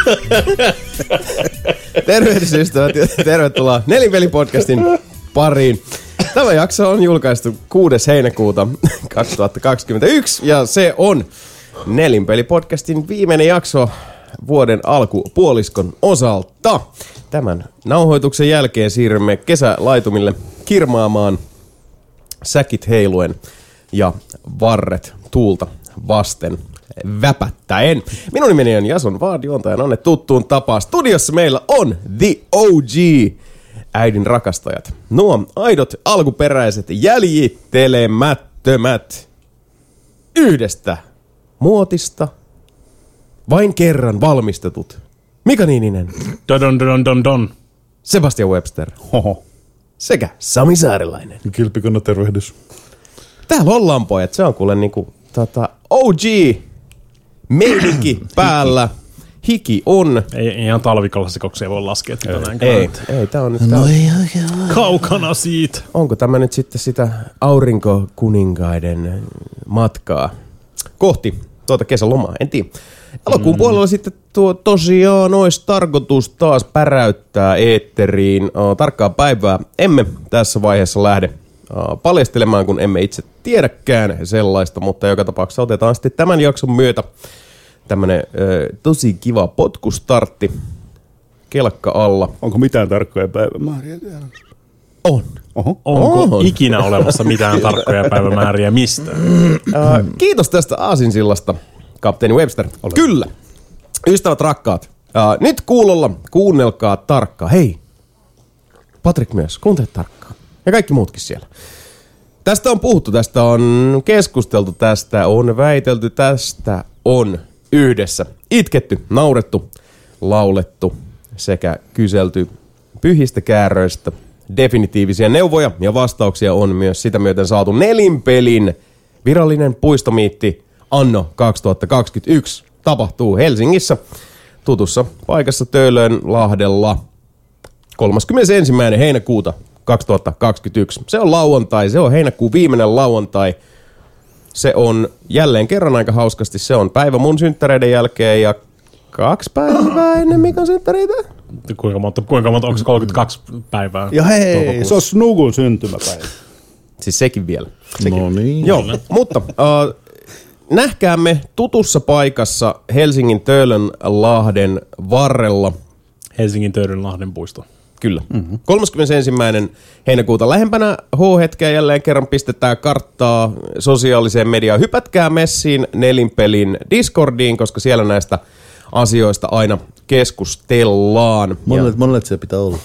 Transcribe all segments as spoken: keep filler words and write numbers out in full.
Tervehdys ystävät ja tervetuloa Nelinpeli-podcastin pariin. Tämä jakso on julkaistu kuudes heinäkuuta kaksituhattakaksikymmentäyksi ja se on Nelinpeli-podcastin viimeinen jakso vuoden alkupuoliskon osalta. Tämän nauhoituksen jälkeen siirrymme kesälaitumille kirmaamaan säkit heiluen ja varret tuulta vasten väpättäen. Minun nimeni on Jason Vaad, juontajan onne tuttuun tapaan. Studiossa meillä on The O G, äidin rakastajat. Nuo aidot, alkuperäiset, jäljittelemättömät, yhdestä muotista, vain kerran valmistetut. Mika Niininen. Don don don don. Sebastian Webster. Hoho. Sekä Sami Saarilainen. Kilpikonna tervehdys. Täällä ollaan pojat. Se on kuule niinku tota, O G meininki päällä. Hiki on. Ei ihan talviklassikoksi ei voi laskea tänään. Ei, ei, tää on nyt tää. No ei Kaukana siitä. Onko tämä nyt sitten sitä aurinkokuninkaiden matkaa kohti tuota kesälomaa? En tiedä. Elokuun mm. puolella sitten tuo tosiaan olisi tarkoitus taas päräyttää eetteriin. Uh, tarkkaa päivää emme tässä vaiheessa lähde uh, paljastelemaan, kun emme itse tiedäkään sellaista, mutta joka tapauksessa otetaan sitten tämän jakson myötä tämmönen uh, tosi kiva potkustartti kelkka alla. Onko mitään tarkkoja päivämääriä täällä? On. Oho. Onko On. ikinä olemassa mitään tarkkoja päivämääriä mistään? Uh, kiitos tästä aasinsillasta, kapteeni Webster. Ole. Kyllä. Ystävät rakkaat, uh, nyt kuulolla kuunnelkaa tarkkaan. Hei, Patrik myös, kuuntele tarkkaan. Ja kaikki muutkin siellä. Tästä on puhuttu, tästä on keskusteltu, tästä on väitelty, tästä on yhdessä itketty, naurettu, laulettu sekä kyselty pyhistä kääröistä. Definitiivisia neuvoja ja vastauksia on myös sitä myöten saatu Nelinpelin virallinen puistomiitti anno kaksituhattakaksikymmentäyksi. Tapahtuu Helsingissä tutussa paikassa Töölönlahdella kolmaskymmenesensimmäinen heinäkuuta kaksituhattakaksikymmentäyksi. Se on lauantai, se on heinäkuun viimeinen lauantai. Se on jälleen kerran aika hauskasti, se on päivä mun synttäreiden jälkeen ja kaksi päivää ennen Mikan synttäreitä. Kuinka monta, kuinka monta, onko se kolmekymmentäkaksi päivää? Ja hei, se on Snugun syntymäpäivä. Siis sekin vielä. Sekin. No niin. Joo, mutta uh, nähkäämme tutussa paikassa Helsingin Töölönlahden varrella. Helsingin Töölönlahden puisto. Kyllä. Mm-hmm. kolmaskymmenesensimmäinen heinäkuuta lähempänä H-hetkeä jälleen kerran pistetään karttaa sosiaaliseen mediaan. Hypätkää messiin Nelinpelin Discordiin, koska siellä näistä asioista aina keskustellaan. Monelle, monelle se pitää olla.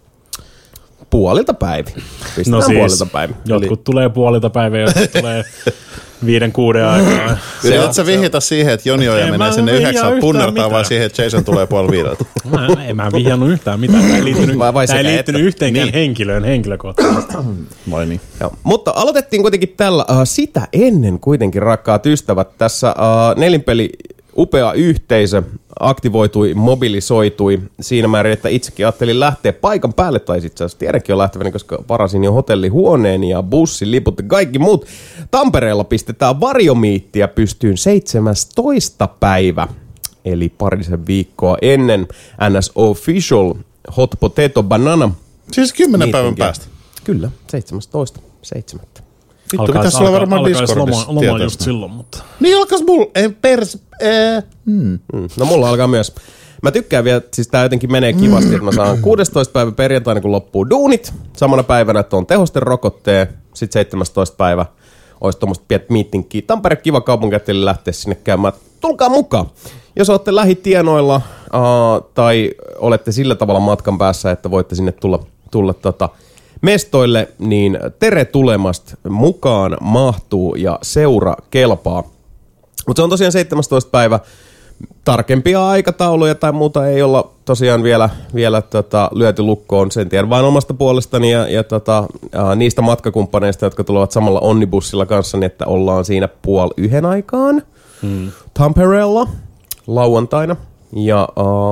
Puolilta päivin. Pistetään No siis, puolilta päivin. jotkut Eli tulee puolilta päivää, jotkut tulee viiden kuuden aikaa. Yrität sä vihjata siihen, että Joni Oja En menee mä sinne vihjaa yhdeksän yhtään punnertaa, mitään. vai siihen, että Jason tulee puoli viideltä? Mä, en mä vihjannut yhtään mitään. Tämä ei liittynyt, Vai- vai tää ei sekä liittynyt että. yhteenkään Niin. henkilöön henkilökohtaisesti. Vai niin? Joo. Mutta aloitettiin kuitenkin tällä. Uh, sitä ennen kuitenkin, rakkaat ystävät, tässä uh, Nelinpeli upea yhteisö aktivoitui, mobilisoitui siinä määrin, että itsekin ajattelin lähteä paikan päälle, tai itse asiassa tiedänkin jo lähteväni, koska varasin jo hotellihuoneen ja bussin, liput ja kaikki muut. Tampereella pistetään varjomiittiä pystyyn seitsemästoista päivä, eli parisen viikkoa ennen N S Official Hot Potato Banana. Siis kymmenen päivän Meetingiä. päästä. Kyllä, seitsemästoista seitsemättä. Vittu, pitäisi olla varmaan Discordissa loma, loma tietää just sitä. silloin, mutta... Niin alkas mulla, ei pers... Ee. Mm. No mulla alkaa myös. Mä tykkään vielä, siis tää jotenkin menee kivasti, että mä saan kuudestoista päivä perjantaina, kun loppuu duunit. Samana päivänä, että on tehosten rokotteen. Sitten seitsemästoista päivä olisi tuommoista pientä meetingkiä. Tampere kiva kaupunki, että lähteä sinne käymään. Tulkaa mukaan. Jos olette lähitienoilla uh, tai olette sillä tavalla matkan päässä, että voitte sinne tulla, tulla tota, mestoille, niin tere tulemasta, mukaan mahtuu ja seura kelpaa. Mutta se on tosiaan seitsemästoista päivä. Tarkempia aikatauluja tai muuta ei olla tosiaan vielä, vielä tota, lyöty lukkoon. Sen tiedän vain omasta puolestani ja, ja tota, ää, niistä matkakumppaneista, jotka tulevat samalla onnibussilla kanssa, niin että ollaan siinä puoli yhden aikaan hmm. Tampereella lauantaina. Ja uh,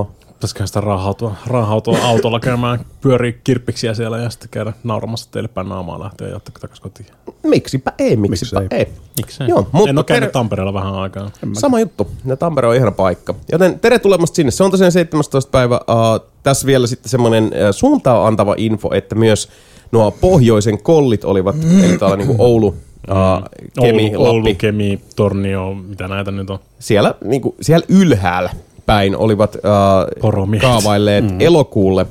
Pitäisiköhän sitä rahautua, rahautua autolla käymään pyörii kirppiksiä siellä ja sitten käydä nauramassa teille päin naamaa lähteä ja jättää takaisin kotiin. Miksipä ei, miksipä Miksei? ei. Miksei? Joo, mutta en ole käynyt ter- Tampereella vähän aikaa. Sama juttu. Ja Tampere on ihana paikka. Joten tere tulemasta sinne. Se on tosiaan seitsemästoista päivä. Uh, tässä vielä sitten semmoinen uh, suuntaa antava info, että myös nuo pohjoisen kollit olivat, mm. eli täällä niinku Oulu, uh, Kemi, Oulu, Oulu, Lappi. Kemi, Tornio, mitä näitä nyt on? Siellä, niinku, siellä ylhäällä päin olivat uh, kaavailleet mm. elokuulle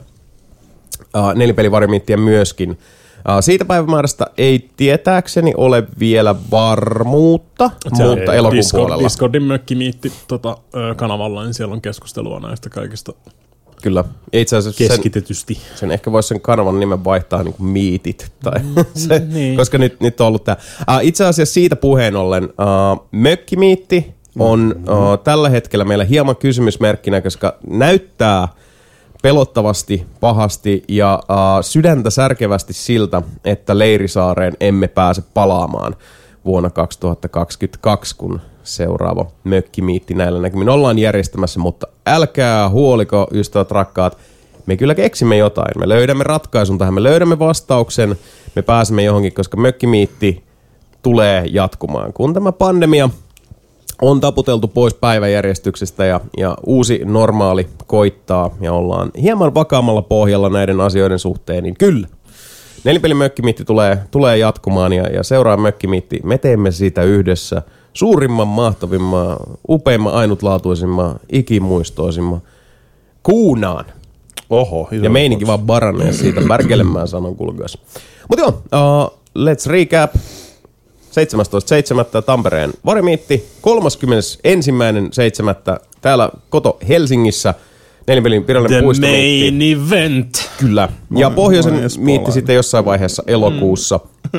uh, nelipelivarjomiittiä myöskin. Uh, siitä päivämäärästä ei tietääkseni ole vielä varmuutta, se mutta elokuun Discord, puolella. Discordin mökkimiitti tota, ö, kanavalla, niin siellä on keskustelua näistä kaikista Kyllä. Itse asiassa keskitetysti. Sen, sen ehkä voisi sen kanavan nimen vaihtaa niin kuin miitit, tai se, niin. koska nyt, nyt on ollut tämä. Uh, itse asiassa siitä puheen ollen, uh, mökkimiitti on mm-hmm. uh, tällä hetkellä meillä hieman kysymysmerkkinä, koska näyttää pelottavasti, pahasti ja uh, sydäntä särkevästi siltä, että Leirisaareen emme pääse palaamaan vuonna kaksituhattakaksikymmentäkaksi, kun seuraava mökkimiitti näillä näkymin ollaan järjestämässä, mutta älkää huoliko, ystävät rakkaat, me kyllä keksimme jotain. Me löydämme ratkaisun tähän, me löydämme vastauksen, me pääsemme johonkin, koska mökkimiitti tulee jatkumaan. Kun tämä pandemia on taputeltu pois päiväjärjestyksestä ja, ja uusi normaali koittaa ja ollaan hieman vakaammalla pohjalla näiden asioiden suhteen, niin kyllä. Nelipelin mökkimiitti tulee, tulee jatkumaan ja, ja seuraava mökkimiitti, me teemme siitä yhdessä suurimman, mahtavimman, upeimman, ainutlaatuisimman, ikimuistoisimman kuunaan. Oho. Ja meininki vaan baranee siitä värkelemään sanon kulkuessa. Mutta joo, uh, let's recap. seitsemästoista seitsemättä Tampereen varjomiitti, kolmaskymmenesensimmäinen seitsemättä täällä koto Helsingissä, nelipelin virallinen puistomiitti. The main event. Kyllä. Ja Moi, pohjoisen moi, miitti espoolainen. sitten jossain vaiheessa elokuussa.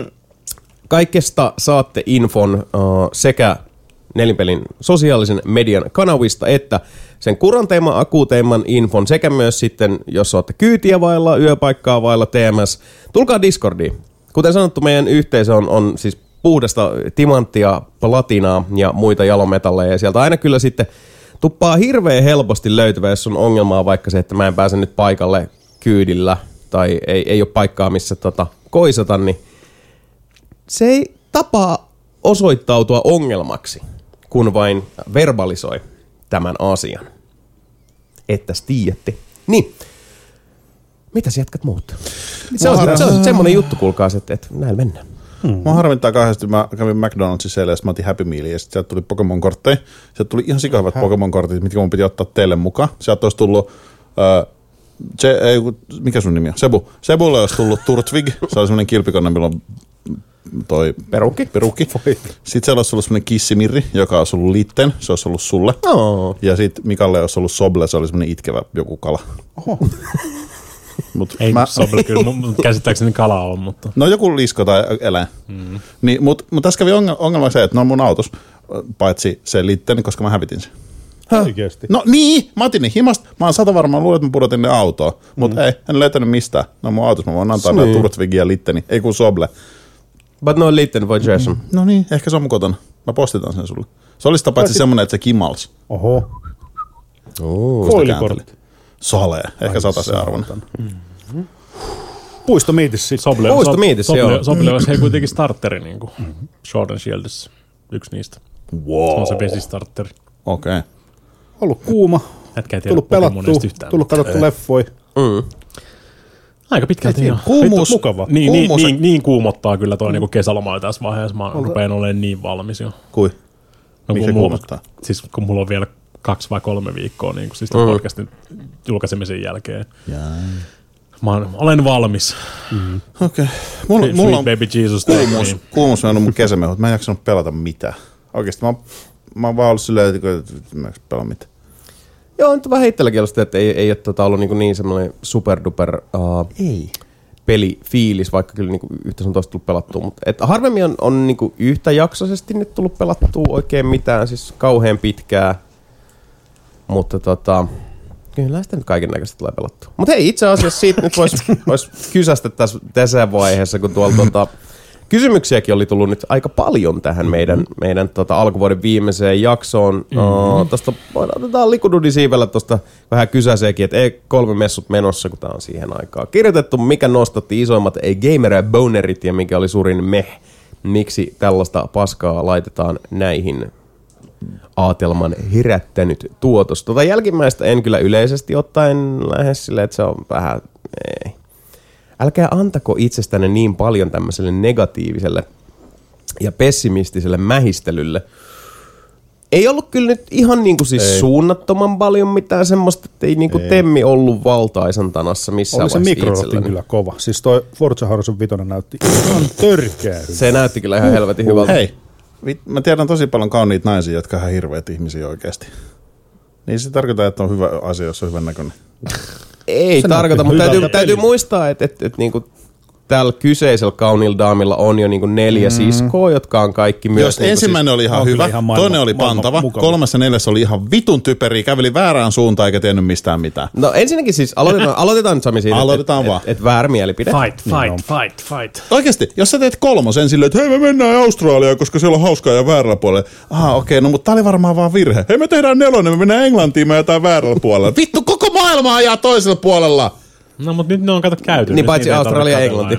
Kaikesta saatte infon uh, sekä nelipelin sosiaalisen median kanavista, että sen kuranteimman, akuuteimman infon, sekä myös sitten, jos olette kyytiä vailla, yöpaikkaa vailla, T M S, tulkaa Discordiin. Kuten sanottu, meidän yhteisö on, on siis puhdasta timanttia, platinaa ja muita jalometalleja, ja sieltä aina kyllä sitten tuppaa hirveän helposti löytyvä, jos on ongelmaa vaikka se, että mä en pääse nyt paikalle kyydillä, tai ei, ei ole paikkaa, missä tota, koisata, niin se ei tapaa osoittautua ongelmaksi, kun vain verbalisoi tämän asian. Että tiedätte. Niin. Mitäs jatkat muut? Se on, se on semmoinen juttu, kuulkaas, että, että näillä mennään. Hmm. Mä harmittaa kahdesti, mä kävin McDonaldsissa eilen ja mä otin Happy Mealia ja sitten sieltä tuli Pokemon-kortteja. Sieltä tuli ihan sikahhyvät Pokemon-kortit, mitkä mun piti ottaa teille mukaan. Sieltä olisi tullut, äh, se, ei, mikä sun nimi on? Sebu. Sebulle olisi tullut Turtvig, se oli semmoinen kilpikonna, millä on toi Perukki. Perukki. Sitten siellä olisi ollut semmoinen Kissimirri, joka olisi ollut Litten, se olisi ollut sulle. Oh. Ja sitten Mikalle olisi ollut Soble, se oli semmoinen itkevä joku kala. Oho. Mut Ei mä, soble kyllä, mun käsittääkseni kala on, mutta... no joku lisko tai eläin. Mm. Niin, mutta mut tässä kävi ongelma, ongelma se, että ne on mun autos, paitsi se Litten, koska mä hävitin sen. Oikeesti. No niin, mä otin ne himasta. Mä oon sata varmaan luulen, että mä pudotin ne autoon. Mutta mm. ei, en löytänyt mistään. No mun autossa mä voin antaa vielä Turtvigia ja Litteni. Ei kun Soble. But no Litten voi Jason. Mm. No niin, ehkä se on mun kotona. Mä postitan sen sulle. Se olisi paitsi semmonen, että se kimals. Oho. Oh. Foilikortti. Salee. Ehkä sata se arvon. Mm-hmm. Puistomiitissä sitten. Soble, Puistomiitissä, Soble, joo. Soble, Soble olisi hei kuitenkin starteri, niin kuin Sword and Shieldissä. Yksi niistä. Wow. Se on se vesistarteri. Okei. Okay. Ollut kuuma. Jätkä ei tiedä Tullut pelattua. Pokemonista yhtään. Tullut katsottu leffoja. Mm. Aika pitkälti joo. Kuumuus. Mukava. Niin, Kuumuus- niin, niin, niin kuumottaa kyllä toi niinku kesäloma tässä vaiheessa. Mä rupean olemaan niin valmis jo. Kui? No, Mikä kun mulla, kuumottaa? siis kun mulla on vielä kaksi vai kolme viikkoa niin siis tämän Mm. podcastin julkaisemisen jälkeen. Jaa. Mä oon- olen valmis. Okei. Okay. Mulla, Sweet mulla on baby Jesus. kuumuus. Niin. Kuumuus on ollut mun kesämehut. Mä en jaksanut pelata mitään. Oikeesti mä, oon- mä oon vaan ollut silleen, että mä en jaksa pelata mitään. Joo, nyt on vähän itselläkin ollut sitä, että ei, ei ole tota, ollut niin, niin semmoinen superduper uh, Ei. pelifiilis, vaikka kyllä niinku yhtä sun toista tullut pelattua. Mutta et harvemmin on, on niinku yhtäjaksoisesti nyt tullut pelattua oikein mitään, siis kauhean pitkää. Mutta tota, kyllä sitä nyt kaiken näköistä tulee pelattua. Mutta hei, itse asiassa siitä nyt voisi vois kysästä tässä, tässä vaiheessa, kun tuolla tota, kysymyksiäkin oli tullut nyt aika paljon tähän meidän, mm-hmm. meidän tota, alkuvuoden viimeiseen jaksoon. Mm-hmm. Uh, tosta otetaan likududisiivellä tuosta vähän kysäseekin, että ei kolme messut menossa, kun tää on siihen aikaan kirjoitettu. Mikä nostatti isoimmat ei gamer ja bonerit ja mikä oli suurin meh? Miksi tällaista paskaa laitetaan näihin aatelman herättänyt tuotos? Tota jälkimmäistä en kyllä yleisesti ottaen lähes silleen, että se on vähän... Ei. Älkää antako itsestänne niin paljon tämmöiselle negatiiviselle ja pessimistiselle mähistelylle. Ei ollut kyllä nyt ihan niinku siis ei. suunnattoman paljon mitään semmoista, että ei niinku ei. Temmi ollut valtaisan tanassa missään vaiheessa itselläni. Oli se mikrotin kyllä kova. Siis toi Forza Horizon viisi näytti ihan törkeä. Se näytti kyllä ihan helvetin hyvältä. Hei, mä tiedän tosi paljon kauniita naisia, jotka on ihan hirveät ihmisiä oikeasti. Niin se tarkoittaa, että on hyvä asia, jos on hyvän näköinen. Ei se tarkoita, mutta täytyy, täytyy muistaa, että, että, että niinku tällä kyseisellä kauniilla daamilla on jo niinku neljä mm. siskoa, jotka on kaikki myös... Jos niinku ensimmäinen siis, oli ihan hyvä, ihan maailma, toinen oli pantava, kolmas ja neljäs oli ihan vitun typeriä, käveli väärään suuntaan eikä tiennyt mistään mitään. No ensinnäkin siis, aloitetaan, aloitetaan nyt Sami siitä, aloitetaan että vaan. et, et väärä mielipide. Fight, fight, fight, fight. Oikeesti, jos sä teet kolmosen silleen, että hei me mennään Australiaan, koska siellä on hauskaa ja väärällä puolella. Aha, okei, okay, no mutta tää oli varmaan vaan virhe. Hei me tehdään nelonen, me mennään Englantiin, me jätään väärällä puolella. Vittu, koko maailma ajaa toisella puolella. No mutta nyt ne on kato käyty. Niin paitsi Australia ja Englanti.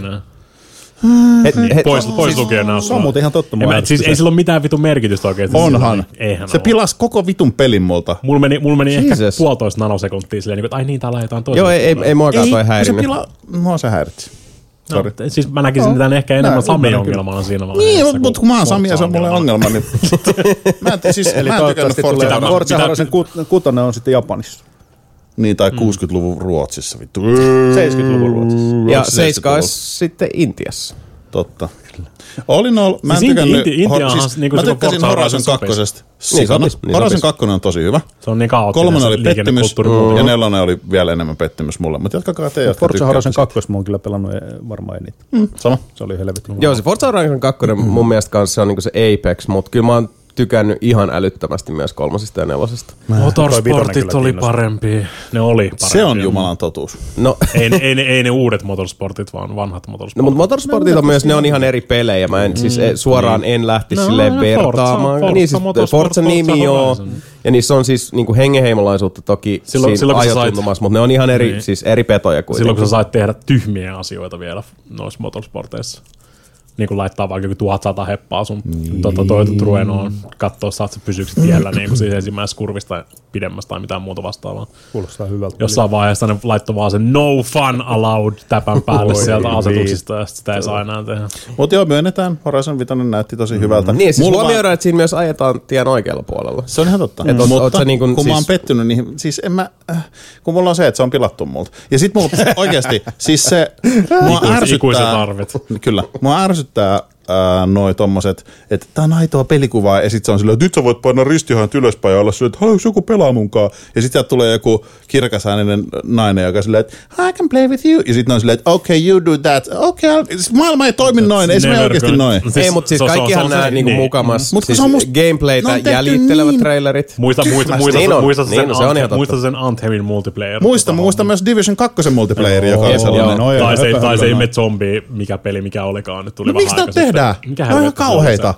Et, niin, et, pois pois siis, lukee nämä. Se on muuten ihan totta. Siis ei sillä ole mitään vitun merkitystä oikeesti. Onhan. Eihän se pilasi koko vitun pelin multa. Mulla meni, mulla meni ehkä puolitoista nanosekuntia silleen, että ai niin, täällä ajetaan toisella. Joo, ei, ei, ei muakaan toi häirinyt. Se pila... Mua se häiritsi. No, siis mä näkisin no, tämän ehkä enemmän Samin ongelmana siinä vaiheessa. Niin, mutta kun mä oon Sami ja se on mulle ongelma, niin... mä en, siis, eli toivottavasti tulee Forza Horizon kutonen on sitten Japanissa. Niin, tai kuusikymmentäluvun Ruotsissa, vittu. seitsemänkymmentäluvun Ruotsissa. Ja seiska olisi sitten Intiassa. Totta. Olin ollut, mä en siis tykännyt, Inti, Inti, hor, siis, niinku mä tykkäsin Horizon kakkosesta. Niin, niin Horizon kakkonen on tosi hyvä. Se on niin kaoottinen. Kolmonen oli pettymys mm. ja nelonen oli vielä enemmän pettymys mulle. Mutta jatkakaa te, jotka Forza Horizon kakkosta mä oon kyllä pelannut varmaan eniten. Mm, sama. Se oli helvetin. Joo, se Forza Horizon kakkonen mm. mun mielestä kanssa on niinku se Apex, mutta kyllä mä oon tykännyt ihan älyttömästi myös kolmosesta ja nelosesta. Motorsportit oli parempi. Ne oli parempi. Se on jumalan totuus. No. ei, ne, ei, ne, ei ne uudet motorsportit, vaan vanhat motorsportit. No, mutta motorsportit on myös, ne on ihan eri pelejä. Mä en mm, siis suoraan niin. en lähtisi no, silleen vertaamaan. Forza, niin siis Forzan nimi joo. Ja niissä on siis niinku hengenheimolaisuutta toki silloin, siinä ajotuntumassa, mutta ne on ihan eri, niin. siis eri petoja kuitenkin. Silloin kun sä sait tehdä tyhmiä asioita vielä noissa motorsporteissa. Niin kuin laittaa vaikka joku tuhatsata heppaa sun niin. tota, Toyota Truenoon, kattoo, saat sä pysyykset tiellä niin kuin siis ensimmäisestä kurvista pidemmästä tai mitään muuta vastaavaa. Kuulostaa hyvältä. Jossain vaiheessa ne laittoi vaan sen no fun allowed täpän päälle sieltä asetuksista ja sitä ei saa enää tehdä. Mutta joo, myönnetään. Horizon viisi näytti tosi hyvältä. Mm. Niin, siis huomioidaan, että siinä myös ajetaan tien oikealla puolella. Se on ihan totta. Mm. Mutta niin kun, kun siis... mä oon pettynyt niihin, siis en mä, äh, kun mulla on se, että se on pilattu multa. Ja sit mulla oikeesti, siis se, mua ärsyttää, kyllä, mua ärsyttää Ää, noi tommoset, että tää on aitoa pelikuvaa, ja sit se on silleen, että nyt sä voit painaa ristihaant ylöspäin ja olla silleen, että haluaisi joku pelaa munkaan. Ja sit sieltä tulee joku kirkasääninen nainen, joka on silleen, että I can play with you. Ja sit ne on silleen, että okay, you do that. Okay, maailma ei toimi noin, ei se mene oikeesti noin. Siis, ei, mutta siis so, kaikkihan nää niinku niin. mukamas mut siis musta, gameplaytä no jäljittelevät niin. trailerit. Muista, muista, muista, niin on, muista, niin sen, Anthem, muista sen Anthemin multiplayer. Muista, muista myös Division kaksi multiplayer, joka on sellainen. Tai se ihme zombie, mikä peli, mikä olikaan. Nyt tuli miksi tää tehdään? No ihan kauheita.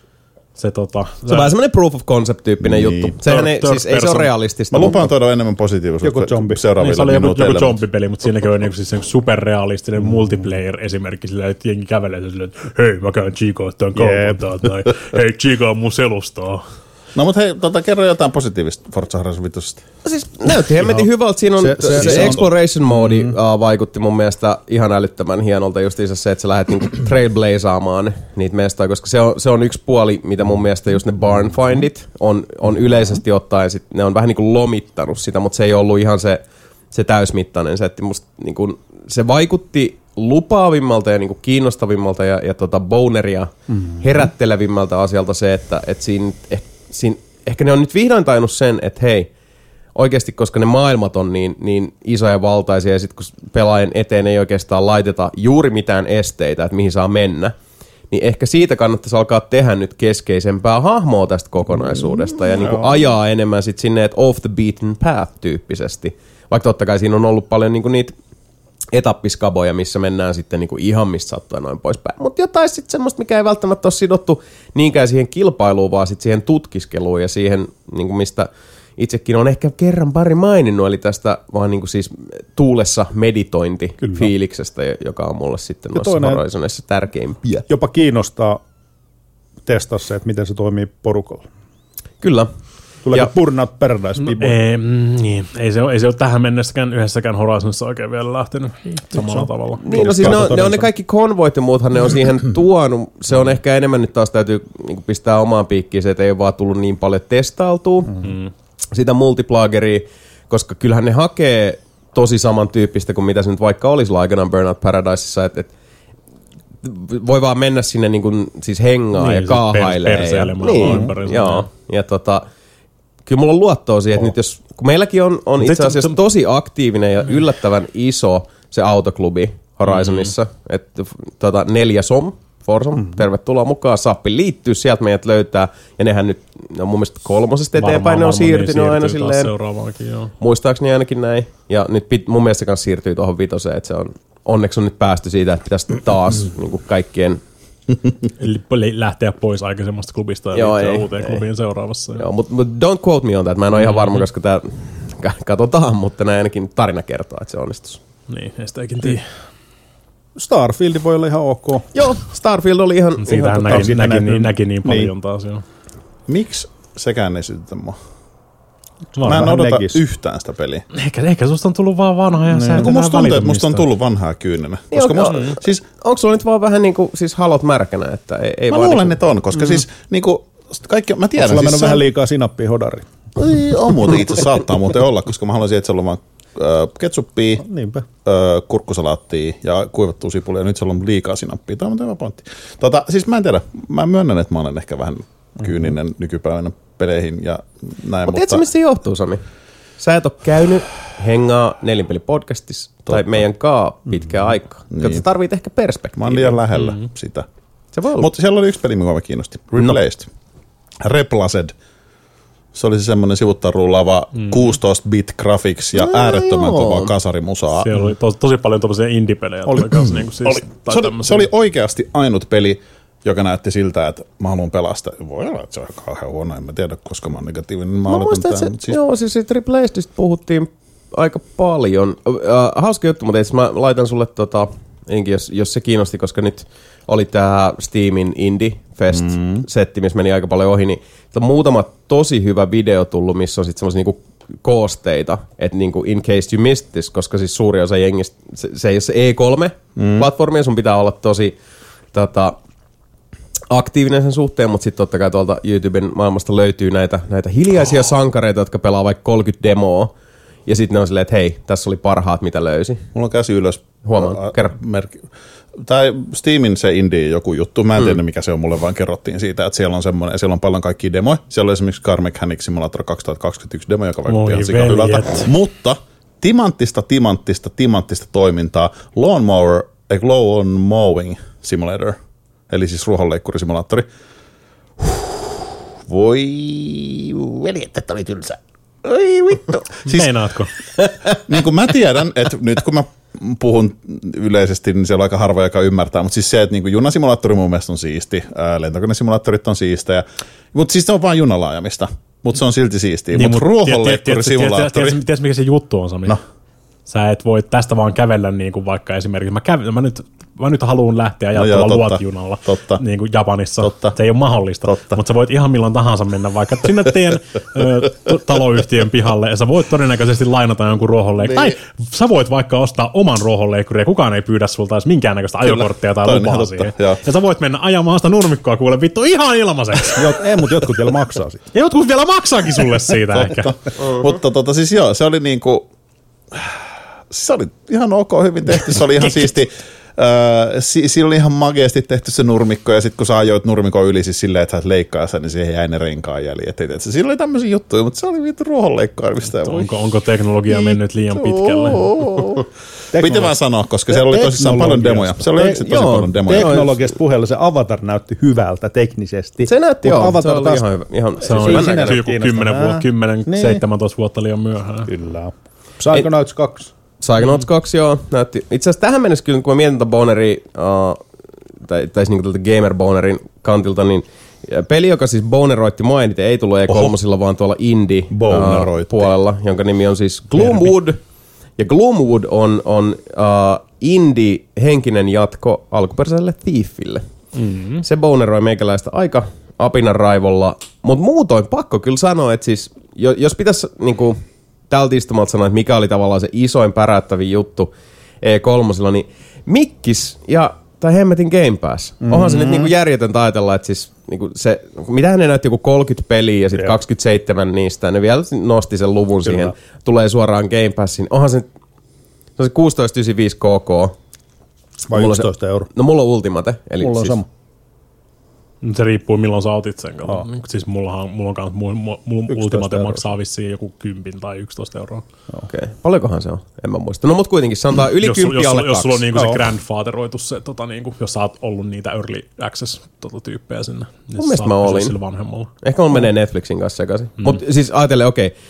Se, tota, se on vähän semmoinen proof of concept-tyyppinen niin. juttu. Sehän ei, siis ei se ole realistista. Mä lupaan mutta... tuoda enemmän positiivisuutta seuraaville niin, minuuteille. Se oli joku zombipeli, mutta siinäkin on niinku siis superrealistinen mm. multiplayer-esimerkki sillä, että jengi kävelee silleen, että hei mä käyn chiikoa tämän kaupan tai hei chiikoa mun selustaa. No mut hei, tota, kerro jotain positiivista Forza Horizon vitosesta. No siis näytti hemmetin hyvältä. Siinä on se, se, se, se exploration mode mm. uh, vaikutti mun mielestä ihan älyttömän hienolta justiinsa se, että sä lähdet niinku trailblazaamaan niitä mestoja, koska se on, se on yksi puoli, mitä mun mielestä just ne barn findit on, on yleisesti ottaen, sit ne on vähän niinku lomittanut sitä, mutta se ei ollut ihan se, se täysmittainen setti. Musta niinku, se vaikutti lupaavimmalta ja niinku kiinnostavimmalta ja, ja tota boneria mm. herättelevimmältä asialta se, että et siinä Siin, ehkä ne on nyt vihdoin tainnut sen, että hei, oikeasti koska ne maailmat on niin, niin isoja ja valtaisia ja sitten kun pelaajan eteen ei oikeastaan laiteta juuri mitään esteitä, että mihin saa mennä, niin ehkä siitä kannattaisi alkaa tehdä nyt keskeisempää hahmoa tästä kokonaisuudesta ja niin kuin ajaa enemmän sit sinne, että off the beaten path tyyppisesti. Vaikka totta kai siinä on ollut paljon niin kuin niitä etappiskaboja, missä mennään sitten niinku ihan mistä sattuu noin poispäin. Mutta jotain sitten semmoista, mikä ei välttämättä ole sidottu niinkään siihen kilpailuun, vaan sitten siihen tutkiskeluun ja siihen, niinku mistä itsekin on ehkä kerran pari maininnut, eli tästä vaan niinku siis tuulessa meditointi Kyllä. fiiliksestä, joka on mulle sitten noissa Horizoneissa tärkeimpiä. Jopa kiinnostaa testaa se, että miten se toimii porukalla. Kyllä. Tuleeko Burnout Paradise? No, ei, mm, niin. ei, se ole, ei se ole tähän mennessäkään yhdessäkään Horizonissa oikein vielä lähtenyt samalla tavalla. Niin, no siis ne on, ne on ne kaikki konvoit ja muuthan ne on siihen tuonut. Se on ehkä enemmän nyt taas täytyy niin pistää omaan piikkiin se, että ei ole vaan tullut niin paljon testailtua mm-hmm. sitä multiplageria, koska kyllähän ne hakee tosi samantyyppistä kuin mitä se nyt vaikka olisi aikanaan Burnout Paradiseissa, että et, voi vaan mennä sinne niin kuin, siis hengaa niin, ja kaahailee. Perseilemään niin, ympäri. Joo, ja tota... Kyllä mulla on luottoa siihen, että nyt jos, kun meilläkin on, on itse asiassa tosi aktiivinen ja yllättävän iso se autoklubi Horizonissa, mm-hmm. että tota, neljä som, Forsom, mm-hmm. tervetuloa mukaan, Sappi liittyy, sieltä meidät löytää, ja nehän nyt, no mun mielestä kolmosesta eteenpäin varmaan, ne on siirtynyt niin aina silleen, muistaakseni ainakin näin, ja nyt pit, mun mielestä se kanssa siirtyy tuohon vitoseen, että se on, onneksi on nyt päästy siitä, että pitäisi taas niin kuin kaikkien lähteä pois aikaisemmasta klubista ja Joo, liittyä ei, uuteen ei. klubiin seuraavassa. Joo, mutta mut don't quote me on that. Mä en ole ihan varma, koska tää katsotaan, mutta näin ainakin tarina kertoo, että se onnistus. Niin, ei sitä ikin tiedä. Starfield voi olla ihan ok. Joo, Starfield oli ihan... Siitähän ihan näki, näki, näki, näki niin paljon niin. taas, joo. Miksi sekään ei sytytä mua? No, mä en odota negis. yhtään sitä peliä. Ehkä, ehkä susta on tullut vaan vanha ja sä et No, musta tuntuu, että musta on mistään. tullut vanhaa kyynenä. Niin, Koska onko, musta, siis, onko sulla nyt vaan vähän niinku, siis halot märkänä, että ei, ei mä vaan luulen, niinku, että on, koska mm. siis niinku, kaikki, mä tiedän. Onko sulla siis mennyt se- vähän liikaa sinappia hodariin? Ei, on muuten itse saattaa muuten olla, koska mä haluaisin, että se on vaan äh, ketsuppia, Niinpä. äh, kurkkusalaattia ja kuivattua sipulia. Nyt siellä on liikaa sinappia. Tämä on muuten hyvä pointti. Tota, siis mä en tiedä. Mä myönnän, että mä olen ehkä vähän kyyninen mm-hmm. nykypäivänä peleihin ja näin. Mutta tiedätkö, mistä se johtuu, Sami? Sä et ole käynyt hengaa Nelinpeli-podcastissa tai meidän kaa pitkään mm. aikaa. Niin. Kato, sä tarvit ehkä perspektiiviä. Mä oon liian lähellä mm-hmm. sitä. Se voi olla. Mutta siellä oli yksi peli, mikä mä kiinnosti. Replaced. No. Replaced. Se oli se semmoinen sivuttaan rullaava mm. kuusitoista bit graphics ja no, äärettömän joo. kovaa kasarimusaa. Siellä oli tos, tosi paljon tommosia indie-pelejä. Oli, tuli kans niinku siis, oli, se, oli, se oli oikeasti ainut peli, joka näytti siltä, että mä haluan pelastaa. Voi olla, että se on kauhean huono, en mä tiedä, koska mä oon negatiivinen. Mä, mä muistan, että se, siis... joo, siis siitä Replacedista puhuttiin aika paljon. Uh, hauska juttu, mutta itse mä laitan sulle tota, jos, jos se kiinnosti, koska nyt oli tää Steamin Indie Fest-setti, missä meni aika paljon ohi, niin on muutama tosi hyvä video tullut, missä on sitten semmosia niinku koosteita, että niinku in case you missed this, koska siis suuri osa jengistä, se, se ei ole se E kolme-platformia, sun pitää olla tosi tota, aktiivinen sen suhteen, mutta sitten totta kai tuolta YouTuben maailmasta löytyy näitä, näitä hiljaisia sankareita, jotka pelaa vaikka kolmekymmentä demoa, ja sitten ne on silleen, että hei, tässä oli parhaat, mitä löysi. Mulla on käsi ylös. Huomaan, kerro. Merkki. Tai Steamin se indie joku juttu, mä en mm. tiedä mikä se on, mulle vaan kerrottiin siitä, että siellä on semmoinen, siellä on paljon kaikkia demoja. Siellä on esimerkiksi Car Mechanic Simulator kaksituhattakaksikymmentäyksi demo, joka vaikutti ihan sika hyvältä. Mutta timanttista, timanttista, timanttista toimintaa Lawnmower, ei Lawn Mowing Simulator, eli siis ruohonleikkurisimulaattori. Voi veljet, että oli tylsä. Oi vittu. Siis, meinaatko? Niin kuin mä tiedän, että nyt kun mä puhun yleisesti, niin siellä on aika harva, joka ymmärtää, mutta siis se, että niin junasimulaattori mun mielestä on siisti, lentokonesimulaattorit on siistejä, mutta siis se on vaan junalaajamista, mutta se on silti siistiä, niin, mutta ruohonleikkurisimulaattori... Tiedätkö, mikä se juttu on, Sami? No. Sä et voi tästä vaan kävellä niin kuin vaikka esimerkiksi, mä, käve, mä, nyt, mä nyt haluan lähteä jatkamaan no luotijunalla niin kuin Japanissa. Totta. Se ei ole mahdollista, totta. Mutta sä voit ihan milloin tahansa mennä vaikka sinne teidän ö, taloyhtiön pihalle ja sä voit todennäköisesti lainata jonkun ruohonleikkuri. Niin. Tai sä voit vaikka ostaa oman ruohonleikkurin ja kukaan ei pyydä sulta edes minkäännäköistä ajokorttia tai lupaa totta, siihen. Joo. Ja sä voit mennä ajamaan sitä nurmikkoa kuule vittu ihan ilmaiseksi. Jot, ei, mutta jotkut vielä maksaa siitä. Ja jotkut vielä maksaakin sulle siitä ehkä. Uh-huh. Mutta tota, siis joo, se oli niinku... Se oli ihan ok, hyvin tehty, se oli ihan siisti. Öö, si- siinä oli ihan mageasti tehty se nurmikko, ja sitten kun sä ajoit nurmikon yli siis silleen, että sä et leikkaa sen, niin siihen jäi ne renkaan jäljet. Et, et, siinä oli tämmöisiä juttuja, mutta se oli vittu ruohonleikkaamista. Onko, onko teknologia mennyt liian pitkälle? Piti vaan sanoa, koska siellä oli tosissaan paljon demoja. Se oli oikeasti tosi paljon demoja. Teknologiasta puheella se Avatar näytti hyvältä teknisesti. Se näytti joo, Avatar se oli taas, ihan hyvä. Ihan, se on joku kymmenen seitsemäntoista vuotta liian myöhään. Kyllä. Psychonauts kaksi. Psychonauts kaksi, joo. Näytti. Itse asiassa tähän mennessä kyllä, kun mä mietin tätä Boneria, uh, tai, tai niin kuin tältä Gamer Bonerin kantilta, niin peli, joka siis boneroitti mainit, ei tullut E kolme, vaan tuolla indie-puolella, uh, jonka nimi on siis Gloomwood. Ja Gloomwood on, on uh, indie-henkinen jatko alkuperäiselle Thiefille. Mm-hmm. Se boneroi meikäläistä aika apinan raivolla, mutta muutoin pakko kyllä sanoa, että siis, jos pitäisi niinku, tältä istumalta sanoa, että mikä oli tavallaan se isoin päräyttävin juttu E kolme, niin mikkis ja tai hemmetin Game Pass. Mm-hmm. Onhan se nyt niinku järjetöntä ajatella, että siis niinku se, mitähän ne näytti joku kolmekymmentä peliä ja sitten kaksikymmentäseitsemän niistä, ne vielä nosti sen luvun kyllä. Siihen, tulee suoraan Game Passiin. Onhan se, se on se kuusitoista yhdeksänkymmentäviisi K K. Vai yksitoista se, euroa? No mulla on Ultimate. Eli mulla on siis, sama. Se riippuu milloin sä otit sen. Oh. Siis mullahan, mulla on kans, mulla, mulla Ultimate maksaa vissiin joku kymmenen tai yksitoista euroa. Okei. Okay. Paljonkohan se on? En mä muista. No mut kuitenkin sanotaan yli kymmenen alle kaksi. Jos sulla on niinku se grandfatheroitu se, tota, niinku, jos sä oot ollut niitä early access tota, tyyppejä sinne. Niin mun mielestä mä olin. Ehkä mun menee Netflixin kanssa sekaisin. Mm. Mut siis ajatellen, okei. Okay,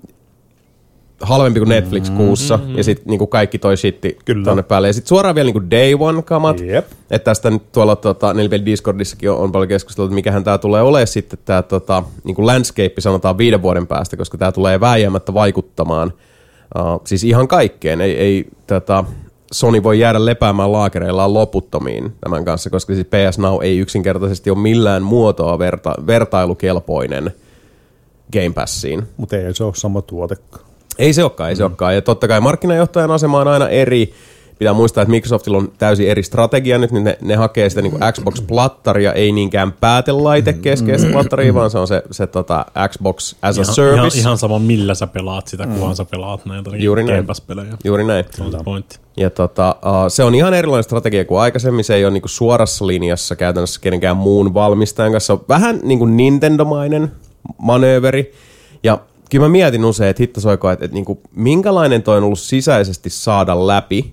halvempi kuin Netflix mm-hmm. kuussa, ja sitten niinku kaikki toi shitti tonne päälle. Ja sitten suoraan vielä niinku day one kamat. Yep. Että tästä nyt tuolla tota, Nelipeli Discordissakin on, on paljon keskustelua, että mikähän tää tulee olemaan sitten tää tota, niinku landscape sanotaan viiden vuoden päästä, koska tää tulee vääjäämättä vaikuttamaan uh, siis ihan kaikkeen. Ei, ei tota, Sony voi jäädä lepäämään laakereillaan loputtomiin tämän kanssa, koska siis P S Now ei yksinkertaisesti ole millään muotoa verta, vertailukelpoinen Game Passiin. Mutta ei se ole sama tuotekaan. Ei se olekaan, ei se mm. olekaan. Ja totta kai markkinajohtajan asema on aina eri. Pitää muistaa, että Microsoftilla on täysin eri strategia nyt, niin ne, ne hakee sitä niin kuin Xbox-plattaria, ei niinkään päätelaite keskeistä plattaria, vaan se on se, se tota Xbox as a ihan, service. Ihan, ihan sama, millä sä pelaat sitä, kunhan mm. sä pelaat näitä Game Pass-pelejä. Juuri näin. Se on se pointti. Ja tota, uh, se on ihan erilainen strategia kuin aikaisemmin. Se ei ole niinku suorassa linjassa käytännössä kenenkään muun valmistajan kanssa. Se on vähän niin kuin Nintendo-mainen manööveri. Ja kyllä mä mietin usein, että hitto soiko, että, että niinku, minkälainen toi on ollut sisäisesti saada läpi,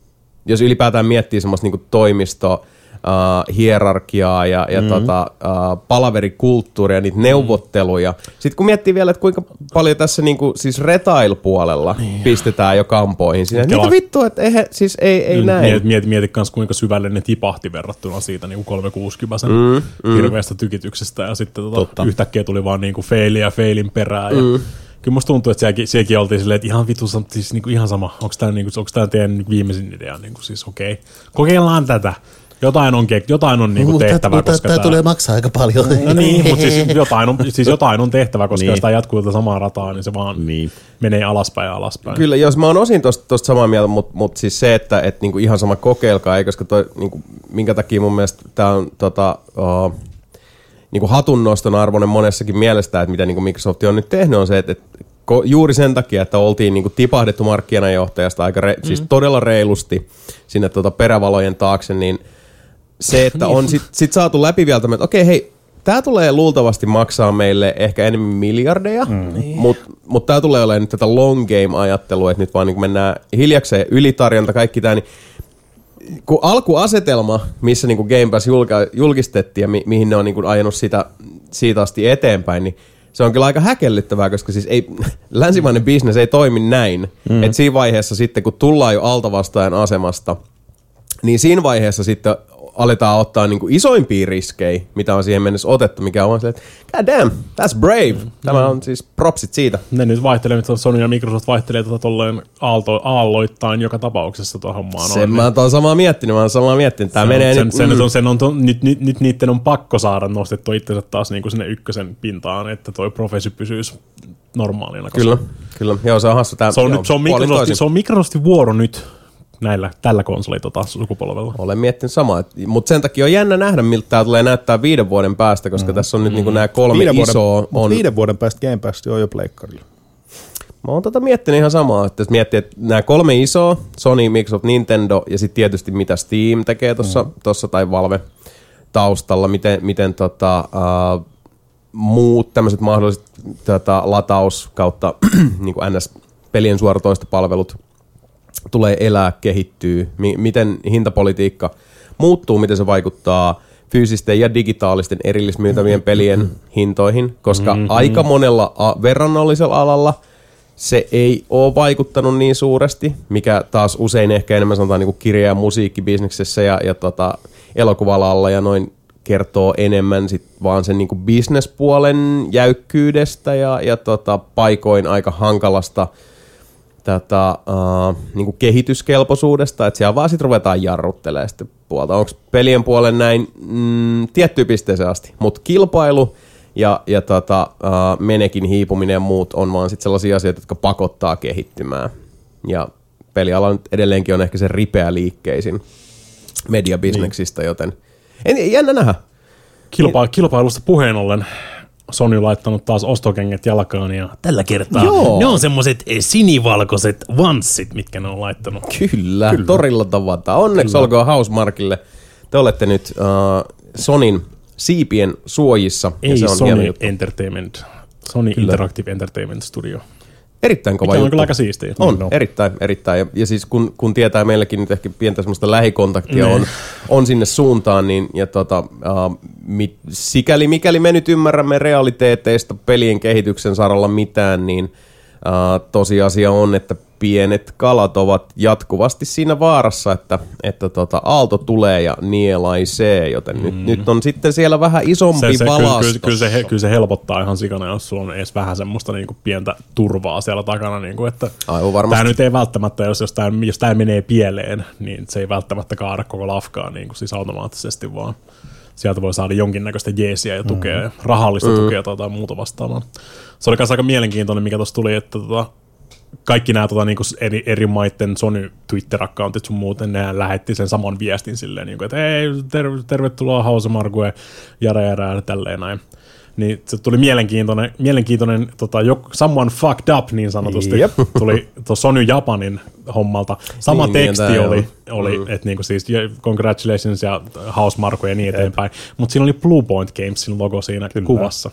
jos ylipäätään miettii semmoista niinku toimisto, uh, hierarkiaa ja, ja mm-hmm. tota, uh, palaverikulttuuria, niitä neuvotteluja. Sitten kun miettii vielä, että kuinka paljon tässä niinku, siis retail-puolella niin pistetään jo kampoihin. Siinä, mitä vittua, että eihän, siis ei, ei näin. Mieti, mieti, mieti kans kuinka syvälle ne tipahti verrattuna siitä niinku kolmesataakuusikymmentä mm, mm. hirveästä tykityksestä ja sitten tota, yhtäkkiä tuli vaan niinku feili ja feilin perään ja mm. kyllä musta tuntuu, että sielläkin, sielläkin oltiin silleen, että ihan vitu, siis niinku ihan sama, onko tämä niinku, teidän viimeisin idea, niinku, siis okei, okay. Kokeillaan tätä. Jotain on, jotain on niinku tehtävä, mutta koska tämä tulee maksaa aika paljon. No niin, mutta siis jotain on, siis jotain on tehtävä, koska niin. Jos tämä jatkuu tätä samaa rataa, niin se vaan niin. menee alaspäin ja alaspäin. Kyllä, jos mä oon osin tosta samaa mieltä, mutta mut siis se, että et niinku ihan sama kokeilkaa, ei, koska toi, niinku, minkä takia mun mielestä tämä on tota, uh, niinku hatunnoston arvoinen monessakin mielestä, että mitä niinku Microsoft on nyt tehnyt, on se, että et, juuri sen takia, että oltiin niinku tipahdettu markkinajohtajasta aika re, mm. siis todella reilusti sinne tota perävalojen taakse, niin se, että on sit, sit saatu läpi vielä että okei, okay, hei, tää tulee luultavasti maksaa meille ehkä enemmän miljardeja, mm. mutta mut tää tulee olemaan nyt tätä long game-ajattelua, että nyt vaan niin mennään hiljakseen ylitarjonta, kaikki tää, niin kun alkuasetelma, missä niin Game Pass julka, julkistettiin ja mi, mihin ne on niin ajanut sitä, siitä asti eteenpäin, niin se on kyllä aika häkellyttävää, koska siis ei, länsimainen business ei toimi näin. Mm. Että siinä vaiheessa sitten, kun tullaan jo altavastaajan asemasta, niin siinä vaiheessa sitten aletaan ottaa niinku isoimpia riskejä, mitä on siihen mennessä otettu, mikä on silleen, että god damn, that's brave. Tämä on siis propsit siitä. Ne nyt vaihtelee, että Sony ja Microsoft vaihtelee tuota tolleen aalto, aalloittain joka tapauksessa tuohon hommaan. Sen mä oon samaa miettinyt, mä oon samaa miettinyt. Tää sen, menee sen, nyt, sen, mm. on, sen on, on, nyt, nyt, nyt niitten on pakko saada nostettua itsensä taas niinku sinne ykkösen pintaan, että toi profesi pysyisi normaalina. Kyllä, kyllä. Joo, se on hassu. Tää, se, on joo, nyt, se, on Microsoft, se on Microsoftin vuoro nyt. Näillä, tällä konsolilla tota, sukupolvella. Olen miettinyt samaa, mutta sen takia on jännä nähdä, miltä tämä tulee näyttää viiden vuoden päästä, koska mm. tässä on nyt mm. niinku nämä kolme viiden isoa. Vuoden, on... Viiden vuoden päästä Game Pass on jo pleikkarilla. Mä oon tota miettinyt ihan samaa, että jos miettii, että nämä kolme isoa, Sony, Microsoft, Nintendo ja sitten tietysti mitä Steam tekee tuossa mm. tossa, tai Valve taustalla, miten, miten tota, uh, muut tämmöiset mahdolliset tota, lataus kautta niin kuin N S-pelien suoratoistopalvelut tulee elää, kehittyy, m- miten hintapolitiikka muuttuu, miten se vaikuttaa fyysisten ja digitaalisten erillismyytävien pelien hintoihin, koska mm-hmm. aika monella a- verrannollisella alalla se ei ole vaikuttanut niin suuresti, mikä taas usein ehkä enemmän sanotaan niin kuin kirja- ja musiikkibisneksessä ja, ja tota, elokuvalalla ja noin kertoo enemmän sit vaan sen niin kuin business-puolen jäykkyydestä ja, ja tota, paikoin aika hankalasta tätä, uh, niin kuin kehityskelpoisuudesta, että siellä vaan sit ruvetaan jarruttelemaan sitten puolta. Onko pelien puolen näin mm, tiettyyn pisteeseen asti, mutta kilpailu ja, ja tota, uh, menekin hiipuminen ja muut on vaan sit sellaisia asioita, jotka pakottaa kehittymään. Ja peliala nyt edelleenkin on ehkä se ripeä liikkeisin mediabisneksistä, niin. Joten en, jännä nähdä. Kilpa- kilpailusta puheen ollen Sony on laittanut taas ostokengät jalkaan ja tällä kertaa Joo. ne on semmoiset sinivalkoiset vanssit, mitkä ne on laittanut. Kyllä, Kyllä. torilla tavataan. Onneksi Kyllä. olkoon Housemarquille. Te olette nyt uh, Sonyn siipien suojissa. Ei se on Sony Entertainment, Sony Kyllä. Interactive Entertainment Studio. Erittäin kova Mikä juttu. on kyllä aika siistiä. On, no. erittäin, erittäin. Ja, ja siis kun, kun tietää meilläkin nyt ehkä pientä semmoista lähikontaktia on, on sinne suuntaan, niin ja tota, uh, mit, sikäli mikäli me nyt ymmärrämme realiteeteista pelien kehityksen saralla mitään, niin uh, tosiasia on, että pienet kalat ovat jatkuvasti siinä vaarassa, että, että tota, aalto tulee ja nielaisee, joten mm. nyt, nyt on sitten siellä vähän isompi se, se, valasto. Kyllä, kyllä, se, kyllä se helpottaa ihan sikana, jos sulla on edes vähän semmoista niinku pientä turvaa siellä takana. Niinku, että tämä nyt ei välttämättä, jos, jos tämä jos tää menee pieleen, niin se ei välttämättä kaada koko lafkaa niinku, siis automaattisesti, vaan sieltä voi saada jonkinnäköistä jeesiä ja tukea, mm. ja rahallista mm. tukea tai jotain muuta vastaavaa. Se oli myös aika mielenkiintoinen, mikä tuossa tuli, että tota, kaikki nämä tota, niinku eri, eri maiden Sony Twitter-accountit sun muuten, ne lähetti sen saman viestin silleen, niinku, että hei, ter- tervetuloa Housemarque, jara jara ja tälleen näin. Niin se tuli mielenkiintoinen, mielenkiintoinen tota, jok, someone fucked up niin sanotusti, yep. tuli tuossa Sony Japanin hommalta. Sama niin, teksti niin, oli, oli mm. että niinku siis congratulations ja Housemarque ja niin eteenpäin, mutta siinä oli Blue Point Gamesin logo siinä Kyllä. kuvassa.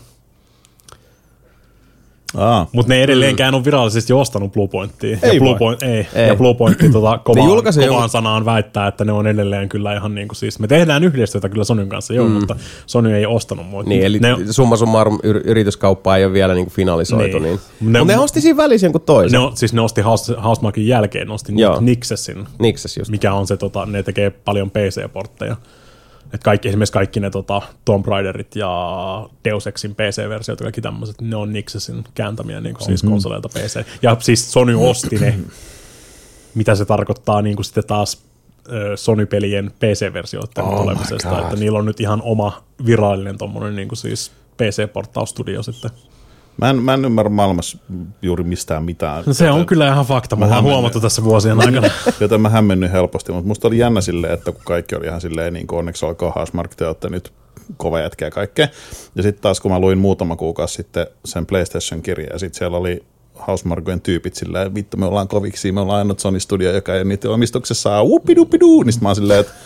Mutta ne ei edelleenkään mm. ole virallisesti ostanut Blue Pointtia. Ei ja Blue Point, ei. ei. Ja Blue Pointti tota, kovaan, kovaan sanaan väittää, että ne on edelleen kyllä ihan niin kuin siis, me tehdään yhteistyötä kyllä Sonyn kanssa, joo, mm. mutta Sony ei ostanut mua. Niin, eli ne, summa summarum yrityskauppaa ei ole vielä niin kuin finalisoitu. Niin. Niin. Ne, ne osti siinä välissä jonkun toisen. Ne, siis ne osti Housemarquin jälkeen, ne osti Nixesin, Nixes just. mikä on se, tota, ne tekee paljon P C-portteja. Et kaikki, esimerkiksi kaikki ne tota, Tomb Raiderit ja Deus Exin P C-versiot ja kaikki tämmöiset, ne on Nixesin kääntämiä niin kuin siis konsoleilta P C. Ja siis Sony osti ne, mitä se tarkoittaa niin kuin sitten taas Sony-pelien P C-versioiden oh tulemisesta, että niillä on nyt ihan oma virallinen tommonen niin kuin siis P C-porttausstudio sitten. Mä en, mä en ymmärrä maailmassa juuri mistään mitään. No se on joten, kyllä ihan fakta, mä oon huomattu tässä vuosien aikana. Joten mä hämmennyin helposti, mutta musta oli jännä silleen, että kun kaikki oli ihan silleen, niin kuin onneksi alkaa Housemarque, te olette nyt kova jätkä ja kaikkea. Ja sitten taas kun mä luin muutama kuukausi sitten sen PlayStation-kirjan, ja sitten siellä oli Housemarquen tyypit silleen, vittu me ollaan koviksi, me ollaan ainut Sony Studio, joka ei niiden omistuksessa upidupiduu, niin sit mä oon silleen, että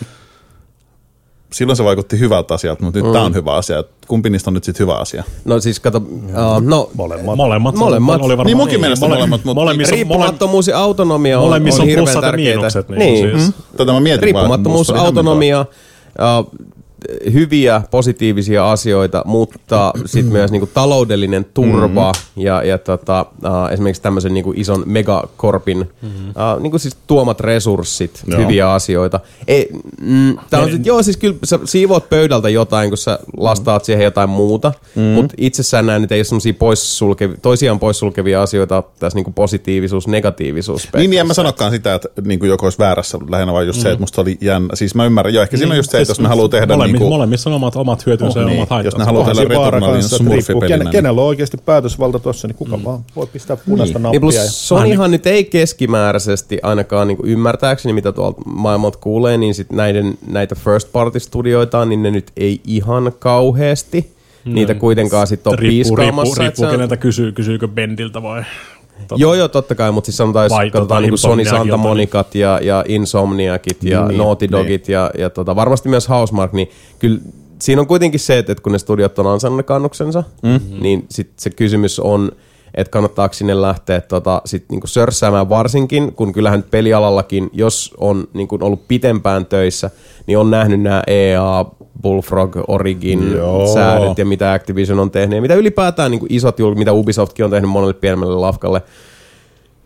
silloin se vaikutti hyvältä asialta, mutta nyt mm. tämä on hyvä asia. Kumpi niistä on nyt sitten hyvä asia? No siis kato, uh, no molemmat. Molemmat. molemmat. Oli niin munkin mielestä molemmat. molemmat mutta riippumattomuus ja autonomia on, on, on hirveän tärkeitä. Niin, niin. Mm. Tätä mä mietin riippumattomuus, autonomia, uh, hyviä positiivisia asioita, mutta sitten myös niinku taloudellinen turva mm-hmm. ja, ja tota, uh, esimerkiksi tämmöisen niinku ison megakorpin mm-hmm. uh, niinku siis tuomat resurssit, joo. hyviä asioita. Ei, mm, tää on sit, joo, siis kyllä sä siivoat pöydältä jotain, kun sä lastaat siihen jotain muuta, mm-hmm. mutta itsessään näin, että ei ole semmosia poissulkevi, toisiaan poissulkevia asioita tässä niinku positiivisuus, negatiivisuus. Niin, niin en mä sanokaan sitä, että niinku joku olisi väärässä lähinnä, vaan just mm-hmm. se, että musta oli jännä. Siis mä ymmärrän, joo, ehkä siinä on just se, että jos ne haluaa tehdä Niin molemmissa on omat, omat hyötynsä oh, ja niin. omat haittansa. Jos ne haluaa tehdä Returnalin smurfipelinä. Ken, kenellä on oikeasti päätösvalta tuossa, niin kuka mm. vaan voi pistää punaista niin. nappia. Niin ja Sonyhan nyt ei keskimääräisesti ainakaan niin kuin ymmärtääkseni, mitä tuolta maailmalta kuulee, niin sit näiden, näitä first party studioita, niin ne nyt ei ihan kauheasti. No, niitä kuitenkaan sitten on piiskaamassa. Riippuu, riippuu keneltä kysyy, kysyykö Bendiltä vai... Tota. Joo, joo, totta kai, mutta siis sanotaan, jos katsotaan niin Sony Santa Monicat ja, ja Insomniacit ja niin, Naughty Dogit niin. ja, ja tota, varmasti myös Housemarque, niin kyllä siinä on kuitenkin se, että kun ne studiot on ansainnut kannuksensa, mm-hmm. niin sit se kysymys on, että kannattaako sinne lähteä tota, sit niinku sörssäämään varsinkin, kun kyllähän pelialallakin, jos on niinku ollut pitempään töissä, niin on nähnyt nämä E A, Bullfrog, Origin Joo. säädöt ja mitä Activision on tehnyt ja mitä ylipäätään niinku isot julkit, mitä Ubisoftkin on tehnyt monelle pienemmälle lafkalle,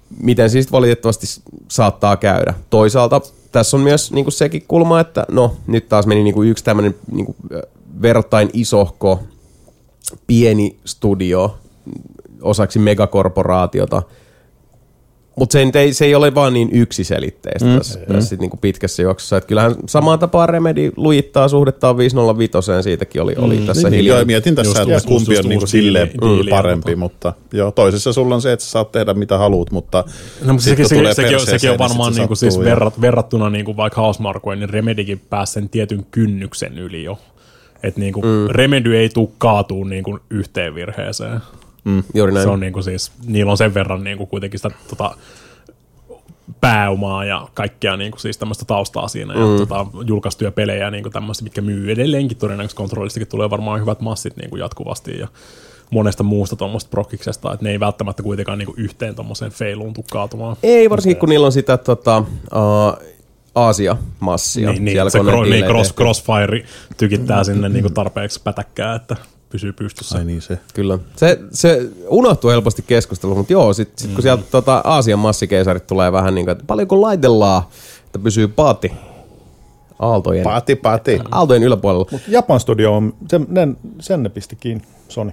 miten siis valitettavasti saattaa käydä. Toisaalta tässä on myös niinku sekin kulma, että no nyt taas meni niinku yksi tämmöinen niinku verrattain isohko pieni studio osaksi megakorporaatiota, mutta se, se ei ole vaan niin yksiselitteistä mm. tässä, tässä niinku pitkässä juoksussa. Et kyllähän samaan tapaan Remedy lujittaa suhdettaan viisi nolla viisi, siitäkin oli, oli mm. tässä niin, hiljaa. Joo, mietin tässä, just, että kumpi on niinku silleen diili, parempi, diili, mutta joo, toisessa sulla on se, että sä saat tehdä mitä haluut, mutta no, mutta sekin, sekin, sekin, on, sekin on varmaan niinku siis verrat, verrattuna niinku vaikka Housemarqueen, niin Remedykin pääsi sen tietyn kynnyksen yli jo. Että niinku mm. Remedy ei tule kaatuu niinku yhteen virheeseen. Mm, juuri näin. Se on niinku siis, niillä on sen verran niinku kuitenkin sitä tota, pääomaa ja kaikkea niinku siis tämmöistä taustaa siinä mm. ja tota, julkaistuja pelejä niinku tämmöistä, mitkä myy edelleenkin todennäköisesti kontrollistakin tulee varmaan hyvät massit niinku jatkuvasti ja monesta muusta tuommoista prokkiksesta, että ne ei välttämättä kuitenkaan niinku yhteen tommoseen feiluun tuu kaatumaan. Ei varsinkin, kun niillä on sitä tota, uh, Aasia-massia. Niin, niin se cro- niin cross, crossfire tykittää sinne niinku tarpeeksi pätäkkää, että pysyy pystyssä. Ai niin se. Kyllä. Se, se unohtuu helposti keskusteluun, mutta joo, sit, sit kun mm. sieltä tota, Aasian massikeisarit tulee vähän niin kuin, että paljonko laitellaan, että pysyy paati aaltojen, paati, paati. aaltojen yläpuolella. Mut Japan Studio on, sen, sen ne pisti kiinni, Sony.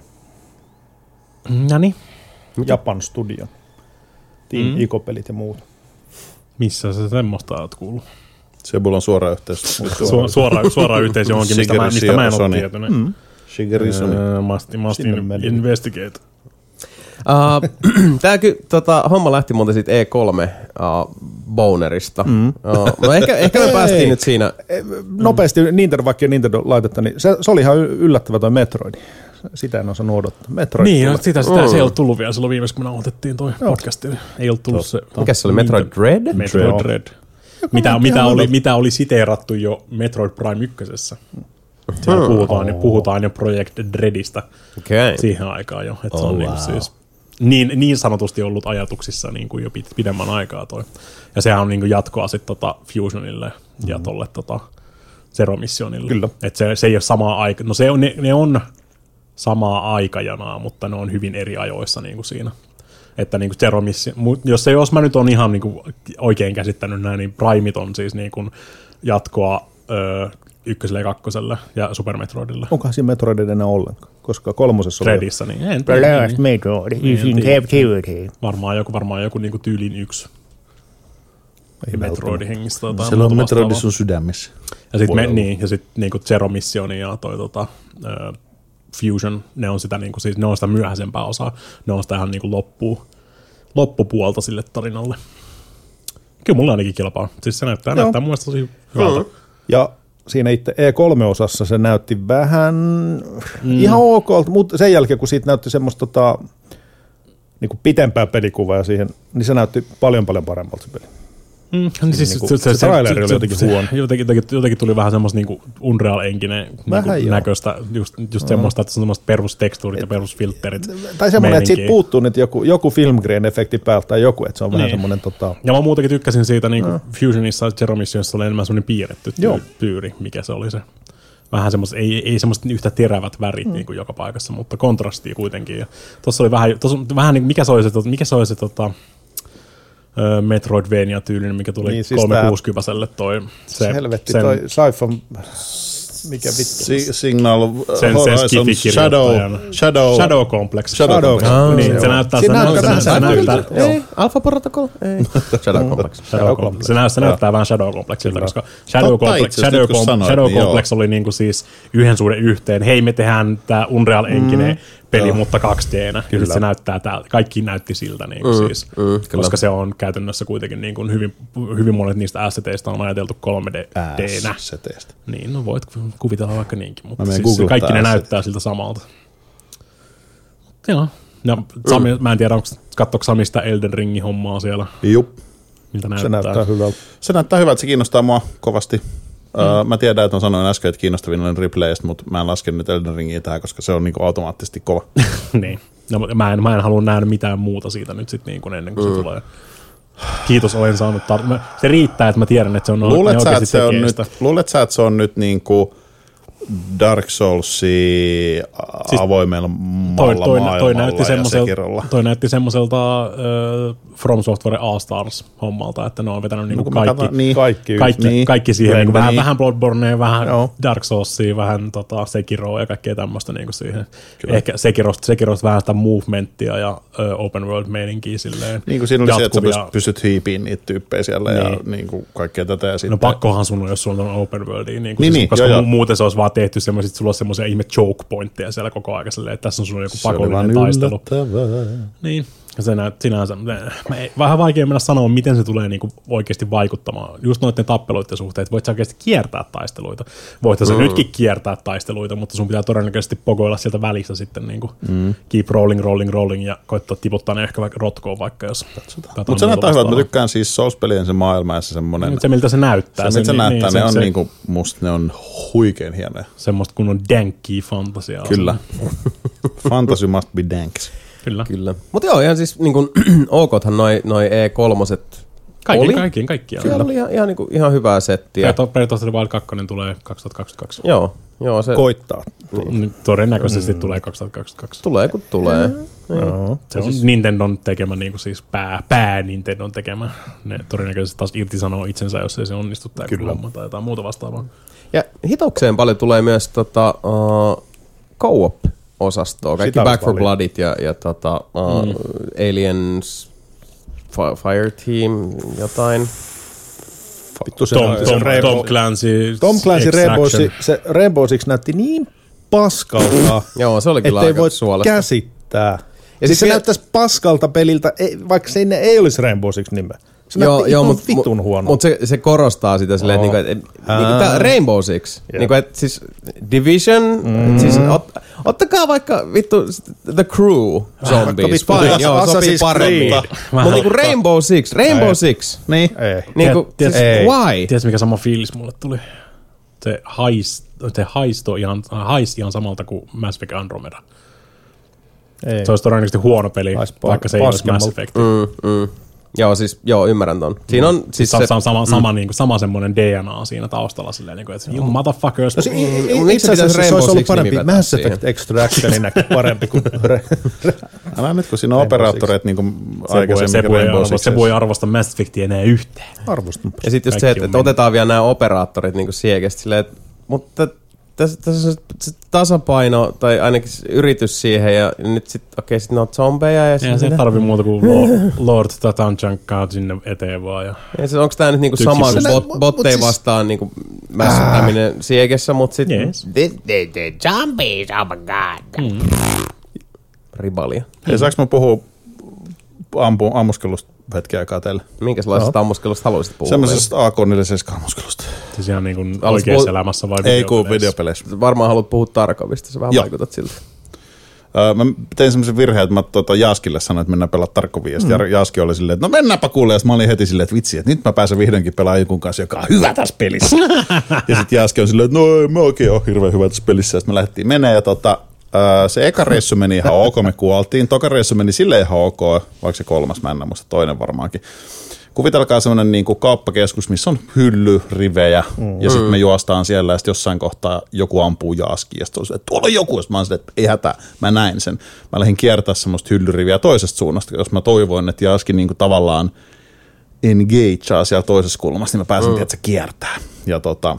Noniin. Japan Studio. Team mm. Ico-pelit ja muut. Missä sä semmoista oot kuullut? Sebulla on suora yhteys. Su- suora, suora yhteys johonkin, mistä mä, mistä mä en ole tietoinen. Mm. Shigeru Sony. Uh, must, must in, investigate. Uh, Tämä tota, homma lähti muuten siitä E kolme uh, Bonerista. Mm. Uh, no ehkä, ehkä me päästiin nyt siinä. Nopeasti Nintendo, vaikka Nintendo-laitetta, niin se, se oli ihan yllättävä toi Metroid. Sitä en osannut odottaa. Metroid niin, no, sitä, sitä mm. se ei ollut tullut vielä silloin viimeksi, kun me aloitettiin toi no. podcast. Ei ollut tullut se. Mikä se oli? Metroid Dread? Metroid Dread. Mitä, mitä, oli, mitä oli siteerattu jo Metroid Prime ykkösessä. Siellä hmm. puhutaan, oh. puhutaan jo Project Dreadistä okay. siihen aikaan jo. Että oh, se on wow. niin, siis niin, niin sanotusti ollut ajatuksissa niin kuin jo pidemmän aikaa toi. Ja sehän on niin kuin jatkoa sitten tota Fusionille mm. ja tolle tota Zero Missionille. Kyllä. Että se, se ei ole samaa aikaa. No se on, ne, ne on samaa aikajanaa, mutta ne on hyvin eri ajoissa niin kuin siinä. Että niin kuin Zero Mission, jos, se, jos mä nyt on ihan niin kuin oikein käsittänyt näin, niin Primeit on siis niin kuin jatkoa öö, ykköselle ja kakkoselle ja Super Metroidille. Onkohan siinä Metroidin enää ollenkaan? Koska kolmosessa oli Dreadissä, niin en The last Metroid is in captivity. Varmaan joku, varmaan joku niinku tyylin yksi Metroidin hengistä. Tota, siellä on Metroidi sun sydämissä. Ja sitten me, niin, ja sit niinku Zero Mission ja toi tota, uh, Fusion, ne on sitä niinku, siis ne on sitä myöhäisempää osaa. Ne on sitä ihan niinku loppu, loppupuolta sille tarinalle. Kyllä mulla ainakin kilpaa. Siis se näyttää, näyttää mun mielestä tosi hyvältä. Mm. Ja siinä itse E kolme-osassa se näytti vähän mm. ihan ok, mutta sen jälkeen kun siitä näytti semmoista tota, niinku pitempää pelikuvaa siihen, niin se näytti paljon paljon paremmalta se peli. Mm, niin siis niinku, se, se, se, se traileri se, oli jotenkin se, huono. Jotenkin, jotenkin, jotenkin tuli vähän semmoista niinku Unreal-enkinen niinku näköistä, just, just semmoista, että se on semmoista perustekstuurit ja perusfilterit. Tai semmoinen, että siitä puuttuu nyt joku, joku filmgrain-efekti päältä tai joku, että se on niin. Vähän semmoinen... Tota... Ja mä muutenkin tykkäsin siitä, niin kuin Fusionissa ja Zero Missionissa oli enemmän semmoinen piirretty tyy- tyyri, mikä se oli se. Vähän semmoista, ei, ei semmoista yhtä terävät värit mm. niin kuin joka paikassa, mutta kontrastia kuitenkin. Ja tossa oli vähän, tossa, vähän niin, mikä se oli se, mikä se, oli se tota, Metroidvania-tyylinen, mikä tuli niin, siis kolmesataakuusikymmentälle toi. Se, se helvetti sen, toi sci-fi, mikä vittu. Si- Signal, sen, sen Shadow, Shadow, Shadow Complex. Shadow Complex. Ah, niin, se näyttää, se näyttää, se näyttää. Ei, Alpha Protocol, ei. Shadow Complex. Shadow Complex. Se, näyttää, se näyttää vähän Shadow Complexilta, koska Shadow Complex, Shadow, Com- Shadow Complex oli niinku siis yhden suhde yhteen. Hei, me tehdään tää Unreal-enkinen peli, joo. mutta kaksi D-nä. Ja se näyttää täällä. Kaikki näytti siltä, niin kuin mm, siis, mm, koska se on käytännössä kuitenkin niin kuin hyvin, hyvin monet niistä asseteista on ajateltu kolme D-nä. Asseteista. Niin, no voit kuvitella vaikka niinkin, mutta siis kaikki ne asset. Näyttää siltä samalta. Joo. No, Sami, mm. Mä en tiedä, onko katsoiko Sami sitä Elden Ringin hommaa siellä? Jup. Miltä näyttää? Se näyttää hyvältä. Se näyttää hyvältä, se kiinnostaa mua kovasti. Mm. Mä tiedän, että mä sanoin äsken, että kiinnostavin olen replayista, mutta mä en lasken nyt Elden Ringiä tähän, koska se on niinku automaattisesti kova. Niin. No, mä, en, mä en halua nähdä mitään muuta siitä nyt sit niin kuin ennen kuin mm. se tulee. Kiitos, olen saanut. Tar- se riittää, että mä tiedän, että se on luulet sä, että se on nyt, luulet sä, että se on nyt niinku Dark Soulsia siis, avoimella kummalla toi, maailmalla toi, näytti ja Sekirolla. toi näytti semmoiselta uh, From Software All-Stars-hommalta, että ne on vetänyt niinku No, kaikki, katon, niin. Kaikki, kaikki, niin. kaikki siihen, niinku vähän, vähän Bloodbornea, vähän Joo. Dark Soulsia, vähän tota, Sekiroa ja kaikkea tämmöistä niinku siihen. Kyllä. Ehkä Sekirosta, Sekirosta vähän sitä movementtia ja uh, open world-meininkiä silleen. Niin kuin siinä oli se, että jatkuvia. sä pystyt hiipiin niitä tyyppejä siellä niin. ja niin kuin kaikkea tätä. Ja No sitten... pakkohan sun on, jos sulla on open worldia, niin, Niin, siis, niin, koska joo, joo. muuten se olisi vaan tehty semmoiset, sulla on semmoisia ihme choke pointteja siellä koko ajan silleen, että tässä on sulla joku Se oli pakollinen vaan taistelu. yllättävää. Niin, se näyt sinänsä. Mä ei, vähän vaikea mennä sanoa, miten se tulee niinku oikeasti vaikuttamaan. Just noiden tappeluiden suhteen, että voit sä oikeasti kiertää taisteluita. Voit sä mm. nytkin kiertää taisteluita, mutta sun pitää todennäköisesti pokoilla sieltä välissä sitten niinku mm. keep rolling, rolling, rolling ja koittaa tiputtaa ne ehkä vaikka rotkoon vaikka, jos... Mutta se näyttää hyvä, että mä tykkään siis Souls-pelien se maailma ja se semmoinen... Se miltä se näyttää. Se, miltä se näyttää, niin, ne se, on se, niinku, musta ne on huikein hienoja. semmoista kun on dankkiä fantasiaa. Kyllä. Fantasy must be danks. Kyllä. Kyllä. Mutta joo, ihan siis niin kuin okothan noi, noi E kolme Kaikki, oli. kaikkiin, kaikkiaan. Siellä oli ihan, ihan, niin kuin, ihan hyvää settiä. Breath of the Wild kaksi tulee kaksituhattakaksikymmentäkaksi. Joo, joo, se Koittaa. Niin, todennäköisesti mm. tulee kaksituhattakaksikymmentäkaksi. tulee kun tulee. Mm. Joo. Se on siis Nintendon tekemä, niin kuin siis pää, pää Nintendon tekemä. Ne todennäköisesti taas irtisanoo itsensä, jos ei se onnistu tämä homma tai jotain muuta vastaavaa. Ja hitokseen paljon tulee myös tota, uh, co-op-osastoa. Kaikki Sitä Back four oli. Bloodit ja, ja tota, uh, mm. Aliens, F- Fireteam, jotain. Vittu se, Tom, se Tom, Rainbow, Tom Clancy, Tom Clancy Rainbow, Extraction. Six- se Rainbow Six näytti niin paskalta, Joo, se oli kyllä ettei aika voi suolesta. käsittää. Ja Ja siis sit se vielä- näyttäisi paskalta peliltä, ei, vaikka se ei, ei olisi Rainbow Six nimeä. Se näytti ihan mut- vitun mut- huono. Mut se, se korostaa sitä silleen, Oo. että, niinku, et, et, niinku tää Rainbow Six. Jep. Niinku, et, siis Division, mm. siis ot, ottakaa vaikka vittu The Crew zombies. vittu Fine, Assassin's joo, sopii Creed. paremmin. Vähän Mutta niinku Rainbow Six, Rainbow Ei. Six. Niin. Ei. Niinku, Tiedät- siis ei. why? Tiedätkö, mikä sama fiilis mulle tuli? Se haist, se haisto ihan, haist ihan samalta kuin Mass Effect Andromeda. Ei. Se olisi todennäköisesti huono peli, Haist pa- vaikka se ei olisi Mass paskemmalta. Effect. Mm, mm. Joo, siis joo, ymmärrän ton. Siinä on siis Sa- se... sama, sama, sama, niin kuin, sama semmoinen D N A siinä taustalla, silleen, niin kuin, että you motherfuckers. No, se, i- i- Mm, miksi itse asiassa pitäisi se Rainbow olisi ollut Six parempi. nimi vetää Mass Effect siihen? Extractioninäkin parempi kuin... Älä nyt, kun siinä on Rainbow operaattoreet niin kuin se, voi, aikaisemmin se, voi Rainbow arvosta, se Sixes. voi arvosta Mass Effectia enää yhtään. Arvostan. Ja sitten just se, Kaikki että, on että otetaan vielä nämä operaattorit niin siekestä silleen, että, mutta tässä, tässä on se tasapaino tai ainakin se yritys siihen ja nyt sitten okei, okay, sitten ne on zombeja ja Eihän sitten... se tarvii muuta kuin Lord, Lord Tatanjankaa sinne eteen vaan. Ja Ja se, onko tämä nyt niinku Tykkis- sama kuin Se- bot, mut- botteja mut siis- vastaan niinku mässättäminen siekessä, mutta sitten yes. The, the, the zombies, oh my god. ribalia. Hei, saanko mä puhua ampu, ammuskelusta hetken aikaa teille? Minkälaisesta ammuskelusta haluaisit puhua? Semmoisesta A K neljäkymmentäseitsemän ammuskelusta. siis ihan niin kuin Haluaisit oikeassa puhua- elämässä vai Ei kun videopeleissä? videopeleissä. meillä? Varmaan haluat puhua Tarkovista, sä vähän Joo. vaikutat siltä. Öö, mä tein semmoisen virheen, että mä tota, Jaaskille sanoin, että mennään pelaa Tarkovia. Mm. Ja Jaaski oli silleen, että no mennäänpä kuulee. Ja sit mä olin heti silleen, että vitsi, että nyt mä pääsen vihdoinkin pelaamaan jonkun kanssa, joka on hyvä tässä pelissä. Ja sitten Jaaski on silleen, että no ei mä oikein ole hirveän hyvä tässä pelissä. Ja sitten me lähdettiin menee ja tota, öö, se eka reissu meni ihan ok, me kuoltiin. Toka reissu meni silleen ihan ok, vaikka se kolmas, mä en muista, toinen varmaankin. Kuvitelkaa semmoinen niin kuin kauppakeskus, missä on hyllyrivejä, mm. ja sitten me juostaan siellä, ja sitten jossain kohtaa joku ampuu Jaaskiin, ja sitten on se, että tuolla on joku, ja mä oon silleen, että ei hätää, mä näin sen. Mä lähdin kiertää semmoista hyllyriviä toisesta suunnasta, jos mä toivoin, että Jaaski niin kuin tavallaan engagea siellä toisessa kulmassa, niin mä pääsen, mm. tiedätkö, kiertää. Ja tota,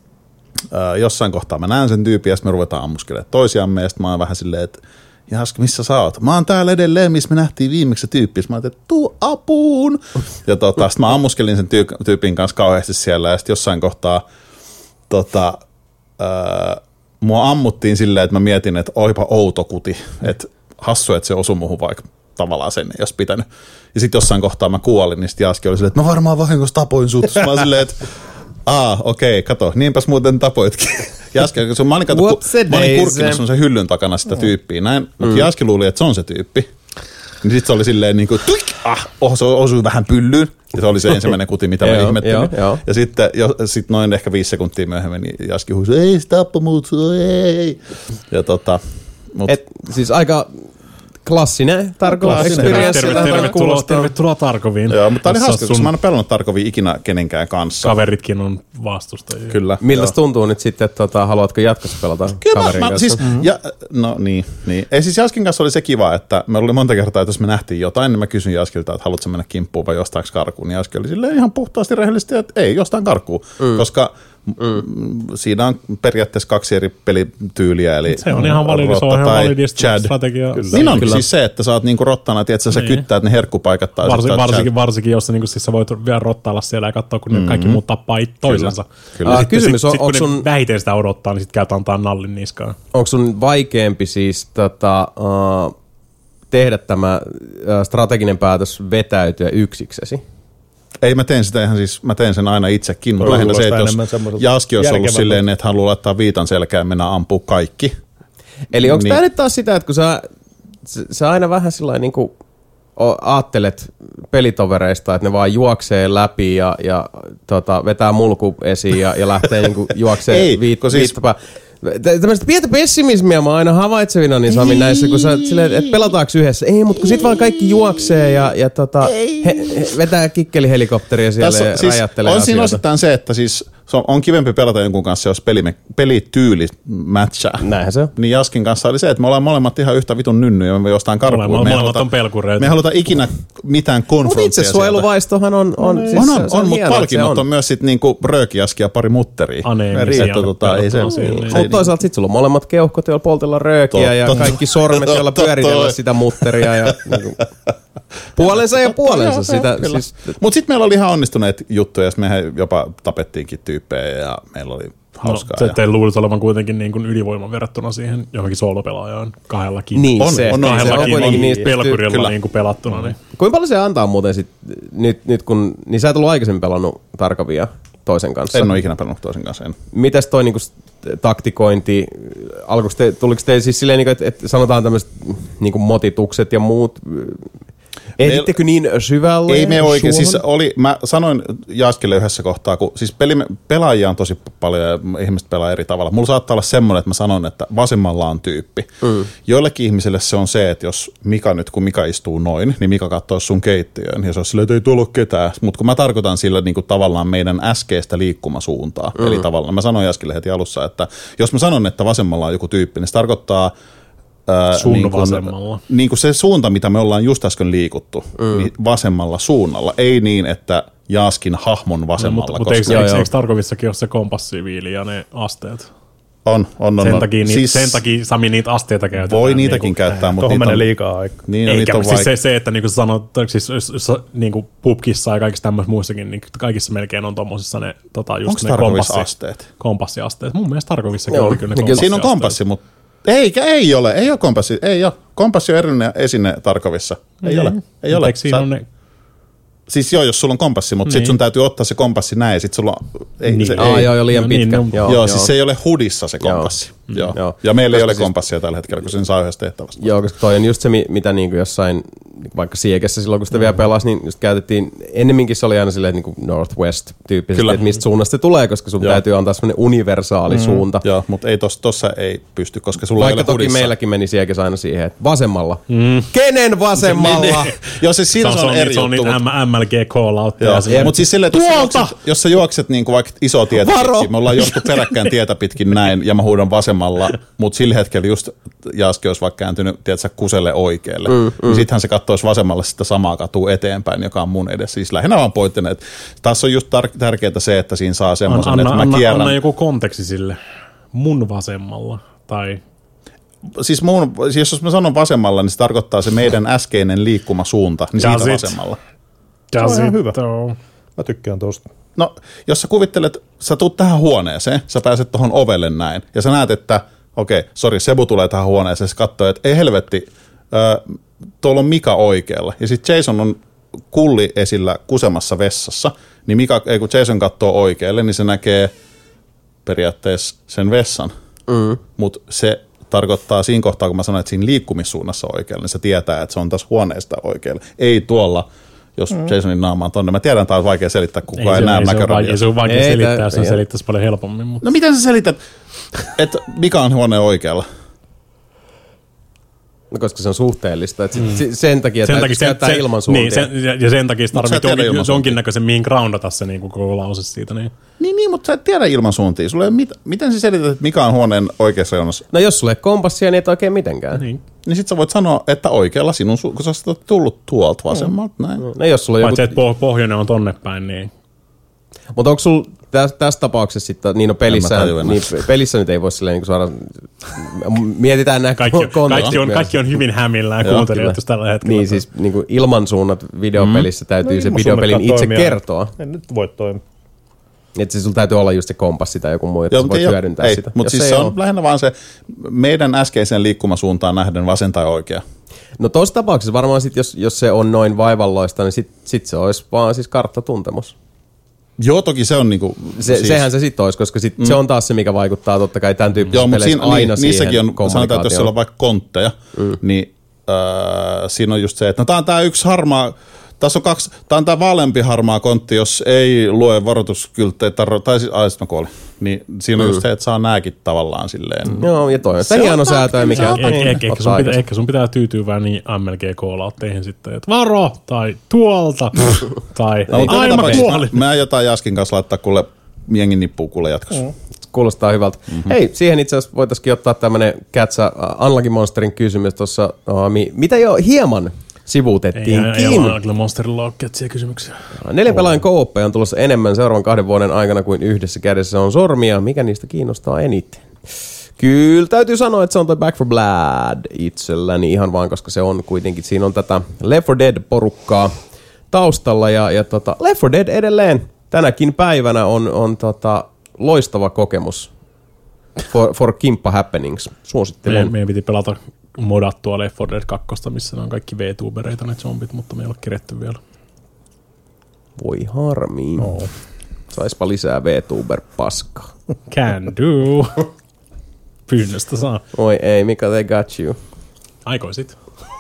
äh, jossain kohtaa mä näen sen tyypin, ja sitten me ruvetaan ammuskelemaan toisiamme, ja sitten mä oon vähän silleen, että Jaska, missä sä oot? Mä oon täällä edelleen, missä me nähtiin viimeksi se tyyppi. Mä ajattelin, että tuu apuun. Ja tota, sitten mä ammuskelin sen tyy- tyypin kanssa kauheasti siellä. Ja sitten jossain kohtaa tota, ää, mua ammuttiin silleen, että mä mietin, että oipa outo kuti. Että hassu, että se osui muuhun, vaikka tavallaan sen ei olisi pitänyt. Ja sitten jossain kohtaa mä kuolin, niin sitten Jaski oli silleen, että mä varmaan vahingossa tapoin sut. Mä oon silleen, että aa, okei, okay, kato, niinpäs muuten tapoitkin. Jaski, mä olin, kato, kun, mä olin kurkkinut semmoisen hyllyn takana sitä tyyppiä, näin, mutta mm. Jaski luuli, että se on se tyyppi. Niin sit se oli silleen niin kuin, tuik, ah, oh, se osui vähän pyllyyn. Ja se oli se ensimmäinen kuti, mitä mä ihmettelin. joo, joo. Ja sitten jo, sit noin ehkä viisi sekuntia myöhemmin niin Jaski huusi, ei se tappo mut, ei. Ja tota, mut, Et, siis aika Klassinen Tarkov Klassinen. experience. Terve, tervetuloa, tervetuloa Tarkoviin. Joo, mutta tää oli Jossa hauska, koska sun mä en ole pelannut Tarkovia ikinä kenenkään kanssa. kaveritkin on vastustajia. Kyllä. Miltä joo. tuntuu nyt sitten, että tota, haluatko jatkossa pelata Kyllä kaverin mä, mä kanssa? siis, ja, no niin, niin. Ei siis Jaskin kanssa oli se kiva, että me oli monta kertaa, että jos me nähtiin jotain, niin mä kysyin Jaskilta, että haluatko mennä kimppuun vai jostainko karkuun. Niin Jaski oli silleen ihan puhtaasti rehellisesti, että ei, jostain karkuun, mm. koska mm. siinä on periaatteessa kaksi eri pelityyliä. Eli Se on ihan validi, se on ihan validista strategiaa. Niin on, Kyllä. siis se, että sä oot niinku rottana, tiedätkö, sä Niin. kyttäät ne herkkupaikat. Tai Varsin, sit sä oot varsinkin, chat. varsinkin, jos sä, niin siis sä voit vielä rottailla siellä ja katsoa, kun mm-hmm. ne kaikki muut tappaa it- toisensa. Kyllä. Ja Ah, sitten kysymys sit, on, sit, onks kun sun- ne vähiten sitä odottaa, niin sit käyt antaa nallin niskaan. Onko sun vaikeampi siis tota, uh, tehdä tämä uh, strateginen päätös vetäytyä yksiksesi? Ei, mä teen sitä ihan siis, mä teen sen aina itsekin, mutta Toi lähinnä se, että kuulostaa jos enemmän semmoiselta Jaski olisi ollut järkevämmältä. silleen, että haluaa laittaa viitan selkään ja mennä ampua kaikki. Eli onko Niin. tämä nyt taas sitä, että kun sä, sä, sä aina vähän sillä niin kuin aattelet pelitovereista, että ne vaan juoksee läpi ja, ja tota, vetää mulku esiin ja, ja lähtee niin juoksee Ei, viit, kun siis- viittapää. Tämmöistä pientä pessimismiä mä oon aina havaitsevina niin Sami näissä, kun sä silleen, että pelataanko yhdessä. Ei, mutta kun sit vaan kaikki juoksee ja, ja tota, he, he, vetää kikkelihelikopteria siellä Tässä ja siis räjättelee on siinä asioita. osittain se, että siis se on, on kivempi pelata jonkun kanssa, jos peli, pelityyli matchaa. Näinhän se on. Niin Jaskin kanssa oli se, että me ollaan molemmat ihan yhtä vitun nynnyjä, me jostain karkuun. Molemmat, Me ei molemmat haluta- on pelkureita. Me ei haluta ikinä mitään Mutta konfronttia itsesuojeluvaistohan on, on, siis On, se- on, se on, mutta hienoa, että palkinnot se on. on myös sit niinku röökijaski ja pari mutteria. Aneemisia. Että tota, ei se, Pelottaa ei, siinä. se Mutta toisaalta sit sulla on molemmat keuhkot, joilla poltella röökiä Totta, ja totta. kaikki sormet, joilla Totta, pyöritellä toi. sitä mutteria ja niinku, puolensa ja puolensa. Sitä, siis, Mutta sitten meillä oli ihan onnistuneet juttuja, ja mehän jopa tapettiinkin tyyppejä ja meillä oli hauskaa. No, ja... se teillä luulisi olevan kuitenkin niin kuin ylivoiman verrattuna siihen johonkin soolopelaajaan kahdellakin. niin On, se. on, on, se se on kuitenkin kuitenkin niistä pelkurilla kyllä. niin kuin pelattuna. Niin. Kuinka paljon se antaa muuten sit, nyt, nyt kun, niin sä et ollut aikaisemmin pelannut Tarkovia toisen kanssa. En ole ikinä pelannut toisen kanssa, en. Mitäs toi niinku s- taktikointi, alkoiko te, tuliko te siis silleen, niinku, että et sanotaan tämmöiset niinku motitukset ja muut, ehdittekö niin syvälle? Ei me oikein, suohon? siis oli, mä sanoin Jaskille yhdessä kohtaa, kun siis peli, pelaajia on tosi paljon ja ihmiset pelaa eri tavalla. Mulla saattaa olla semmoinen, että mä sanon, että vasemmalla on tyyppi. Mm. Joillekin ihmisille se on se, että jos Mika nyt, kun Mika istuu noin, niin Mika katsoo sun keittiöön ja se on silleen, että ei tullut ketään. Mutta kun mä tarkoitan sillä niin kuin tavallaan meidän äskeistä liikkumasuuntaa, mm. eli tavallaan mä sanoin Jaskille heti alussa, että jos mä sanon, että vasemmalla on joku tyyppi, niin se tarkoittaa Sun niin kuin, vasemmalla. niin kuin se suunta, mitä me ollaan just äsken liikuttu, mm. niin vasemmalla suunnalla. Ei niin, että Jaaskin hahmon No, vasemmalla. mutta, mutta koska eikö, Joo, eikö, joo. eikö Tarkovissakin ole se kompassiviili ja ne asteet? on, on, on. Sen on. takia, niitä, siis sen takia Sami niitä asteita käytetään. voi niitäkin niinku, käyttää, mutta Tuohon niitä menee on, liikaa aikaa. niin, on, niitä Eikä, on siis vaik- se, se, että niinku sanot, siis jos, jos, niinku pubkissa ja kaikissa tämmöisissä muissakin, niin kaikissa melkein on tommosissa ne, tota, just Onko ne Tarkovissa kompassi, asteet? kompassiasteet. Mun mielestä Tarkovissakin Joo, oli kyllä ne niin kyllä- kompassiasteet. Siinä on kompassi, mutta eikä, ei ole, ei ole kompassi, ei ole. Kompassi on erillinen esine Tarkovissa. Ei ole, ei ole. Eikö siinä Sä- on ne... Siis joo, jos sulla on kompassi, mutta niin. sit sun täytyy ottaa se kompassi näin, ja sit sulla ei, Niin. se, Aa, ei. joo, jo liian No niin, pitkä. no- joo, Joo, joo, siis se ei ole hudissa se kompassi. Joo. Joo. Joo. Ja meillä ei Koska ole siis- kompassia tällä hetkellä, kun sen saa yhdessä tehtävästä. Joo, koska toi on just se, mi- mitä niinku jossain, vaikka Siegessä silloin, kun sitä vielä pelasi, niin just käytettiin, ennemminkin se oli aina silleen niinku Northwest-tyyppisesti, Kyllä. että mistä suunnasta se tulee, koska sun Joo. täytyy antaa semmoinen universaali mm. suunta. Joo, mutta ei tossa, tossa ei pysty, koska sulla Vaikka ei ole toki hudissa. meilläkin meni Siegessä aina siihen, että vasemmalla. Mm. Kenen vasemmalla? Joo, siis siinä Se se on, on, se on, eri se on juttu. niitä Mutta M L G call-outteja. mut siis silleen, että jos sä Tuolta! juokset, jos sä juokset niin kuin vaikka isoa tietä Varo! pitkin, me ollaan juostu peräkkäin tietä pitkin näin, ja mä huudan vasemmalla, mutta sillä hetkellä just Jaaski olisi vaikka kääntynyt, tiedätkö, kuselle oikealle, mm, mm. niin sittenhän se katsoisi vasemmalla sitä samaa katua eteenpäin, joka on mun edessä. Siis lähinnä vaan pointtinen, että taas on just tar- tärkeää se, että siinä saa semmoisen, Anna, että mä anna, kierrän. anna joku konteksti sille. Mun vasemmalla. Tai Siis, mun, siis jos mä sanon vasemmalla, niin se tarkoittaa se meidän äskeinen liikkumasuunta, niin Does siitä it? vasemmalla. does ihan it hyvä. though? Mä tykkään tosta. No, jos sä kuvittelet, sä tuut tähän huoneeseen, sä pääset tuohon ovelle näin, ja sä näet, että okei, okay, sori, Sebu tulee tähän huoneeseen, se katsoo, että ei helvetti, äh, tuolla on Mika oikealla, ja sitten Jason on kulli esillä kusemassa vessassa, niin Mika, ei kun Jason katsoo oikealle, niin se näkee periaatteessa sen vessan, mm. mutta se tarkoittaa siinä kohtaa, kun mä sanoin, että siinä liikkumissuunnassa oikealle, niin se tietää, että se on tässä huoneesta oikealle, ei tuolla, jos mm. Jasonin naama on tonne. Mä tiedän, että tämä on vaikea selittää, kun kukaan ei, se, näe ei, se, on Mäköronia. vaikea, se on vaikea Ei, selittää, tää- jos sen ei. selittäisi paljon helpommin. Mutta No miten sä selität, että Mika on huoneen oikealla? No, koska se on suhteellista. Et sit, mm. Sen takia, että takia se käyttää ilmansuuntia. Niin, sen, ja, ja sen takia tarvitsee jonkin, jonkinnäköisen mihin groundata se niin koko lause siitä. Niin. Niin, niin, mutta sä et tiedä ilmansuuntia. Sulla ei mit, miten sä selität, että mikä on huoneen oikeassa reunassa? No jos sulla ei kompassia, niin et oikein mitenkään. Niin. Niin sit sä voit sanoa, että oikealla sinun, su- kun sä oot tullut tuolta vasemmalta, näin. No jos sulla on Paitsi, joku... että pohjoinen on tonne päin, niin... Mutta onko sulla tässä, tässä tapauksessa sitten, niin no pelissä, niin pelissä nyt ei voi silleen niin saada... Mietitään nämä kaikki, kaikki, on, kaikki on hyvin hämillään kuuntelijat tällä hetkellä. Niin siis niin kuin ilmansuunnat videopelissä mm. täytyy no, se videopelin itse toimia. kertoa. En nyt voi toimia. Että se sulla täytyy olla just se kompassi tai joku muu, että sä voit hyödyntää ei, sitä. Mutta siis se on ole. lähinnä vaan se meidän äskeiseen liikkumasuuntaan nähden vasen tai oikea. No tuossa tapauksessa varmaan sit, jos, jos se on noin vaivalloista, niin sit, sit se olisi vaan siis karttatuntemus. Joo, toki se on niinku... Se, siis. Sehän se sitten olisi, koska sit mm. se on taas se, mikä vaikuttaa totta kai tämän tyyppisissä peleissä siinä, aina niin, siihen niissäkin on, sanotaan, että jos siellä on vaikka kontteja, mm. niin äh, siinä on just se, että no tää on tää yksi harmaa... Tässä on kaksi, tää on tää vaaleampi harmaa kontti, jos ei lue varoituskylttejä, tai siis, ai sit mä kuolin. Niin siinä on mm. just se, että saa nääkin tavallaan silleen. Mm. Joo, ja toi on sitä hieno säätöä, mikä... Ehkä sun, pitää, ehkä sun pitää tyytyä vähän niin M L G-koolautteihin sitten, että varo, tai tuolta, tai no, aina puoli. Mä aiotaan Jaskin kanssa laittaa kuule jengin nippuun kuule jatkossa. Mm. Kuulostaa hyvältä. Mm-hmm. Hei, siihen itse asiassa voitaisiin ottaa tämmönen Kätsä uh, Unlucky Monsterin kysymys tuossa, uh, mi, mitä jo hieman sivuutettiinkin. Ei, ei ole kyllä Monsterilla ole kätsiä kysymyksiä. Neljän pelaajan co-oppeja on tulossa enemmän seuraavan kahden vuoden aikana kuin yhdessä kädessä on sormia. Mikä niistä kiinnostaa eniten? Kyllä, täytyy sanoa, että se on toi Back four Blood itselläni ihan vaan, koska se on kuitenkin, siinä on tätä Left four Dead-porukkaa taustalla ja, ja tota, Left four Dead edelleen tänäkin päivänä on, on tota, loistava kokemus for, for Kimppa Happenings. Suosittelen. Meidän, meidän piti pelata modattua Left four Dead kaksi, missä ne on kaikki V-tubereita ne zombit, mutta me ei ole kiretty vielä. Voi harmi. No. Saispa lisää V-tuber-paskaa. Can do. Pyynnöstä saa. Oi ei, Mika, they got you. Aikoisit.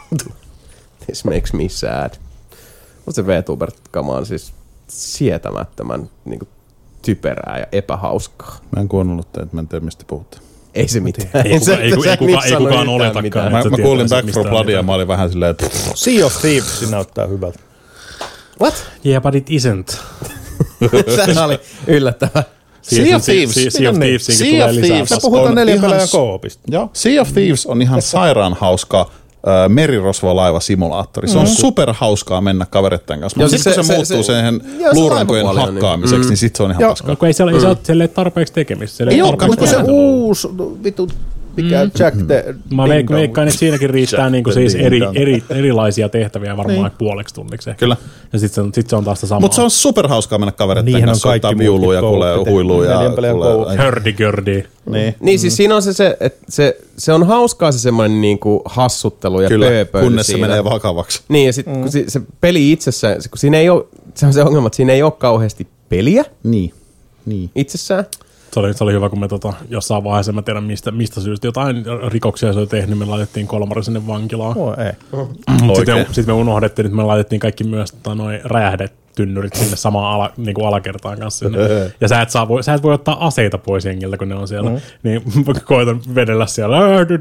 This makes me sad. Mutta se V-tuber-kama on siis sietämättömän niin kuin, typerää ja epähauskaa. Mä en kuunnellut teitä, mä en tiedä mistä puhutte. Ei se mitään. Ei, kuka, ei, kuka, ei, kuka, ei kukaan oletakaan. Mä, mä kuulin Back four Bloodia ja mä olin vähän silleen, että... Sea of Thieves näyttää hyvältä. What? Yeah, but it isn't. Sehän oli yllättävää. Sea of Thieves. Sea of Thieves. Sea of Thieves. Me puhutaan neljän pelaajan co-opista. Joo. Sea of Thieves on ihan sairaan hauska merirosvolaiva-simulaattori. Se on mm. superhauskaa mennä kavereiden kanssa. Mutta sitten kun se, se muuttuu se, sen luurankojen hakkaamiseksi, niin, niin sitten se on ihan paskaa. Kun ei se ole mm. tarpeeksi tekemistä. Ei olekaan, mutta se uusi vitu... Mikä mm. Jack the Mä veikkaan, että siinäkin riittää niinku siis eri, eri, erilaisia tehtäviä varmaan niin. puoleksi tunniksi. Kyllä. Ja sitten se, sit se on taas sitä samaa. Mutta se on superhauskaa mennä kavereiden kanssa, ottaa viuluja ja kuulee huiluja. Hördi-gördi. Niin. niin siis siinä on se, se että se, se on hauskaa se semmoinen niinku hassuttelu ja pööpöily. Kunnes se menee vakavaksi. Niin ja sitten mm. kun se, se peli itsessään, kun siinä ei ole, se on se ongelma, että siinä ei ole kauheasti peliä. Niin. Niin. Itsessään. Se oli, se oli hyvä, kun me tota, jossain vaiheessa, mä tiedän mistä, mistä syystä, jotain rikoksia se oli tehnyt, me laitettiin kolmari sinne vankilaan. Oh, ei. Mutta sitten sit me unohdettiin, että me laitettiin kaikki myös tota, noi räjähdetynnyrit sinne samaan ala, niinku alakertaan kanssa sinne. Ja sä et, saa, voi, sä et voi ottaa aseita pois jengiltä, kun ne on siellä. Mm. Niin koitan vedellä siellä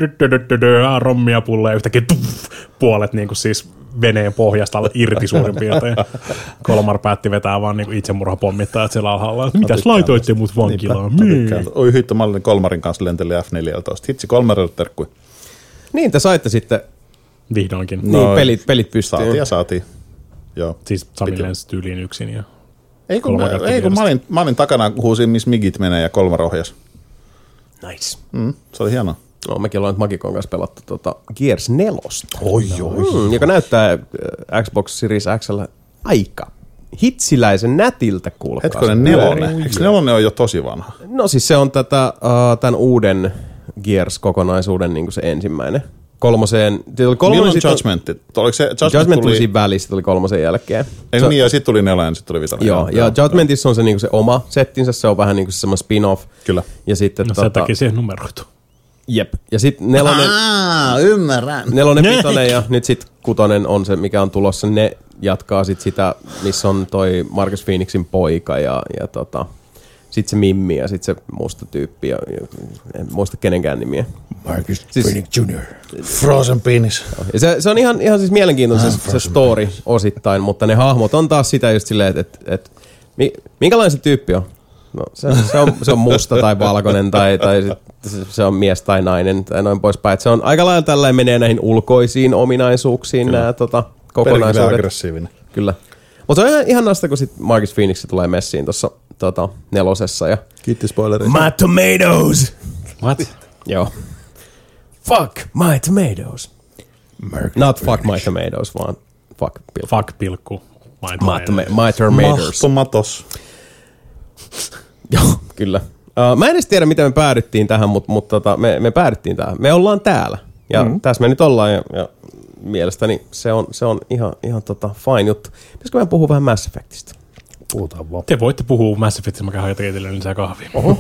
rommia pulleja yhtäkkiä tuff, puolet niinku siis veneen pohjasta irti suurin piirtein. Kolmar päätti vetää vaan niinku itsemurhapommittajat siellä alhaalla. Mitäs laitoitte mut vankilaan? Oi hitto, mä olin Kolmarin kanssa lenteli F neljätoista. Hitsi, Kolmarille terkkui. Niin, te saitte sitten... Vihdoinkin. Niin, no, pelit, pelit pystyy. Saatiin ja saatiin. Joo. Siis Sami lensi tyyliin yksin ja... Ei kun, mä, ei, kun mä, olin, mä olin takana, huusin, missä migit menee ja Kolmar ohjas. Nice. Mm, se oli hienoa. No, mekin ollaan nyt Magikon kanssa pelattu tuota Gears nelosta. Oi, oi. Mm, joka näyttää Xbox Series X:llä aika hitsiläisen nätiltä, kuulkaa. Hetkonen nelonen. Eikö nelonen ole jo tosi vanha? No siis se on tätä, uh, tämän uuden Gears-kokonaisuuden niin kuin se ensimmäinen. Kolmoseen... Milloin Judgment? Oliko se, Judgment, Judgment tuli siinä välissä, tuli kolmosen jälkeen. Ei se, niin, ja sitten tuli nelonen, sitten tuli vitonen. Joo, ja Judgmentissa on se, niin se oma settinsä, se on vähän niin kuin se semmoinen spin-off. Kyllä. Ja sitten, no tota, sen takia siihen numeroitu. Jep. Ja sitten nelonen... Aa, ymmärrän. Nelonen, vitonen ja nyt sitten kutonen on se, mikä on tulossa. Ne jatkaa sitten sitä, missä on toi Marcus Phoenixin poika ja, ja tota, sitten se Mimmi ja sitten se musta tyyppi. Ja, ja, en muista kenenkään nimiä. Marcus Siis- Phoenix junior Frozen penis. Ja se, se on ihan, ihan siis mielenkiintoinen se, se story osittain, mutta ne hahmot on taas sitä just silleen, että et, et, mi, minkälainen se tyyppi on? No, se, se, on, se on musta tai valkoinen tai, tai sit, se, se on mies tai nainen tai noin poispäin. Et se on aika lailla tällainen menee näihin ulkoisiin ominaisuuksiin nämä tota, kokonaisuudet. Perkele aggressiivinen. Kyllä. Mutta se on ihan, ihan nasta, kun sit Marcus Phoenix tulee messiin tuossa tota, nelosessa. Ja Kiitti spoilereista. my tomatoes! What? Joo. Fuck my tomatoes. Marcus Not fuck my tomatoes, vaan fuck pilkku. Fuck pilkku. My, My, toma- my tomatoes. Mahtomatos. Joo, kyllä. Uh, mä en edes tiedä, miten me päädyttiin tähän, mutta mut, tota, me, me päädyttiin tähän. Me ollaan täällä. Ja mm-hmm. tässä me nyt ollaan. Ja, ja mielestäni se on, se on ihan, ihan tota fine juttu. Pitäisikö meidän puhua vähän Mass Effectista? Puhutaan vaan. Te voitte puhua Mass Effectista, mä käyn teille lisää kahvia. Oho.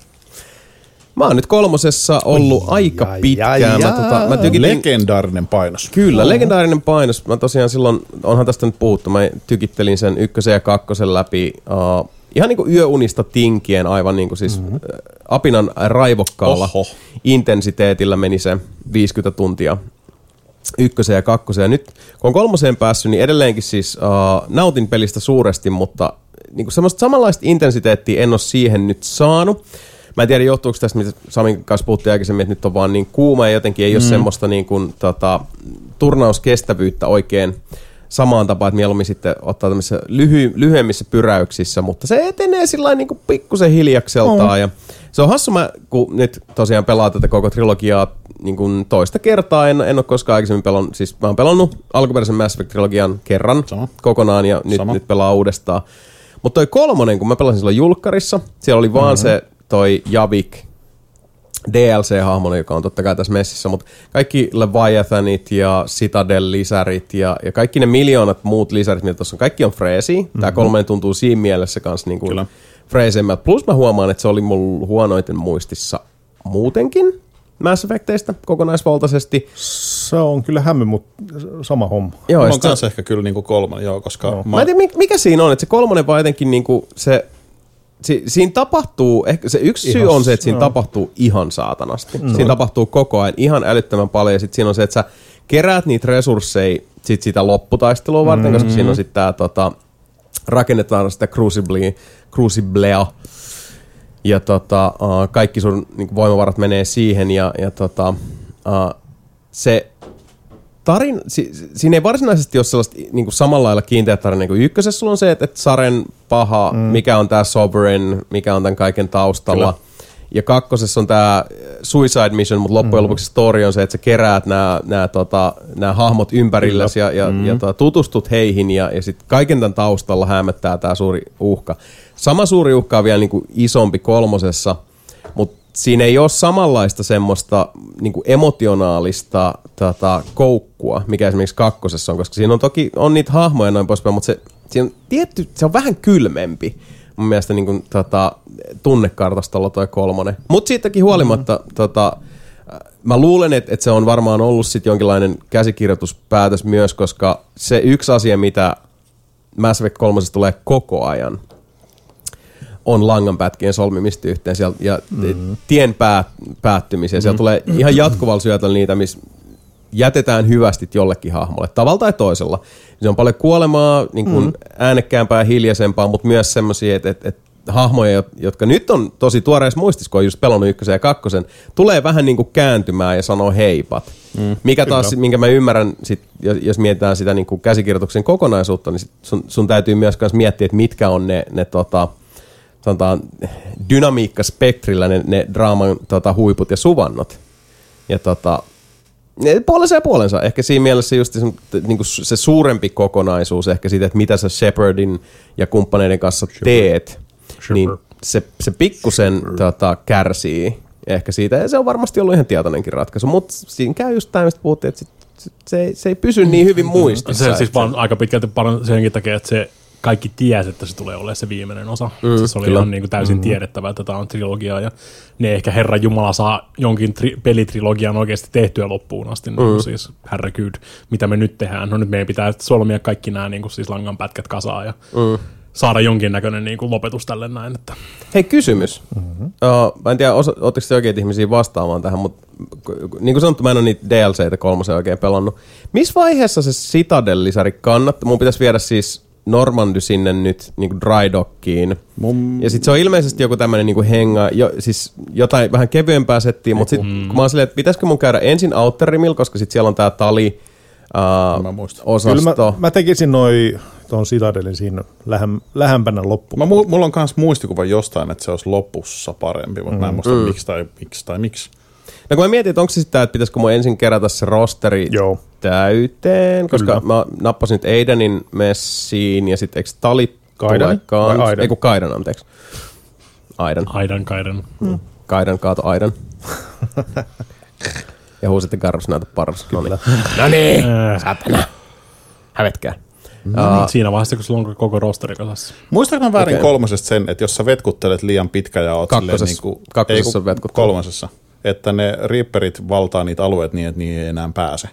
Mä oon nyt kolmosessa ollut Oi, aika jaa, pitkään. jaa, Mä, tota, mä tykitin... Legendaarinen painos. Kyllä, oh. legendaarinen painos. Mä tosiaan silloin, onhan tästä nyt puhuttu, mä tykittelin sen ykkösen ja kakkosen läpi uh, ihan niinku yöunista tinkien aivan niinku siis mm-hmm. apinan raivokkaalla Oho. intensiteetillä meni se viisikymmentä tuntia ykkösen ja kakkosen. Ja nyt kun on kolmoseen päässyt, niin edelleenkin siis uh, nautin pelistä suuresti, mutta niinku semmoista samanlaista intensiteettiä en ole siihen nyt saanut. Mä en tiedä, johtuuko tästä, mitä Samin kanssa puhuttiin aikaisemmin, että nyt on vaan niin kuuma ja jotenkin ei mm. ole semmoista niin kuin, tota, turnauskestävyyttä oikein samaan tapaan, että mieluummin sitten ottaa tämmöisissä lyhy- lyhyemmissä pyräyksissä, mutta se etenee sillä niin kuin pikkusen hiljakseltaan. Mm. Ja se on hassu, mä, kun nyt tosiaan pelaa tätä koko trilogiaa niin kuin toista kertaa, en, en ole koskaan aikaisemmin pelannut, siis mä oon pelannut alkuperäisen Mass Effect-trilogian kerran Sama. kokonaan ja nyt, nyt pelaa uudestaan. Mutta toi kolmonen, kun mä pelasin silloin julkkarissa, siellä oli vaan mm-hmm. se toi Javik D L C-hahmona, joka on totta kai tässä messissä, mutta kaikki Leviathanit ja Citadel-lisärit ja, ja kaikki ne miljoonat muut lisärit, mitä tuossa on, kaikki on freesiä. Mm-hmm. Tämä kolmonen tuntuu siinä mielessä kanssa niin kuin freesemmältä. Plus mä huomaan, että se oli mulla huonoiten muistissa muutenkin Mass Effecteistä kokonaisvaltaisesti. Se on kyllä hämmy, mutta sama homma. Joo, on kanssa ehkä kyllä niinku kolmonen, joo, koska... No. Mä... mä en tiedä, mikä siinä on, että se kolmonen vaan jotenkin niinku se... Si- siinä tapahtuu, ehkä se yksi syy on se, että siinä no. tapahtuu ihan saatanasti. Mm. Siinä tapahtuu koko ajan ihan älyttömän paljon ja sitten siinä on se, että sä keräät niitä resursseja sit sitä lopputaistelua varten, mm-hmm. koska siinä on sitten tää tota, rakennetaan sitä Cruciblea, Cruciblea ja tota, uh, kaikki sun niinku, voimavarat menee siihen ja, ja tota, uh, se tarin, si, siinä ei varsinaisesti ole sellaista niin kuin samalla lailla kiinteä tarina kuin ykkösessä. Sulla on se, että, että Saren paha, mm. mikä on tämä Sovereign, mikä on tämän kaiken taustalla. Kyllä. Ja kakkosessa on tämä Suicide Mission, mutta loppujen mm. lopuksi story on se, että sä keräät nämä, nämä, tota, nämä hahmot ympärillesi ja, ja, mm. ja tota, tutustut heihin ja, ja sitten kaiken tämän taustalla hämöttää tämä suuri uhka. Sama suuri uhka on vielä niin kuin isompi kolmosessa, mutta siinä ei ole samanlaista semmoista niin kuin emotionaalista tota, koukkua, mikä esimerkiksi kakkosessa on, koska siinä on toki on niitä hahmoja noin poispäin, mutta se, siinä on tietty, se on vähän kylmempi mun mielestä niin kuin, tota, tunnekartastolla toi kolmonen. Mutta siitäkin huolimatta mm-hmm. tota, mä luulen, että, että se on varmaan ollut sit jonkinlainen käsikirjoituspäätös myös, koska se yksi asia, mitä Mass Effect kolmosessa tulee koko ajan, on langanpätkien solmimista yhteen siellä, ja mm-hmm. tien päät, päättymisiä. Mm-hmm. Siellä tulee ihan jatkuvalla syötöllä niitä, missä jätetään hyvästit jollekin hahmolle, tavalla tai toisella. Se on paljon kuolemaa, niin kuin mm-hmm. äänekkäämpää, hiljaisempaa, mutta myös semmoisia, että, että, että hahmoja, jotka nyt on tosi tuoreessa muistissa, kun on just pelannut ykkösen ja kakkosen, tulee vähän niin kuin kääntymään ja sanoo heipat. Mm, Mikä taas, kyllä. minkä mä ymmärrän, sit, jos mietitään sitä niin kuin käsikirjoituksen kokonaisuutta, niin sit sun, sun täytyy myös miettiä, että mitkä on ne, ne tota, sanotaan, dynamiikkaspektrillä ne, ne draaman tota, huiput ja suvannot. Ja tota, puolensa ja puolensa. Ehkä siinä mielessä just se, niin se suurempi kokonaisuus ehkä siitä, että mitä sä Shepardin ja kumppaneiden kanssa Shepard. teet, Shepard. niin se, se pikkusen tota, kärsii ehkä siitä. Ja se on varmasti ollut ihan tietoinenkin ratkaisu, mutta siinä käy just tämä, mistä puhuttiin, että se, se, ei, se ei pysy niin hyvin muistissa. Se siis vaan aika pitkälti parantaa senkin takia, että se kaikki tiesi, että se tulee olemaan se viimeinen osa. Mm, se oli kyllä. ihan niin kuin täysin mm-hmm. tiedettävä, että tämä on trilogia ja ne ehkä Herran Jumala saa jonkin tri- pelitrilogian oikeasti tehtyä loppuun asti. Mm. Niin kuin siis herregud, mitä me nyt tehdään? No nyt meidän pitää solmia kaikki nämä niin kuin siis langanpätkät kasaan ja mm. saada jonkinnäköinen niin kuin lopetus tälle näin. Että. Hei, kysymys. Mm-hmm. Uh, mä en tiedä, osa, ootteko te oikein ihmisiä vastaamaan tähän, mutta niin kuin sanottu, mä en ole niitä D L C:tä kolmosen oikein pelannut. Missä vaiheessa se Citadel-lisäri kannattaa? Mun pitäisi viedä siis Normandy sinne nyt niin kuin dry dockiin. Mun... Ja sit se on ilmeisesti joku tämmönen niin kuin henga, jo, siis jotain vähän kevyempää settiä, mutta sit mm. kun mä oon silleen, että pitäisikö mun käydä ensin Outer Rimillä, koska sit siellä on tää tali uh, osasto. Mä, mä tekisin noi tuon Citadelin siinä lähem, lähempänä loppuun. Mä, mulla on myös muistikuva jostain, että se olisi lopussa parempi, mutta mm. mä en muista mm. miksi tai miksi tai miksi. No kun mä mietin, että onko se sitä, että pitäisikö mun ensin kerätä se rosteri Joo. täyteen, koska Kyllä. mä nappasin nyt Aidenin messiin ja sitten eikö Tali Kaidan? Kans? Ei kun Kaidan, anteeksi. Aidan. Aidan, Kaidan. Mm. Kaidan kaato Aidan. Ja huusitte Garrus näytä paras. No niin, saatana. Hävetkää. No, uh, siinä vaiheessa, kun sulla on koko rosteri kasassa. Muistatko mä väärin okay. kolmosesta sen, että jos sä vetkuttelet liian pitkä ja oot Kakkosessa, silleen niin kuin, kakkosessa ei, kun kolmosessa, että ne Reaperit valtaa niitä alueet niin, että niihin ei enää pääse.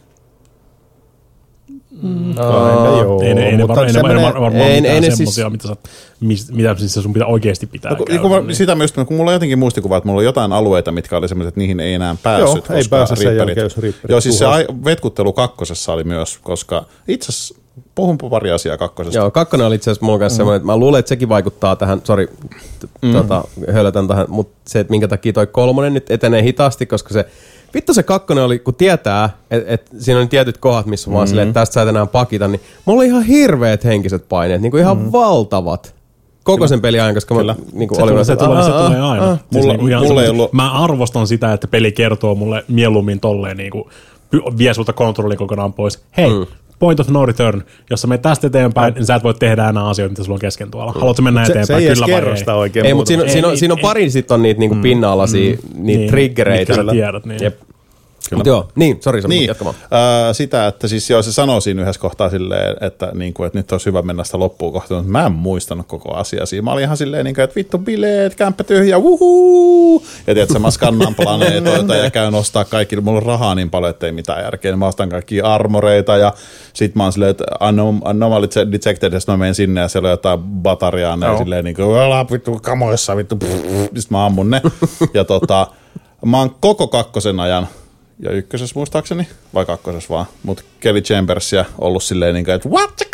Mm. Uh, ei ne, ei ne varmaan mitään semmosia, mitä, sä, mitä siis sun pitää oikeasti pitää no, käydä. Kun niin. Sitä myös, kun mulla on jotenkin muistikuva, että mulla on jotain alueita, mitkä oli semmoiset, että niihin ei enää päässyt. Joo, ei pääse sen jälkeen, jos Reaperit Joo, siis se vetkuttelu kakkosessa oli myös, koska itse asiassa puhun pari asiaa kakkosesta. Joo, kakkonen oli itse asiassa mulla kanssa mm. semmoinen, että mä luulen, että sekin vaikuttaa tähän, sori, mm. tota, hölötän tähän, mutta se, että minkä takia toi kolmonen nyt etenee hitaasti, koska se, vittu se kakkonen oli, kun tietää, että et siinä on tietyt kohdat, missä mm. vaan silleen, että tästä sä et enää pakita, niin mulla oli ihan hirveät henkiset paineet, niin kuin ihan mm. valtavat. Koko Kyllä. sen peli ajan, koska Kyllä. mä niin kuin se, olin... Tulee, se, tulee, se tulee aina. Siis mulla, niin kuin mulla ei ollut... Mä arvostan sitä, että peli kertoo mulle mieluummin tolleen, niin kuin, vie sulta kontrollin kokonaan pois. Hei, mm. point of no return. Jos sä menet tästä eteenpäin, niin sä et voi tehdä enää asioita, mitä sulla on kesken tuolla. Haluatko mennä se, eteenpäin? Se ei Kyllä edes kerro sitä oikein. Ei, mutta siinä, siinä, on, siinä on pari sit on niitä niinku pinna-alaisia, mm. niitä niin, triggereitä. Mitkä sä tiedät, niin. Jep. Mutta joo, niin, sori, sä niin, jatkamaan. Äh, sitä, että siis joo, se sanoo siinä yhdessä kohtaa silleen, että, niin kuin, että nyt olisi hyvä mennä sitä loppuun kohtaan, mutta mä en muistanut koko asiaa siinä. Mä olin ihan silleen, niin kuin, että vittu bileet, kämppä tyhjä, wuhuu! Ja tiedätkö, mä skannaan planeetoita ja käyn ostaa kaikki, mulla on rahaa niin paljon, että ei mitään järkeä. Mä ostan kaikki armoreita ja sit mä oon silleen, että anom- anomaly detected, ja mä menen sinne ja siellä on jotain batariaa, ja silleen niin kuin, vittu kamoissa, vittu, sitten mä ammun ne. Ja tota, mä oon koko kakkosen ajan, ja ykkösessä muistaakseni, vai kakkosessa vaan, mutta Kelly Chambersia ollut silleen niin kuin, että what the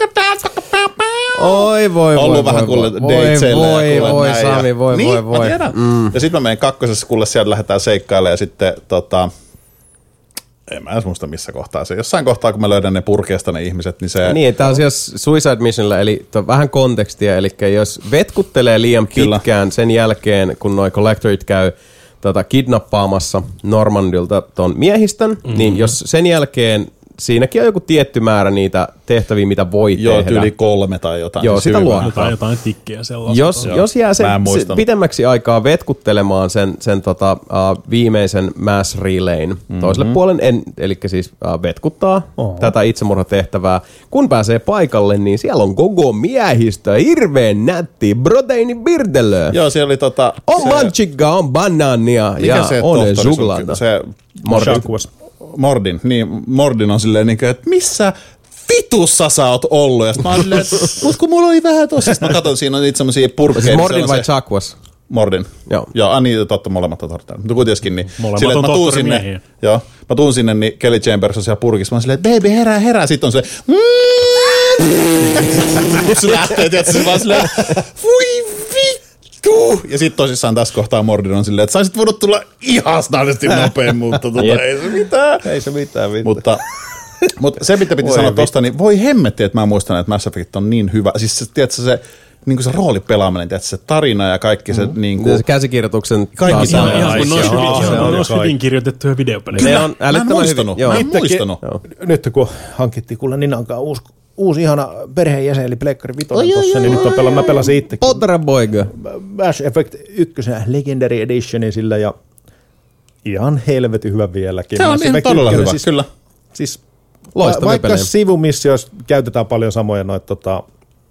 Oi voi ollut voi vähän kuule Deitselle voi voi voi Sami voi niin, voi voi mm. Ja sitten mä menen kakkosessa, kuule sieltä lähdetään seikkailemaan ja sitten tota, en mä edes muista missä kohtaa se. Jossain kohtaa, kun mä löydän ne purkeesta ne ihmiset, niin se... Niin, tää on siis Suicide Missionilla, eli vähän kontekstia, eli jos vetkuttelee liian pitkään Kyllä. sen jälkeen, kun noi collectorit käy tota, kidnappaamassa Normandilta ton miehistön, mm-hmm. niin jos sen jälkeen siinäkin on joku tietty määrä niitä tehtäviä, mitä voi Joo, tehdä. Joo, yli kolme tai jotain. Joo, sitä luo. Jotain, jotain tikkiä sellaista. Jos, jos jää sen, se pitemmäksi aikaa vetkuttelemaan sen, sen tota, uh, viimeisen mass relayn mm-hmm. toiselle puolen, en, eli siis uh, vetkuttaa Oho. tätä itsemurhatehtävää. Kun pääsee paikalle, niin siellä on koko miehistö, hirveän nätti, proteiinibirdelö. Joo, siellä oli tota... On se... manchikka, on banaania ja on suklaata. Se Mordin. Mordin, niin Mordin on silleen, niin kuin, että missä vitussa sä oot ollut? Ja sit mä oon silleen, mut kun mulla oli vähän tossa. Sitten mä katson, siinä on niitä semmosia purkkeja. Siis Mordin vai Chakwas? Mordin. Joo. Joo, ah, niin, totta, molemmat on tortteja. Mutta kuitenkin, niin molemmat silleen, on mä tuun sinne, joo, mä tuun sinne, niin Kelly Chambers on siellä purkissa. Mä oon silleen, että baby, herää, herää. Sitten on se, se lähtee, tietysti, se vaan silleen, voi vittu. Ja sitten tosissaan tässä kohtaa Mordin on silleen, että saisit voinut tulla ihastaisesti nopein, mutta tota, ei se mitään. Ei se mitään, mitään. Mutta, mutta se, mitä piti voi sanoa tosta, niin voi hemmetti, että mä muistan, että Mass Effect on niin hyvä. Siis se, tiedätkö, se, niin kuin se roolipelaaminen, tiedätkö, se tarina ja kaikki se... Mm. Niin kuin, se käsikirjoituksen... Kaikki se on ihan kuin ne olisi hyvin kirjoitettuja videopelejä. Ne on älyttömän hyvin. Mä en muistanut. Nyt kun hankittiin kuule Ninankaan uusi, uusi ihana perheenjäsen, eli Pleikkari Vitoinen tossa, niin nyt on pelannut, mä pelasin itsekin. Potra Boyga. Mass Effect yksi Legendary Editionin sillä ja ihan helvetin hyvä vieläkin. Se on Mass ihan Effect todella ykkönen, hyvä, siis, kyllä. Siis Loistavia vaikka pelejä. sivumissioissa käytetään paljon samoja noita tota,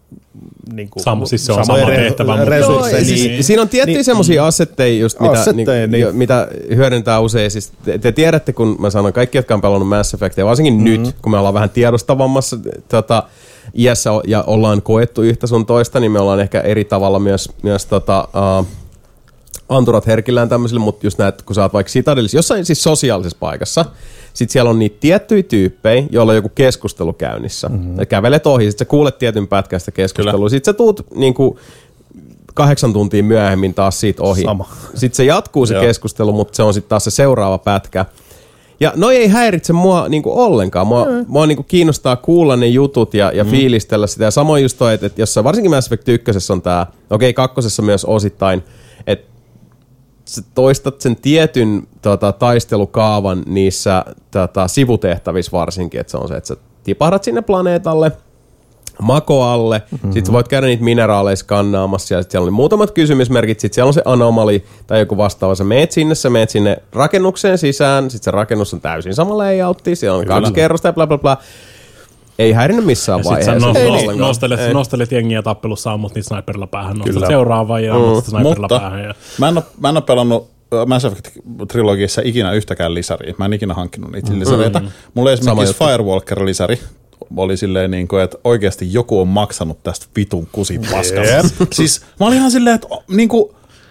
niin kuin, Sama, siis se on sama tehtävä, mutta resursseja. Joo, siis, Niin, siinä on tiettyjä niin, semmoisia assetteja, just, mitä, assetteja, niin, niin. jo, mitä hyödyntää usein. Siis te, te tiedätte, kun mä sanon, kaikki, jotka on pelannut Mass Effectia, varsinkin mm-hmm. nyt, kun me ollaan vähän tiedostavammassa tota, iässä ja ollaan koettu yhtä sun toista, niin me ollaan ehkä eri tavalla myös, myös tota, uh, anturat herkillään tämmöisille, mutta just näet, kun sä oot vaikka Citadelissa, jossain siis sosiaalisessa paikassa, sit siellä on niitä tiettyjä tyyppejä, joilla on joku keskustelu käynnissä. Mm-hmm. Ja kävelet ohi, sit sä kuulet tietyn pätkän sitä keskustelua, Kyllä. sit sä tuut niinku kahdeksan tuntia myöhemmin taas siitä ohi. Sama. Sitten se jatkuu se keskustelu, mutta se on sitten taas se seuraava pätkä. Ja noi ei häiritse mua niinku ollenkaan. Mua, mm. mua niinku kiinnostaa kuulla ne jutut ja, ja mm. fiilistellä sitä. Ja samoin just toi, että et jos varsinkin Mass Effect ykkösessä on tää, okei okay, kakkosessa myös osittain, että sä toistat sen tietyn tota, taistelukaavan niissä tota, sivutehtävissä varsinkin, että se on se, että sä tipahdat sinne planeetalle, makoalle, mm-hmm. sit sä voit käydä niitä mineraaleja skannaamassa ja sit siellä on muutamat kysymysmerkit, sit siellä on se anomali tai joku vastaava, sä meet sinne, sä meet sinne rakennukseen sisään, sit se rakennus on täysin sama layoutti, siellä on Kyllä. kaksi kerrosta ja bla bla bla. Ei häirinyt missään vaiheessa. Sitten sä no, no, nostelet, nostelet jengiä tappelussa, ammut niitä sniperilla päähän, nostat Kyllä. seuraavaan ja ammut mm. sniperilla Mutta päähän. Ja... Mä, en ole, mä en ole pelannut Mass Effect-trilogiassa ikinä yhtäkään lisäriä. Mä en ikinä hankkinut niitä mm. lisäreitä. Mulla esimerkiksi Firewalker-lisäri oli silleen, niin kuin, että oikeasti joku on maksanut tästä vitun kusin paskasta. Yep. Siis mä olin ihan silleen, että niin kuin,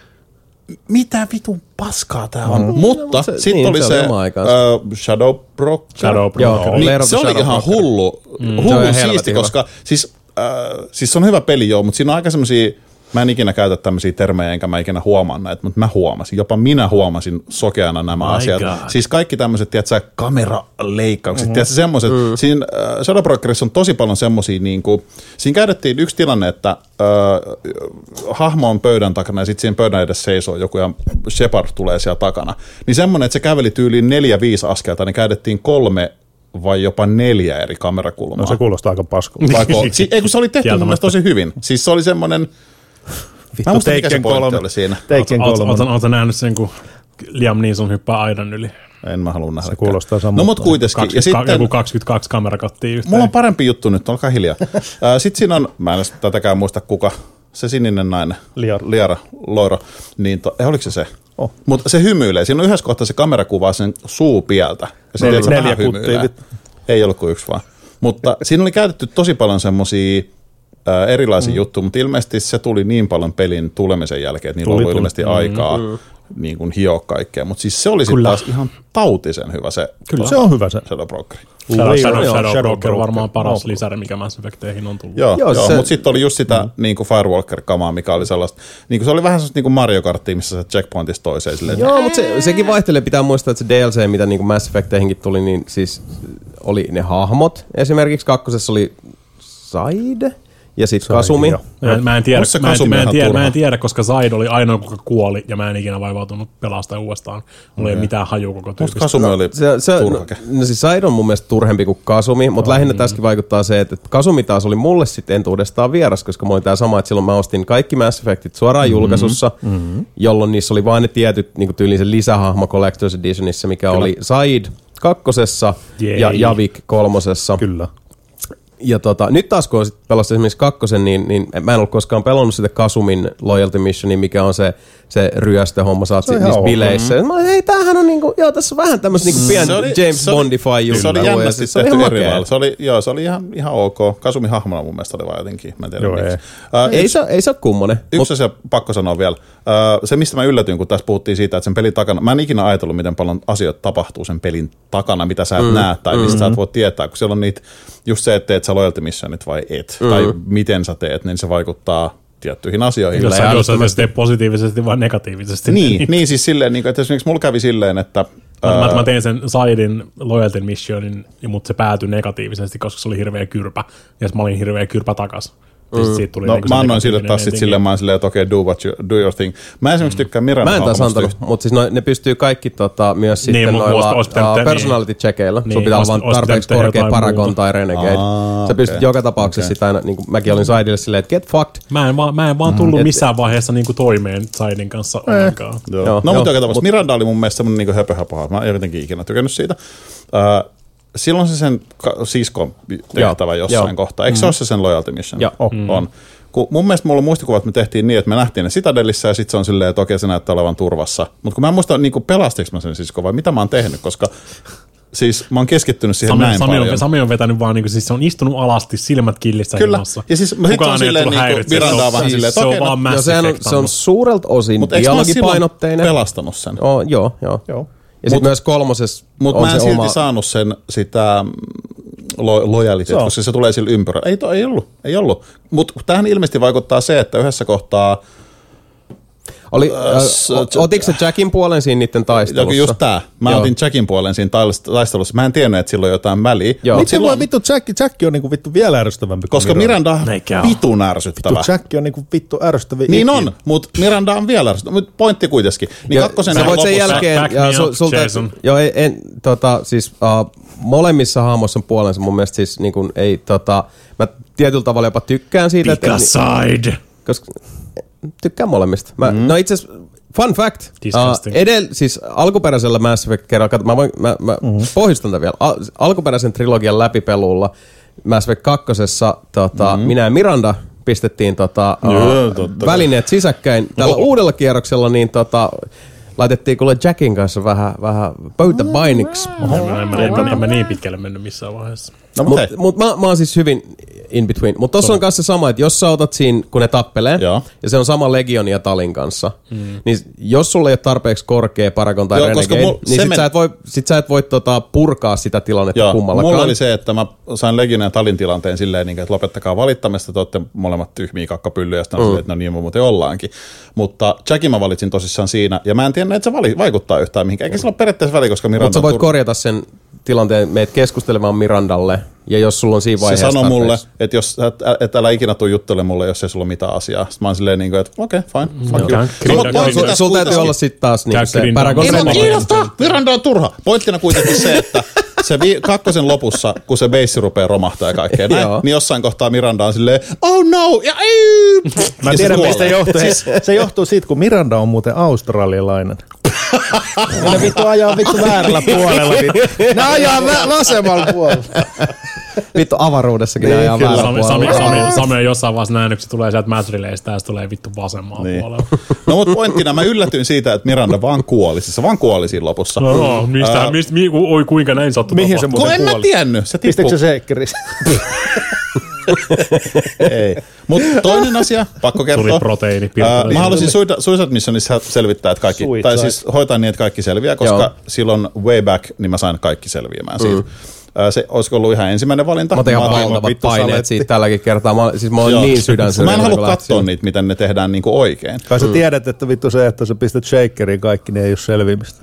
mitä vitun paskaa tää on. Mm. Mutta no, sitten niin, oli se, se uh, Shadow Broker. Shadow Broker. Niin, se oli ihan hullu, mm. hullu siisti, koska siis, uh, siis se on hyvä peli joo, mutta siinä on aika semmosia, mä en ikinä käytä tämmöisiä termejä, enkä mä ikinä huomaa näitä, mutta mä huomasin, jopa minä huomasin sokeana nämä My asiat. God. Siis kaikki tämmöiset, tiedätkö, kameraleikkaukset, mm-hmm. tiedätkö, semmoiset. Mm. Siinä uh, Shadow Brokerissa on tosi paljon semmosia, niin kuin, siinä käytettiin yksi tilanne, että uh, hahmo on pöydän takana ja sitten siinä pöydän edessä seisoo joku ja Shepard tulee siellä takana. Niin semmoinen, että se käveli tyyliin neljä, viisi askelta, niin käytettiin kolme vai jopa neljä eri kamerakulmaa. No se kuulostaa aika paskulta. si- ei kun se oli tehty mun mielestä tosi hyvin. Siis se oli semmoinen... Mä muistan, mikä se pointti oli siinä. Taken kolme. Oletko nähnyt sen, kun Liam Neeson hyppää aidan yli? En mä halua nähdä. Se kuulostaa samalta. No mut kuitenkin. kaksikymmentä, ja sitten, joku kaksikymmentäkaksi kamerakattia yhteen. Mulla on parempi juttu nyt, olkaa hiljaa. Sitten siinä on, mä en edes tätäkään muista kuka, se sininen nainen. Liara. Liara, Loiro. Niin to, eh, oliko se se? Oh. Mutta se hymyilee. Siinä on yhdessä kohtaa se kamera kuvaa sen suu pieltä. Ja se neljä, neljä kuttia. Ei ollut kuin yksi vaan. Mutta siinä oli käytetty tosi paljon semmosia ää, erilaisia mm. juttuja, mutta ilmeisesti se tuli niin paljon pelin tulemisen jälkeen, että niillä oli ilmeisesti mm. aikaa mm. niin kuin hioa kaikkea. Mutta siis se oli sitten taas ihan tautisen hyvä se. Kyllä se on hyvä se. Shadow Broker. Shadow, Shadow, Shadow Broker varmaan paras lisäri, mikä Mass Effecteihin on tullut. Joo, joo, joo mutta sitten oli just sitä mm. niin kuin Firewalker-kamaa, mikä oli sellaista, niin kuin se oli vähän sellaista niin kuin Mario Karttia, missä se checkpointista toiseen. Silleen, joo, mutta se, sekin vaihtelee. Pitää muistaa, että se D L C, mitä niin kuin Mass Effecteihinkin tuli, niin siis oli ne hahmot. Esimerkiksi kakkosessa oli Zaid ja sitten Kasumi. Mä, mä, en tiedä, mä, en, mä, en tiedä, mä en tiedä, koska Zaid oli ainoa, kuka kuoli, ja mä en ikinä vaivautunut pelastaa uudestaan. Mulla ei ole mitään hajua koko tyypistä. Musta Kasumi oli se, se, turhake. No, no siis Zaid on mun mielestä turhempi kuin Kasumi, mutta oh, lähinnä mm. tässäkin vaikuttaa se, että Kasumi taas oli mulle sitten entuudestaan vieras, koska mulla oli tää sama, että silloin mä ostin kaikki Mass Effectit suoraan mm-hmm. julkaisussa, mm-hmm. jolloin niissä oli vain ne tietyt niin tyyliin se lisähahmo Collector's Editionissa, mikä Kyllä. oli Zaid kakkosessa Jei. ja Javik kolmosessa. Kyllä. Ja tota, nyt taas kun sit pelasin esimerkiksi kakkosen, niin, niin mä en ollut koskaan pelannut sitä Kasumin Loyalty Missionia, mikä on se, se ryöstöhomma, sä oot sit niissä bileissä. Mm-hmm. Mä olin, hei tämähän on niinku, joo tässä on vähän tämmöistä niinku pian James Bondify juttu. Se oli jännästi se tehty eri lailla. Se oli, joo, se oli ihan, ihan ok. Kasumin hahmona mun mielestä oli vaan jotenkin, mä en tiedä. Joo, ei. Uh, ei, se, ei se ole kummonen. Yksi mut... asia pakko sanoa vielä. Uh, se mistä mä yllätyin, kun tässä puhuttiin siitä, että sen pelin takana, mä en ikinä ajatellut, miten paljon asioita tapahtuu sen pelin takana, mitä sä et mm. näe tai mistä mm-hmm. sä et voi tietää, kun siellä on niitä, just se, että teet sä Loyalty Missionit vai et, mm. tai miten sä teet, niin se vaikuttaa tiettyihin asioihin. Jos sä, jos sä teet positiivisesti vai negatiivisesti. Niin, niin siis silleen, että esimerkiksi mulla kävi silleen, että... Mä, ää... mä tein sen Zaidin Loyalty Missionin, mutta se päätyi negatiivisesti, koska se oli hirveä kyrpä, ja mä olin hirveä kyrpä takas. Mm. Tuli no niin mä annoin sille taas sit silleen, mä oon silleen, että okei, okay, do, what you, do your thing. Mä esimerkiksi mm. tykkään Mirandan hahmosta. Mä en taas antanut, mutta siis no, ne pystyy kaikki tota, myös niin, sitten noilla uh, personality checkeilla. Niin, sun pitää olla vaan tarpeeksi korkea Paragon tai Renegade. Aa, sä pystyt okay. joka tapauksessa okay. sitä aina, niin kuin mäkin olin Zaidille silleen, että get fucked. Mä en vaan, mä en vaan tullut mm. missään vaiheessa niin kuin toimeen Zaidin kanssa eh. ollenkaan. Joo. Joo. No mutta joka tapauksessa Miranda oli mun mielestä semmonen niin höpöhäpä. Mä en jotenkin ikinä tykännyt siitä. Uh, silloin se sen ka- siskon tehtävä Joo, jossain joo. kohtaa. Eikö mm. se ole se sen loyalty mission? Joo. Mm. On. Kun mun mielestä mulla on muistikuva, että me tehtiin niin, että me nähtiin ne Citadelissa ja sitten se on silleen, että okei se näyttää olevan turvassa. Mutta kun mä en muista, niin pelastiko mä sen siskon vai mitä mä oon tehnyt, koska siis mä oon keskittynyt siihen Sami, näin Sami paljon. On, Sami on vetänyt vaan, niin kuin, siis se on istunut alasti, silmät killissä Kyllä. himassa. Ja siis sit on silleen, niin Miranda on vähän silleen, että se on okei, vaan Joo, Mass sehän on, se on suurelta osin mutta eikö mä oon silloin dialogipainotteinen. pelastanut sen? Oh, joo, joo. Joo. Ja sitten myös kolmosessa Mutta on mä en se silti oma... saanut sen sitä lo- lojaliteettia, koska se tulee sillä ympyrä. Ei, to, ei ollut, ei ollut. Mutta tähän ilmeisesti vaikuttaa se, että yhdessä kohtaa... Oli, äh, s- o- otitko se Jackin puolen siinä niiden taistelussa? Joku just tää. Mä Joo. otin Jackin puolen siinä taist- taistelussa. Mä en tiennyt, että sillä on jotain väliä. Joo. Mut Miten silloin, voi vittu Jack, Jack on niinku vittu vielä ärsyttävämpi kuin koska Miranda on Eikä oo. vitun ärsyttävä. Vittu Jack on niinku vittu ärsyttävä. Niin ikinä. on, mutta Miranda on vielä ärsyttävä. Mutta pointti kuitenkin. Niin Ja kakkosen sä voit sen lopussa- jälkeen, Back ja me su, up, sulta, Jason. joo, ei, en, tota, siis uh, molemmissa hahmoissa on puolensa mun mielestä siis niin kuin, ei, tota, mä tietyllä tavalla jopa tykkään siitä, että, Side. koska tykkään molemmista. Mä, mm-hmm. No itse asiassa, fun fact, Disgusting. uh, edel, siis alkuperäisellä Mass Effect kerralla, kato, mä, voin, mä, mä mm-hmm. pohjustan tämän vielä, Al, alkuperäisen trilogian läpipelulla Mass Effect kakkosessa tota, mm-hmm. minä ja Miranda pistettiin tota, Joo, uh, totta välineet sisäkkäin. Tällä Oho. uudella kierroksella niin tota, laitettiin kuule Jackin kanssa vähän, vähän pöytäpainiksi. En, en, en, en, en mä niin pitkälle mennyt missään vaiheessa. No, mut Mutta hei. mut mä, mä oon siis hyvin in between. Mutta tossa on kanssa sama, että jos sä otat siinä, kun ne tappelee, Joo. ja se on sama Legion ja Talin kanssa, mm. niin jos sulla ei ole tarpeeksi korkea Paragon tai Joo, koska Renegade, mul- niin se sit, men- sä et voi, sit sä et voi tota, purkaa sitä tilannetta Joo, kummallakaan. mulla oli se, että mä sain Legion ja Talin tilanteen silleen, niin, että lopettakaa valittamista, te olette molemmat tyhmiä kakkapyllyjä, ja sitten mm. silleen, että no niin me muuten ollaankin. Mutta Jackin mä valitsin tosissaan siinä, ja mä en tiedä, että se vali- vaikuttaa yhtään mihinkään. Eikä sillä ole periaatteessa väliä, koska Miranda Mutta sä on voit tur- korjata sen tilanteen, meet keskustelemaan Mirandalle, ja jos sulla on siinä Se vaiheessa sanoi mulle, tarpeeksi. että jos, et, et älä ikinä tuu juttelemaan mulle, jos ei sulla ole mitään asiaa. Sitten mä oon silleen, niin kuin, että okei, okay, fine, fuck Joo. you. Käy Mut grinda- pointti Sulla tässä sul täytyy kuitenkin- olla sitten taas Käy niin se grindaamaan. Paragon Ei mua Renegade. kiinnostaa, Miranda on turha. Pointtina kuitenkin se, että se vi- kakkosen lopussa, kun se beissi rupeaa romahtaa ja kaikkea näin, Joo. niin jossain kohtaa Miranda on silleen, oh no, ja ei. Mä Ja se tiedän, mistä kuolee. johtuu. Siis, se johtuu siitä, kun Miranda on muuten australialainen. Ne vittu ajaa vittu väärällä puolella. Vittu. Ne ajaa vä- vasemmalla puolella. Vittu avaruudessakin Niin, ne ajaa kyllä. väärällä Sami, Sami, puolella. Sami, Sami on jossain vaiheessa nähnyt, kun se tulee sieltä Matrileistä ja se tulee vittu vasemmalla Niin. puolella. No mutta pointtina mä yllätyin siitä, että Miranda vaan kuoli. Siis se vaan kuoli siinä lopussa. No, no mistä, Ää, mistä, mi, oi kuinka näin sattui Mihin se tapahtumaan. Kun en mä kuoli. tiennyt, se Pistikö tippui. se shakerissä? Ei. Mutta toinen asia, pakko kertoa. Tuli proteiini. Ää, pirtuli. mä halusin Suicide Suicide Missionissa selvittää, että kaikki, Suicide. tai siis hoitaa niin, että kaikki selviää, koska Joo. silloin way back, niin mä sain kaikki selviämään siitä. Ää, Se olisiko ollut ihan ensimmäinen valinta. Mä otin ihan otin- valtavat vittu paineet saletti. siitä tälläkin kertaa. Mä, siis mä olin Joo. niin sydän Mä en halua katsoa niitä, miten ne tehdään niinku oikein. Kai sä tiedät, että vittu se, että sä pistät shakeriin kaikki, niin ei ole selviämistä.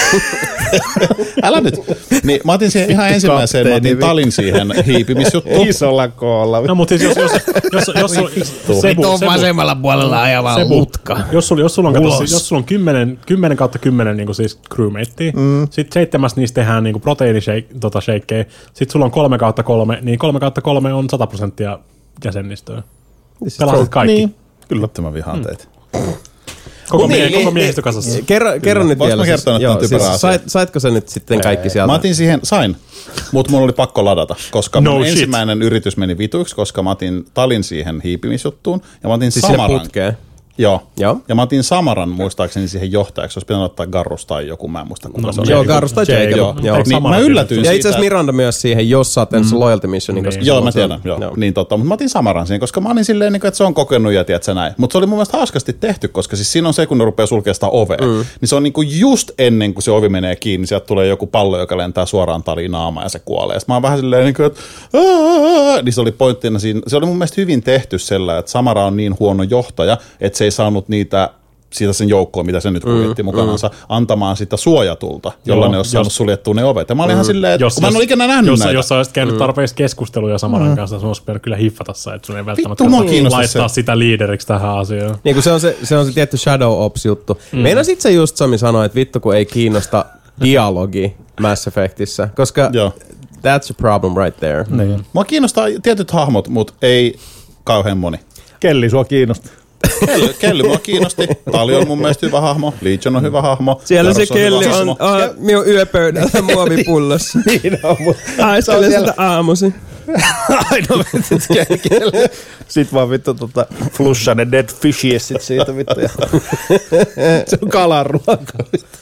Älä nyt. Niin, mä otin siihen ihan ensimmäiseen, mä otin Kapteeni Talin siihen hiipimisjuttuun. Isolla koolla. No, mutta siis jos, jos, jos, jos, jos, Sebu, Vittu on Sebu, vasemmalla puolella ajava Sebu, mutka. Jos sulla, jos sulla on, kato, Ulos. siis jos sulla on kymmenen, kymmenen kautta kymmenen niin siis crewmatea, mm. sitten seitsemästä niistä tehdään niin proteiinishakeja, tota shakeja, sitten sulla on kolme kautta kolme, niin kolme kautta kolme on sata prosenttia jäsenistöä. Pelasit kaikki. Niin. Kyllä. Mä vihaan teitä. Koko, Niin, mie- niin, koko niin, miehistö kasassa. Kerro, kerro nyt Voinko vielä. mä kertoa, että on typerä asia? sait, saitko sä nyt sitten kaikki sieltä? Mä otin siihen, sain, mutta mun oli pakko ladata, koska No mun shit. ensimmäinen yritys meni vituiksi, koska mä otin Talin siihen hiipimisjuttuun, ja mä otin siis sinne Samaran. putkeen. Joo. Joo. Ja mä otin Samaran muistaakseni siihen johtajaksi, olisi pitänyt ottaa Garrus tai joku, mä en muista kuka No, se oli. Joo, Garrus tai Jacob. Jacob. Joo. Joo. Eikö Niin, Samaran mä yllätyin Ja siitä. itse asiassa Miranda myös siihen, jos sä oot mm. loyalty mission. Koska Joo, se mä on se- tiedän. Joo. joo. Niin totta, mutta mä otin Samaran siihen, koska mä olin silleen, että se on kokenut ja tiedät sä näin. Mutta se oli mun mielestä hauskasti tehty, koska siis siinä on se, kun ne rupeaa sulkemaan sitä ovea, mm. niin se on niinku just ennen kuin se ovi menee kiinni, sieltä tulee joku pallo, joka lentää suoraan Taliin naamaan ja se kuolee. Sitten mä oon vähän silleen, niin kuin, että aah, niin se oli pointtina siinä. Se oli mun mielestä hyvin tehty sellainen, että Samara on niin huono johtaja, että se ei saanut niitä siitä sen joukkoon, mitä se nyt kuljetti mm, mukanansa, mm. antamaan sitä suojatulta, jolla Joo, ne olisi saanut jos- suljettua ne ovet. Ja mä olin ihan silleen, että Jos, kun mä en ole ikinä nähnyt jos, näitä. jos sä olisit käynyt tarpeeksi keskusteluja Samaran kanssa, sun olisi pitänyt kyllä hiffata se, että sun ei välttämättä mua kannata kiinnostaa laittaa se. sitä liideriksi tähän asiaan. Niin kuin se on se, se on se tietty Shadow Ops-juttu. Mm. Meinasit sä just Sami sanoa, että vittu kun ei kiinnosta dialogi Mass Effectissä, koska Joo. that's a problem right there. Niin. Mua kiinnostaa tietyt hahmot, mutta ei kauhean moni. Kelli sua kiinnostaa. Kelly, Kelly mua kiinnosti. Tali on mun mielestä hyvä hahmo. Legion on hyvä hahmo. Siellä Jaros se Kelly on, on, on minun yöpöydällä muovipullossa. Niin on, mutta Aistelee sitä aamusi. ainoa Kelly. Sitten vaan vittu tota, flushaa ne dead fishies sit siitä vittu. Ja se on kalan ruokaa.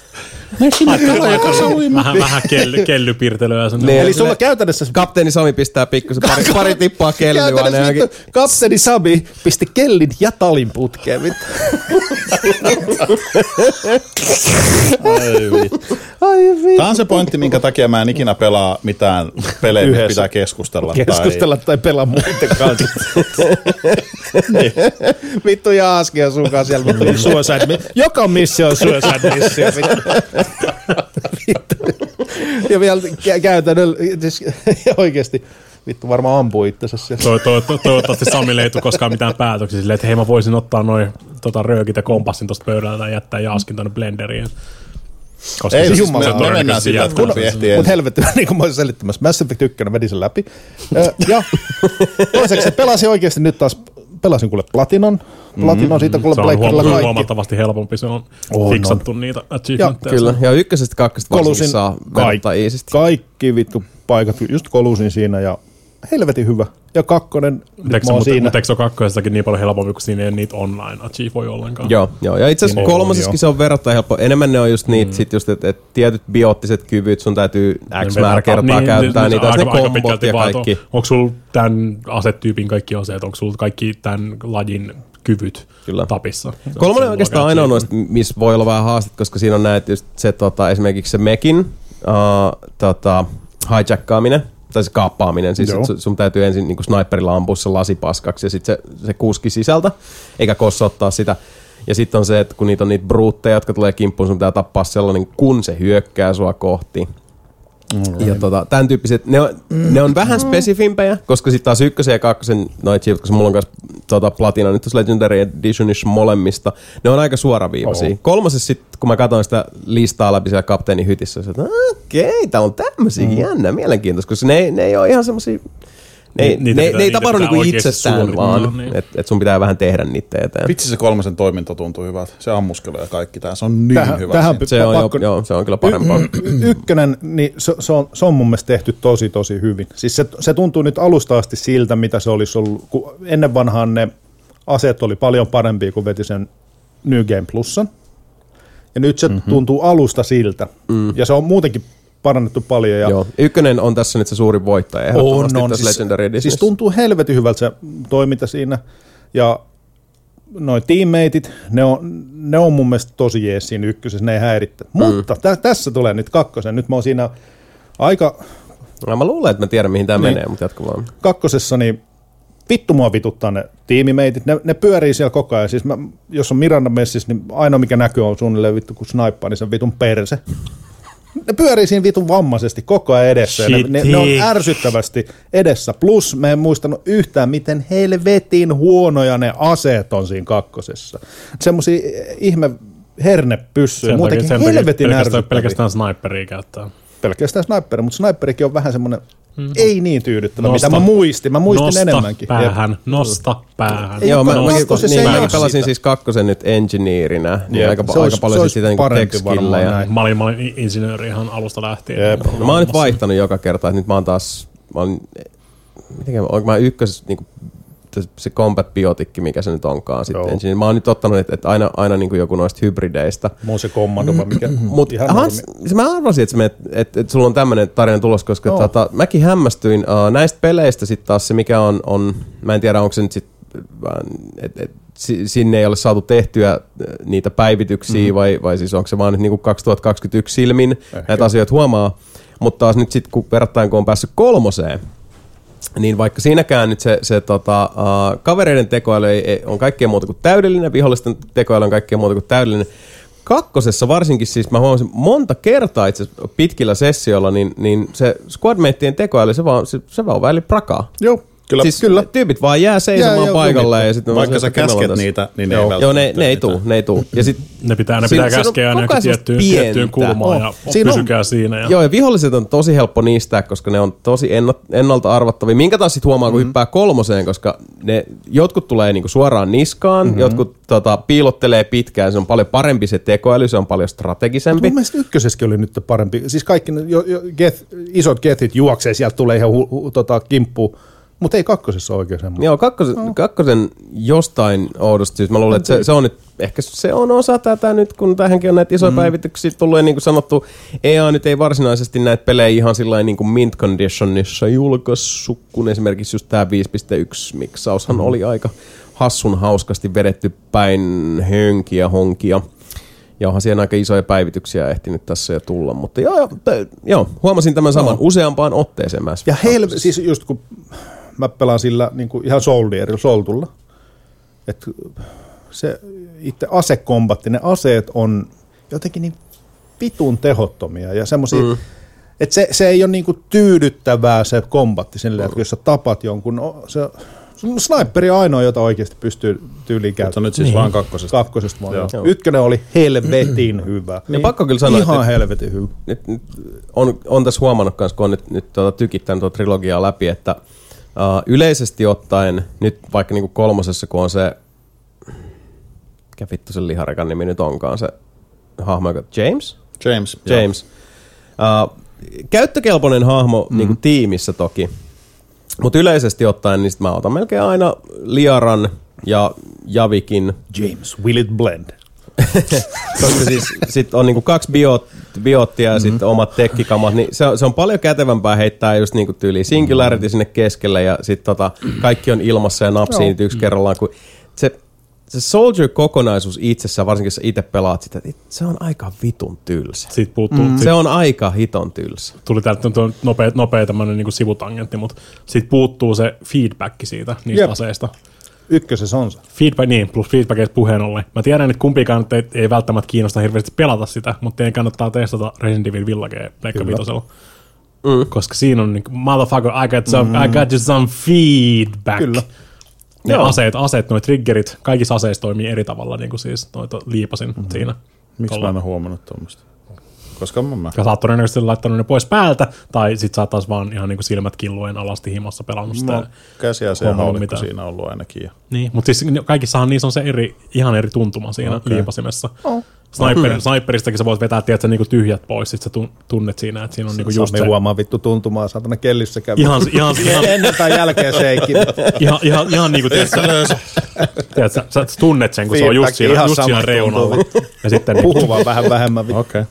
Vähän, vähän kelly, kellypirtelyä. Niin, Eli sulla käytännössä... Kapteeni Sami pistää pikkusen pari, pari tippaa kellyä aina Käytännössä johonkin. vittu, kapteeni Sami pisti kellin ja talin putkeen vittu. Ai vittu. Ai vittu. Tämä on se pointti, minkä takia mä en ikinä pelaa mitään pelejä, mistä pitää keskustella. Keskustella tai pelaa muiden kanssa. Niin. Vittu Jaaski ja sun kanssa siellä vittu suicide. Joka missio on suicide missio. Vittu. Ja vielä kä- käytännöllä, siis oikeesti vittu varmaan ampuu itsensä siellä. To, to, to, toivottavasti Samille ei tule koskaan mitään päätöksiä silleen, että hei mä voisin ottaa noin tota, röökit ja kompassin tosta pöydältä ja jättää Jaaskin tonne blenderiin. Koska Ei, se, siis se, me, se me mennään todennäköisesti sillä, että jättää kumpi sen. ehtii Mutta ensin. helvetti, niin kuin mä olisin selittämässä, Mass Effect yksi vedi sen läpi. Ö, ja toiseksi pelasin oikeasti nyt taas, pelasin kuule Platinon. Platinon siitä kuule Se on Blackilla huom- kaikki. huomattavasti helpompi, se on On, fiksattu niitä achievementteja. Kyllä, ja ykkösestä kakkosesta varsinkin Kolusin saa verrattaa iisisti. kaikki vittu paikat, just Kolusin siinä ja helvetin hyvä. Ja kakkonen, nyt Mutta mä oon siinä. eikö se ole kakkosestakin niin paljon helpompi, kun siinä ei ole niitä online achievoi ollenkaan? Joo, joo, ja itse asiassa Niin, kolmosessakin joo. se on verrattain helppo. Enemmän ne on just niitä, mm. sit just, että et tietyt bioottiset kyvyt sun täytyy X määrä kertaa niin, käyttää, niin, niitä on aika- ne aika kombot pitkälti ja vaan, kaikki. että Onko sulla tämän asetyypin kaikki aseet, onko sulla kaikki tämän lajin kyvyt Kyllä. tapissa? Kolmonen on Se oikeastaan luokan ainoa achievement. noista, missä voi olla vähän haastet, koska siinä on näet just se tota, esimerkiksi se mekin uh, tota, hijackkaaminen, tai se kaappaaminen, siis Joo. sun, sun täytyy ensin niin kuin sniperilla ampua se lasi paskaksi ja sitten se, se kuski sisältä, eikä kossottaa sitä. Ja sitten on se, että kun niitä on niitä bruutteja, jotka tulee kimppuun, sun pitää tappaa sellainen, kun se hyökkää sua kohti. Ja tota, tämän tyyppiset, ne on, mm. ne on vähän spesifimpejä, koska sitten taas ykkösen ja kakkosen, no achievement, koska mulla on kanssa tota, platina nyt tuossa Legendary Editionissa molemmista, ne on aika suoraviivaisia. Oh. Kolmosessa sitten, kun mä katsoin sitä listaa läpi siellä kapteenin hytissä, että okei, okay, tää on tämmöisiä mm. jännä, mielenkiintoista, koska ne, ne ei ole ihan semmosia, ne, Ni- niitä ne, pitää- ne ei niitä tapahdu pitää niinku oikeesti itsestään, suunnitella, vaan niin. että et sun pitää vähän tehdä niitä eteen. Vitsi se kolmosen toiminta tuntuu hyvältä. Se ammuskelu ja kaikki tää. Se on niin Tähän- hyvä. tähän siinä. Se on, pakko- jo, joo, se on kyllä parempaa. Y- ykkönen, niin se, se, on, se on mun mielestä tehty tosi, tosi hyvin. Siis se, se tuntuu nyt alusta asti siltä, mitä se olisi ollut, kun ennen vanhaan ne aseet oli paljon parempia, kuin veti sen New Game Plusan. Ja nyt se mm-hmm. tuntuu alusta siltä. Mm. Ja se on muutenkin parannettu paljon. Ja Joo, ykkönen on tässä nyt se suurin voittaja ehdottomasti tässä siis, Legendary Editionissa. siis tuntuu helvetin hyvältä se toiminta siinä. Ja noi teammateit, ne on, ne on mun mielestä tosi jees siinä ykkösessä, ne ei häirittä. Mm. Mutta tä, tässä tulee nyt kakkosen. Nyt mä oon siinä aika No, mä luulen, että mä tiedän, mihin tää Niin. menee, mutta jatka vaan. kakkosessa, niin vittu mua vituttaa ne tiimimeitit. Ne, ne pyörii siellä koko ajan. Siis mä, jos on Miranda messissä, niin ainoa mikä näkyy on suunnilleen vittu kun snaippaa, niin se on vitun perse. Ne pyörii siinä vitun vammaisesti koko ajan edessä. Ja ne, ne, ne on ärsyttävästi edessä. Plus mä en muistanut yhtään, miten helvetin huonoja ne aseet on siinä kakkosessa. Semmosia ihme hernepyssyjä. Sen Muutenkin takia- sen takia helvetin pelkästään, ärsyttäviä. pelkästään sniperia käyttää. Pelkästään sniperi, mutta sniperikin on vähän semmoinen mm. ei niin tyydyttävä, Nosta- mitä mä muistin. Mä muistin nosta enemmänkin. päähän, Jep. nosta päähän. Ei Joo, mä, ole mäkin, kakkosessa niin, ei mäkin ole pelasin sitä. siis kakkosen nyt engineerinä, niin Jep, aika, se aika olisi- paljon se olisi sitä niin parempi tekskillä. varmaan Ja, näin. Mä olin, mä olin insinööri ihan alusta lähtien. Jep. no, mä oon nyt vaihtanut joka kerta, että nyt mä oon taas, mä oon, mitenkä, oonko mä ykkös, niin kuin, se combat biotikki, mikä se nyt onkaan sitten Joo. ensin. Mä oon nyt ottanut, että, että aina, aina niin kuin joku noista hybrideistä. Mä oon se kommando, vai mikä Mutta ihan normi. mä arvasin, että, että, että, että sulla on tämmöinen tarina tulos, koska Joo. tota, mäkin hämmästyin uh, näistä peleistä sitten taas se, mikä on, on, mä en tiedä onko se nyt sitten, että et, si- sinne ei ole saatu tehtyä äh, niitä päivityksiä mm-hmm. vai, vai siis onko se vaan nyt niinku kaksituhattakaksikymmentäyksi silmin Ehkä. näitä asioita huomaa, mutta taas nyt sitten kun verrattain kun on päässyt kolmoseen, niin vaikka siinäkään nyt se, se tota, uh, kavereiden tekoäly ei, ei, on kaikkea muuta kuin täydellinen, vihollisten tekoäly on kaikkea muuta kuin täydellinen. Kakkosessa varsinkin siis mä huomasin monta kertaa itse pitkillä sessioilla, niin, niin se squadmateien tekoäly, se vaan, se, se vaan väli prakaa. Joo. Kyllä, siis kyllä. Tyypit vaan jää seisomaan Jää, paikalleen. Ja sit Vaikka sä käsket niitä, niin ne ei Joo, ne, ne ei tuu, ne ei tuu. Ja sit, Ne pitää, ne Siinä- pitää siinä on käskeä aina koko ajan tiettyyn, semmoista tiettyyn pientä. kulmaan Oh, ja siinä on- pysykää siinä. Ja Joo, ja viholliset on tosi helppo niistää, koska ne on tosi enno- ennalta arvattavia. Minkä taas sit huomaa, kun mm-hmm. hyppää kolmoseen, koska ne jotkut tulee niinku suoraan niskaan, mm-hmm. jotkut tota, piilottelee pitkään, se on paljon parempi se tekoäly, se on paljon strategisempi. Mun mielestä ykkösessäkin oli nyt parempi. Siis kaikki ne jo, jo, get, isot getit juoksee, sieltä tulee ihan hu, hu, tota, kimppuun. Mutta ei kakkosessa ole oikein semmoinen. Joo, kakkosen, no. kakkosen jostain oudosta syystä. Mä luulen, että se, se on nyt, ehkä se on osa tätä nyt, kun tähänkin on näitä isoja mm. päivityksiä tullut. Ja niin kuin sanottu, E A nyt ei varsinaisesti näitä pelejä ihan sillain niin kuin mint conditionissa julkaissut, kun esimerkiksi just tää viisi piste yksi miksaushan mm. oli aika hassun hauskasti vedetty päin hönkiä, honkia. Ja onhan siihen aika isoja päivityksiä ehtinyt tässä jo tulla, mutta joo, joo, t- joo huomasin tämän saman no. useampaan otteeseen mä. Ja hel- siis just kun mä pelaan sillä niin kuin ihan Soldierilla, Soltulla, että se itse asekombatti, ne aseet on jotenkin niin vitun tehottomia ja semmosia, mm. että se, se ei ole niin kuin tyydyttävää se kombatti silleen, että jos sä tapat jonkun, no, se sniperi ainoa, jota oikeasti pystyy tyyliin käyttämään. Mutta nyt siis niin. vaan kakkosesta. Kakkosesta vaan. Joo. Ykkönen oli helvetin hyvä. Ja pakko kyllä sanoa, ihan että helvetin hyvä. Nyt, nyt on, on tässä huomannut kanssa, kun on nyt, nyt tuota, tykittänyt tuota trilogiaa läpi, että uh, yleisesti ottaen, nyt vaikka niinku kolmosessa, kun on se, mikä vittu sen liharekan nimi nyt onkaan, se hahmo, joka James? James. James. Uh, käyttökelpoinen hahmo mm. niinku tiimissä toki, mutta yleisesti ottaen, niin sit mä otan melkein aina Liaran ja Javikin. James, will it blend? Koska siis sit on niinku kaksi biot, biottia ja mm-hmm. sitten omat tekkikamat, niin se on, se on paljon kätevämpää heittää just niinku tyyliin singularity sinne keskelle ja sitten tota, kaikki on ilmassa ja napsii niitä yksi kerrallaan. Kun se, se Soldier-kokonaisuus itsessään, varsinkin jos sä itse pelaat sitä, se on aika vitun tylsä. siitä puuttuu, Mm. sit Se on aika hiton tylsä. tuli täältä nopea, nopea tämmönen niinku sivutangentti, mutta siitä puuttuu se feedback siitä niistä Jep. aseista. Ykkösessä on se. Feedback, niin, plus feedbackista puheen ollen. Mä tiedän, että kumpikaan ei, ei välttämättä kiinnosta hirveästi pelata sitä, mutta teidän kannattaa testata Resident Evil Village Pleikka Vitosella. Mm. Koska siinä on niinku, motherfucker, I got, some, mm. I got you some feedback. Kyllä. Ne Joo. aseet, aseet, noi triggerit, kaikissa aseissa toimii eri tavalla, niin kuin siis noita liipasin mm-hmm. siinä. Miksi mä en ole huomannut tuommoista? Koska mä mä. Ja sä oot todennäköisesti laittanut ne pois päältä, tai sit sä oot taas vaan ihan niinku silmät killuen alasti himassa pelannut sitä. No, käsiase ja huomannut haulikko mitään. siinä on ollut ainakin. Ja. Niin, mutta siis kaikissahan niissä on se eri, ihan eri tuntuma siinä Okei. liipasimessa. Oh. Sniper, Mm. Sniperistakin sä voit vetää tiedätkö, niinku tyhjät pois, sit sä tun- tunnet siinä, että siinä on niinku just Sami se. huomaa vittu tuntumaa, saatana kellissä käy. Ihan, ihan, ihan, Ennen tai jälkeen seikki. ihan, ihan, ihan niinku, tiedätkö, tiedätkö, sä, sä tunnet sen, kun se on just Feedback siinä, ihan just siinä samasta reunalla. tuntuu. Ja sitten Puhu vaan vähän vähemmän. vittu. Okei.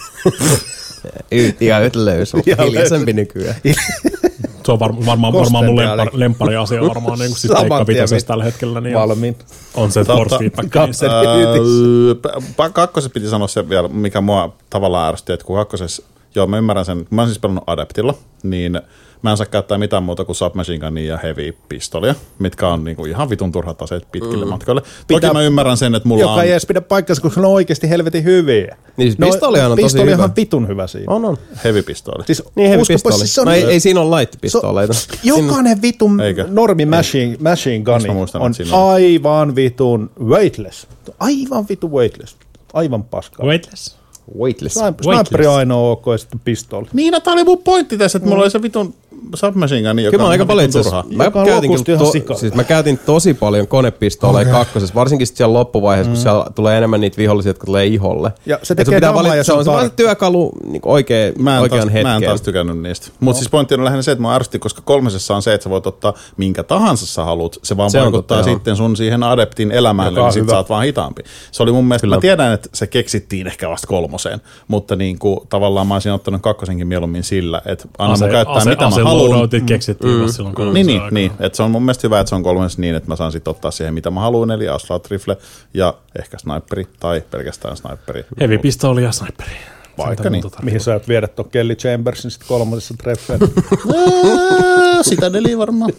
Yt, ihan yt löysä, mutta Ihan hiljaisempi nykyään. se on var, varmaan, varmaan mun Kosteempi lempari, lempari asia varmaan niin kuin siis Saman Pleikka tien Vitosessa mit- tällä hetkellä. Niin Valmiin. on se force feedback. kapseli. Öö, kakkosessa piti sanoa se vielä, mikä mua tavallaan ärsytti, että kun kakkosessa, joo mä ymmärrän sen, mä oon siis pelannut Adeptilla, niin mä en saa käyttää mitään muuta kuin submachine gunia ja heavy pistolia, mitkä on niinku ihan vitun turhat aseet pitkille mm. matkoille. Toki Pitää- mä ymmärrän sen, että mulla Joka on ei edes pidä paikkansa, koska ne on oikeasti helvetin hyviä. Niin siis pistolihan on tosi pistoli hyvä. on vitun hyvä siinä. On, on. heavy pistoli. Siis, Niin heavy uskopa, pistoli. siis se on, no ei, ei siinä ole light-pistoleita. se, jokainen vitun Eikö? normi machine, machine Mistä mä gun muistan, on että siinä on? aivan vitun weightless. Aivan vitun weightless. Aivan paskaa. Weightless. Weightless. Sniper- Sniperi on ainoa ok ja sitten pistoli. Niin, no tää oli mun pointti tässä, että mulla oli se vitun submachine gun, joka Kyllä mä on aika ihan paljon vitun itse turha. asiassa, mä Joka on käytin, lopusti kyllä ihan to, sikana. siis mä käytin tosi paljon konepistoleja Okay. kakkosessa, varsinkin sit siellä loppuvaiheessa, mm. kun siellä tulee enemmän niitä vihollisia, jotka tulee iholle. Ja se Et sun tekee pitää damaa valita- ja se se on on se tarkka. työkalu niin oikein, Mä en, oikean taas, mä en hetkeen. taas tykännyt niistä. Mutta no. siis pointti on lähinnä se, että mä ärsytti, koska kolmesessa on se, että sä voit ottaa minkä tahansa sä haluat. Se vaan Se on vaikuttaa totta, joo. sitten sun siihen adeptin elämään, Joka on niin sit hyvä. sä oot vaan hitaampi. Se oli mun mielestä, Kyllä. mä tiedän, että se keksittiin ehkä vasta kolmoseen, mutta niin kuin, tavallaan mä olisin ottanut kakkosenkin mieluummin sillä, että anna mun käyttää ase, mitä ase mä haluan. loadoutit keksittiin mm. silloin kolmosen Niin, niin, aikana. niin. Et se on mun mielestä hyvä, että se on kolmessa niin, että mä saan sitten ottaa siihen mitä mä haluan, eli assault rifle ja ehkä sniperi tai pelkästään sniperi. Heavy pistoli ja sniperi. Vaikka niin. Mihin sä oot viedä tuon Kelly Chambersin sit kolmosessa treffeen? Sitä neli varmaan.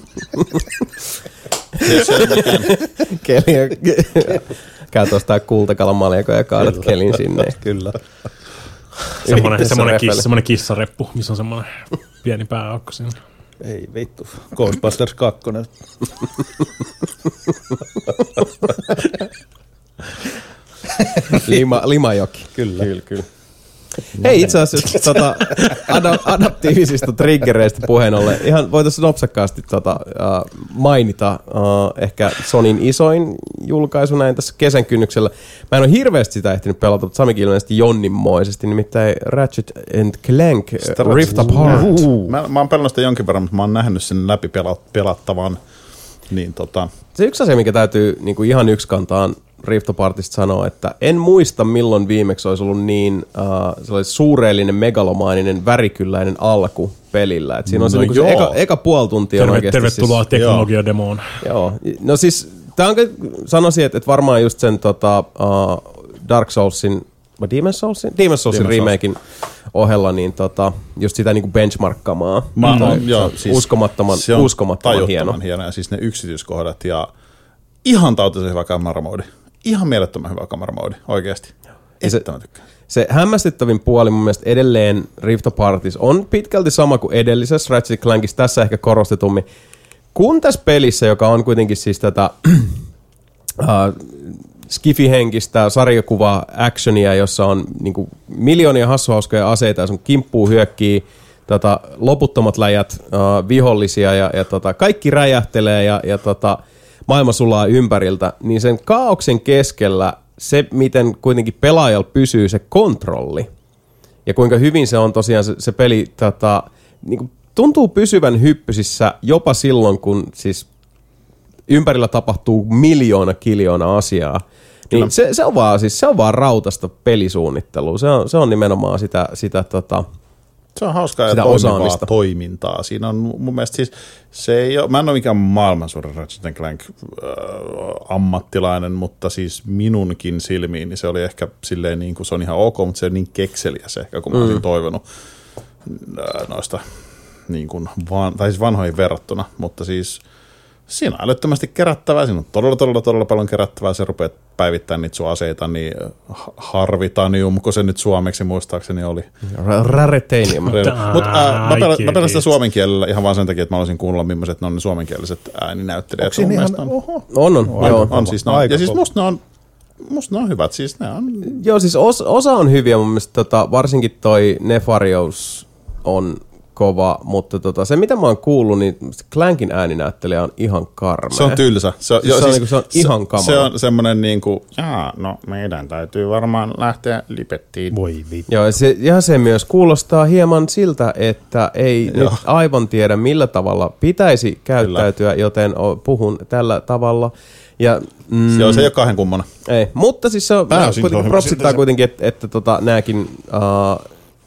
Keli, käy tuosta kultakalamaljako ja kaadat kelin sinne. Kyllä. Semmoinen, Yhdessä semmoinen, refele. kiss, semmoinen kissareppu, missä on semmoinen pieni pääaukko siinä. Ei vittu. Ghostbusters kaksi. Lima, Limajoki. Kyllä. Kyllä, kyllä. Hei, itse asiassa tota, ad- adaptiivisista triggereistä puheen ollen, ihan voitaisiin nopsakkaasti tota, uh, mainita uh, ehkä Sonyn isoin julkaisu näin tässä kesän kynnyksellä. Mä en ole hirveästi sitä ehtinyt pelata, mutta Samikin ilmeisesti jonninmoisesti, nimittäin Ratchet and Clank uh, Rift Apart. Mä, mä oon pelannut sitä jonkin verran, mutta mä oon nähnyt sen läpi pela- pelattavan. Niin, tota. Se yksi asia, mikä täytyy niin kuin ihan yksikantaan Rift Apartista sanoa, että en muista milloin viimeksi olisi ollut niin uh, suureellinen, megalomaaninen, värikylläinen alku pelillä. Et siinä on se, No niin se eka, eka puoli tuntia Terve, oikeasti. tervetuloa siis, teknologiademoon. Joo. No siis, tää on, sanoisin, että, että varmaan just sen tota, uh, Dark Soulsin, vai Demon's Soulsin? Demon's Soulsin Demon's remakein ohella, niin tota, just sitä niinku benchmarkkaamaa. Mä, Tai on, joo, siis uskomattoman, se on uskomattoman hieno. hieno. Ja siis ne yksityiskohdat ja ihan tautisen hyvä kameramoodi. Ihan mielettömän hyvä kameramoodi, oikeasti. Että mä tykkään. Se hämmästyttävin puoli mun mielestä edelleen Rift Apartissa on pitkälti sama kuin edellisessä Ratchet Clankissa, tässä ehkä korostetummin. Kun tässä pelissä, joka on kuitenkin siis tätä uh, skifihenkistä sarjakuvaa actionia, jossa on niinku miljoonia hassuhauskoja aseita ja sun kimppuu hyökkii tota, loputtomat läjät uh, vihollisia ja, ja tota, kaikki räjähtelee ja, ja tota, maailma sulaa ympäriltä, niin sen kaaoksen keskellä se, miten kuitenkin pelaajalla pysyy se kontrolli ja kuinka hyvin se on tosiaan se, se peli tota, niin kuin tuntuu pysyvän hyppysissä jopa silloin, kun siis ympärillä tapahtuu miljoona kiljoona asiaa. Niin se, se, on vaan, siis se on vaan rautasta pelisuunnittelua. Se on, se on nimenomaan sitä, sitä tota, se on hauskaa ja sitä toimivaa osaamista. toimintaa. Siinä on mun mielestä siis, se ei ole, mä en ole mikään maailman suurin Ratchet and Clank äh, ammattilainen, mutta siis minunkin silmiin, niin se oli ehkä silleen niin kuin se on ihan ok, mutta se on niin kekseliäs ehkä, kun mä olisin mm. toivonut äh, noista niin kuin van, tai siis vanhoihin verrattuna, mutta siis siinä on älyttömästi kerättävää, siinä on todella, todella, todella paljon kerättävää, se rupeat päivittämään niitä sun aseita, niin harvitanium, kun se nyt suomeksi muistaakseni oli. Raretanium. Mutta äh, mä pelaan mä sitä suomen kielellä ihan vaan sen takia, että mä olisin kuunnella, millaiset ne on ne suomenkieliset ääninäyttelijät. Onko siinä ihan, oho. On, on, on, joo. on siis, no, ja siis musta ne on, musta ne on hyvät, siis ne on. Joo, siis os, osa on hyviä mun mielestä, tota, varsinkin toi Nefarious on kova, mutta tota, se mitä mä oon kuullut, niin Clankin ääninäyttelijä on ihan karmea. Se on tylsä. Se on, siis jo, se, on, siis, niin se on ihan kamala. Se on semmoinen niin kuin, jaa, no meidän täytyy varmaan lähteä lipettiin. Voi vittu. Joo, se, ja se myös kuulostaa hieman siltä, että ei nyt aivan tiedä millä tavalla pitäisi käyttäytyä, Kyllä. joten puhun tällä tavalla. Ja, mm, se, on, se ei ole kahden kummana. Ei, mutta siis se on, kuitenkin propsittaa kuitenkin, että, että tota, nämäkin uh,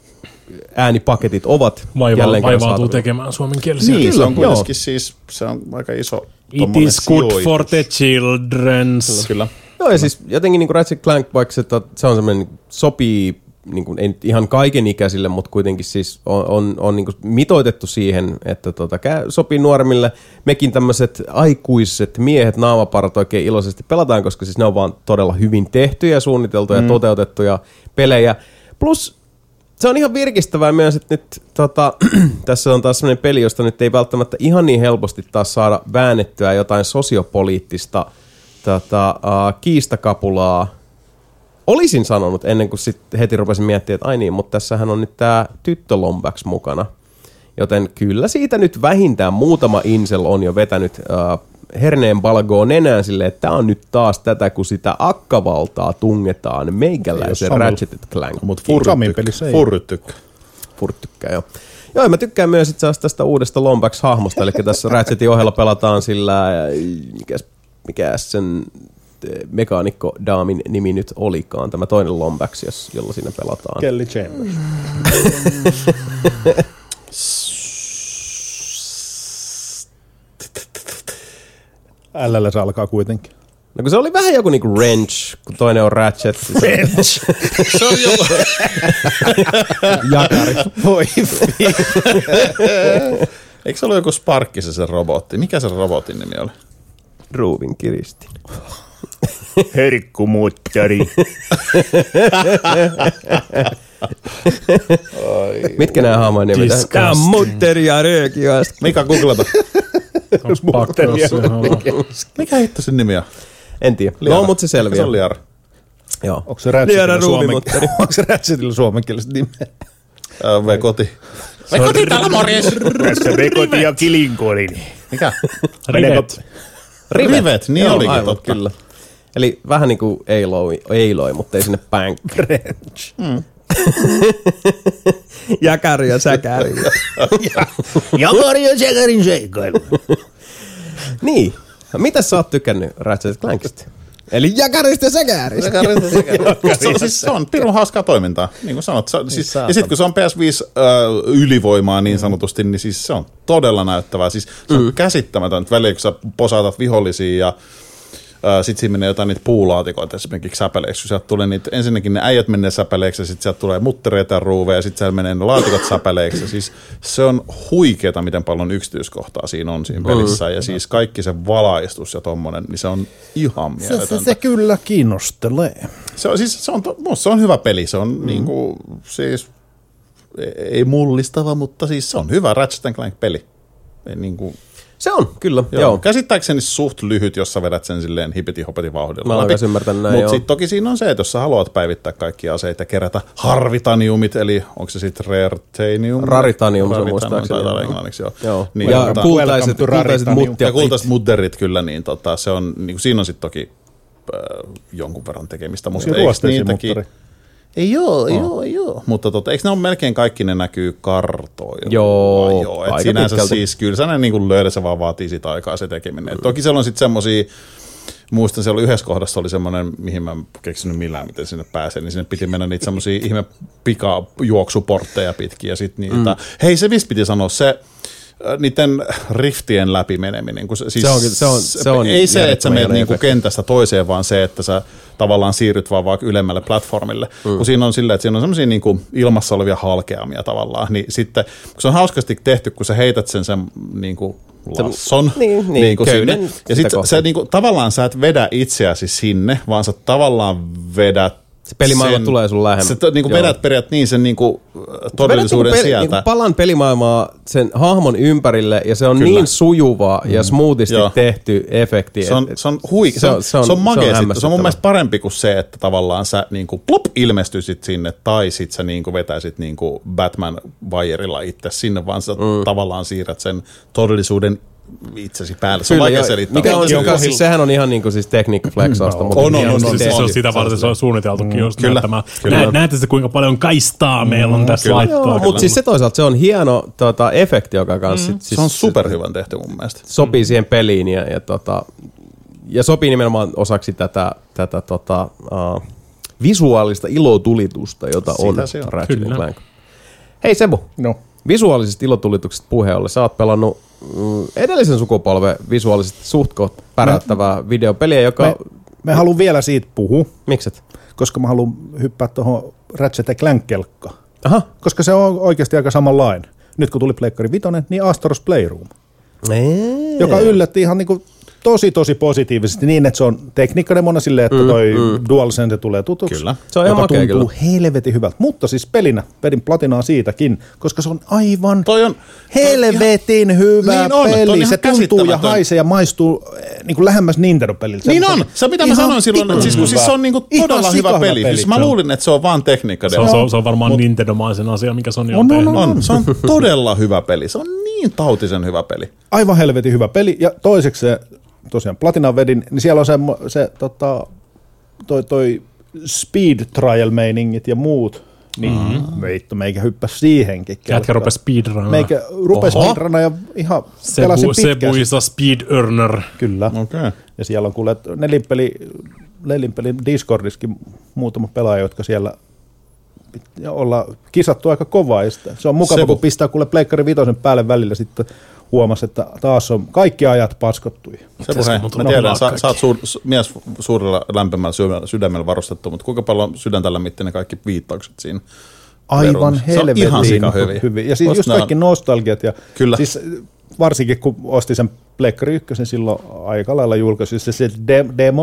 äänipaketit ovat Vaiva, jälleen kerran vaivautuu tekemään suomenkielisiä. Niin, se on kuitenkin siis, se on aika iso It is good sijoitus. For the children's. Kyllä. Joo, ja siis jotenkin niin kuin Ratchet Clank, vaikka se, se on semmoinen, sopii niin kuin, ei ihan kaiken ikäisille, mutta kuitenkin siis on, on, on niin kuin mitoitettu siihen, että tota, sopii nuoremmille. Mekin tämmöiset aikuiset miehet naamaparat oikein iloisesti pelataan, koska siis ne on vaan todella hyvin tehtyjä, suunniteltuja, mm. toteutettuja pelejä. Plus se on ihan virkistävää myös, että nyt tota, tässä on taas sellainen peli, josta nyt ei välttämättä ihan niin helposti taas saada väännettyä jotain sosiopoliittista tota, uh, kiistakapulaa. Olisin sanonut ennen kuin sitten heti rupesin miettimään, että ai niin, mutta tässähän on nyt tämä tyttö Lombax mukana. Joten kyllä siitä nyt vähintään muutama incel on jo vetänyt uh, herneen balgoon nenään silleen, että tämä on nyt taas tätä, kun sitä akkavaltaa tungetaan meikäläisen Ratchet and Clank. Mutta furryt tykkää. Furryt tykkää, joo. Joo, mä tykkään myös itse asiassa tästä uudesta Lombax-hahmosta, eli tässä Ratchetin ohella pelataan sillä, mikäs, mikäs sen mekaanikko-daamin nimi nyt olikaan, tämä toinen Lombax, jolla siinä pelataan. Kelly Chambers. L L se alkaa kuitenkin. No kun se oli vähän joku niinku wrench, kun toinen on Ratchet. Wrench? Se on joku. Jakari. Voi Eikö se ollut joku Sparkissa se robotti? Mikä se robotin nimi oli? Ruuvin kiristin. Herkkumuuttari. Mitkä nämä hahmojen nimet? Tää on mutteri ja röökiöstä. Mika, googlata. Mutteri ja Mikä hitto sen nimi on? En tiedä. Liara. No, mutta se selviää. Se on Liara. Joo. Onko se Liara Ratchetilla suomen, ruumimutteri. onko se Ratchetilla suomenkieliset nimeä? Äh, V koti. Me koti täällä morjes. Tässä Vekoti ja Kilinkorin. Mikä? Rivet. Rivet. Rivet, niin Joo, olikin aivan, totta. Kyllä. Eli vähän niin kuin Aloy, Aloy, mutta ei sinne bank. Range. Jäkäri ja säkäri. Ja Mario Säkärin seikkailu. Niin. Mitä sä oot tykännyt Ratchet Clankista? Eli jäkäristä ja säkäristä. Se on, siis, se on pirun hauskaa toimintaa, niin kuin sanot. Se, siis, Saatana. ja sitten kun se on P S viisi äh, ylivoimaa niin sanotusti, niin siis se on todella näyttävää. Siis se on mm. käsittämätöntä väliä, kun sä posautat vihollisia ja äh, sitten siinä menee jotain niitä puulaatikoita esimerkiksi säpäleiksi. Kun sieltä tulee niitä, ensinnäkin ne äijät menee säpäleiksi ja sitten sieltä tulee muttereita ja ruuveja ja sitten siellä menee ne laatikot säpäleiksi. Ja siis se on huikeeta, miten paljon yksityiskohtaa siinä on siinä pelissä. Ja siis kaikki se valaistus ja tommonen, niin se on ihan Se, mieletöntä. se, se kyllä kiinnostelee. Se on, siis, se on, to- se on hyvä peli, se on mm. niinku, siis, ei mullistava, mutta siis se on hyvä Ratchet and Clank-peli. Ei, niinku, Se on, kyllä. joo. Joo. Käsittääkseni suht lyhyt, jos sä vedät sen silleen hipeti-hopeti vauhdilla. Mä oon myös ymmärtänyt näin, Mutta joo. sitten toki siinä on se, että jos sä haluat päivittää kaikki aseita ja kerätä harvitaniumit, eli onko se sitten raretanium? Raritanium, se Raritanium muistaakseni. taitaa olla englanniksi, joo. Joo. Niin, ja tota- kultaiset, Welcome to kultaiset Raritanium. mut ja ja kultaiset mudderit kyllä, niin tota, se on, niin siinä on sitten toki äh, jonkun verran tekemistä. Mutta Siinä eikö ruosteisiin niitäkin- muttari. Ei joo, ei joo, ei joo. Mutta tota, eikö ne ole melkein kaikki ne näkyy kartoilla? Joo, joo. Et aika sinänsä pitkälti. siis kyllä se niin löydä, se vaan vaatii sitä aikaa se tekeminen. Mm. Toki siellä on sitten semmosia, muistan siellä yhdessä kohdassa oli semmoinen, mihin mä en keksinyt millään, miten sinne pääsee, niin sinne piti mennä niitä semmosia ihme pikajuoksuportteja pitkin ja sitten niitä. Mm. Hei, se mistä piti sanoa, se niiden riftien läpi meneminen. Kun se, siis Se onkin- se on- se on ei se, että sä järjettömän menet hieno niinku efekti. kentästä toiseen, vaan se, että sä tavallaan siirryt vaan vaikka ylemmälle platformille. Mm. Kun siinä on silleen, että siinä on semmoisia niinku ilmassa olevia halkeamia tavallaan, niin sitten kun se on hauskasti tehty, kun sä heität sen sen niinku lasson niin, niin, niinku köyden sinne, ja sitä sitten kohti. sä niinku, tavallaan sä et vedä itseäsi sinne, vaan sä tavallaan vedät Se pelimaailma tulee sun lähemmäs. Sä niinku Joo. vedät periaatteessa niin sen niinku todellisuuden Vedät niinku peli, sieltä. niinku palan pelimaailmaa sen hahmon ympärille, ja se on Kyllä. niin sujuva ja smoothisti Joo. tehty efekti. Se on, et- se on huikea, se on, se on, se on magea. Se on, se on mun hämmästyttävä. mielestä parempi kuin se, että tavallaan sä niinku plop ilmestyisit sinne, tai sit sä niinku vetäisit niinku Batman-vajerilla itse sinne, vaan sä mm. tavallaan siirrät sen todellisuuden itsesi päälle. Se on Kyllä, vaikea ja selittää. mikä on, Mutta joka, siis sehän on ihan niinku siis tekniikka-flexausta. mutta On, on, hienosti on, on, Siis se tehty. on sitä varten, se on suunniteltukin just Kyllä, näyttämään. kyllä. Nä, näette se, kuinka paljon kaistaa meillä on tässä kyllä. laittaa. Joo, mutta siis se toisaalta se on hieno tota, efekti, joka kanssa sit, siis se on superhyvän tehty mun mielestä. sopii siihen peliin ja, ja, tota, ja sopii nimenomaan osaksi tätä, tätä tota, uh, visuaalista ilotulitusta, jota Sitä on se on. Ratchet Kyllä. Clank. Hei Sebu, No. visuaalisista ilotulituksista puheen ollen, sä oot pelannut mm, edellisen sukupolven visuaalisesti suht koht päräyttävää videopeliä, joka... Me, me haluan vielä siitä puhua, Mikset? koska mä haluan hyppää tuohon Ratchet and Clank-kelkkaan. Aha. Koska se on oikeasti aika samanlainen. Nyt kun tuli Pleikkari Vitoinen, niin Astaros Playroom, Eee. joka yllätti ihan niinku tosi tosi positiivisesti niin, että se on tekniikkanemona silleen, että toi mm, mm. DualSense tulee tutuksi. Kyllä. Se on ihan joka makea tuntuu kyllä. helvetin hyvältä. Mutta siis pelinä vedin platinaa siitäkin, koska se on aivan Toi on- helvetin hyvä Niin on, toi on peli. ihan Se tuntuu ja käsittämätön. haisee ja maistuu eh, niin kuin lähemmäs Nintendo-peliltä. Niin Semmoinen on, se mitä mä ihan sanoin silloin, että siis, kun siis se on niinku Ihan todella hyvä sikahyvä peli. peli. Siis mä luulin, että se on vaan tekniikka. Se on, se on, se on varmaan Mut, Nintendo-maisen asia, mikä Sony on, On, on, tehnyt. on. On, se on todella hyvä peli. Se on niin tautisen hyvä peli. Aivan helvetin hyvä peli. Ja toiseksi se, tosiaan Platinan vedin, niin siellä on se, se tota, toi, toi speed trial-meiningit ja muut. Niin mm-hmm. veitto, meikä hyppäs siihenkin. Jätkä rupesi speedrunaa. Meikä rupes Oho. speedrunaa ja ihan pelasin Sebu, pitkään. Sebu is a speed earner. Kyllä. Okei. Okay. Ja siellä on kuule nelinpeli, nelinpeli Discordissakin muutama pelaaja, jotka siellä pit- olla kisattu aika kovaa. Ja sitten se on mukava, Sebu. kun pistää kuule Pleikkari Vitosen päälle välillä sitten huomasi, että taas on kaikki ajat paskottui. Sebu, hei, mut mä on tiedän, pelaa sä, kaikki? sä oot suur, su- mies suurella lämpimällä sydämellä, sydämellä varustettu, mutta kuinka paljon sydäntä lämmitti ne kaikki viittaukset siinä? Aivan Playroomissa? Se on helvetin ihan sika hyviä. hyviä. Ja siis Musta just nää on- kaikki nostalgiat. Ja Kyllä. Siis varsinkin kun ostin sen Pleikkari ykkösen silloin aika lailla julkaisu, se, se de- demo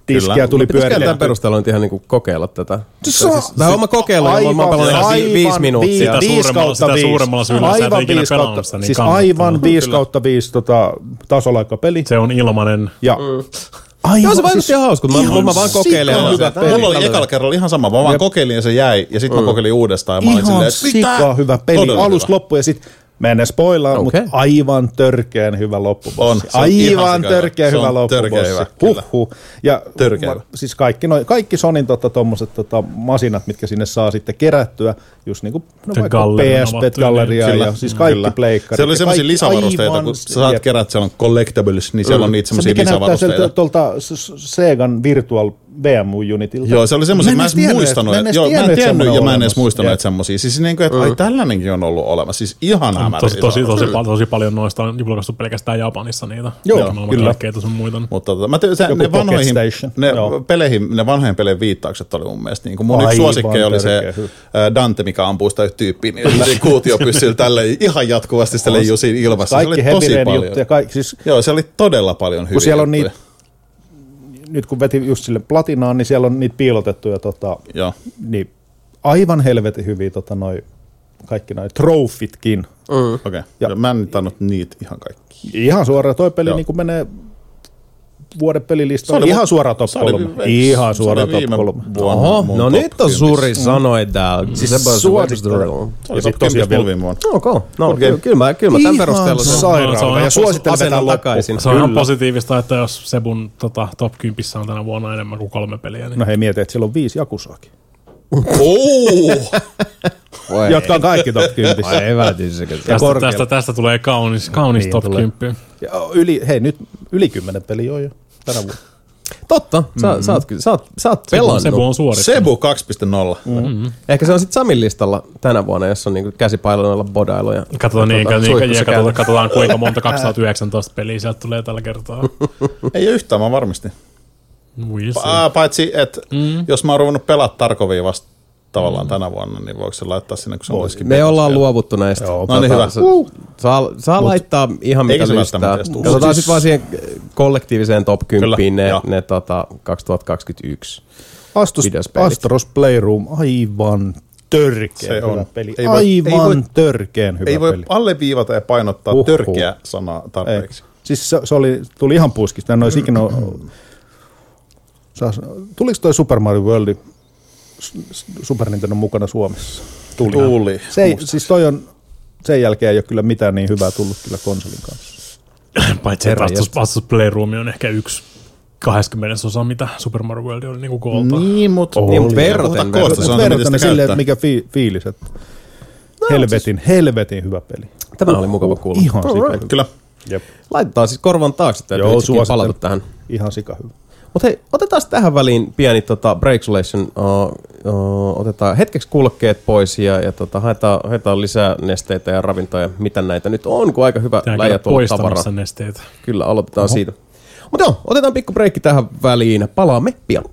tiskiä tuli Pitäisikö tämän pyöritetty. perusteella nyt ihan niinku kokeilla tätä? Se on- Tämä on oma kokeilu, ja mä oon pelannut ihan vi- viisi minuuttia. Sitä viisi suuremmalla- kautta sitä viisi. suuremmalla syyllä sä et Aivan ikinä viisi pelannut kautta- sitä, niin Siis kannattaa. aivan viisi kautta viisi tota, tasolaikapeli. Se on ilmanen. Ja Joo, se vaikutti ihan hauska, mutta mä, mä vaan kokeilen. Ihan ja hyvä. se- tää Mulla oli tällainen. ekalla kerralla ihan sama. Mä vaan kokeilin ja se jäi. Ja sitten mä kokeilin uudestaan. Ja mä olin Ihan silleen, että sika hyvä peli. Todella Alusta hyvä. loppu ja sitten mä en edes spoilaa, Okei. mutta aivan törkeän hyvä loppubossi. On, se on ihan Aivan sika törkeä hyvä. Se hyvä on törkeä loppubossi. hyvä, kyllä. Huhhuh. Ja Törkeä ma- hyvä. siis kaikki, noi, kaikki Sonin tota, tommoset tota, masinat, mitkä sinne saa sitten kerättyä, just niin kuin no, Se vaikka gallerin P S avattu, P-galleria Kyllä, ja siis kaikki kyllä. pleikkarit. Siellä oli ja semmoisia kaikki lisävarusteita, aivan- kun sä saat jep. kerää, että siellä on collectibles, niin siellä on niitä Se semmoisia mikä näyttää sieltä lisävarusteita. tuolta S- Segan Virtual V M U-unitilta. Joo, se oli semmoisia, mä en edes muistanut, että, joo, mä en tiennyt ja mä en edes muistanut, että semmoisia. Siis niin kuin, että ai tällainenkin on ollut olemassa. Siis ihan hämäriä. Tosi, tosi, tosi, tosi, tosi paljon noista on julkaistu pelkästään Japanissa niitä. Joo, Eikä maailman kyllä. kaikkeita sun muita. Mutta tota, mä te, se, Joku ne, Pocket vanhoihin, Station, ne, joo. peleihin, ne vanhojen pelien viittaukset oli mun mielestä. Niin kuin mun Aivan yksi suosikki oli se törkeä hyvä. ä, Dante, mikä ampuu sitä tyyppiä, niin sillä kuutiopyssyllä tälleen ihan jatkuvasti sitä leijuu siinä ilmassa. Se Kaikki oli tosi Heavy Rain paljon. juttuja. Kaikki, siis Joo, se oli todella paljon hyviä kun siellä on juttuja. niitä, nyt kun veti just sille platinaan, niin siellä on niitä piilotettuja, tota, Joo. niin aivan helvetin hyviä tota, noi, kaikki noi trofitkin. Mm. Okei. Okay. Ja- Mä en nyt annut niitä ihan kaikki. Ihan suoraan, toi peli Joo. niin menee vuoden Se pelilistalle. oli Ihan mun- suoraan top se oli- kolme. se Ihan oli suoraan top viime kolme. vuonna Oho, mun no top nyt on kympissä. suuri sanoja täällä. Siis Sebas suosittelen. Webster. Se oli Ja sit top tosiaan kympissä vielä- mulla viime vuonna. Ok, no Good game. kyllä, kyllä mä, kyllä mä tämän Ihan perusteella sen sairaalta. Se on Ja ihan suosittelen asennon vetää loppuun. takaisin. Se on ihan Kyllä. positiivista, että jos Sebun tota, top kymmenen on tänä vuonna enemmän kuin kolme peliä, niin No hei, mieti, että siellä on viisi Jakusaakin. Voi Jotka on kaikki top kymmenen. Ai ei vältyisikö. tästä, korkealla. tästä, tästä tulee kaunis, kaunis Niin top tulee. kymmenen. Ja yli, hei, nyt yli kymmenen peliä on jo tänä vuonna. Totta, sä, sä, oot, kyllä- sä, oot, sä oot pelannut. Sebu on suorittanut. Sebu kaksi piste nolla. Mm. Ehkä se on sitten Samin listalla tänä vuonna, jos on niinku käsipailoilla bodailu. Ja Katsotaan, niin, tota, niin, suihkussa ja katsotaan, käydään. katsotaan kuinka monta kaksituhattayhdeksäntoista peliä sieltä tulee tällä kertaa. Ei ole yhtään, mä varmistin. We'll see. Pa- paitsi, että mm. jos mä oon ruvennut pelaa Tarkovia vasta tavallaan tänä vuonna, niin voiko se laittaa sinne, kun se on kuitenkin Me betas ollaan vielä? luovuttu näistä. Joo. No niin, hyvä. Sa- Saa, saa laittaa ihan eikä mitä se lystää. välttämättä edes tule. Katsotaan Siis- sitten vaan siihen kollektiiviseen top Kyllä, kymmenen ne, joo. ne tota, kaksituhattakaksikymmentäyksi. Astos, Videospelit. Astros Playroom, aivan törkeä Se hyvä on. peli. Ei voi- aivan ei voi- törkeän hyvä Ei voi peli. alleviivata ja painottaa Huhhuh. törkeä sanaa Ei. tarpeeksi. Siis se, se oli, tuli ihan puskista. En olisi ikinä... Saas, tuliko toi Super Mario World Super Nintendo mukana Suomessa? Tuli. Tuli. Se ei, siis toi on, sen jälkeen ei ole kyllä mitään niin hyvää tullut kyllä konsolin kanssa. Paitsi, että Herra Astos, jestas. Astos Playroom on ehkä yksi kahdeskymmenesosa, mitä Super Mario World oli niinku koolta. Niin, mutta Niin, mutta verraten, Puhutaan koosta, se on Verraten miten sitä silleen, käyttää. mikä fi, fiilis, että helvetin, helvetin hyvä peli. Tämä oli mukava kuulla. Ihan sika hyvä. Kyllä. Jep. Laitetaan siis korvan taakse, täytyy Joo, itsekin suosittelen. palata tähän. Ihan sika hyvä. Mutta hei, otetaan tähän väliin pieni tota, breaksulation. Uh, uh, otetaan hetkeksi kuulokkeet pois ja, ja tota, haetaan, haetaan lisää nesteitä ja ravintoa ja mitä näitä nyt on, kun aika hyvä Tää läjä käydä tuolla poistamassa tavaraa. nesteitä. Kyllä, aloitetaan Oho. siitä. Mutta joo, otetaan pikku breikki tähän väliin. Palaamme pian.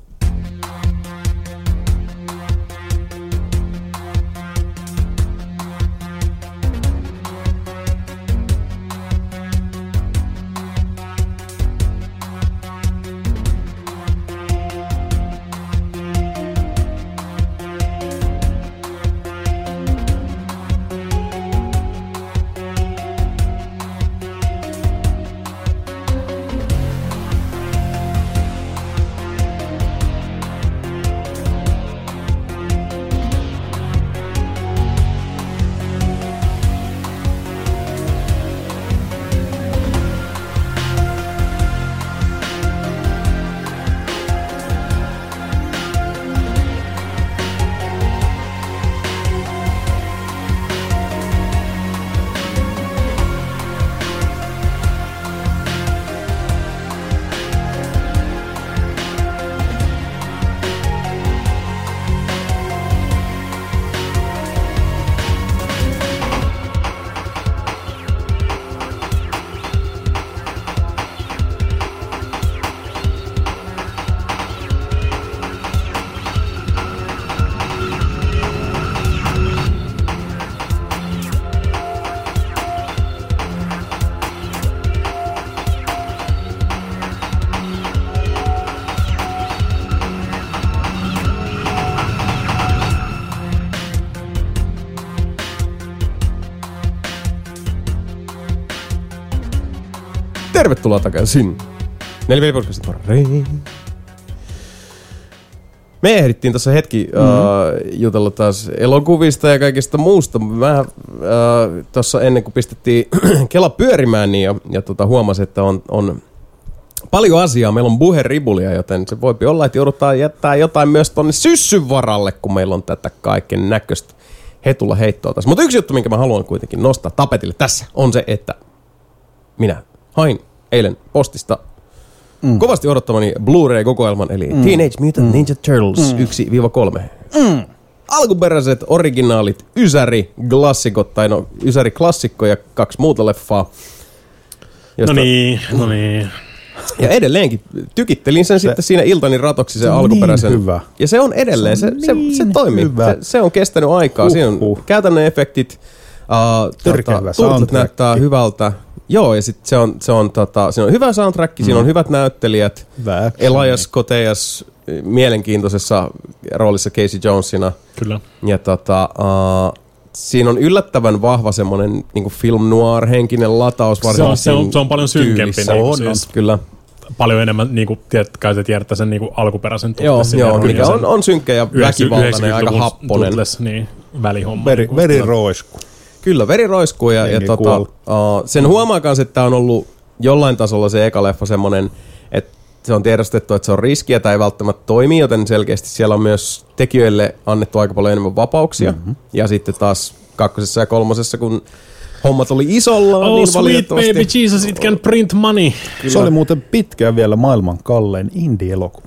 Tervetuloa takaisin. Nelipelipodcastin pariin. Me ehdittiin tuossa hetki mm-hmm. uh, jutella taas elokuvista ja kaikista muusta. Mä uh, tuossa ennen kuin pistettiin Kela pyörimään niin ja, ja tota, huomasin, että on, on paljon asiaa. Meillä on buheribulia, joten se voi olla, että joudutaan jättää jotain myös tonne syssyn varalle, kun meillä on tätä kaiken näköistä hetulla heittoa tässä. Mutta yksi juttu, minkä mä haluan kuitenkin nostaa tapetille tässä, on se, että minä hain eilen postista mm. kovasti odottamani Blu-ray-kokoelman, eli mm. Teenage Mutant mm. Ninja Turtles mm. yksi kolme. Mm. Alkuperäiset, originaalit, Ysäri-klassikot, tai no Ysäri-klassikko ja kaksi muuta leffaa. Josta, no niin, no niin. Ja edelleenkin tykittelin sen se, sitten siinä iltani ratoksi sen alkuperäisen. Niin hyvä. Ja se on edelleen, se, se, niin se, se toimii. Se, se on kestänyt aikaa. Uh, Siinä on uh. käytännön efektit. Uh, tota, Turtlet näyttää hyvältä. Joo, ja sitten se on, se on, tota, se on hyvä soundtrack, mm. siinä on hyvät näyttelijät. Väksä. Elias Koteas mielenkiintoisessa roolissa Casey Jonesina. Kyllä. Ja tota, uh, siinä on yllättävän vahva semmoinen niinku film noir-henkinen lataus. Se on, se on, se on paljon synkempi. Niin, siis. Kyllä. Paljon enemmän, niin kuin kai sä tiedätte sen niin kuin alkuperäisen Tutlesin. Joo, joo mikä on, on synkkä ja väkivaltainen ja aika happonen. Tutles, niin, välihomma. Veri, niin veriroisku. Kyllä, veriroiskuu ja, ja tota, uh, sen huomaa kanssa, että tämä on ollut jollain tasolla se eka leffa semmoinen, että se on tiedostettu, että se on riskiä tai ei välttämättä toimi, joten selkeästi siellä on myös tekijöille annettu aika paljon enemmän vapauksia. Mm-hmm. Ja sitten taas kakkosessa ja kolmosessa, kun hommat oli isolla, oh, niin sweet valitettavasti... baby Jesus, it can print money. Kyllä. Se oli muuten pitkään vielä maailman kallein indie-elokuva.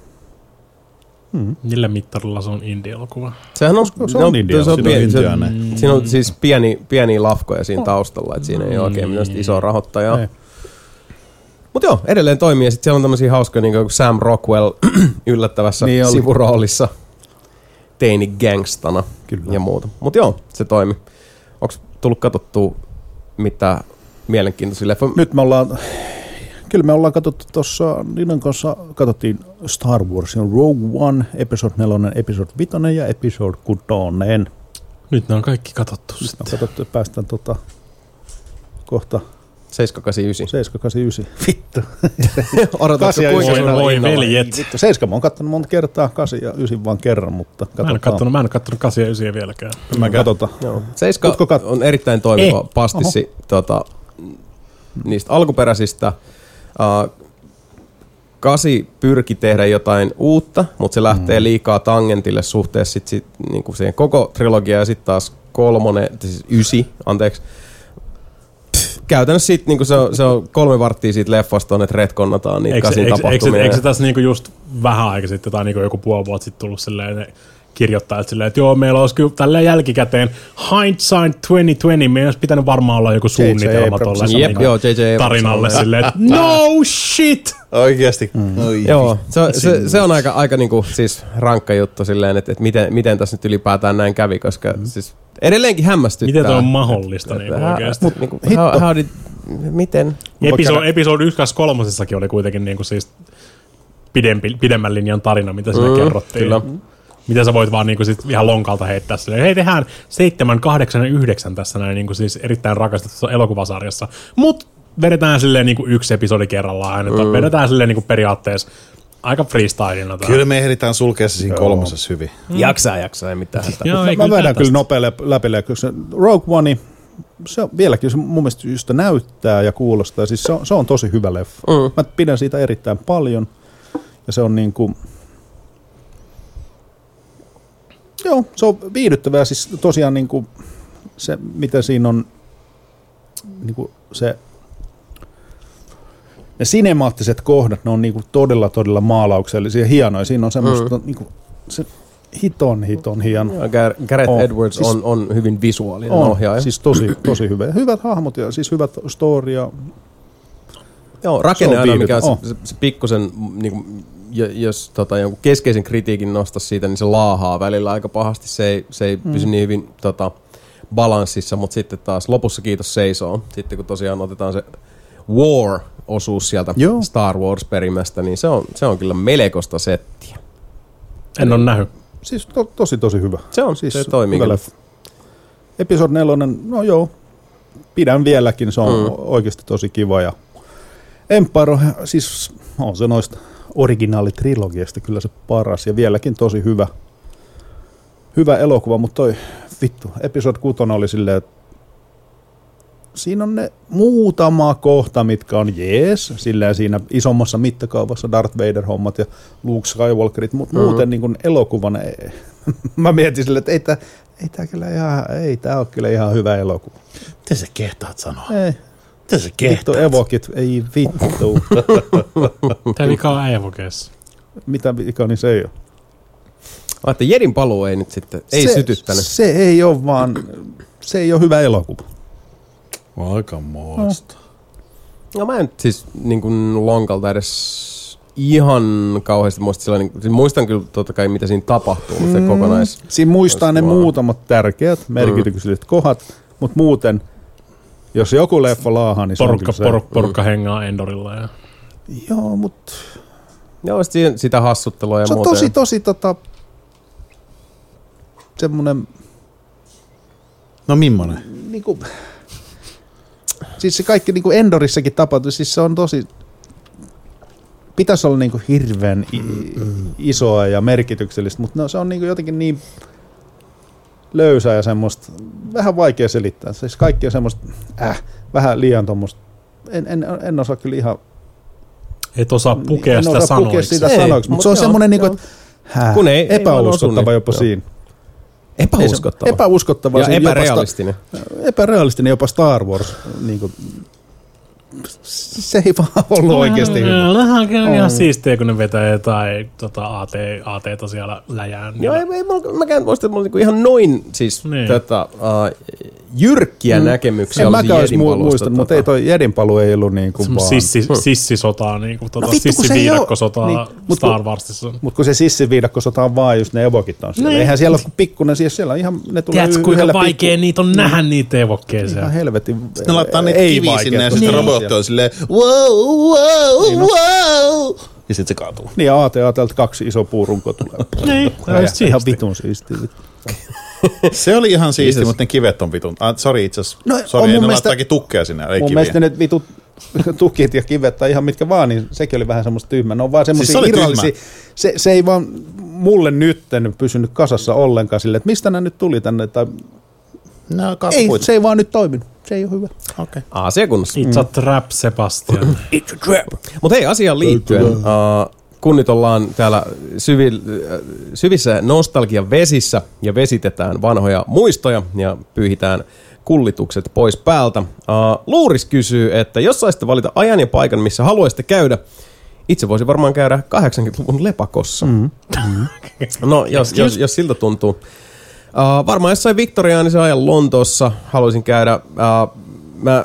Hmm. Millä mittarilla se on indie-elokuva? Sehän on, se on indie, se on, siinä, pieni, on se, siinä on siis pieni, pieniä lafkoja siinä taustalla, että siinä ei ole oikein mitään isoa rahoittajaa. Mutta joo, edelleen toimii ja sitten siellä on tämmöisiä hauskoja niin kuin Sam Rockwell yllättävässä niin sivuroolissa teini-gangstana ja muuta. Mutta joo, se toimi. Onko tullut katsottua mitään mielenkiintoisia leffoja? Nyt me ollaan... Kyllä me ollaan katsottu tuossa, Ninan kanssa katsottiin Star Warsin Rogue One, episode neljä, episode viisi ja episode kuusi. Nyt ne on kaikki katsottu. Nyt on katsottu, että päästään tota, kohta seitsemän kahdeksan yhdeksän. seitsemän kahdeksan yhdeksän. Vittu. Odotatko kuinka sun voi veljet? seitsemän mä oon kattonut monta kertaa, kahdeksan ja yhdeksän vaan kerran, mutta katsotaan. Mä en kattonut, mä en kattonut kahdeksan ja yhdeksän vieläkään. Mä katsotaan. seitsemän on erittäin toimiva eh. pastissi tota, niistä alkuperäisistä. Uh, kasi pyrki tehdä jotain uutta, mutta se lähtee mm. liikaa tangentille suhteessa sit, sit, niinku siihen koko trilogiaan ja sitten taas kolmonen, siis ysi, anteeksi. Pff, käytännössä sit, niinku se, on, se on kolme varttia siitä leffasta on, että retkonnataan niitä eikö, kasin eikö, tapahtumia. Eikö, eikö se tässä niinku just vähän aika sitten tai niinku joku puoli vuotta sitten tullut silleen, kirjoittajat silleen, että joo, meillä olisi kyllä tälleen jälkikäteen hindsight kaksituhattakaksikymmentä, meidän olisi pitänyt varmaan olla joku suunnitelma tuollaisen yep, niin tarinalle silleen, että no shit! Oikeasti. Mm. Joo, se, se, se on aika, aika niinku, siis rankka juttu silleen, että, että miten, miten tässä nyt ylipäätään näin kävi, koska mm. siis edelleenkin hämmästyttää. Miten toi on mahdollista niin oikeasti? Mut, niinku, how, how did, miten? Episode, episode yksi kolmosessakin oli kuitenkin niinku siis pidempi, pidemmän linjan tarina, mitä siinä mm, kerrottiin. Kyllä. Mitä sä voit vaan niinku sit ihan lonkalta heittää silleen, hei tehdään seitsemän, kahdeksan ja yhdeksän tässä näin niinku siis erittäin rakastetussa elokuvasarjassa, mut vedetään silleen niinku yksi episodi kerrallaan aina, mm. vedetään silleen niinku periaatteessa aika freestylina. Kyllä me ehditään sulkea se siinä kolmosessa hyvin. Mm. Jaksaa, jaksaa, ei mitään. Joo, mä mä vedän kyllä nopea läpi, koska Rogue One, se on, vieläkin se mun mielestä just näyttää ja kuulostaa, siis se on, se on tosi hyvä leffa. Mm. Mä pidän siitä erittäin paljon ja se on niinku... Joo, se on viihdyttävää. Siis tosiaan niin kuin se, mitä siinä on, niin kuin se, ne sinemaattiset kohdat, ne on niin kuin todella, todella maalauksellisia ja hienoja. Siinä on semmoista, mm. niin kuin, se hiton, hiton hieno. Gar- Gareth oh, Edwards siis, on, on hyvin visuaalinen on, ohjaaja. Siis tosi, tosi hyvä. Hyvät hahmot ja siis hyvät story ja... Joo, rakenne aina, mikä on oh. se, se, se pikkusen... Niin kuin, jos tota, jonkun keskeisen kritiikin nostaa siitä, niin se laahaa välillä aika pahasti. Se ei, se ei mm. pysy niin hyvin tota, balanssissa, mutta sitten taas lopussa kiitos seisoo. Sitten kun tosiaan otetaan se War-osuus sieltä Joo. Star Wars-perimästä, niin se on, se on kyllä melkoista settiä. En ole nähnyt. Siis to, tosi tosi hyvä. Se on, siis se toimii. Episode nelonen, no joo, pidän vieläkin, se on mm. oikeasti tosi kiva ja Empire on, siis on se noista originaalitrilogiasta kyllä se paras ja vieläkin tosi hyvä, hyvä elokuva, mutta toi vittu, episode kuusi oli silleen, että siinä on ne muutama kohta, mitkä on jees, silleen siinä isommassa mittakaavassa Darth Vader-hommat ja Luke Skywalkerit, mutta mm-hmm. muuten niin kuin elokuvana, ei. Mä mietin silleen, että ei tää, ei tää kyllä ihan, ei tää ole kyllä ihan hyvä elokuva. Miten sä kehtaat sanoa? Ei. Miten sä Vittu kehtaat? evokit, ei vittu. Tää vika on Evokeessa. Mitä vika, niin se ei ole. Ai, että Jedin paluu ei nyt sitten, ei se, sytyttänyt. Se ei ole vaan, se ei ole hyvä elokuva. Aika moista. No mä en nyt siis niin kuin lonkalta edes ihan kauheasti muista sillä, niin, siis muistan kyllä totta kai mitä siinä tapahtuu, mutta se kokonais... Siinä muistaa ne vaan muutamat tärkeät merkitykselliset mm. kohdat, mutta muuten, jos joku leffa laahaa, niin se porukka, on se. porukka, porukka mm. hengaa Endorilla. Ja... Joo, mutta... Joo, sitä hassuttelua ja se on muuta. tosi, tosi tota... semmonen... No millainen? Niinku... Siis se kaikki niinku Endorissakin tapahtui, siis se on tosi... Pitäisi olla niinku hirveän i- isoa ja merkityksellistä, mutta no, se on niinku jotenkin niin löysää ja semmoista, vähän vaikea selittää. Siis kaikki on semmoista, äh, vähän liian tommoista. En, en, en osaa kyllä ihan... Et osaa pukea en sitä osaa sanoiksi. pukea sitä Ei, sanoiksi, mutta mut se on joo, semmoinen niinku, joo. että hää, Kun ei- ei epäuskottava vaan jopa osu, niin, siinä. Epäuskottava. Epäuskottava. Ja siinä jopa epärealistinen. Sta- epärealistinen jopa Star Wars. Niin kuin, se ei vaan ollut oikeasti hyvä. Vähän ihan siistiä, kun ne vetää jotain tota, A T, A T:ta siellä läjään. Joo, ei, ei mulla, mäkään muista, että mulla niinku ihan noin siis Niin. tota, uh, jyrkkiä mm. näkemyksiä En olisi mäkään olisi Jedin mu- paluusta, muistanut, mutta ei toi Jedin paluu ei ollut niin kuin vaan. Sissi, sissisotaa, niin kuin, tuota, No vittu, kun se ei sissiviidakkosotaa oo- niin, niin, mut Star kun- Warsissa. Mutta kun se sissiviidakkosota on vaan just ne evokit on siellä. Niin. Eihän siellä ole kuin pikkunen, siis siellä on ihan, ne tulee Tiedätkö, y- kuinka yhdellä vaikea pikku- niitä on nähdä niitä evokkeja Ihan helvetin. Ne laittaa niitä ei kiviä sinne ja vaikeat sitten on robotti siellä. on silleen wow, wow, wow. Ja sitten se kaatuu. Niin ja A T A:lta kaksi iso puurunkoa tulee. Niin, se on Ja just ihan siistiä. vitun siistiä. Se oli ihan siisti, Jesus. mutta ne kivet on vitun. Ah, sori itse asiassa. No, on Sori, mun ne mielestä- laittaakin tukkeja sinne, ei Mun kiviä. mielestä ne vitut tukit ja kivet tai ihan mitkä vaan, niin sekin oli vähän semmoista tyhmää. Ne on vaan semmoisia Siis se oli irrallisia. Se, se ei vaan mulle nytten pysynyt kasassa ollenkaan silleen, että mistä nämä nyt tuli tänne. Tai... No, Ei, kasvuit. se ei vaan nyt toiminut. Se ei ole hyvä. Okei. Asiakunnassa. It's a trap, Sebastian. Mutta hei, asiaan liittyen, uh, kun nyt ollaan täällä syvi, uh, syvissä nostalgian vesissä ja vesitetään vanhoja muistoja ja pyyhitään kullitukset pois päältä. Uh, Luuris kysyy, että jos saisitte valita ajan ja paikan, missä haluaisitte käydä, itse voisi varmaan käydä kahdeksankymmentäluvun Lepakossa. Mm-hmm. No, jos, jos, jos siltä tuntuu. Uh, varmaan jossain viktoriaanisen ajan Lontoossa haluaisin käydä. Uh, mä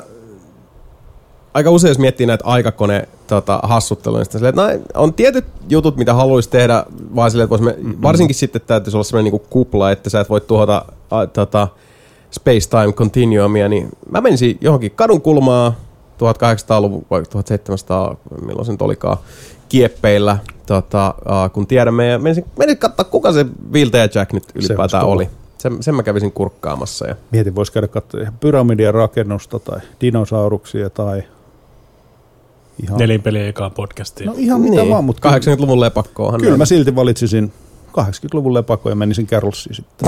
aika usein, jos miettii näitä aikakone tota, hassutteluja, niin silleen, että no, on tietyt jutut, mitä haluaisi tehdä, vaan silleen, että vois me, mm-hmm. varsinkin sitten täytyisi olla sellainen niin kuin kupla, että sä et voi tuhota a, tota, space-time continuumia, niin mä menisin johonkin kadun kulmaa tuhatkahdeksansataaluvun vai tuhatseitsemänsataa, milloin se nyt olikaan, kieppeillä, tota, uh, kun tiedämme, ja menisin, menisin katsoa, kuka se Viltä ja Jack nyt ylipäätään Se oli. Sen, sen mä kävisin kurkkaamassa. Ja... Mietin, voisi käydä katsoa ihan pyramidien rakennusta tai dinosauruksia tai ihan, Nelinpeliä ekaa podcastia. no ihan mitä niin, vaan, mutta kahdeksankymmentäluvun lepakkoahan. kyllä näin. mä silti valitsisin kahdeksankymmentäluvun lepakkoon ja menisin Carolsiin sitten.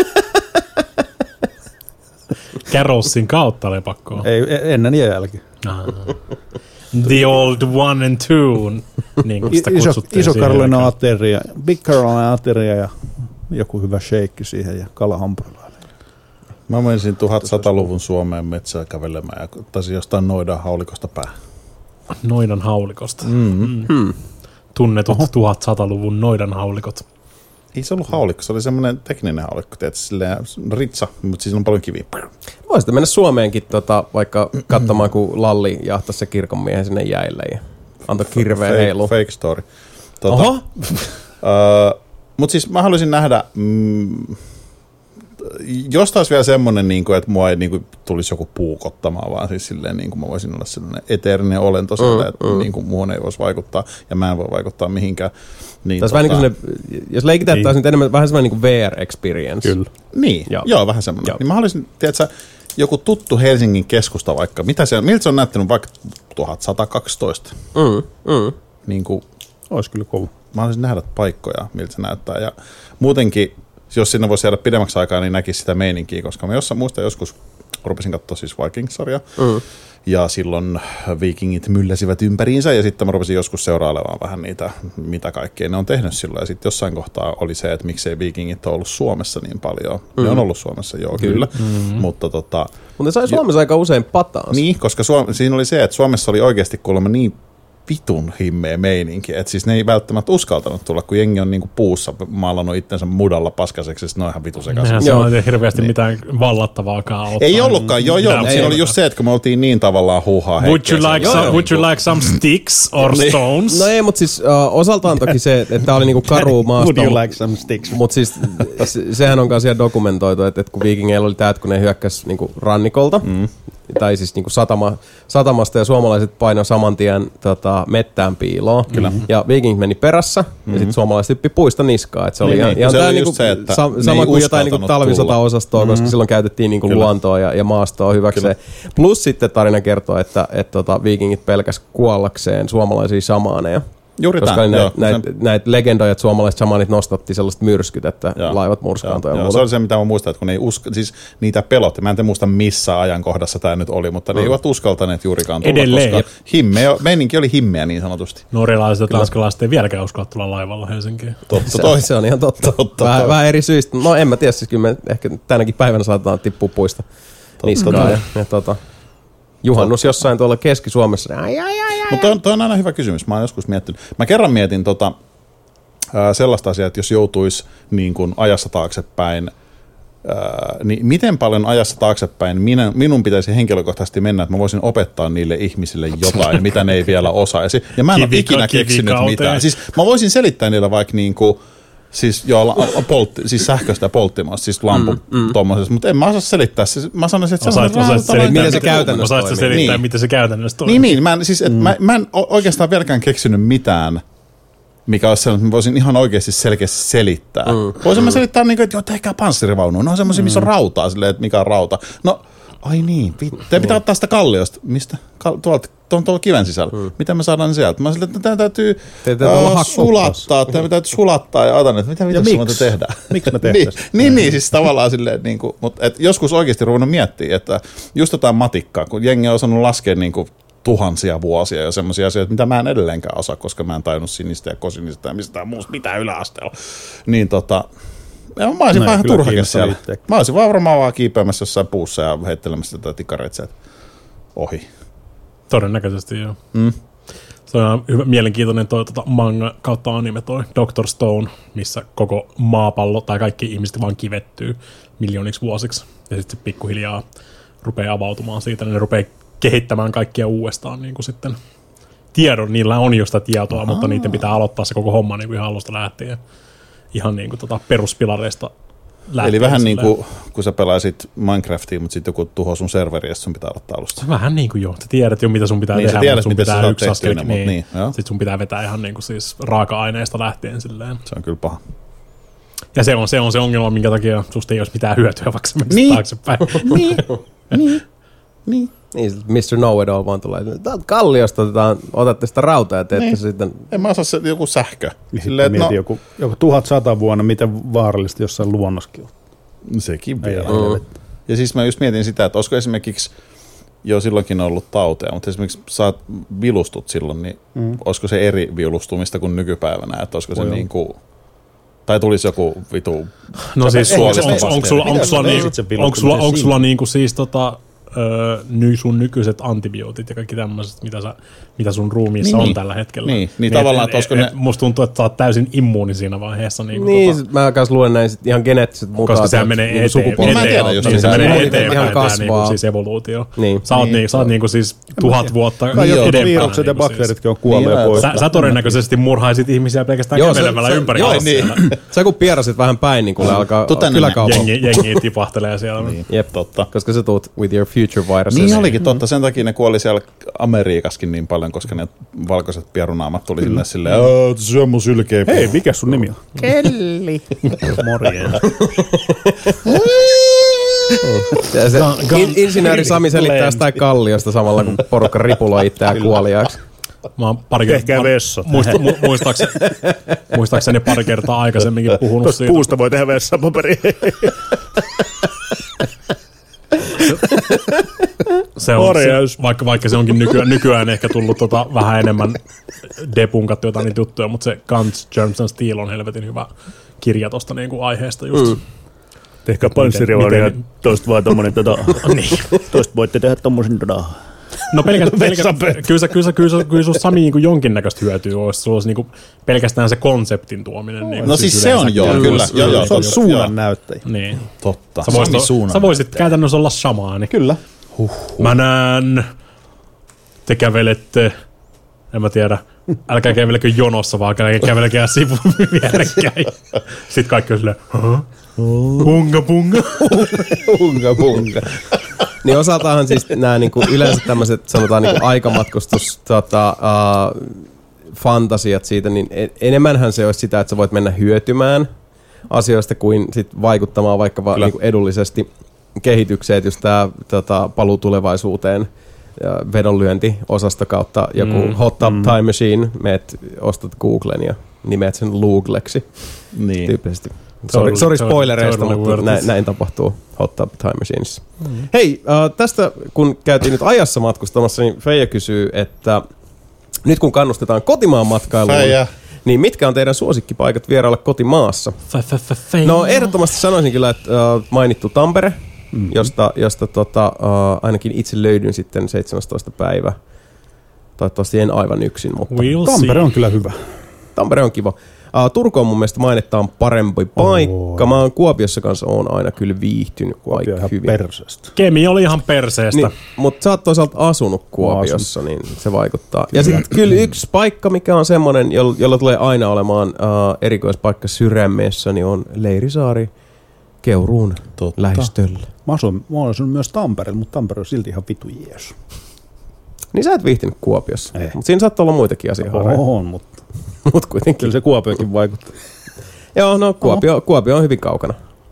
Carolsin kautta lepakkoon. Ei, ennen ja jälkeen. Ah. The old one and two, niin kuin sitä Iso, kutsuttiin iso siihen Carolina aikaan. ateria, Big Carolina ateria ja joku hyvä shake siihen ja kalahampurilainen. Mä menisin tuhatsataluvun Suomeen metsään kävelemään ja taisin jostain noidan haulikosta päähän. Noidan haulikosta. Mm-hmm. Mm. Tunnetut tuhatsataluvun noidan haulikot. Ei se ollut haulikko, se oli semmoinen tekninen haulikko, tiedätkö, silleen ritsa, mutta siis on paljon kiviä. Voisitte mennä Suomeenkin tota, vaikka katsomaan, kun Lalli jahtasi se kirkonmiehen sinne jäille ja antoi kirveen Fake, heilu. fake story. Tota, Oho! Öö, mutta siis mä haluaisin nähdä, mm, jos taas vielä semmoinen, niin kuin, että mua ei niin kuin, tulisi joku puukottamaan, vaan siis silleen, niin kuin mä voisin olla sellainen eteerinen olento siellä, mm, että mm. niin kuin, muuhun ei voisi vaikuttaa ja mä en voi vaikuttaa mihinkään. Niin, Tässä tota, vähän niin kuin jos leikitään, että tämä on nyt enemmän vähän semmoinen niin kuin V R-experience. Kyllä. Niin, Joo. joo, joo vähän semmoinen. Joo. Niin mä haluaisin, tiedätkö, joku tuttu Helsingin keskusta vaikka, mitä se on, miltä se on näyttänyt vaikka tuhatsatakaksitoista? Mm, mm. Niin kuin, Olisi kyllä kova. mä haluaisin nähdä paikkoja, miltä se näyttää. Ja muutenkin, jos sinne voisi jäädä pidemmäksi aikaa, niin näkisi sitä meininkiä, koska mä jossain muistan joskus, rupesin katsoa siis Vikings-sarjaa, mm. ja silloin viikingit mylläsivät ympäriinsä, ja sitten mä rupesin joskus seurailemaan vähän niitä, mitä kaikkea ne on tehnyt silloin, ja sitten jossain kohtaa oli se, että miksei viikingit ole ollut Suomessa niin paljon. Mm. Ne on ollut Suomessa, joo, kyllä, kyllä. Mm-hmm. mutta tota... Mutta ne sai Suomessa jo, aika usein pataan. Niin, koska Suom- siinä oli se, että Suomessa oli oikeasti kuulemma niin vitun himmeä meininki. Että siis ne ei välttämättä uskaltanut tulla, kun jengi on niinku puussa maalannut itsensä mudalla paskaseksi, ja ne on ihan vitu sekaisin. Nehän se on hirveästi niin. mitään vallattavaakaan ottaa. Ei ollutkaan, joo joo, mutta siinä oli just se, että kun me oltiin niin tavallaan huuhaa would you like some, would you like some sticks or stones? No ei, mutta siis uh, osaltaan toki se, että tämä oli niinku karu maasto. Would you like some sticks? Mutta siis se, sehän on kanssa dokumentoitu, että, että kun viikingeillä oli tämä, kun ne hyökkäs niinku rannikolta, mm. tai siis niinku satama, satamasta, ja suomalaiset paino saman tien tota, mettään piiloon. Kyllä. Ja viikingit meni perässä, mm-hmm. ja sitten suomalaiset hyppi puista niskaa. Et se oli niin, ihan, niin. ihan se tää oli niinku, se, että sa, sama kuin jotain niinku talvisotaosastoa, mm-hmm. koska silloin käytettiin niinku luontoa ja, ja maastoa hyväkseen. Kyllä. Plus sitten tarina kertoo, että et, tota, viikingit pelkäs kuollakseen suomalaisia samaaneja. Juuri koska tämän, näitä näit, näit legendoja, että suomalaiset samanit nostatti sellaiset myrskyt, että joo, laivat murskaantui ja muuta. Se oli se, mitä mä muistan, että kun ne ei usko, siis niitä pelotti. Mä en muista missä ajankohdassa tämä nyt oli, mutta mm. ne eivät uskaltaneet juurikaan tulla, edelleen. Koska himmeä, meininki oli himmeä niin sanotusti. Norjalaiset ja tanskalaiset ei vieläkään uskalla tulla laivalla Helsinkiin. Totta, se, toi. se on ihan totta. totta vähän, vähän eri syistä. No en mä tiedä, siis kyllä me ehkä tänäkin päivänä saatetaan tippua puista niskaan. Ja, ja tota, juhannus totta. Jossain tuolla Keski-Suomessa. Ai, ai, ai, ai. Mutta toi, toi on aina hyvä kysymys. Mä oon joskus miettinyt. Mä kerran mietin tota, ää, sellaista asiaa, että jos joutuisi niin kun ajassa taaksepäin, ää, niin miten paljon ajassa taaksepäin minä, minun pitäisi henkilökohtaisesti mennä, että mä voisin opettaa niille ihmisille jotain, mitä ne ei vielä osaisi. Ja mä en ole ikinä keksinyt mitään. Siis mä voisin selittää niille vaikka niin kuin siis, joo, poltti, siis sähköistä polttimasta, siis lampu mm, mm. tuommoisessa, mutta en mä osaa selittää. Siis, mä sanoisin, että se on selittää, miten se käytännössä toimii. Osaisi selittää, niin. miten se käytännössä toimii. Niin, niin mä, en, siis, et mm. mä, mä en oikeastaan vieläkään keksinyt mitään, mikä olisi sellainen, että mä voisin ihan oikeasti selkeästi selittää. Mm. Voisin mm. mä selittää, niin kuin, että joo, tehkää panssarivaunuja. Ne on semmoisia, missä on rautaa, silleen, että mikä on rauta. No, ai niin, te pitää ottaa sitä kalliosta. Mistä? Kal- tuolta, tuon tuolla kiven sisällä. Mm. Miten me saadaan ne sieltä? Mä silleen, että tämä täytyy uh, sulattaa. Tämä täytyy sulattaa ja otan, että mitä, mitä me tehdään? Miksi me tehtäisiin? niin, niin, niin, siis tavallaan silleen, niin kuin, mutta et joskus oikeasti ruvennut miettiä, että just jotain matikkaa, kun jengi on osannut laskea niin kuin tuhansia vuosia ja semmoisia asioita, mitä mä en edelleenkään osaa, koska mä en tajunnut sinistä ja kosinista ja mistään muusta mitään yläasteella. Niin tota... Ja mä olisin no, vähän turhakin siellä. Mä olisin vaan varmaan vaan kiipeämässä jossain puussa ja heittelemässä tätä tikareitseä ohi. Todennäköisesti joo. Mm. Se on hyvä, mielenkiintoinen toi tota, manga kautta anime toi doctor Stone, missä koko maapallo tai kaikki ihmiset vaan kivettyy miljooniksi vuosiksi. Ja sitten se pikkuhiljaa rupeaa avautumaan siitä, niin ne rupeaa kehittämään kaikkia uudestaan niin kuin sitten. Tiedon, niillä on jo sitä tietoa, Aha. mutta niiden pitää aloittaa se koko homma niin kuin ihan alusta lähtien. Ihan niin kuin tota peruspilareista lähtien. Eli vähän niin kuin, kun sä pelaisit Minecraftia, mutta sitten joku tuhoaa sun serveriä, sun pitää aloittaa alusta. Vähän niin kuin joo. Sä tiedät jo, mitä sun pitää niin, tehdä, tiedät, mutta sun pitää yksi askel. Niin, niin, niin, sitten sun pitää vetää ihan niin kuin siis raaka-aineista lähtien silleen. Se on kyllä paha. Ja se on se, on se ongelma, minkä takia susta ei olisi mitään hyötyä, vaikka sä menisit niin. taaksepäin. niin, niin, niin. Niin, mister Know-it-all vaan tulee. Täältä kalliosta otetaan, otatte sitä rautaa ja teette niin. sitten... En mä osaa se joku sähkö. Silleen, mieti no, joku, joku tuhatsata vuonna, miten vaarallista jossain luonnoskin on. Sekin vielä. Mm. Ja siis mä just mietin sitä, että olisiko esimerkiksi jo silloinkin ollut tauteja, mutta esimerkiksi sä vilustut silloin, niin mm. olisiko se eri vilustumista kuin nykypäivänä, että olisiko Voi se on. niin kuin... Tai tulisi joku vitu... No siis onko sulla niinku siis tota... Öö, ny, sun nykyiset antibiootit ja kaikki tämmöiset, mitä, sä, mitä sun ruumiissa niin, on niin. tällä hetkellä. Niin, niin, niin tavallaan, että et, ne... et, musta tuntuu, että sä oot täysin immuuni siinä vaiheessa. Niin, niin tota, mä kanssa luen näin sit ihan geneettiset mutaatiot. Koska sehän menee eteen, sukupuolella. Mä en tiedä, jos niin, se menee eteenpäin, ihan kasvaa. Niinku siis evoluutio. Niin. Sä oot, niin, sä oot niinku siis tuhat vuotta edempänä. Virukset ja bakteeritkin on kuolleet pois. Sä todennäköisesti murhaisit ihmisiä pelkästään kävelemällä ympäri. Sä kun pierasit vähän päin, niin kun alkaa kyläkaupalla. Jengi tipahtelee siellä. Jep, totta. Koska sä tuut with your future virus. Niin olikin totta, sen takia ne kuoli siellä Amerikaskin niin paljon, koska ne valkoiset pierunaamat tuli sinne silleen, että syö mun sylkeä. Hei, mikä sun nimi on? Kelli. Morjens. Ja se in, insinööri Sami selittää jostain kalliosta samalla, kun porukka ripuloi itseään kuoliaaksi. Mä oon pari Tehkää vessa. Muista, mu, muistaakseni, muistaakseni pari kertaa aikaisemminkin puhunut Tuosta siitä. puusta voi tehdä vessapaperia. Se on, se, vaikka, vaikka se onkin nykyään, nykyään ehkä tullut tota, vähän enemmän depunkattu jotain niitä juttuja, mutta se Guns, Germs and Steel on helvetin hyvä kirja tosta niinku aiheesta just. Mm. Tehkää panssirivaria, toista vaan tommonen tota, niin. Toista voitte tehdä tommosen tota. No pelkästään, pelkä, kyllä, se, kyllä, se, kyllä, se, kyllä se Sami niin jonkinnäköistä hyötyä olisi, se olisi niin kuin pelkästään se konseptin tuominen. Niin no siis se on joo, kyllä. kyllä. Joo, joo, se on suunnan näyttäjä. Niin. Totta. Sä voisit, sä voisit käytännössä olla shamaani. Kyllä. Huhhuh. Mä näen, te kävelette, en mä tiedä, älkää kävelekö jonossa, vaan kävelekää sivun vierekkäin. Sitten kaikki on silleen, punga punga. Punga punga. Niin osaltahan siis nämä niinku yleensä tämmöiset sanotaan niinku aikamatkustus tota, uh, fantasiat siitä, niin enemmänhän se olisi sitä, että sä voit mennä hyötymään asioista kuin sit vaikuttamaan vaikka niinku edullisesti kehitykseen, just tämä tota, paluu tulevaisuuteen ja vedonlyönti-osasta kautta joku mm. Hot Tub mm. Time Machine, meet ostat Googlen ja nimeät sen Loogleksi niin. Tyyppisesti. Sorry, sorry spoilereista, mutta näin, näin tapahtuu Hot Tub Time Machineissa. Mm. Hei, uh, tästä kun käytiin nyt ajassa matkustamassa, niin Feija kysyy, että nyt kun kannustetaan kotimaan matkailuun, Feija. Niin mitkä on teidän suosikkipaikat vierailla kotimaassa? No ehdottomasti sanoisin kyllä, että uh, mainittu Tampere, mm-hmm. josta, josta tota, uh, ainakin itse löydyn sitten seitsemästoista päivä. Toivottavasti en aivan yksin, mutta we'll Tampere on kyllä hyvä. Tampere on kiva. Uh, Turku on mun mielestä mainittaan parempi paikka. Oh. Mä oon Kuopiossa kanssa oon aina kyllä viihtynyt Kuopio aika hyvin. Perseestä. Kemi oli ihan perseestä. Niin, mutta sä oot toisaalta asunut Kuopiossa, niin se vaikuttaa. Ja sitten kyllä yksi paikka, mikä on semmonen, jolla, jolla tulee aina olemaan uh, erikoispaikka sydämessä, niin on Leirisaari Keuruun Totta. lähistöllä. Mä asun, mä asun myös Tampereella, mutta Tampere on silti ihan vitu jees. Niin sä et viihtynyt Kuopiossa, mutta siinä saattaa olla muitakin asioita. On, mutta mut kuitenkin. Kyllä se Kuopiokin vaikuttaa. Joo, no Kuopio, oh. Kuopio on hyvin kaukana.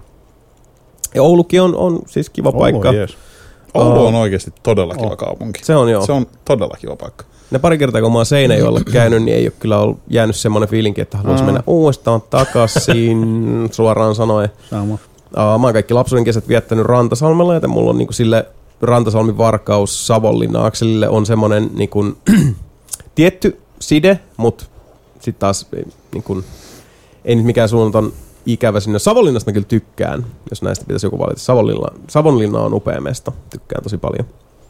Ja Oulukin on, on siis kiva Oulu, paikka. Yes. Oulu on oikeasti todella kiva oh. kaupunki. Se on joo. Se on todella kiva paikka. Ne pari kertaa, kun mä oon Seinäjoella käynyt, niin ei ole kyllä ollut jäänyt semmoinen fiilinki, että haluaisi mm. mennä uudestaan takaisin, suoraan sanoen. Sama. Uh, mä oon kaikki lapsuuden kesät viettänyt Rantasalmella, joten mulla on niinku sille Rantasalmi, Varkaus, Savonlinna akselille on semmoinen niinku, tietty side, mutta sitten taas niin kun, ei nyt mikään suunnaton ikävä sinne. Savonlinnasta mä kyllä tykkään, jos näistä pitäisi joku valita. Savonlinna, Savonlinna on upea mesta, tykkään tosi paljon.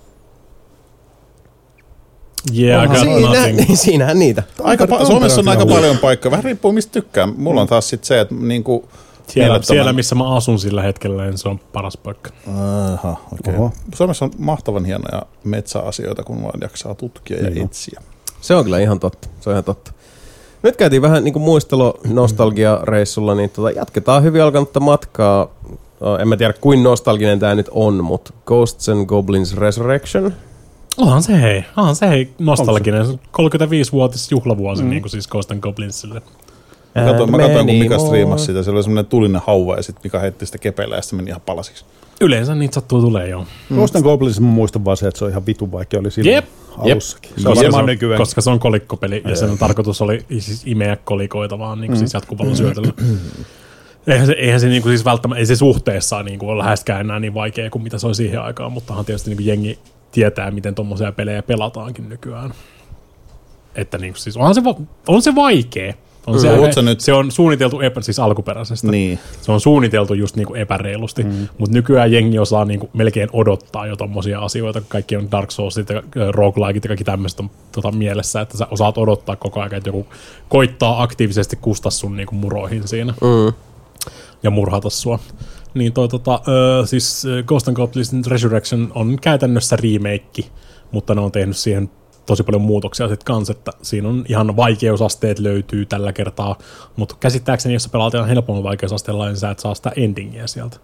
Yeah, I got Siinä, nothing. Siinähän niitä. Aika pa- Suomessa on aika paljon paikkoja, vähän riippuu mistä tykkään. Mulla on taas sitten se, että niinku Siellä, siellä, missä mä asun sillä hetkellä, niin se on paras paikka. Aha, okei. Okay. Suomessa on mahtavan hienoja metsäasioita, kun vaan jaksaa tutkia ja niin etsiä. Se on kyllä ihan totta. Se on ihan totta. Nyt käytiin vähän niin kuin muistelu-nostalgia-reissulla, niin tota, jatketaan hyvin alkanutta matkaa. En mä tiedä, kuin nostalginen tää nyt on, mutta Ghosts and Goblins Resurrection. Onhan se hei, onhan se hei nostalginen. kolmekymmentäviisivuotis juhlavuosi mm. niin kuin siis Ghosts and Goblinsille. Mä katsoin, mä katsoin kun Mika striimasi sitä, siellä oli semmoinen tulinen hauva ja sitten Mika heitti sitä kepeillä ja sitten meni ihan palasiksi. Yleensä niitä sattuu tulee joo. Mm. Ghosts and Goblins mä muistan vaan se, että se on ihan vitu vaikea oli silloin yep. alussakin. Yep. Se on koska, se on, koska se on kolikkopeli ja sen tarkoitus oli siis imeä kolikoita vaan niin kuin mm. siis jatkuvalla mm. syötöllä. Eihän se, eihän se, niin kuin siis välttämättä, ei se suhteessaan niin kuin ole läheskään enää niin vaikea kuin mitä se oli siihen aikaan, mutta tietysti niin kuin jengi tietää, miten tommosia pelejä pelataankin nykyään. Että niin kuin siis onhan se, on se vaikea. On se, aika, nyt? se on suunniteltu epä, siis alkuperäisestä. Niin. Se on suunniteltu just niinku epäreilusti, mm. mutta nykyään jengi osaa niinku melkein odottaa jo tommosia asioita, kaikki on Dark Soulsit ja roguelikeit ja kaikki tämmöistä on tota mielessä, että sä osaat odottaa koko ajan, että joku koittaa aktiivisesti kustaa sun niinku muroihin siinä mm. ja murhata sua. Niin toi tota, ö, siis Ghost and Goblins Resurrection on käytännössä remake, mutta ne on tehnyt siihen tosi paljon muutoksia sitten kans, että siinä on ihan vaikeusasteet löytyy tällä kertaa, mutta käsittääkseni, jos sä pelaat ihan helpommalla vaikeusasteella, niin sä et saa sitä endingiä sieltä.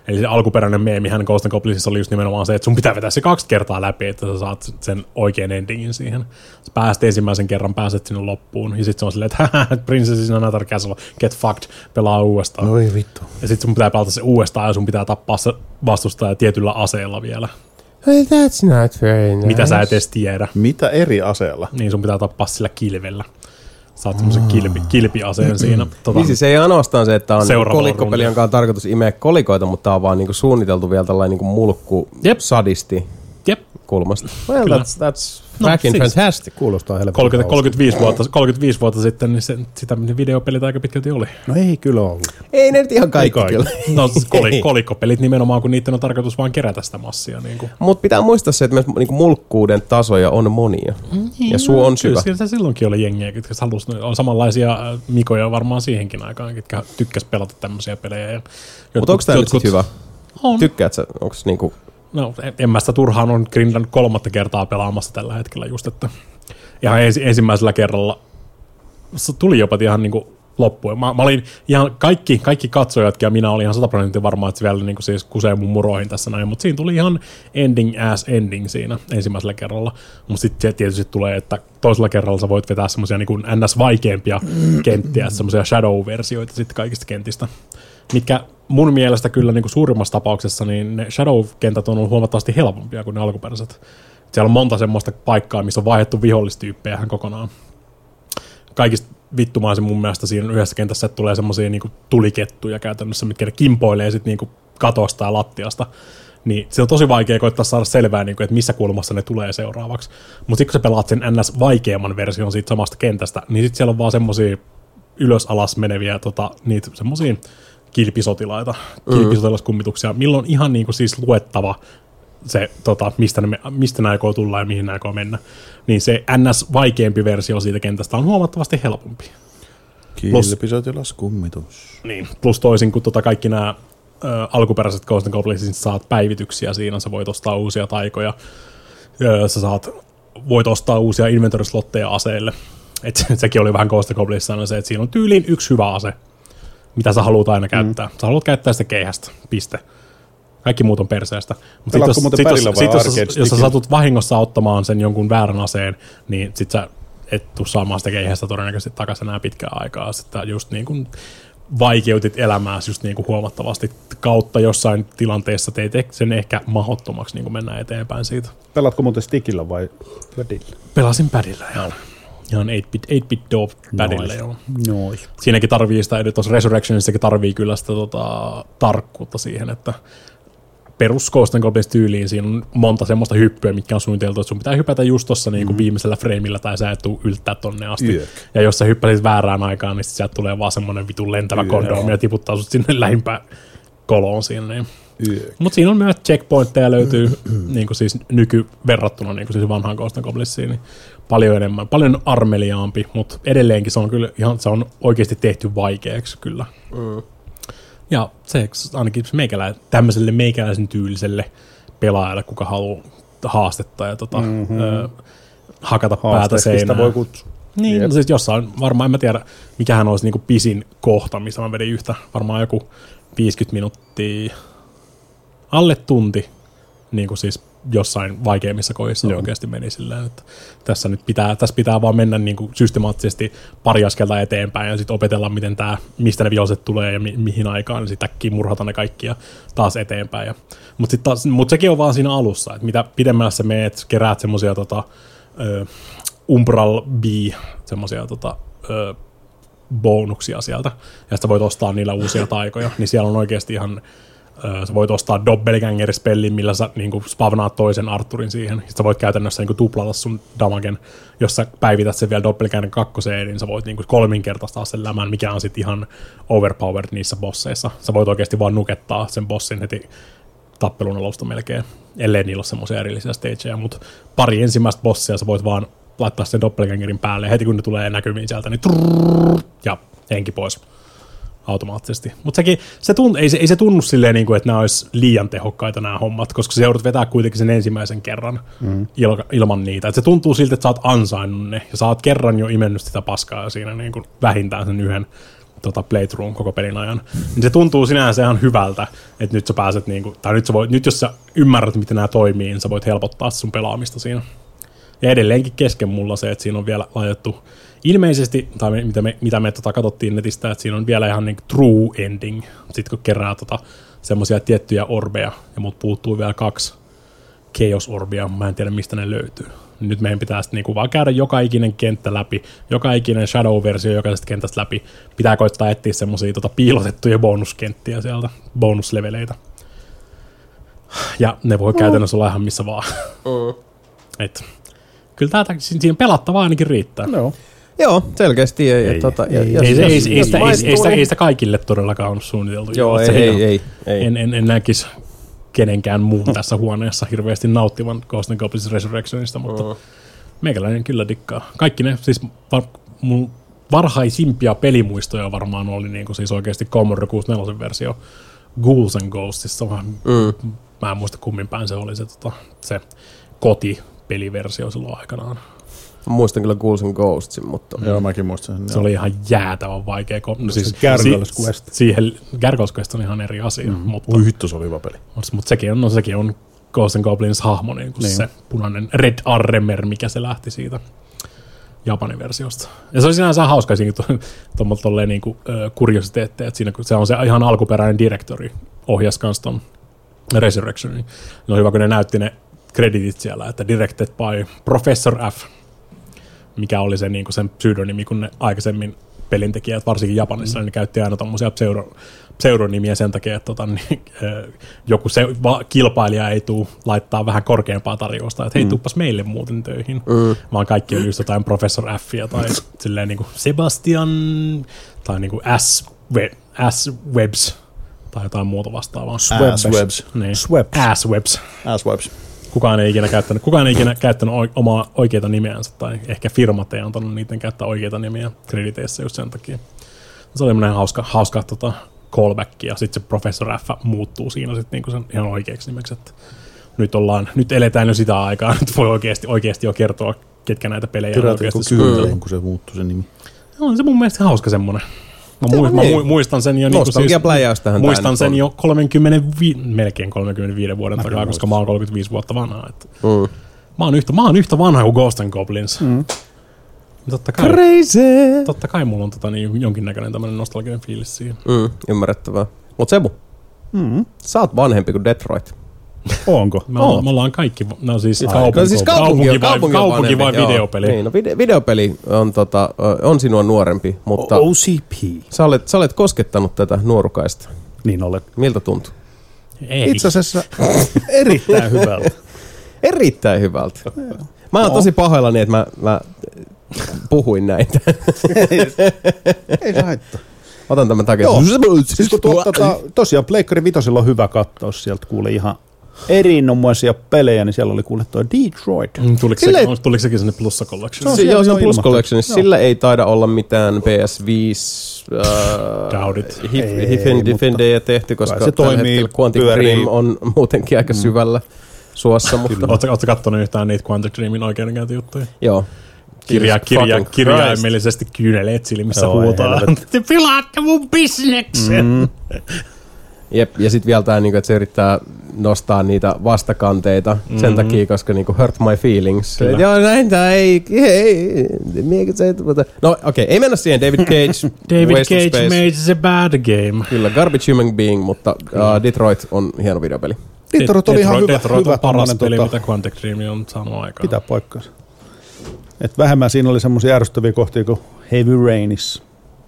Eli se alkuperäinen meemihän Ghost and Goblinsissa oli just nimenomaan se, että sun pitää vetää se kaksi kertaa läpi, että sä saat sen oikean endingin siihen. Sä pääset ensimmäisen kerran, pääset sinne loppuun, ja sitten se on silleen, että haha, Princess is another castle, get fucked, pelaa uudestaan. Oi vittu. Ja sitten sun pitää pelata se uudestaan, ja sun pitää tappaa se vastustaja tietyllä aseella vielä. Well, that's not very nice. Mitä sä et edes tiedä. Mitä eri aseella? Niin sun pitää tappaa sillä kilvellä. Saat semmoisen kilpi, kilpiaseen siinä. Tota, Niin siis ei ainoastaan se, että on Seuraava kolikkopeli, rundi. jonka on tarkoitus imeä kolikoita, mutta tää on vaan niinku suunniteltu vielä tällainen niinku mulkku Jep. sadisti jep. kulmasta. Well, Kyllä. that's, that's No, fucking siis- fantastic. Kuulostaa helvetin kolmekymmentä, hauskalta. kolmekymmentäviisi, vuotta, kolmekymmentäviisi vuotta sitten, niin se, sitä videopelit aika pitkälti oli. No ei kyllä ollut. Ei ne nyt ihan kaikki, kaikki. kyllä. No koli, kolikkopelit nimenomaan, kun niiden on tarkoitus vaan kerätä sitä massia. Niin kuin. Mutta pitää muistaa se, että myös niinku mulkkuuden tasoja on monia. Ja suu on syvä. Kyllä se silloinkin oli jengiä, jotka halusi, on samanlaisia äh, mikoja varmaan siihenkin aikaan, jotka tykkäs pelata tämmöisiä pelejä. Mutta onko tää nyt sit hyvä? On. Tykkäätkö sä? Onks niinku... No, en- en mä sitä turhaan on grindannut kolmatta kertaa pelaamassa tällä hetkellä just, että ihan ensi, ensimmäisellä kerralla se tuli jopa ihan niinku loppuun. Mä, mä olin ihan kaikki, kaikki katsojatkin ja minä olin ihan sata prosenttia varma, että se vielä niinku siis kusee mun muroihin tässä näin, mutta siinä tuli ihan ending as ending siinä ensimmäisellä kerralla. Mutta sitten tietysti tulee, että toisella kerralla sä voit vetää semmoisia niinku ns. Vaikeampia kenttiä, semmoisia shadow-versioita sitten kaikista kentistä, mitkä mun mielestä kyllä niin kuin suurimmassa tapauksessa niin ne Shadow-kentät on ollut huomattavasti helpompia kuin ne alkuperäiset. Siellä on monta semmoista paikkaa, missä on vaihdettu vihollistyyppejä ihan kokonaan. Kaikista vittumaisin mun mielestä siinä yhdessä kentässä, että tulee semmoisia niin kuin tulikettuja käytännössä, mitkä ne kimpoilee sit niin kuin katosta ja lattiasta. Niin se on tosi vaikea koittaa saada selvää, niin kuin, että missä kulmassa ne tulee seuraavaksi. Mutta sitten kun sä pelaat sen ns. Vaikeamman version siitä samasta kentästä, niin sitten siellä on vaan semmoisia ylös-alas meneviä tota, niitä semmoisia kilpisotilaita, kilpisotilaskummituksia, milloin on ihan niinku siis luettava se, tota, mistä, ne, mistä ne aikoo tulla ja mihin ne aikoo mennä. Niin se ns. Vaikeampi versio siitä kentästä on huomattavasti helpompi. Kilpisotilaskummitus. Niin, plus toisin kuin tota kaikki nämä ö, alkuperäiset Ghost and Goblins, saat päivityksiä siinä, sä voit ostaa uusia taikoja, ö, sä saat, voit ostaa uusia inventory-slotteja aseille. Et sekin oli vähän Ghost and Goblinsissa se, että siinä on tyyliin yksi hyvä ase, mitä sä haluat aina käyttää. Mm. Sä haluat käyttää sitä keihästä, piste. Kaikki muut on perseestä. Mut sit Pelaatko jos, muuten sit jos, pärillä vai sit jos, arcade jos sä stickillä? satut vahingossa ottamaan sen jonkun väärän aseen, niin sit sä et tuu saamaan sitä keihästä todennäköisesti takaisin enää pitkään aikaa. Sitten just niin kuin vaikeutit elämääsi just niin kuin huomattavasti kautta jossain tilanteessa teit sen ehkä mahdottomaksi niin kuin mennä eteenpäin siitä. Pelatko muuten stickillä vai padilla? Pelasin padilla, joo. Ihan eight bit dope padilla, joo. Noin. Siinäkin tarvii sitä, eli tuossa Resurrectionissakin tarvii kyllä sitä tota, tarkkuutta siihen, että perus Ghost and Goblins tyyliin siinä on monta semmoista hyppyä, mitkä on suunniteltu, että sun pitää hypätä just tuossa niinku mm. viimeisellä frameilla tai sä et tuu yltää tonne asti. Yök. Ja jos sä hyppäsit väärään aikaan, niin sit sieltä tulee vaan semmonen vitun lentävä kondoomi ja tiputtaa sut sinne lähimpään koloon siinä. Niin. Mutta siinä on myös checkpointteja löytyy niinku siis nykyverrattuna niinku siis vanhaan Ghost and Goblinsiin, niin paljon enemmän, paljon armeliaampi, mutta edelleenkin se on kyllä ihan, se on oikeasti tehty vaikeaksi kyllä. Mm. Ja se ainakin meikälä, tämmöiselle meikäläisen tyyliselle pelaajalle, kuka haluaa haastetta ja tota, mm-hmm. ö, hakata päätä seinään. voi kutsua. Niin, no siis jossain, varmaan en mä tiedä, mikähän olisi niinku pisin kohta, missä mä vedin yhtä, varmaan joku viisikymmentä minuuttia, alle tunti, niin kuin siis jossain vaikeimmissa kohdissa Joo. oikeasti meni silleen, että tässä nyt pitää, tässä pitää vaan mennä niin kuin systemaattisesti pari askelta eteenpäin ja sitten opetella, miten tää, mistä ne viholliset tulee ja mi- mihin aikaan, niin sitten äkkiä murhata ne kaikki ja taas eteenpäin. Mutta mut sekin on vaan siinä alussa, että mitä pidemmällä sä meet, keräät semmosia tota, ö, Umbral B, semmosia tota, ö, bonuksia sieltä, ja sitten voit ostaa niillä uusia taikoja, niin siellä on oikeasti ihan sä voit ostaa Doppelganger-spellin, millä sä niin spavnaat toisen Arthurin siihen. Sitten sä voit käytännössä niin tuplata sun damagen. Jos sä päivität sen vielä Doppelganger kakkoseen, niin sä voit niin kolminkertaistaa sen lämän, mikä on sitten ihan overpowered niissä bosseissa. Sä voit oikeasti vaan nukettaa sen bossin heti tappelun alusta melkein, ellei niillä ole semmoisia erillisiä stageja. Mutta pari ensimmäistä bossia sä voit vaan laittaa sen Doppelgangerin päälle, ja heti kun ne tulee näkyviin sieltä, niin trrrr, ja henki pois automaattisesti. Mutta sekin, se tunt, ei, se, ei se tunnu silleen, niin kuin, että nämä olisi liian tehokkaita nämä hommat, koska se joudut vetää kuitenkin sen ensimmäisen kerran mm. il, ilman niitä. Et se tuntuu siltä, että sä oot ansainnut ne, ja sä oot kerran jo imennyt sitä paskaa ja siinä niin kuin vähintään sen yhden tota playthrough koko pelin ajan. Niin se tuntuu sinänsä ihan hyvältä, että nyt sä pääset, niinku, tai nyt, sä voit, nyt jos sä ymmärrät, miten nämä toimii, niin sä voit helpottaa sun pelaamista siinä. Ja edelleenkin kesken mulla se, että siinä on vielä laitettu ilmeisesti, tai me, mitä me, mitä me tota katsottiin netistä, että siinä on vielä ihan niinku true ending. Sitten kun kerää tota semmoisia tiettyjä orbeja, ja mut puuttuu vielä kaksi Chaos-orbia, mä en tiedä mistä ne löytyy. Nyt meidän pitää sitten niinku vaan käydä joka ikinen kenttä läpi, joka ikinen Shadow-versio jokaisesta kentästä läpi. Pitää koittaa etsiä semmosia tota piilotettuja bonuskenttiä sieltä, bonusleveleitä. Ja ne voi mm. käytännössä olla ihan missä vaan. Mm. Et, kyllä tää siinä pelattavaa ainakin riittää. No. Joo, selkeästi. Ei, ei, tota, ei, ja, ei, ei, ei, ei, ei, sitä, ei, sitä, ei sitä kaikille todellakaan ole suunniteltu. Joo, ei, ei, ei, ei. En, en, en näkisi kenenkään muun tässä huoneessa hirveästi nauttivan Ghost and Goblins Resurrectionista, mutta mm. meikäläinen kyllä dikkaa. Kaikki ne, siis var, mun varhaisimpia pelimuistoja varmaan oli niinku siis oikeasti Commodore kuusikymmentäneljä versio Ghouls and Ghostissa. Mm. Mä en muista kummin päin se oli se, tota, se kotipeliversio silloin aikanaan. Muistan kyllä Ghouls and Ghostsin, mutta... Joo, mäkin muistan sen. Se joo. oli ihan jäätävän vaikea. No siis Gargoyles Quest. Siihen Gargoyles Quest on ihan eri asia. Mm-hmm. Mutta, Ui hitto, se oli hyvä peli. Mutta sekin on, no, sekin on Ghosts and Goblins hahmo, niin kuin niin. se punainen Red Armor, mikä se lähti siitä Japanin versiosta. Ja se on sinänsä hauska siinäkin tuolleen niin kuin kuriositeetteja, että siinä kun se on se ihan alkuperäinen directori ohjas kans ton Resurrectionin. No hyvä, kun ne näytti ne kreditit siellä, että directed by Professor F, mikä oli se, niin kuin sen pseudonimi, kun ne aikaisemmin pelintekijät, varsinkin Japanissa, mm. niin ne käytti aina tommosia pseudo, pseudonimiä sen takia, että tota, niin, joku se, va, kilpailija ei tule laittaa vähän korkeampaa tarjousta, että hei, mm. tuppas meille muuten töihin, mm. vaan kaikki on just jotain Professor Fia tai silleen niin kuin Sebastian tai niin kuin S, S Webs tai jotain muuta vastaavaa. Swebs. Niin. Swebs. Asswebs. Asswebs. Kukaan ei ikinä käyttänyt, kukaan ei ikinä käyttänyt omaa oikeita nimeänsä, tai ehkä firmat ei antanut niiden käyttää oikeita nimiä krediteissä just sen takia. Se oli semmoinen hauska, hauska tota, callback, ja sitten se Professor F muuttuu siinä sitten niinku sen ihan oikeaksi nimeksi, että nyt, ollaan, nyt eletään jo sitä aikaa, nyt voi oikeasti, oikeasti jo kertoa, ketkä näitä pelejä on oikeasti kyllä, kun se muuttuu se nimi. On se mun mielestä hauska semmoinen. Mä, mu- mä mu- muistan sen jo, niinku siis, muistan sen jo kolmekymmentäviisi, melkein kolmekymmentäviisi vuoden takaa, koska mä oon kolmekymmentäviisi vuotta vanha. Että mm. mä, oon yhtä, mä oon yhtä vanha kuin Ghost and Goblins. Mm. Totta kai, Crazy! Totta kai mulla on tota, niin, jonkinnäköinen tämmönen nostalginen fiilis siihen. Mm, ymmärrettävää. Mut Sebu, mm. sä oot vanhempi kuin Detroit. Onko? Me, oh. me ollaan kaikki, no siis, kaupunki, no siis kaupunki, kaupunki, kaupunki, vai, kaupunki vai videopeli? Niin, no vide, videopeli on, tota, on sinua nuorempi, mutta O C P. Sä olet, sä olet koskettanut tätä nuorukaista. Niin olet. Miltä tuntuu? Ei. Itse asiassa erittäin hyvältä. Erittäin hyvältä. Mä oon no. tosi pahoillani, että mä, mä puhuin näitä. ei, ei se haittaa. Otan tämän takia. Joo, siis kun tuo, tota, tosiaan Pleikkari Vitosilla on hyvä katsaus, sieltä kuuli ihan erinomaisia pelejä, niin siellä oli kuule toi Detroit. Mm, tuliko, se, ei, tuliko sekin sinne Plussa Collection? Se, joo, se on Plus Collection. Sillä ei taida olla mitään P S viisi uh, Hifin Defendejä tehty, koska se toimii, Quantic Dream on muutenkin aika mm. syvällä suossa. Mutta... Oletko kattonut yhtään niitä Quantic Dreamin oikeudenkäyntijuttuja? Joo. Kirja, kirja, kirjaimellisesti kyyneleet silmissä huutaa. Te pilaatte mun bisneksen! Mm. Jep, ja sitten vielä tämä, niinku, että se yrittää nostaa niitä vastakanteita mm-hmm. sen takia, koska niinku, hurt my feelings. Joo, näin tää ei... ei no okei, okay, ei mennä siihen. David Cage, David Cage made a bad game. Kyllä, Garbage Human Being, mutta uh, Detroit on hieno videopeli. Detroit oli ihan hyvä. Detroit hyvä on paras peli, tota, mitä Quantic Dream on saanut aikaan. Pitää paikkansa. Et vähemmän siinä oli semmoisia ärsyttäviä kohtia kuin Heavy Rainissa.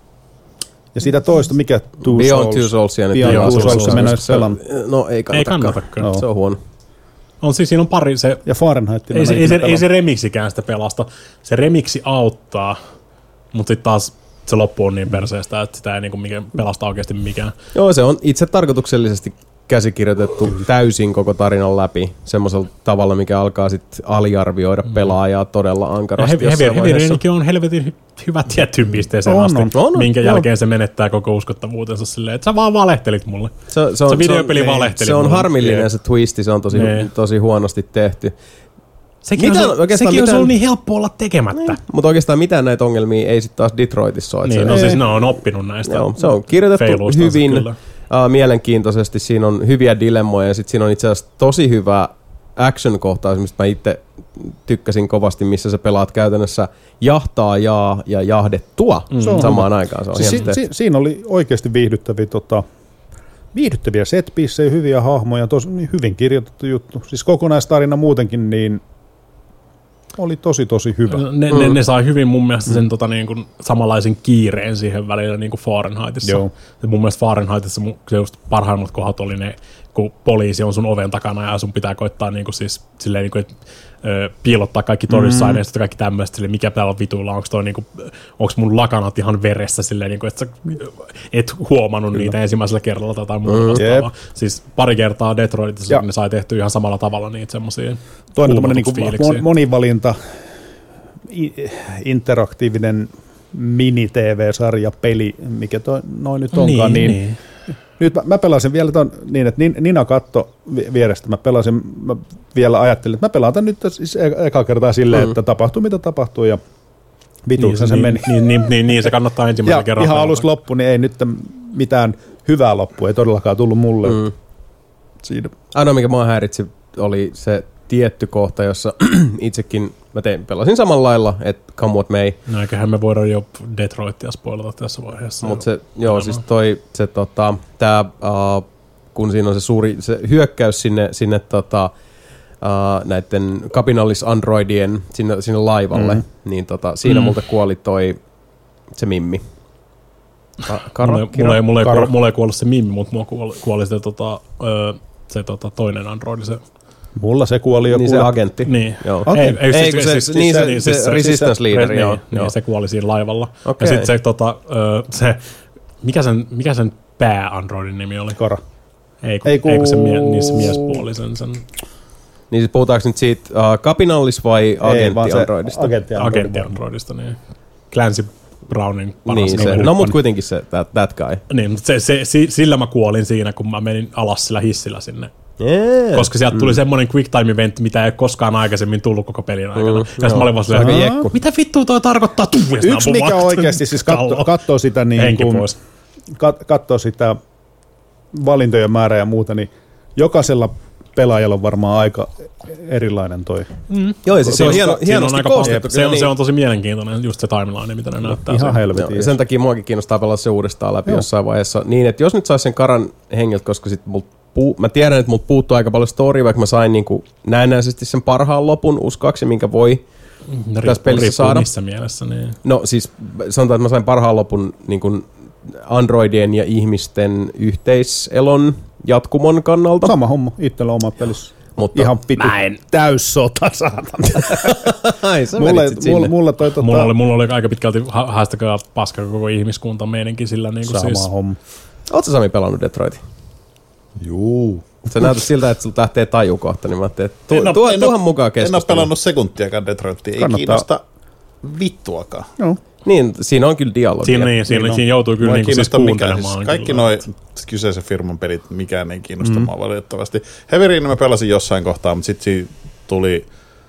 Ja siitä toista, mikä Two Beyond Souls. Two Soulsia. Beyond Two Soulsia mennä edes pelannut. No ei kannata. Ei kannatakaan. No. Se on huono. On siis, siinä on pari se... Ja Fahrenheit. Ei se, ei, se, ei se remiksikään sitä pelasta. Se remiksi auttaa, mutta sitten taas se loppu on niin perseestä, että sitä ei niinku pelasta oikeasti mikään. Joo, se on itse tarkoituksellisesti käsikirjoitettu täysin koko tarinan läpi semmoisella tavalla, mikä alkaa sitten aliarvioida pelaajaa todella ankarasti. Ja Heavy Rainikin on helvetin hyvä tiettyyn pisteeseen on, asti, on, on, minkä on. jälkeen se menettää koko uskottavuutensa silleen, että sä vaan valehtelit mulle. Se, se, on, se videopeli se on, valehteli se on mulle. harmillinen se twisti, se on tosi, tosi huonosti tehty. Sekin, Mitä- on, oikeastaan sekin mitään- olisi ollut niin helppo olla tekemättä. Mutta oikeastaan mitään näitä ongelmia ei sitten taas Detroitissa ole. Niin, se, no siis ne on oppinut näistä. joo, se on kirjoitettu feiluistansa hyvin kyllä. uh, mielenkiintoisesti. Siinä on hyviä dilemmoja ja sitten siinä on itse asiassa tosi hyvä action-kohtaus, mistä mä itse tykkäsin kovasti, missä sä pelaat käytännössä jahtaajaa ja jahdettua mm. samaan aikaan. Se on Siis hienosti si- si- tehty. siinä oli oikeasti viihdyttäviä, tota, viihdyttäviä set-piecejä, hyviä hahmoja, tos, niin hyvin kirjoitettu juttu. Siis kokonaistarina muutenkin niin oli tosi tosi hyvä. Ne, mm. ne, ne sai hyvin mun mielestä sen mm. tota, niin kuin, samanlaisen kiireen siihen välillä niin kuin Fahrenheitissa. Joo. Ja mun mielestä Fahrenheitissa mun- se just parhaimmat kohdat oli ne, kun poliisi on sun oven takana ja sun pitää koittaa niin kuin, siis, silleen, niin kuin, et, ö, piilottaa kaikki todistusaineistot ja kaikki tämmöistä, silleen, mikä täällä on vituilla, onko toi, niin kuin, onks mun lakanat ihan veressä, silleen, niin kuin, että sä et huomannut Kyllä. niitä ensimmäisellä kerralla tai jotain muuta vastaavaa. Siis pari kertaa Detroitissa Ja. ne sai tehty ihan samalla tavalla niitä semmosia Toinen tämmöinen niin kuumotusfiiliksiä. monivalinta, i- interaktiivinen mini-T V-sarja, peli, mikä toi, noin nyt onkaan, niin, niin. Nyt mä, mä pelasin vielä ton niin, että Nin- Nina katto vi- vierestä, mä pelasin, mä vielä ajattelin, että mä pelaan tän nyt siis e- eka kertaa silleen, mm. että tapahtuu mitä tapahtuu ja vituuksen niin, se niin, meni. Niin, niin, niin, niin, se kannattaa ensimmäisen Ja kerran. ihan pelata. alusta loppu, niin ei nyt mitään hyvää loppua, ei todellakaan tullut mulle. Mm. Siinä. Ainoa, mikä mua häiritsi, oli se tietty kohta, jossa itsekin mä tein, pelasin samalla lailla, että come what may. No eiköhän me voida jo Detroitia spoilata tässä vaiheessa. Mutta se, joo, siis toi, se tota, tää, uh, kun siinä on se suuri se hyökkäys sinne, sinne tota, uh, näiden kapinallis-androidien sinne, sinne laivalle, mm. niin tota, siinä mm. multa kuoli toi se Mimmi. Ka- Kara? mulla, Kira? mulla, ei, mulla, ei, Kara? kuoli, mulla ei kuollut se Mimmi, mutta mulla kuoli, kuoli se, tota, ö, se tota, toinen androidi. Se, Mulla se kuoli joku. Niin se agentti. niin. Joo. Okei. Ei, ei, Ei, kun se- niin se- se resistance leader, niin, joo, niin, joo. se kuoli siinä laivalla. Okei. Ja sitten se, tota, ö, se mikä sen, mikä sen pää-androidin nimi oli? Kara. Ei, kun, Ei, ei, kun- kun se mie, niin se miespuolisen sen Niin siis puhutaanko nyt siitä uh, kapinallis- vai Ei, vaan se agentti-androidista? Agentti agentti-androidista. Niin. Clancy Brownin paras Niin, se, kumppani. no mut kuitenkin se, that, that guy. Niin, mutta se, se, si- sillä mä kuolin siinä, kun mä menin alas sillä hissillä sinne. Yeah. Koska sieltä tuli semmoinen quick time event, mitä ei koskaan aikaisemmin tullut koko pelin aikana. Mm, Ja sitten joo. mä olin vaan Se on aika silleen, jekku. mitä vittua toi tarkoittaa? Tuu, ja sitten Yksi ampui mikä vaan oikeasti siis katso, kalloon. katsoo sitä niin Henki kuin, pois. kat, katsoo sitä valintojen määrää ja muuta, niin jokaisella pelaajalla on varmaan aika erilainen toi. Joo, ja siis se on hieno, Siinä hienosti aika koostettu. paljon- se, on, niin. se on tosi mielenkiintoinen, just se timeline, mitä ne näyttää. Ihan siinä. Joo, helvetin. ja sen takia muakin kiinnostaa pelata se uudestaan läpi Joo. jossain vaiheessa. Niin, että jos nyt saisi sen Karan hengeltä, koska sit mult puu, mä tiedän, että multa puuttuu aika paljon story, vaikka mä sain niinku näennäisesti sen parhaan lopun uskoaksi, minkä voi Ne tässä pelissä riippuu saada. missä mielessä. Niin. No siis sanotaan, että mä sain parhaan lopun niin kuin androidien ja ihmisten yhteiselon jatkumon kannalta. Sama homma, itsellä oma pelissä. Mutta Ihan pitu Mä en- täyssota, saatana. ai, sä mulle, menit sit sinne. mulla, mulla toi tota, Mulla, oli, mulla oli aika pitkälti ha- haastakaa paska koko ihmiskunta meininki sillä niin kuin sama siis. homma. Ootko Sami pelannut Detroitin? Juu. Se näyttää siltä, että sulta lähtee taju kohta, niin mä ajattelin, että tu, En oo- tuo, en oo- tuohan mukaan En ole keskustelua. pelannut sekuntiakaan Detroitia, ei Kannattaa. kiinnosta vittuakaan. Joo. Niin, siinä on kyllä dialogia. Siinä, niin, siinä, Niin on. siinä joutuu kyllä Mua ei niin kuin siis kiinnosta mikään. kuuntelemaan. Siis kaikki kyllä. noin kyseisen firman pelit, mikään ei kiinnosta mm. mua valitettavasti. Heavy Rain mä pelasin jossain kohtaa, mutta sitten siinä tuli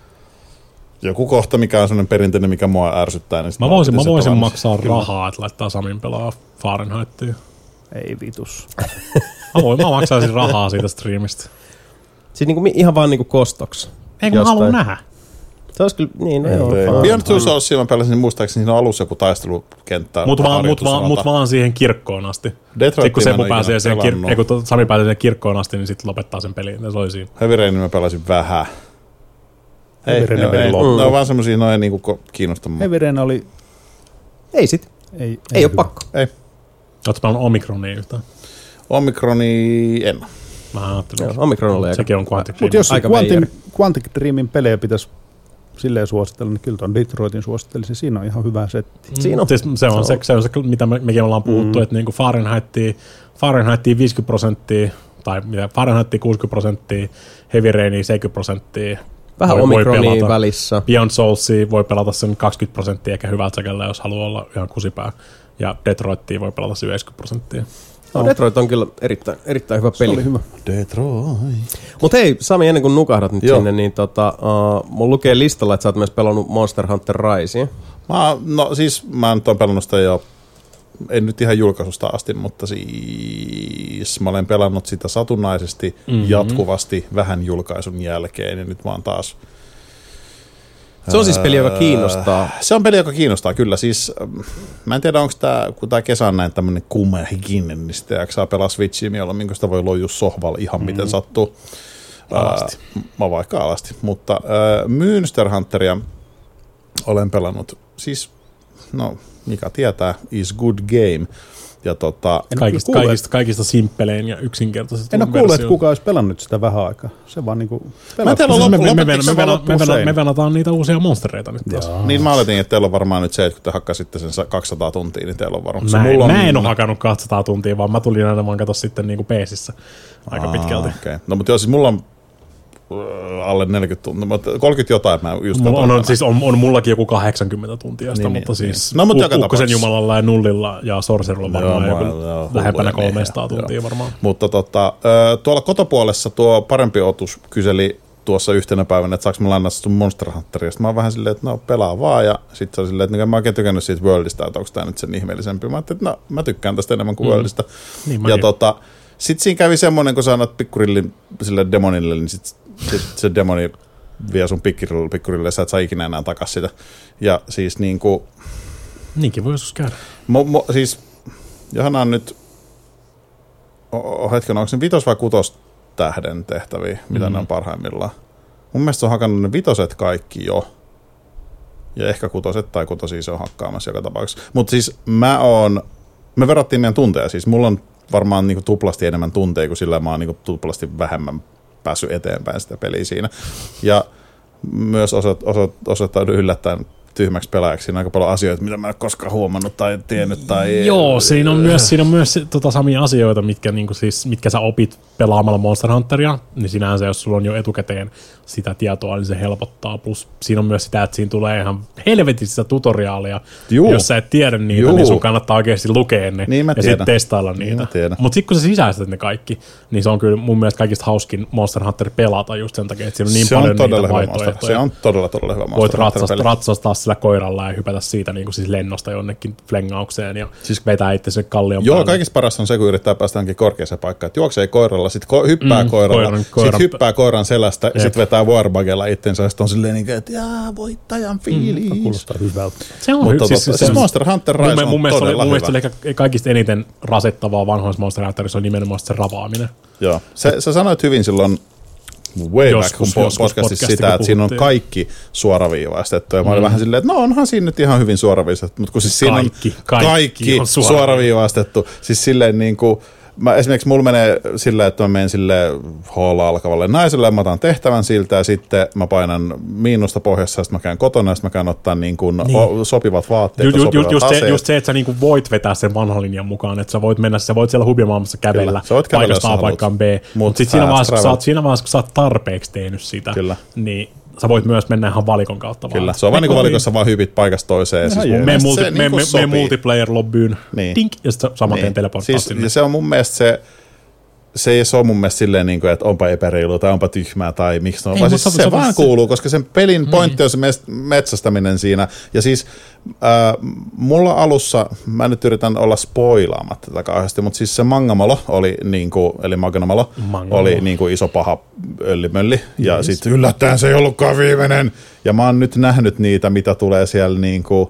joku kohta, mikä on sellainen perinteinen, mikä mua ärsyttää. Niin sit Mä voisin, mä otin sen voisin pelannut. maksaa rahaa, että laittaa Samin pelaa Fahrenheitia. Ei vitus. Mä, voin, mä maksaisin rahaa siitä striimistä. Siis niinku, mi- ihan vaan niinku kostoksi. Ei kun mä Jostain. haluan nähdä. Se olisi kyllä, niin, no joo. Ei. fine. Beyond Two Soulsia mä pelasin, niin muistaakseni siinä on alussa joku taistelukenttä. Mut vaan, mut, vaan, harjoitusrata. mut vaan siihen kirkkoon asti. Detroitia Sitten kun mä en Sepu oo pääsee ikinä siihen kir- pelannut. ei, kun Sami pääsee siihen kirkkoon asti, niin sitten lopettaa sen pelin. Ja se oli siinä. Heavy Rain mä pelasin vähän. Ei, Heavy Rain joo, meni ei. loppuun. Ne on vaan semmosia, no ei niinku ko- kiinnosta mua. Heavy Rain oli... Ei sit. Ei, ei, Ei ole hyvä. pakko. Ei. Ootko pelannut Omicronia yhtään? Omikroni en. Mä ajattelin. Joo, Omikron oli aika. Sekin on Quantic Mutta jos Aika Quantum, veijari. Quantic Dreamin pelejä pitäisi silleen suositella, niin kyllä tuon Detroitin suosittelisin. Siinä on ihan hyvä setti. Siinä on. Siis se on se, se, on se mitä me, mekin ollaan puhuttu, mm. että niinku Fahrenheitia, Fahrenheitia viisikymmentä prosenttia, tai mitä, Fahrenheitia kuusikymmentä prosenttia, Heavy Rainia seitsemänkymmentä prosenttia. Vähän voi- voi Omikronia pelata. välissä. Beyond Soulsia voi pelata sen kaksikymmentä prosenttia eikä hyvältä säkellä, jos haluaa olla ihan kusipää. Ja Detroitia voi pelata sen yhdeksänkymmentä prosenttia. No, Detroit on kyllä erittäin, erittäin hyvä peli. Se oli hyvä. Detroit. Mut hei, Sami, ennen kuin nukahdat nyt Joo. sinne, niin tota, uh, mun lukee listalla, että sä oot myös pelannut Monster Hunter Risea. Mä, no siis mä nyt oon pelannut sitä jo, en nyt ihan julkaisusta asti, mutta siis mä olen pelannut sitä satunnaisesti, mm-hmm. jatkuvasti, vähän julkaisun jälkeen, ja nyt mä oon taas... Se on siis peli, joka kiinnostaa. Se on peli, joka kiinnostaa, kyllä. Siis, mä en tiedä, onko tämä, kun tämä kesä on näin tämmöinen kumehikinen, niin sitten jaksaa pelaa Switchiä, milloin niin sitä voi lojua sohvalla ihan miten mm. sattuu. Alasti. Äh, mä vaikka alasti. Mutta äh, Monster Hunteria olen pelannut, siis, no, mikä tietää, is good game. Ja tota, Kaikista, kaikista, kaikista simppelein ja yksinkertaisesti. En ole kuullut, että kukaan olisi pelannut sitä vähän aikaa. Se vaan niinku... Mä en tiedä, me, me, me, me, me, loppuun me, usein. me venataan niitä uusia monstereita nyt taas. niin mä oletin, että teillä on varmaan nyt se, että kun te hakkasitte sen kaksisataa tuntia, niin teillä on varmaan... Mä, mulla on, mä en ole hakannut kaksisataa tuntia, vaan mä tulin aina vaan katsoa sitten niinku peesissä aika Aa, pitkälti. Okay. No mutta joo, siis mulla on äh, alle neljäkymmentä tuntia, mutta kolmekymmentä jotain mä just Mulla on, katsoin. on, siis on, on mullakin joku kahdeksankymmentä tuntia sitä, Niin, mutta niin, siis niin. No, mutta joka Ukkosen tapauksessa. Jumalalla ja Nullilla ja Sorcerilla varmaan Joo, joku mä- joo, lähempänä hulluja kolmesataa miehiä, tuntia joo. varmaan. Mutta tota, ö, tuolla kotopuolessa tuo parempi otus kyseli tuossa yhtenä päivänä, että saanko mä lainata sun Monster Hunteria. Sitten mä oon vähän silleen, että no pelaa vaan. Ja sitten se oli silleen, että mä oon oikein tykännyt siitä Worldista, että onko tää nyt sen ihmeellisempi. Mä ajattelin, että no mä tykkään tästä enemmän kuin mm. Worldista. Niin ja mäkin. tota, sitten siinä kävi semmoinen, kun sä annat pikkurillin sille demonille, niin sit, sit se demoni vie sun pikkurille, pikkurille ja sä et saa ikinä enää takas sitä. Ja siis niinku... Niinkin voi joskus käydä. Mo, mo, siis, Johanna on nyt, o, hetken, onko ne vitos vai kutos tähden tehtäviä, mitä mm. ne on parhaimmillaan? Mun mielestä se on hakannut ne vitoset kaikki jo. Ja ehkä kutoset tai kutosia se on hakkaamassa joka tapauksessa. Mutta siis mä oon, me verrattiin meidän tunteja, siis mulla on varmaan niinku tuplasti enemmän tunteja, kuin sillä mä oon niinku tuplasti vähemmän päässyt eteenpäin sitä peliä siinä. Ja myös osoit, osoit, osoittaudun yllättäen tyhmäksi pelaajaksi. Siinä on aika paljon asioita, mitä mä en ole koskaan huomannut tai tiennyt. Tai Joo, siinä on myös, siinä on myös tota samia asioita, mitkä, niinku siis, mitkä sä opit pelaamalla Monster Hunteria, niin sinänsä jos sulla on jo etukäteen sitä tietoa, niin se helpottaa. Plus siinä on myös sitä, että siinä tulee ihan helvetistä tutoriaalia. Juu. Jos sä et tiedä niitä, Juu. niin sun kannattaa oikeasti lukea ne Niin mä ja tiedän. sitten testailla Niin niitä. mä tiedän. Mutta sitten kun sä sisäistät ne kaikki, niin se on kyllä mun mielestä kaikista hauskin Monster Hunter pelata just sen takia, että siinä on niin se paljon on todella niitä hyvä monster. vaihtoehtoja. Se on todella, todella hyvä Voit Monster ratsastaa, Hunter-peli. ratsastaa sillä koiralla ja hypätä siitä niin kuin siis lennosta jonnekin flengaukseen ja siis Siis- vetää itse sen kallion Joo, päälle. kaikista parasta on se, kun yrittää päästä johonkin korkeaseen paikkaan. Että juoksee koiralla, sitten ko- hyppää Mm, koiralla, koiran- sitten koiran- hyppää koiran selästä, ja Jep. sitten vetää warbugella itsensä, ja sitten on silleen, niin kuin, että jaa, voittajan fiilis. Mm, kuulostaa hyvältä. Se on Mutta hy- siis, siis Monster Hunter mun, Rise mun, on mielestä oli, todella mun mielestä hyvä. oli ehkä kaikista eniten rasittavaa vanhoissa Monster Hunterissa on nimenomaan se ravaaminen. Joo, sä, sä sanoit hyvin silloin way back, Joskus- kun po- joskus podcastissa podcastissa, sitä, kun että siinä on puhuttiin. kaikki suoraviivaistettu. Ja mä olin mm. vähän silleen, että no onhan siinä nyt ihan hyvin suoraviivaistettu, mutta kun siis siinä Kaikki, on kaikki kaikki on suoraviivaistettu. Siis silleen niin kuin, mä esimerkiksi mulla menee silleen, että mä menen silleen H:lla alkavalle naiselle, ja mä otan tehtävän siltä, ja sitten mä painan miinusta pohjassa, ja sitten mä käyn kotona, ja sitten mä käyn ottaa niin kuin Niin. o- sopivat vaatteet Ju, ja ju, sopivat ju, just, se, aseet. just se, että sä niinku voit vetää sen vanhan linjan mukaan, että sä voit mennä, sä voit siellä hubimaailmassa kävellä Kyllä, sä voit kävellä, paikasta jos A sä paikkaan B, haluat. mutta Mut sitten siinä fast vaiheessa, kun sä, travel. oot, siinä vaiheessa, kun sä oot tarpeeksi tehnyt sitä, Kyllä. niin sä voit myös mennä ihan valikon kautta vaan. Kyllä, se on vaan niin kuin valikossa vaan hypit paikasta toiseen. Siis mun Me, mielestä multi, se me, niinku me, me sopii. multiplayer-lobbyyn, Niin. tink, ja sitten saman tien teleporttaa siis, sinne. ja se on mun mielestä se, se ei se ole mun mielestä silleen, niin kuin, että onpa epäreilu tai onpa tyhmää tai miksi no, Ei, vaan mutta siis se- se, se- vaan se- kuuluu, koska sen pelin pointti on se mes- metsästäminen siinä. Ja siis äh, mulla alussa, mä nyt yritän olla spoilaamatta tätä kauheasti, mutta siis se Mangamalo oli niin kuin, eli Magnamalo Mangamalo. oli niin kuin iso paha öllimölli. Ja yes. sitten yllättäen se ei ollutkaan viimeinen. Ja mä oon nyt nähnyt niitä, mitä tulee siellä niin kuin,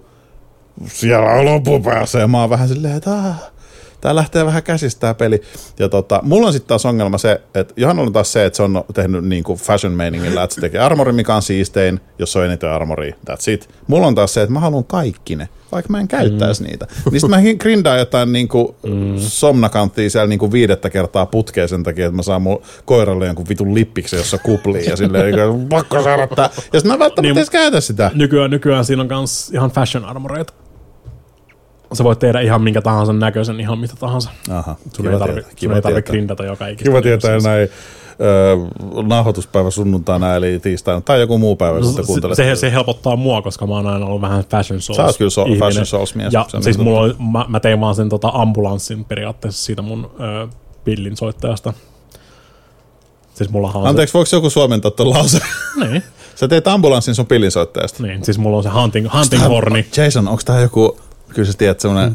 siellä loppupäässä, ja mä oon vähän silleen, että aah, tää lähtee vähän käsistä tää peli. Ja tota, mulla on sitten taas ongelma se, että Johanna on taas se, että se on tehnyt niinku fashion meiningillä, että se tekee armorin, mikä on siistein, jos on eniten armoria, that's it. Mulla on taas se, että mä haluan kaikki ne, vaikka mä en käyttäisi mm. niitä. Niin sit mä grindaan jotain niinku mm. somnakanttia siellä niinku viidettä kertaa putkeen sen takia, että mä saan mun koiralle jonkun vitun lippiksen, jossa kuplii, ja silleen niinku, pakko saada tää. Ja sit mä välttämättä Niin, edes käytä sitä. Nykyään, nykyään siinä on kans ihan fashion armoreita. sä voit tehdä ihan minkä tahansa näköisen, ihan mitä tahansa. Aha, Sun ei tarvi, sun ei tarvi grindata joka ikistä. Kiva tietää niin, näin öö, nauhoituspäivä sunnuntaina eli tiistaina tai joku muu päivä, josta kuuntelet. Se, se helpottaa mua, koska mä oon aina ollut vähän fashion souls. Sä oot kyllä so, ihminen. fashion souls mies. Ja siis niin mulla oli, mä, mä tein vaan sen tota ambulanssin periaatteessa siitä mun ö, pillin soittajasta. Siis mullahan on Anteeksi, se... voiko joku suomentaa tuon lauseen? Niin. Sä teet ambulanssin sun pillinsoittajasta. Niin, siis mulla on se hunting, hunting horni. Jason, onko tää joku, kyllä sä tiedät, semmonen...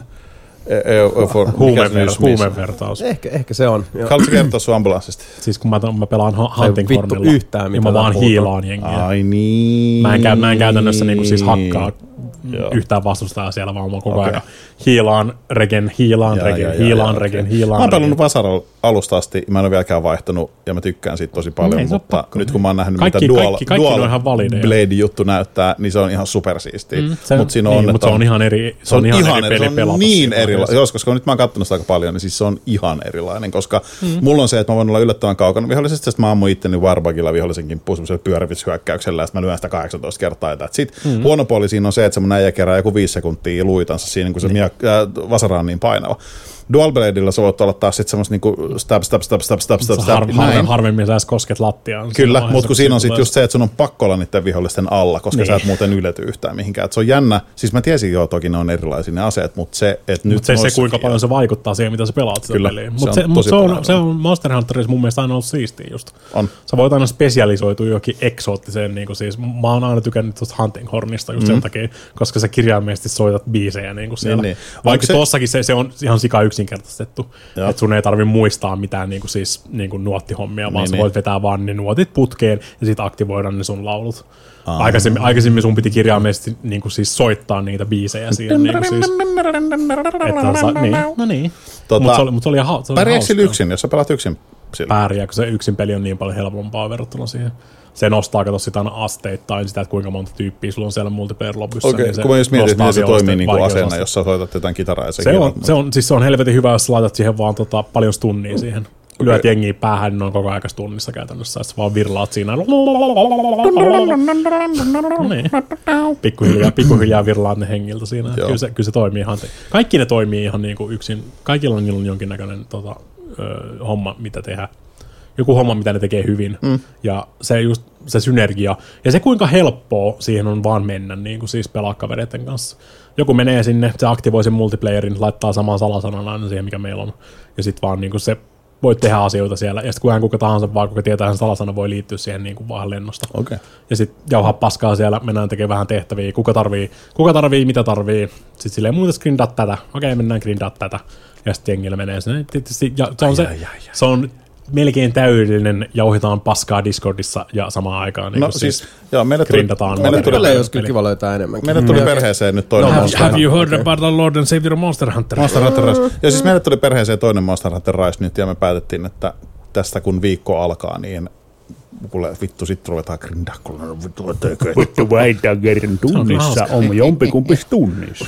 Huumevertaus. Ehkä, ehkä se on. Haluatko kertoa sun ambulanssista? Siis kun mä, mä pelaan hunting hornilla, yhtään, ja mä vaan hiilaan jengiä. Ai niin. Mä en, käy, mä en käytännössä niinku siis hakkaa Joo. yhtään vastustajaa siellä, vaan mä koko okay. ajan hiilaan, regen, hiilaan, ja, regen, ja, hiilaan, ja, regen, okay. hiilaan. Mä oon pelannut Vasaral alusta asti, mä en ole vieläkään vaihtanut, ja mä tykkään siitä tosi paljon, ei, mutta pakko, nyt kun mä oon nähnyt, kaikki, mitä Dual, kaikki, kaikki Dual Blade-juttu näyttää, niin se on ihan supersiistiä. Mm, mutta siinä on, niin, mut se on ihan eri, se on ihan, ihan eri peli pelata. Niin erilainen, jos, koska nyt mä oon kattonut sitä aika paljon, niin siis se on ihan erilainen, koska mm. mulla on se, että mä voin olla yllättävän kaukana vihollisesta, että mä ammun itteni Warbugilla vihollisen kimppuun semmoisella pyörivyyshyökkäyksellä, ja sitten mä lyön sitä kahdeksantoista kertaa. Ja sitten mm. huono puoli siinä on se, että se mun äijä kerää joku viisi sekuntia luitansa siinä, kun se niin. miak- äh, vasara on niin painava. Dual Bladeilla sä voit olla taas sitten semmoista niinku stab, stab, stab, stab, stab, stab, stab, har- har- harvemmin sä edes kosket lattiaan. Kyllä, mutta kun siinä on sitten just se, että sun on pakko olla niiden vihollisten alla, koska niin. sä et muuten ylety yhtään mihinkään. Et se on jännä, siis mä tiesin jo, toki ne on erilaisia ne aseet, mutta se, että nyt... Mut se, se kuinka paljon se vaikuttaa siihen, mitä sä pelaat sitä Kyllä, peliä. Mutta se, se, mut se, on, se on Monster Hunterissa mun mielestä aina ollut siistiä just. On. Sä voit aina spesialisoitua johonkin eksoottiseen, niin kuin siis mä oon aina tykännyt tuosta Hunting Hornista just mm. sen takia, koska sä kirjaimellisesti soitat biisejä niin kuin siellä. Niin, niin. Vaikka se... tossakin se, se on ihan sika yksinkertaistettu. Että sun ei tarvi muistaa mitään niinku siis, niinku nuottihommia, vaan niin, sä voit niin. vetää vaan ne nuotit putkeen ja sit aktivoida ne sun laulut. Aikaisemmin, aikaisemmin sun piti kirjaimellisesti niinku siis soittaa niitä biisejä siihen. Niinku siis, että sa, niin, no niin. Tota, Mutta se oli, mut se oli ihan hauska. Pärjääkö sillä yksin, jos sä pelaat yksin? Pärjää, kun se yksin peli on niin paljon helpompaa verrattuna siihen. Se nostaa, kato sitä aina asteittain sitä, että kuinka monta tyyppiä sulla on siellä multiplayer-lobbyssa. Okei, niin kun mä just mietin, että se toimii niin kuin aseena, jos sä soitat jotain kitaraa ja se, se on, se on, siis se on helvetin hyvä, jos sä laitat siihen vaan tota, paljon stunnia siihen. Okay. Lyöt jengiä päähän, niin ne on koko ajan tunnissa käytännössä, että sä vaan virlaat siinä. Niin. Pikkuhiljaa, pikkuhiljaa virlaat ne hengiltä siinä. Kyllä se, kyllä se toimii ihan. Te- Kaikki ne toimii ihan niin kuin yksin. Kaikilla niillä on jonkinnäköinen tota, ö, homma, mitä tehdään. Joku homma, mitä ne tekee hyvin. Mm. Ja se just se synergia. Ja se, kuinka helppoa siihen on vaan mennä, niin kuin siis pelaa kavereiden kanssa. Joku menee sinne, se aktivoi sen multiplayerin, laittaa saman salasanan aina siihen, mikä meillä on. Ja sit vaan niin kuin se voit tehdä asioita siellä. Ja sit kun kuka tahansa vaan, kuka tietää sen salasana, voi liittyä siihen niin kuin vaan lennosta. Okay. Ja sit jauhaa paskaa siellä, mennään tekemään vähän tehtäviä. Kuka tarvii, kuka tarvii, mitä tarvii. Sit silleen muuta grindaa tätä. Okei, okay, mennään grindaa tätä. Ja sit jengillä menee sinne. Ja se on se, se on melkein täydellinen, jauhitaan paskaa Discordissa ja samaan aikaan niin no, siis, siis joo, meille grindataan. Meille tuli, jos kyllä kiva löytää enemmänkin. Meille tuli perheeseen nyt toinen no, Monster Hunter. Have you heard okay. about the Lord and Savior Monster Hunter? Monster Hunter Rise. Ja siis meille tuli perheeseen toinen Monster Hunter Rise nyt ja me päätettiin, että tästä kun viikko alkaa, niin kuule vittu sit ruvetaan grindaa. Vittu väitään kerran tunnissa on jompikumpi tunnissa.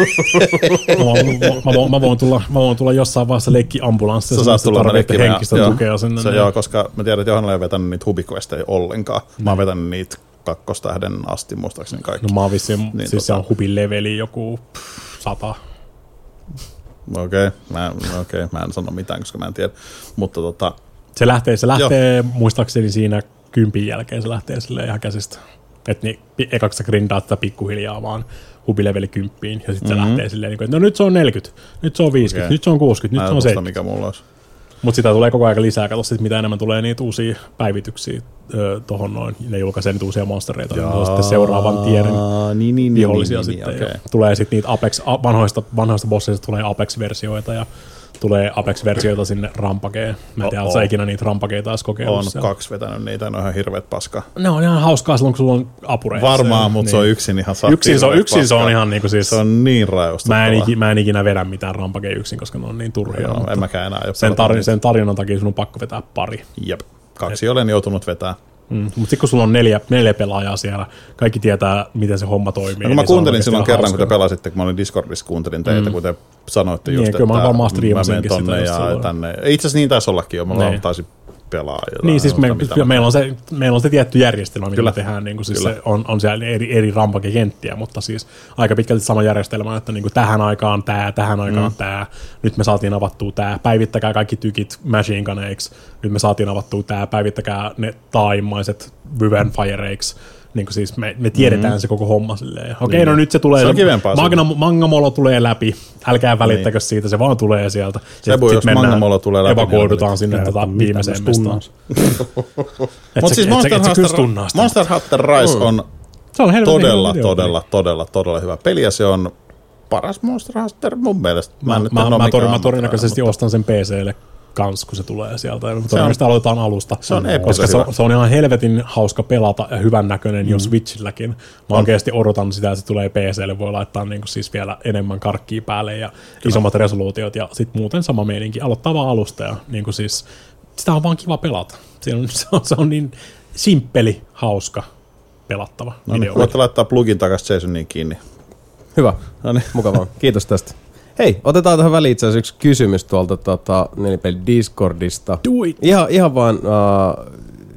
mä, voin, mä, voin tulla, mä voin tulla jossain vaiheessa leikki ambulanssia. Sä saat tulla leikki henkistä joo, tukea sinne. Se, joo, koska mä tiedän, että Johanna ei vetänyt niitä hubiquesteja ollenkaan. Mä oon vetänyt niitä kakkostähden asti muistaakseni kaikki. No mä oon vissiin, niin, siis tota... se on hubin leveli joku pff, sata. Okei, okay, mä, okay, mä en sano mitään, koska mä en tiedä. Mutta tota... Se lähtee, se lähtee Joo. muistaakseni siinä kympin jälkeen se lähtee silleen ihan käsistä. Että niin, ekaksi sä grindaat tätä pikkuhiljaa vaan hubileveli kymppiin ja sitten mm-hmm. se lähtee silleen, että no nyt se on neljäkymmentä, nyt se on viisikymmentä, okay. nyt se on kuusikymmentä, nyt se on seitsemänkymmentä. Mikä mulla olisi. Mutta sitä tulee koko ajan lisää, katso sitten mitä enemmän tulee niitä uusia päivityksiä öö, tohon noin. Ne julkaisee niitä uusia monstereita, niin on sitten seuraavan tiedon niin, niin, vihollisia niin, sitten. niin, okay. Tulee sitten niitä Apex, vanhoista, vanhoista bosseista tulee Apex-versioita ja tulee Apex-versioita sinne rampakeen. Mä en tiedä, oletko sä ikinä niitä rampakeita edes kokeillut. On siellä. kaksi vetänyt niitä, ne on ihan hirveet paskaa. Ne on ihan hauskaa silloin, kun sulla on apureita. Varmaan, mutta niin. Se on yksin ihan sattiin. Yksin se on, yksin se on ihan niinku siis... Se on niin rajoistuttavaa. Mä en, ikinä, mä en ikinä vedä mitään rampakeen yksin, koska ne on niin turhia. Joo, en mäkään enää. Sen, tar- sen tarinan takia sun on pakko vetää pari. Jep, kaksi Et... olen joutunut vetää. Mm. Mutta sitten kun sulla on neljä, neljä pelaajaa siellä, kaikki tietää, miten se homma toimii. No, mä niin kuuntelin silloin kerran, hauska. Kun te pelasitte, kun mä olin Discordissa, kuuntelin teitä, mm. kun te sanoitte just, niin, että kyllä mä varmaan mä menen tonne ja silloin. tänne. Itse asiassa niin taisi ollakin jo, mä vaan taisin pelaa jotain. Niin, siis me, mitä meillä, on se, meillä on se tietty järjestelmä, mitä Kyllä. me tehdään. Niin kuin siis Kyllä. se on, on siellä eri, eri rampakekenttiä, mutta siis aika pitkälti sama järjestelmä, että niin kuin tähän aikaan tämä, tähän aikaan mm. tämä. Nyt me saatiin avattua tämä, päivittäkää kaikki tykit machine guneiksi. Nyt me saatiin avattua tämä, päivittäkää ne taimmaiset Wyvern fireiksi. Niin kuin siis me, me tiedetään mm-hmm. se koko homma silleen. Okei, niin. no nyt se tulee. Se on kivempaa. Magna, Mangamolo tulee läpi. Älkää välittäkö niin. siitä, se vaan tulee sieltä. Sebu, jos Mangamolo tulee läpi. Evakuoidutaan sinne tota viimeiseen mestaan. Mutta siis Monster, Monster Hunter Rise mm. on, se on todella, todella, todella, todella hyvä peli, ja se on paras Monster Hunter mun mielestä. Mä, mä, mä, mä, tor, mä todennäköisesti mutta... ostan sen P C:lle kans, kun se tulee sieltä. Todennäköisesti aloitetaan alusta. Se on koska se on, se on ihan helvetin hauska pelata ja hyvän näköinen, mm. jo Switchilläkin. Mä on. oikeasti odotan sitä, että se tulee P C:lle. Voi laittaa niinku siis vielä enemmän karkkia päälle ja Kyllä. isommat resoluutiot. Ja sit muuten sama meininki. Aloittaa vaan alusta. Ja niinku siis, sitä on vaan kiva pelata. Se on, se on, se on niin simppeli, hauska, pelattava no video. Voitte laittaa plugin takaisin Jasonin kiinni. Hyvä. Noniin. Mukavaa. Kiitos tästä. Hei, otetaan tähän väliin itse asiassa yksi kysymys tuolta tota, Nelipeli Discordista. Do it. Ihan, ihan vaan uh,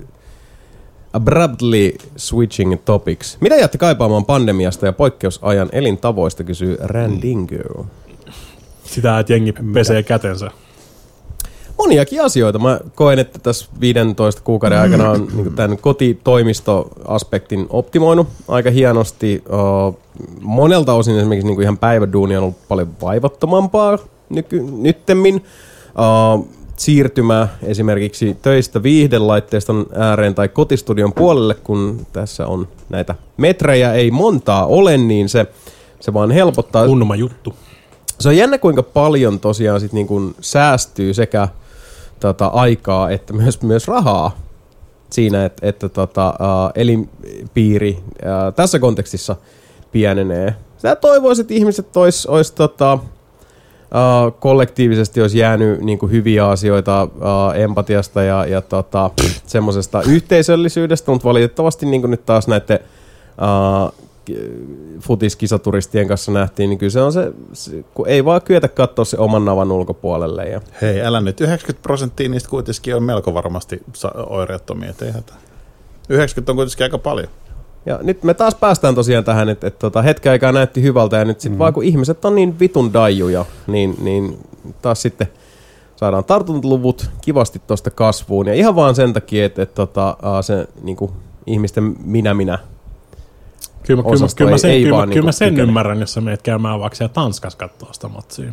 abruptly switching topics. Mitä jätti kaipaamaan pandemiasta ja poikkeusajan elintavoista, kysyy Randingo. Sitä, että jengi pesee kätensä. Moniakin asioita. Mä koen, että tässä viidentoista kuukauden aikana on niin tämän kotitoimistoaspektin optimoinut aika hienosti. Uh, monelta osin esimerkiksi niin ihan päiväduuni on ollut paljon vaivattomampaa nyky- nyttemmin. Uh, siirtymä esimerkiksi töistä viihdelaitteiston ääreen tai kotistudion puolelle, kun tässä on näitä metrejä ei montaa ole, niin se, se vaan helpottaa. Kunnoma juttu. Se on jännä, kuinka paljon tosiaan sit niin kuin säästyy sekä tota, aikaa että myös, myös rahaa siinä, että, että tota, uh, elinpiiri uh, tässä kontekstissa pienenee. Sä toivoisit, että ihmiset ois, ois tota, uh, kollektiivisesti olisi jäänyt niin kuin hyviä asioita uh, empatiasta ja, ja tota, semmoisesta yhteisöllisyydestä, mutta valitettavasti niin kuin nyt taas näiden uh, futiskisaturistien kanssa nähtiin, niin kyllä se on se, se kun ei vaan kyetä katsoa se oman navan ulkopuolelle. Ja hei, älä nyt, yhdeksänkymmentä prosenttia niistä kuitenkin on melko varmasti oireettomia, ettei hätä. yhdeksänkymmentä on kuitenkin aika paljon. Ja nyt me taas päästään tosiaan tähän, että, että, että hetken aikaa näytti hyvältä, ja nyt sitten mm. vaan kun ihmiset on niin vitun daijuja, niin, niin taas sitten saadaan tartuntaluvut kivasti tuosta kasvuun, ja ihan vaan sen takia, että, että, että se niin kuin ihmisten minä-minä Kyllä, kyllä, kyllä mä sen, ei, ei kyllä, vaan kyllä niin mä sen kykene. ymmärrän, jos sä meet käymään vaikka siellä Tanskassa kattoo sitä matsia.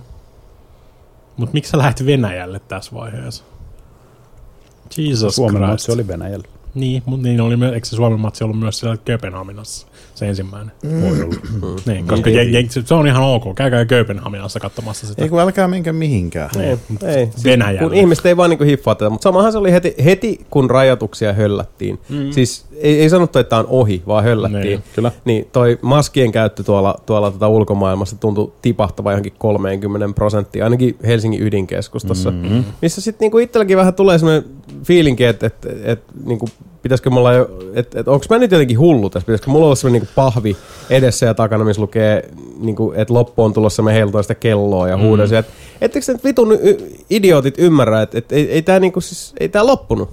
Mut miksi sä lähdet Venäjälle tässä vaiheessa? Jesus Suomen Christ. matsi oli Venäjällä. Niin, mutta niin oli, eikö se Suomen matsi ollut myös siellä Kööpenhaminassa, se ensimmäinen? Mm. Voi olla. Mm. Niin, koska mm. jen, jen, se on ihan ok, käykää Kööpenhaminassa katsomassa sitä. Ei kun älkää menkää mihinkään. Ei, ei. Venäjälle. Kun ihmiset ei vaan niinku hiffaa tätä, mutta samahan se oli heti, heti kun rajoituksia höllättiin. Mm. Siis ei, ei sanottu, että tämä on ohi, vaan höllättiin. Niin, kyllä. Niin toi maskien käyttö tuolla, tuolla tota ulkomaailmassa tuntui tipahtava johonkin kolmekymmentä prosenttia, ainakin Helsingin ydinkeskustassa. Mm-hmm. Missä sitten niinku itselläkin vähän tulee semmoinen fiilinki, että et, et, et, niinku pitäisikö mulla jo, että et, onko mä nyt jotenkin hullu tässä, pitäisikö mulla olla semmoinen niinku pahvi edessä ja takana, missä lukee, niinku, että loppu on tulossa, me heiltoin sitä kelloa ja huudasin, mm. että ettekö te vitun y- idiootit ymmärrä, että et, ei, ei tämä niinku, siis, ei tää loppunut.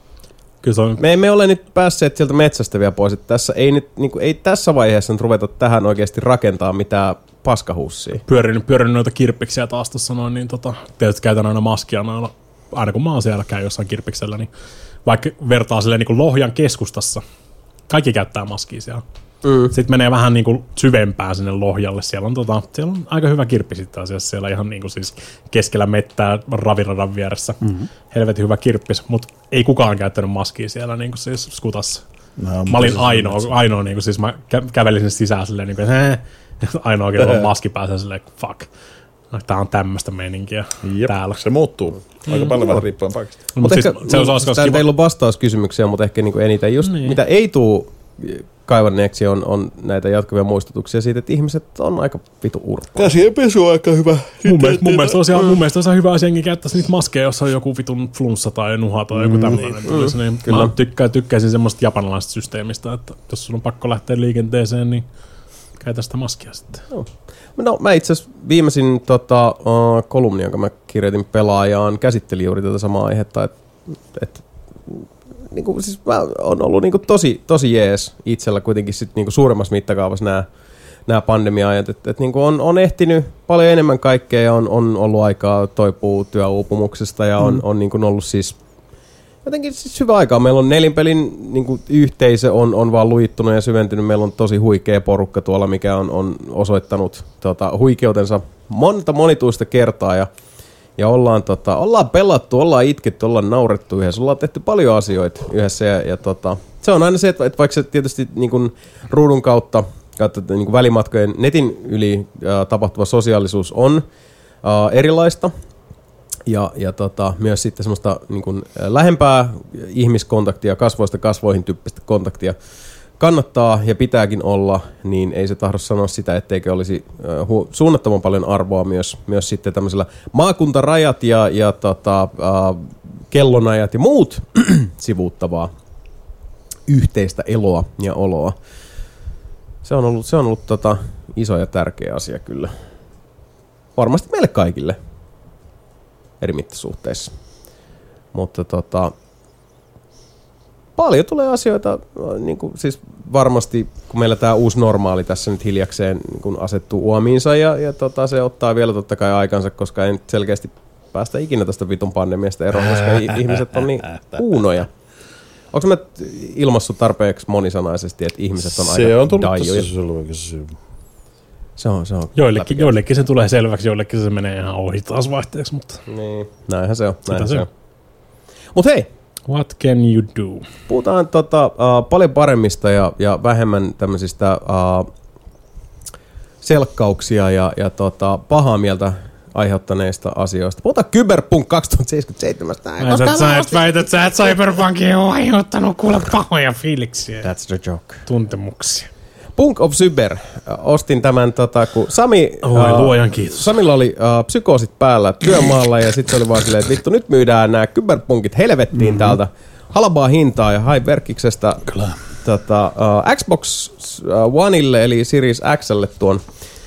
Kyllä on... Me emme ole nyt päässeet sieltä metsästä vielä pois, että tässä ei, nyt, niinku, ei tässä vaiheessa nyt ruveta tähän oikeasti rakentaa mitään paskahussia. Pyörin, pyörin noita kirppiksiä taas tuossa noin, niin tota, tietysti käytän aina maskia noilla, aina kun mä oon siellä, käy jossain kirppiksellä, niin vaikka vertaa silleen niin kuin Lohjan keskustassa, kaikki käyttää maskia siellä. Mm. Sitten menee vähän niin kuin syvempään sinne Lohjalle. Siellä on, tota, siellä on aika hyvä kirppi sitten asiassa. Siellä ihan niin kuin siis keskellä mettää raviradan vieressä. Mm-hmm. Helvetin hyvä kirppis, mutta ei kukaan käyttänyt maskia siellä niin kuin siis skutassa. No, mä olin ainoa, ainoa niin kuin siis mä kä- kävelin sinne sisään silleen niin kuin, heh, ainoa, kello on maski päässä silleen, fuck. No, tää on tämmöistä meininkiä Jep, täällä. Se muuttuu aika mm. paljon vähän riippuen paikasta. Mutta mut ehkä, se on siis tää teillä on vastauskysymyksiä, mutta ehkä niinku eniten just niin. Mitä ei tuu kaivanneeksi on, on näitä jatkuvia muistutuksia siitä, että ihmiset on aika vitu urpaa. Käsien pesu on aika hyvä. Mun mielestä, mun mielestä olisi mun mielestä olisi hyvä asia, jengi käyttäisi niitä maskeja, jos on joku vitun flunssa tai nuha tai joku tämmöinen. Mm, niin kyllä. Mä tykkään, tykkäisin semmoista japanilaisesta systeemistä, että jos sun on pakko lähteä liikenteeseen, niin käytä sitä maskia sitten. No. No, mä itse asiassa viimeisin tota, uh, kolumni, jonka mä kirjoitin pelaajaan, käsitteli juuri tätä samaa aihetta, että et niinku, siis on ollut niinku tosi, tosi jees itsellä kuitenkin sit niinku suuremmassa mittakaavassa nämä nämä pandemia-ajat, että et niinku on, on ehtinyt paljon enemmän kaikkea ja on, on ollut aikaa toipua työuupumuksesta ja on, mm. on niinku ollut siis jotenkin siis hyvä aikaa. Meillä on nelinpelin niinku yhteisö on, on vaan lujittunut ja syventynyt. Meillä on tosi huikea porukka tuolla, mikä on, on osoittanut tota, huikeutensa monta monituista kertaa ja, ja ollaan, tota, ollaan pelattu, ollaan itketty, ollaan naurettu yhdessä, ollaan tehty paljon asioita yhdessä ja, ja tota, se on aina se, että, että vaikka se tietysti niinku ruudun kautta Kautta, niin kuin välimatkojen netin yli äh, tapahtuva sosiaalisuus on äh, erilaista ja, ja tota, myös sitten semmoista niin kuin, äh, lähempää ihmiskontaktia, kasvoista kasvoihin tyyppistä kontaktia kannattaa ja pitääkin olla, niin ei se tahdo sanoa sitä, etteikö olisi äh, hu- suunnattoman paljon arvoa myös, myös sitten tämmöisellä maakuntarajat ja, ja tota, äh, kellonajat ja muut sivuuttavaa yhteistä eloa ja oloa. Se on ollut, se on ollut tota, iso ja tärkeä asia kyllä. Varmasti meille kaikille eri mittasuhteissa. Mutta tota, paljon tulee asioita, niin kuin, siis varmasti kun meillä tämä uusi normaali tässä nyt hiljakseen niin kun asettuu uomiinsa ja, ja tota, se ottaa vielä totta kai aikansa, koska ei nyt selkeästi päästä ikinä tästä vitun pandemiasta eroon, koska ihmiset on niin uunoja. Onko mä ilmassut tarpeeksi monisanaisesti, että ihmiset on se aika on tullut daijoja? Se on, se on. Joillekin, joillekin se tulee selväksi, joillekin se menee ihan ohi taas vaihteeksi, mutta... Niin, näinhän se on. Näinhän se se on. on. Mut hei, What can you do? puhutaan tota, uh, paljon paremmista ja, ja vähemmän tämmöisistä uh, selkkauksia ja, ja tota, pahaa mieltä aiheuttaneista asioista. Puhutaan Cyberpunk kaksituhattaseitsemänkymmentäseitsemän. Väität sä, et, väität sä, että Cyberpunkin on aiheuttanut kuule pahoja fiiliksiä. That's the joke. Tuntemuksia. Punk of Cyber. Ostin tämän, tota, kun Sami... Oi, uh, luojan kiitos. Samilla oli uh, psykoosit päällä työmaalla ja sitten se oli vaan silleen, että vittu, nyt myydään nämä Cyberpunkit helvettiin mm-hmm. täältä halpaa hintaa ja hain Verkkiksestä tota, uh, Xbox Oneille eli Series X:lle tuon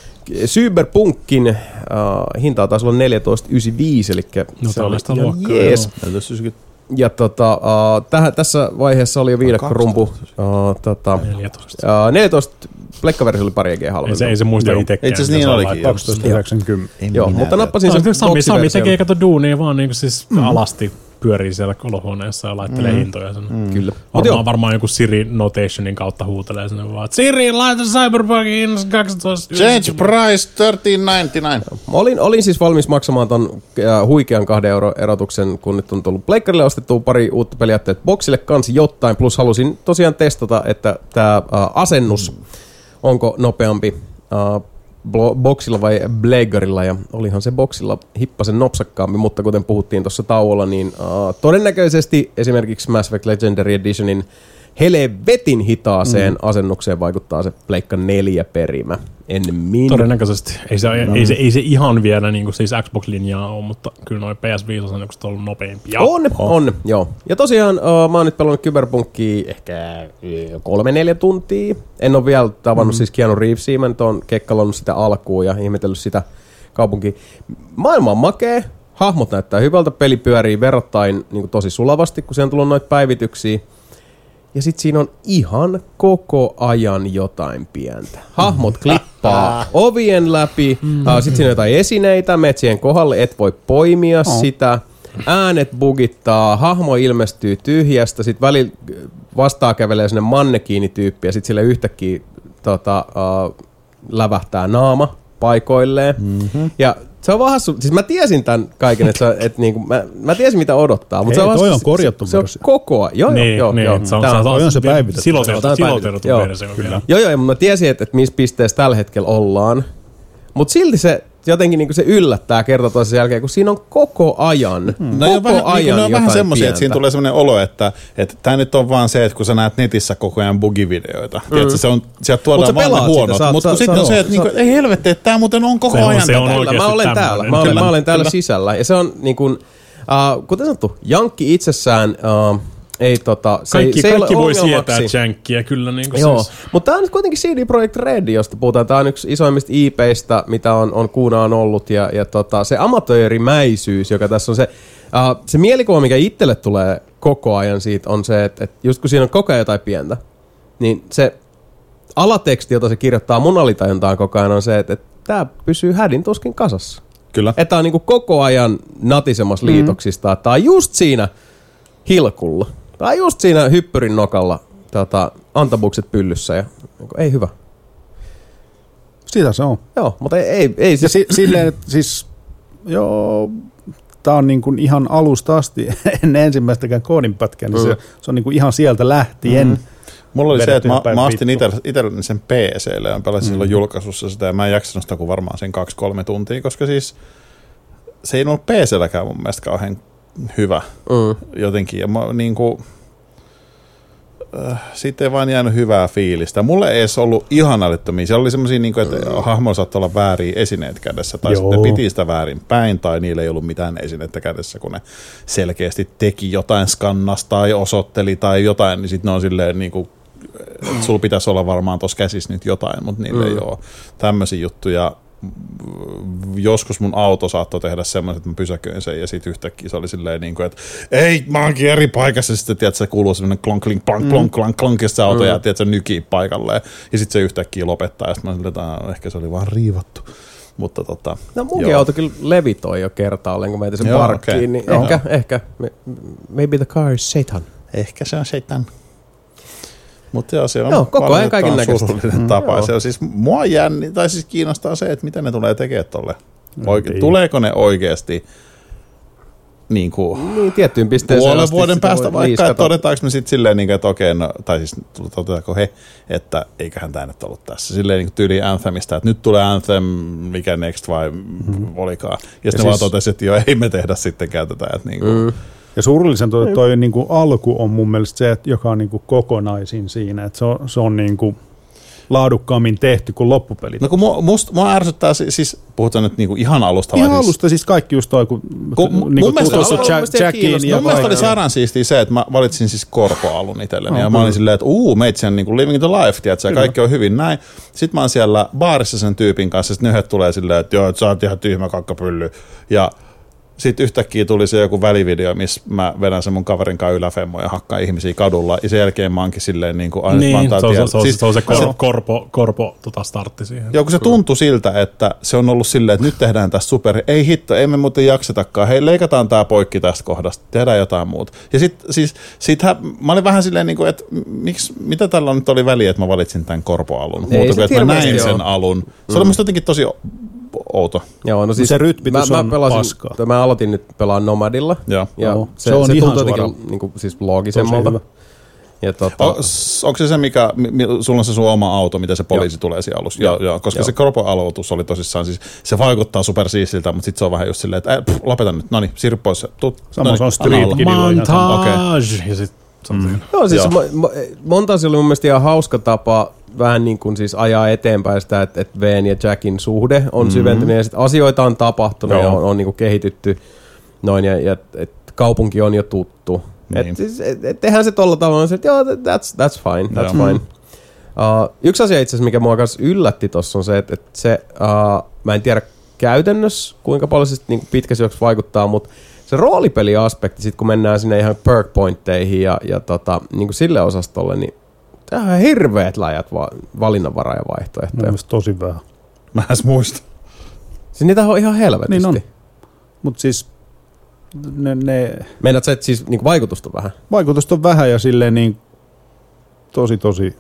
Cyberpunkin uh, hintaa taisi olla neljätoista yhdeksänkymmentäviisi, eli no, se oli ihan luokkaa, jees. Joo. Ja tota, uh, täh, tässä vaiheessa oli jo viidakkorumpu. Uh, tota, neljätoista. Uh, neljätoista pleikkaversio oli pari G halvempi. Ei se, ei se muista itsekään. Itse asiassa niin olikin. kaksitoista yhdeksänkymmentä. Joo, mutta nappasin sen Sami, Sami boksiversion. tekee kato duunia vaan niinku siis mm. alasti pyörii siellä olohuoneessa ja laittelee mm. hintoja sen. Mm. Kyllä. Varmaan, varmaan joku Siri notationin kautta huutelee sinne vaan, Siri, laita Cyberpunkin kaksitoista Change price thirteen ninety-nine. Olin, olin siis valmis maksamaan ton äh, huikean kahden euro erotuksen, kun nyt on tullut pleikkarille ostettua pari uutta peliaatteet boksille kansi jotain, plus halusin tosiaan testata, että tämä äh, asennus, mm. onko nopeampi äh, boksilla vai Blagerilla, ja olihan se boksilla hippasen nopsakkaampi, mutta kuten puhuttiin tuossa tauolla, niin uh, todennäköisesti esimerkiksi Mass Effect Legendary Editionin helvetin hitaaseen mm. asennukseen vaikuttaa se Pleikka neljä perimä ennemmin. Todennäköisesti. Ei se, no. ei se, ei se ihan vielä niin kuin siis Xbox-linjaa ole, mutta kyllä noin P S viisi-asennukset on ollut nopeampia. On, oh. on, joo. Ja tosiaan uh, mä oon nyt pelannut Cyberpunkia ehkä kolme neljä tuntia. En ole vielä tavannut mm. siis Keanu Reevesia, mä nyt oon kekkalannut sitä alkuun ja ihmetellyt sitä kaupunkia. Maailma on makea, hahmot näyttää hyvältä, peli pyörii verrattain niin kuin tosi sulavasti, kun siihen on tullut noita päivityksiä. Ja sit siinä on ihan koko ajan jotain pientä. Hahmot klippaa ovien läpi, mm-hmm. sit siinä on jotain esineitä, meet siihen kohdalle, et voi poimia oh. sitä. Äänet bugittaa, hahmo ilmestyy tyhjästä, sit välillä vastaa kävelee sinne mannekiinityyppi ja sit sille yhtäkkiä tota, uh, lävähtää naama paikoilleen. Mm-hmm. Ja se on vähän, siis mä tiesin tämän kaiken, että et niinku, mä, mä tiesin mitä odottaa. Mutta Hei, se on, toi on korjattu se, se on koko ajan. Joo, niin, joo, niin, joo. Se on, Tämä on, se on, on se päivitetty. Siloteltu versio vielä. Joo, joo, mä tiesin, että, että missä pisteessä tällä hetkellä ollaan. Mutta silti se jotenkin niinku se yllättää kerta toisen jälkeen, kun siinä on koko ajan, hmm. koko no vähän, ajan niin ne on vähän semmoisia, pientä. että siinä tulee semmoinen olo, että, että tämä nyt on vaan se, että kun sä näet netissä koko ajan bugivideoita. Mm. Tiedätkö, se on, sieltä tuodaan vaan ne huonot. Mutta sitten on se, että niinku, ei helvetti, että tämä muuten on koko se ajan. On, se on Mä olen täällä, mä olen, mä olen täällä sisällä. Ja se on niin kuin, uh, kuten sanottu, jankki itsessään, uh, ei tota, se Kaikki, ei, se kaikki ei voi ole sietää jankkia kyllä. Niin kuin Joo, siis. mutta tämä on nyt kuitenkin C D Projekt Red, josta puhutaan. Tämä on yksi isoimmista I P:istä, mitä on, on kuunaan ollut. Ja, ja tota, se amatöörimäisyys, joka tässä on se, uh, se mielikuva, mikä itselle tulee koko ajan siitä, on se, että, että just kun siinä on koko ajan jotain pientä, niin se alateksti, jota se kirjoittaa mun alitajuntaan koko ajan, on se, että, että tämä pysyy hädin tuskin kasassa. Kyllä. Että on niinku koko ajan natisemassa mm. liitoksista. Tämä on just siinä hilkulla. Tämä on just siinä hyppyrin nokalla tota, antabukset pyllyssä ja niinku, ei hyvä. Sitä se on. Joo, mutta ei, ei, ei Ja siis, si- silleen, että siis, joo, tää on niin kuin ihan alusta asti, ennen ensimmäistäkään koodinpätkää, niin mm. se, se on niin kuin ihan sieltä lähtien. Mm. Mulla oli se, että mä, mä astin vittu. itselleni sen P C:lle ja pelasin mm. silloin julkaisussa sitä ja mä en jaksanut sitä kuin varmaan sen kaksi kolme tuntia, koska siis se ei ollut P C:lläkään mun mielestä kauhean hyvä mm. jotenkin. Ja mä, niin kuin, äh, siitä ei vaan jäänyt hyvää fiilistä. Mulle ei edes ollut ihan älyttömiä. Siellä oli semmosia, niin kuin, että hahmoilla saattoi olla vääriä esineet kädessä tai Joo. sitten piti sitä väärin päin tai niillä ei ollut mitään esinettä kädessä, kun ne selkeästi teki jotain skannasta tai osoitteli tai jotain, niin sitten ne on silleen niin kuin, että sulla pitäisi olla varmaan tuossa käsissä nyt jotain, mutta niillä mm. ei ole tämmöisiä juttuja. Joskus mun auto saattoi tehdä semmoisen, että mä pysäköin sen ja sitten yhtäkkiä se oli silleen niin kuin, että ei, mä oonkin eri paikassa. Sitten tiedät, se kuuluu semmoinen klonk, klink, plank, plonk, klank, klonk, ja se auto mm. jää, tiedät, se nykii paikalleen. Ja sitten se yhtäkkiä lopettaa ja sitten mä silleen, että ehkä se oli vaan riivattu. Mutta tota, no munkin auto kyllä levitoi jo kertaalleen, kun meitä sen joo, parkkiin, okay. niin joo. ehkä, ehkä, maybe the car is Satan. Ehkä se on Satan. Mutta joo, se on joo, koko ajan kaiken näköistä. Surullinen tapa. Mm, se on siis, mua jänni, tai siis kiinnostaa se, että mitä ne tulee tekemään tolle. Oike- tuleeko ne oikeasti niin kuin niin, tiettyyn pisteeseen puolen vuoden päästä vaikka, että todetaanko me sitten silleen, niin että okei, no, tai siis todetaanko he, että eiköhän tämä nyt ollut tässä. Silleen niin tyyli Anthemista, että nyt tulee Anthem, mikä next vai mm-hmm. olikaan. Ja, ja sitten siis, vaan totesi, että joo, ei me tehdä sittenkään tätä. Että niin kuin, mm. Ja surullisen toi, toi niin kuin alku on mun mielestä se, että joka on niin kuin kokonaisin siinä, että se on, se on niin kuin laadukkaammin tehty kuin loppupelit. No kun mua, musta, mua ärsyttää, siis puhutaan nyt niinku ihan alusta. Ihan siis, alusta, siis kaikki just toi, kun, kun niinku mun tutustu Jackiin. Mun mielestä oli sairaan siistiä se, että mä valitsin siis korpoalun itselleni. No, ja mä olin silleen, että uu, meitsi on niinku living the life, tiedätkö, ja kaikki on hyvin näin. Sitten mä oon siellä baarissa sen tyypin kanssa, sitten yhdet tulee silleen, että joo, että sä oot ihan tyhmä kakkapylly. Ja sitten yhtäkkiä tuli se joku välivideo, missä mä vedän sen mun kaverin kanssa yläfemmoja ja hakkaan ihmisiä kadulla. Ja sen jälkeen mä oonkin silleen niin kuin aina niin, antaa se, tiedä. se, se, siis, se on se korpo, korpo, korpo tota startti siihen. Joo, kun se tuntui siltä, että se on ollut silleen, että nyt tehdään tästä super. Ei hitto, ei me muuten jaksetakaan. Hei, leikataan tää poikki tästä kohdasta. Tehdään jotain muuta. Ja sitten siis, siitähän, mä olin vähän silleen, niin kuin, että miksi, mitä tällä nyt oli väliä, että mä valitsin tämän korpoalun. Muuta kuin, että mä näin sen alun. Se oli musta jotenkin tosi outo. Joo, no siis se rytmitys on paskaa. Mä aloitin nyt pelaa Nomadilla. Joo. Ja no, se, se on se ihan tuntuu suoraan. jotenkin niin kuin, siis loogisemmalta. Ja tota, o, onko se se, mikä, sulla on se sun oma auto, mitä se poliisi joo. tulee siellä alussa? Joo, joo, koska joo. se korpo-aloitus oli tosissaan, siis se vaikuttaa supersiistiltä, mutta sitten se on vähän just silleen, että äh, pff, lopeta nyt, no niin, siirry pois. Sama se on Street Kidilla. Montage! Ja sit mm. Joo, siis joo. Mo, montage oli mun mielestä ihan hauska tapa vähän niin kuin siis ajaa eteenpäin sitä, että, että V:n ja Jackin suhde on mm-hmm. syventynyt ja sitten asioita on tapahtunut joo. ja on, on niin kuin kehitytty noin ja, ja et kaupunki on jo tuttu. Niin. Et, siis, et, et, tehdään se tolla tavalla, että joo, that's, that's fine, that's joo. fine. Uh, yksi asia itse asiassa, mikä mua kanssa yllätti tossa on se, että, että se, uh, mä en tiedä käytännössä kuinka paljon se niin pitkässä juoksussa vaikuttaa, mutta se roolipeliaspekti, sit kun mennään sinne ihan perk pointteihin ja, ja tota, niin kuin sille osastolle, niin tämähän on hirveät läjät va- valinnanvaraa ja vaihtoehtoja. Mielestäni tosi vähän. Mä en muista. Siis niitä on ihan helvetisti. Niin on. Mutta siis ne... ne meinaat sä, että siis niin vaikutusta on vähän? Vaikutusta on vähän ja silleen niin tosi tosi...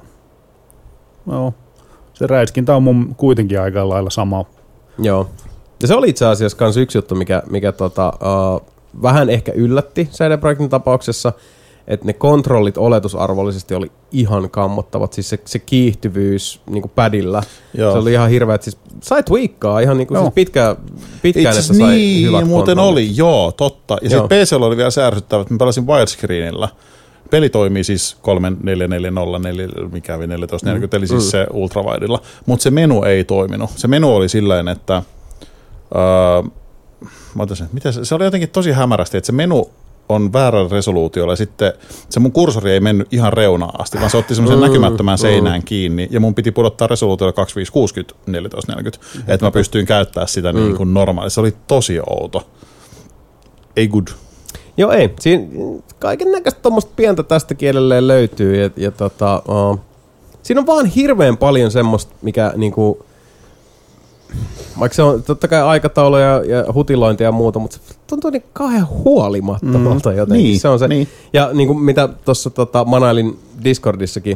No, se räiskintä on mun kuitenkin aika lailla sama. Joo. Ja se oli itse asiassa kans yksi juttu, mikä, mikä tota, uh, vähän ehkä yllätti C D-projektin tapauksessa, että ne kontrollit oletusarvollisesti oli ihan kammottavat. Siis se, se kiihtyvyys niin kuin padilla, joo. se oli ihan hirveä. Siis sai tweakkaa ihan niin kuin siis pitkä, pitkään, että sai niin, hyvät muuten kontrollit. oli, joo, totta. Ja sitten P C:llä oli vielä se ärsyttävä, että mä pelasin widescreenillä. Peli toimii siis kolme neljä neljä nolla neljä, mikä oli neljätoista neljäkymmentä, mm. eli siis mm. se ultrawideilla. Mutta se menu ei toiminut. Se menu oli sillain, että... Öö, mä otan sen, mitä se, se oli jotenkin tosi hämärästi, että se menu on väärällä resoluutiolla ja sitten se mun kursori ei mennyt ihan reunaan asti, vaan se otti semmoisen mm, näkymättömään seinään mm. kiinni ja mun piti pudottaa resoluutiolla kaksikymmentäviisi kuusikymmentä neljätoista neljäkymmentä, että mä pystyin käyttämään sitä mm. niin kuin normaali. Se oli tosi outo. Ei good. Joo ei, siinä kaiken näköistä tuommoista pientä tästäkin edelleen löytyy ja, ja tota, uh, siinä on vaan hirveän paljon semmoista, mikä niinku, vaikka se on totta kai aikatauluja ja, ja hutilointia ja muuta, mutta se tuntuu niin kauhean huolimattomalta mm. jotenkin. Niin, se on se. Niin. Ja niin kuin mitä tuossa tota, manailin Discordissakin,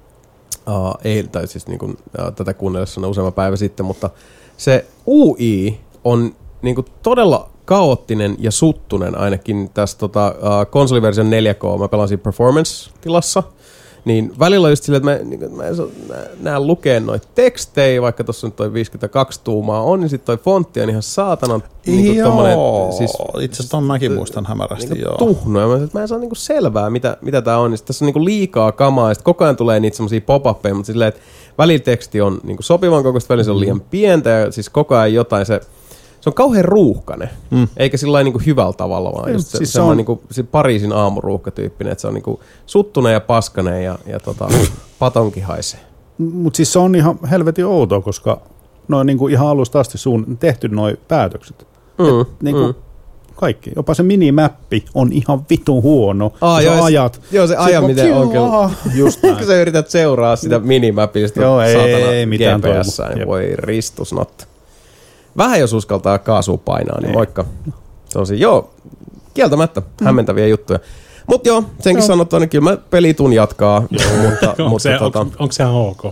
uh, ei, tai siis niin kuin, uh, tätä kuunnellessa useamman päivä sitten, mutta se U I on niin kuin todella kaoottinen ja suttunen ainakin tässä tota, uh, konsoliversion neljä K, mä pelaan siinä performance-tilassa, niin välillä on just silleen, että mä, niin, mä en näe lukea noita tekstejä, vaikka tuossa nyt toi viisikymmentäkaksi tuumaa on, niin sitten toi fontti on ihan saatanan niin joo, tommonen, siis, itse asiassa ton mäkin muistan hämärästi, niin joo. tuhno, ja mä, mä en saa niin selvää, mitä, mitä tää on, niin tässä on niin liikaa kamaa, ja sitten koko ajan tulee niitä semmosia pop-uppeja, mutta silleen, että välillä teksti on niin sopivan kokoista, välillä se on liian pientä, ja siis koko ajan jotain se, se on kauhean ruuhkainen, mm. eikä sillä lailla niin hyvällä tavalla, vaan just se, siis se on niin kuin, se Pariisin aamuruuhkatyyppinen, että se on niin kuin suttunen ja paskanen ja, ja tota, patonki haisee. Mutta siis se on ihan helvetin outoa, koska noin niin kuin ihan alusta asti suun tehty noi päätökset. Mm, Et, niin kuin mm. kaikki. Jopa se minimäppi on ihan vitun huono. Aa, sä joo, ajat. Joo, se ajaminen on kyllä. Just näin. Kun sä yrität seuraa sitä minimäpistä joo, saatana ei mitään G P S, niin voi ristusnotta. Vähän jos uskaltaa kaasua painaa, niin moikka. Tosi, joo, kieltämättä mm. hämmentäviä juttuja. Mutta joo, senkin joo. sanottua, niin kyllä mä pelitun jatkaa. mutta, onko, mutta, se, tota, onko, onko se ihan ok?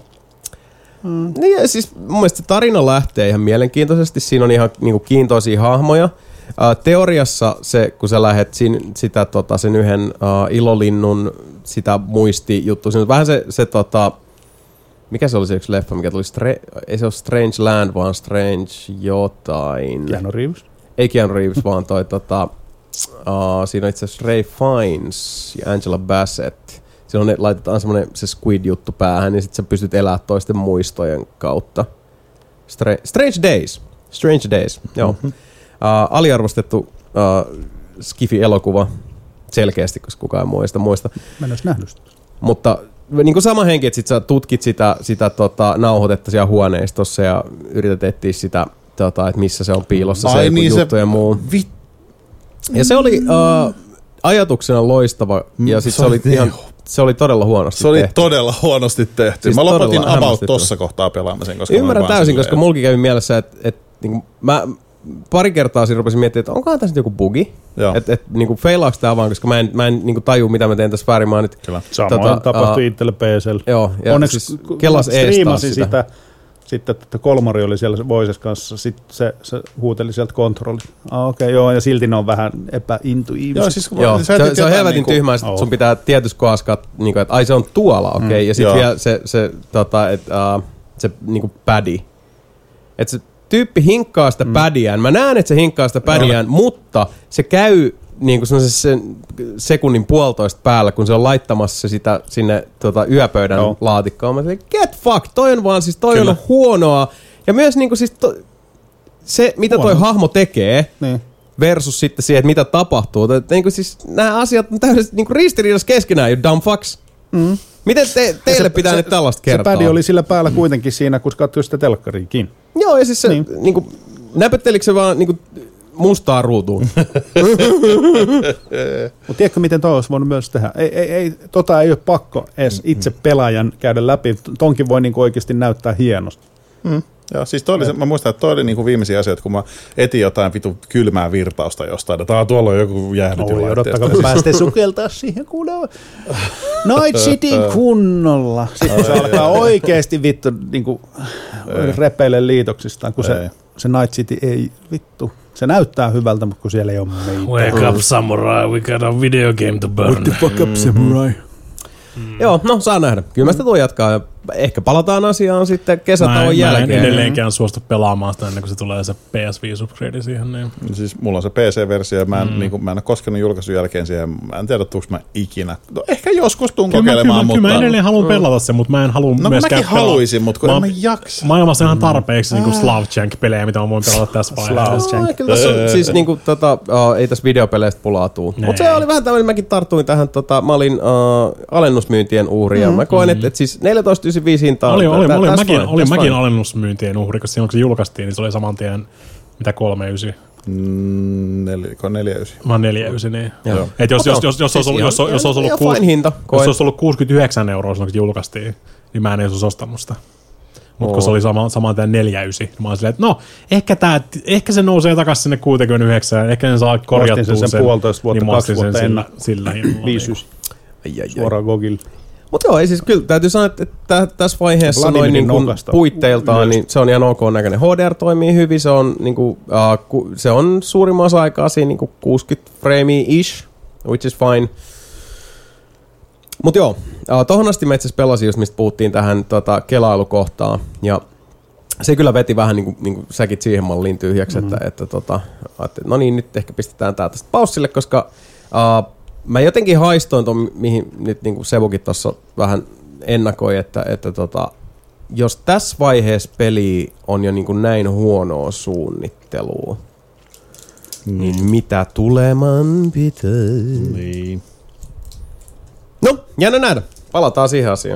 Mm. Niin, siis mun mielestä se tarina lähtee ihan mielenkiintoisesti. Siinä on ihan niinku kiintoisia hahmoja. Uh, teoriassa se, kun sä lähet sin, sitä, tota, sen yhden uh, ilolinnun sitä muistijuttu, siinä on vähän se, se tota, mikä se oli se yksi leffa, mikä tuli, Stra- ei se ole Strange Land, vaan Strange jotain. Keanu Reeves? Ei Keanu Reeves, vaan toi tota, uh, siinä on itse asiassa Ray Fiennes ja Angela Bassett. Siinä on ne, laitetaan semmoinen se squid-juttu päähän, niin sit sä pystyt elämään toisten muistojen kautta. Stra- Strange Days. Strange Days, joo. Mm-hmm. Uh, aliarvostettu uh, Skifi-elokuva selkeästi, koska kukaan ei muista. muista. Mä en olisi nähnyt sitä. Mutta niin kuin sama henki, että sit sä tutkit sitä, sitä tota, nauhoitetta siellä huoneistossa ja yrität etsiä sitä, tota, että missä se on piilossa. Ai se niin juttu se ja muu. Vi- ja se oli uh, ajatuksena loistava ja sit se, se oli ihan... Se oli todella huonosti Se oli tehty. todella huonosti tehty. Siis mä lopetin about tossa kohtaa pelaamisen. Koska ymmärrän täysin, silleen, koska mulki kävi mielessä, että et, niinku, mä pari kertaa siinä rupesin miettimään, että onkohan tässä joku bugi. Että et, niinku, feilaako tää vaan, koska mä en, mä en niinku, tajua, mitä mä teen tässä väärin. Mä nyt, samoin tota, tapahtui uh, itselle P C:llä. Joo, ja onneksi siis kelas ees sitä. sitä. Sitten että Kolmari oli siellä Voices kanssa, sitten se, se huuteli sieltä kontrolli. Ah, okei, okay, joo, ja silti ne on vähän epäintuiivisia. Joo, siis, joo, se, se, se on helvetin niinku, tyhmää, että oh. sun pitää tietysti kohdassa, niinku, että ai se on tuolla, okei, okay, mm, ja sitten vielä se, se, tota, et, uh, se niinku pädi. Että se tyyppi hinkkaa sitä mm. pädiään, mä näen, että se hinkkaa sitä pädiään, no. mutta se käy niinku sen sekunnin puolitoista päällä, kun se on laittamassa sitä sinne tota, yöpöydän no. laatikkoon. Mä sanoin, get fuck, toi on vaan, siis toi Kyllä. on huonoa. Ja myös niinku siis to, se, mitä Huono. toi hahmo tekee, niin. versus sitten siihen, että mitä tapahtuu. Niinku siis nämä asiat on täysin niinku ristiriidassa keskenään, you dumb fucks. Mm. Miten te, teille se, pitää se, nyt tällaista kertaa? Se pädi oli sillä päällä kuitenkin siinä, kun katsoi sitä telkkariikin. Joo, ja siis se niin. niinku, näpöttelikö se vaan niinku, mustaa ruutuun. Mutta tiedätkö, miten toi olisi voinut myös tehdä? Ei, ei, ei, tota ei ole pakko edes itse pelaajan käydä läpi. Tonkin voi niinku oikeasti näyttää hienosti. Mm. Joo, siis toi oli se, mä muistan, että toi oli niinku viimeisiä asioita, kun mä etin jotain vitu kylmää virtausta jostain. Että tuolla on joku jäänyt jo laitteesta. Odottakaa, päästä sukeltaa siihen kunnolla. Night City kunnolla. Sitten se alkaa oikeasti vittu niinku repeille liitoksistaan, kun se, se Night City ei vittu. Se näyttää hyvältä, mutta kun siellä ei ole meitä. Wake up samurai, we got a video game to burn. What the fuck up samurai? Mm. Joo, no saa nähdä. Kyllä mä sitä tuon jatkaa. Ja ehkä palataan asiaan sitten Mä kesätauon en, mä en jälkeen. edelleenkään suostu pelaamaan sitä ennen kuin se tulee se P S viisi upgrade siihen. Niin. Siis mulla on se P C-versio ja mä en, mm. niin kuin, mä en ole koskenut julkaisun jälkeen siihen. Mä en tiedä, tuuks mä ikinä. No, ehkä joskus tuun Kyllä, kokeilemaan, kyllä, mutta... Kyllä mä edelleen haluan pelata sen, mutta mä en halua No myöskään mäkin pelata. haluaisin, mutta kun mä, en mä jaksa. Maailmassa ihan tarpeeksi niin Slavjank-pelejä, mitä mä voin pelata tässä vaiheessa. No, kyllä tässä on, siis niinku tota, uh, ei tässä videopeleistä pulaa tuu. Mutta se oli vähän tämmöinen, mäkin tartuin tähän, tota, mä olin uh, alennusmyyntien uhri ja mm, mä koen, mm. että et siis neljätoista yhdeksänkymmentäviisi hintaa. Oli, oli, tä, oli, tä, mäkin, fine, oli mäkin fine. alennusmyyntien uhri, koska silloin kun se julkaistiin, niin se oli saman tien, mitä kolme ysi. Mm, nel, neljä ysi. Mä oon neljä ysi, niin. Joo. Et jos, jos, jos, jos, Siis olisi ollut, jos, jos, olisi ollut, ihan kuus, fine hinta, jos koen. olisi ollut kuusikymmentäyhdeksän euroa silloin, kun julkaistiin, niin mä en edes olisi ostanut sitä. Mutta kun se oli sama, saman tien neljä ysi, niin mä olin silleen, että no, ehkä, tää, ehkä se nousee takaisin sinne kuusikymmentäyhdeksän, ehkä ne saa korjattua sen. sen puolitoista vuotta, niin kaksi vuotta ennen. Sillä hinnalla. viisi ysi. Ai, ai, ai. Suoraan Gogille. Mutta joo, ei siis kyllä täytyy sanoa, että tä, tässä vaiheessa noin niin kuin puitteiltaan, niin se on ihan ok näköinen. H D R toimii hyvin, se on, niin kuin, uh, ku, se on suurimman osa aikaa siinä niin kuin kuusikymmentä framea ish, which is fine. Mutta joo, uh, tohon asti mä itse asiassa pelasin just, mistä puhuttiin tähän tota, kelailukohtaan, ja se kyllä veti vähän niin kuin, niin kuin säkin siihen malliin tyhjäksi, mm-hmm. että, että tota, no niin, nyt ehkä pistetään tää tästä paussille, koska uh, mä jotenkin haistoin ton, mihin nyt niin kuin Sevukin tuossa vähän ennakoi, että, että tota, jos tässä vaiheessa peli on jo niin kuin näin huonoa suunnittelua, mm. niin mitä tuleman pitää? Niin. No, jännä nähdä. Palataan siihen asiaan.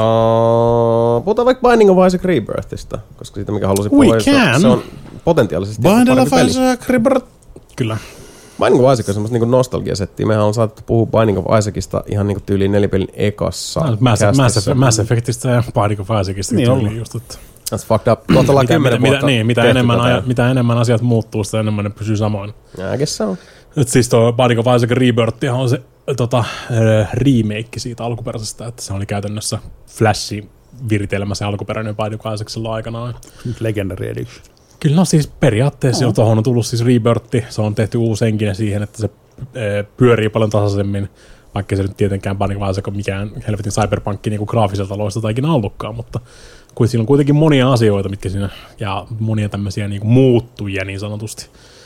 Uh, puhutaan vaikka Binding of Isaac Rebirthista, koska siitä mikä halusin We puhua, can. se on potentiaalisesti Binding parempi of peli. Isaac Rebirth. Kyllä. Binding of Isaac on semmoista niinku nostalgiasettiä. Mehän on saatettu puhua Binding of Isaacista ihan niinku tyyliin nelipelin ekassa. No, Mass, Mass, Mass Effectista ja Binding of Isaacista. Niin tyyliin just, että That's fucked up. Kohta ollaan mitä, kymmenen mitä, vuotta. niin, mitä, tehty enemmän tätä. aja, mitä enemmän asiat muuttuu, sitä enemmän ne pysyy samoin. I guess so. Et siis tuo Binding of Isaac Rebirth on se tota, remake siitä alkuperäisestä, että se oli käytännössä Flashin viritelmä se alkuperäinen Binding of Isaac silloin aikanaan. Legendary Edition. Kyllä no siis periaatteessa jo tuohon on tullut siis Rebirth, se on tehty uusi henkinen siihen, että se e, pyörii paljon tasaisemmin, vaikka se nyt tietenkään Binding of Isaac on mikään helvetin cyberpunkki niin kuin graafiselta loista tai ikinä ollutkaan, mutta kun siinä on kuitenkin monia asioita, mitkä siinä, ja monia tämmöisiä niin kuin muuttujia niin sanotusti.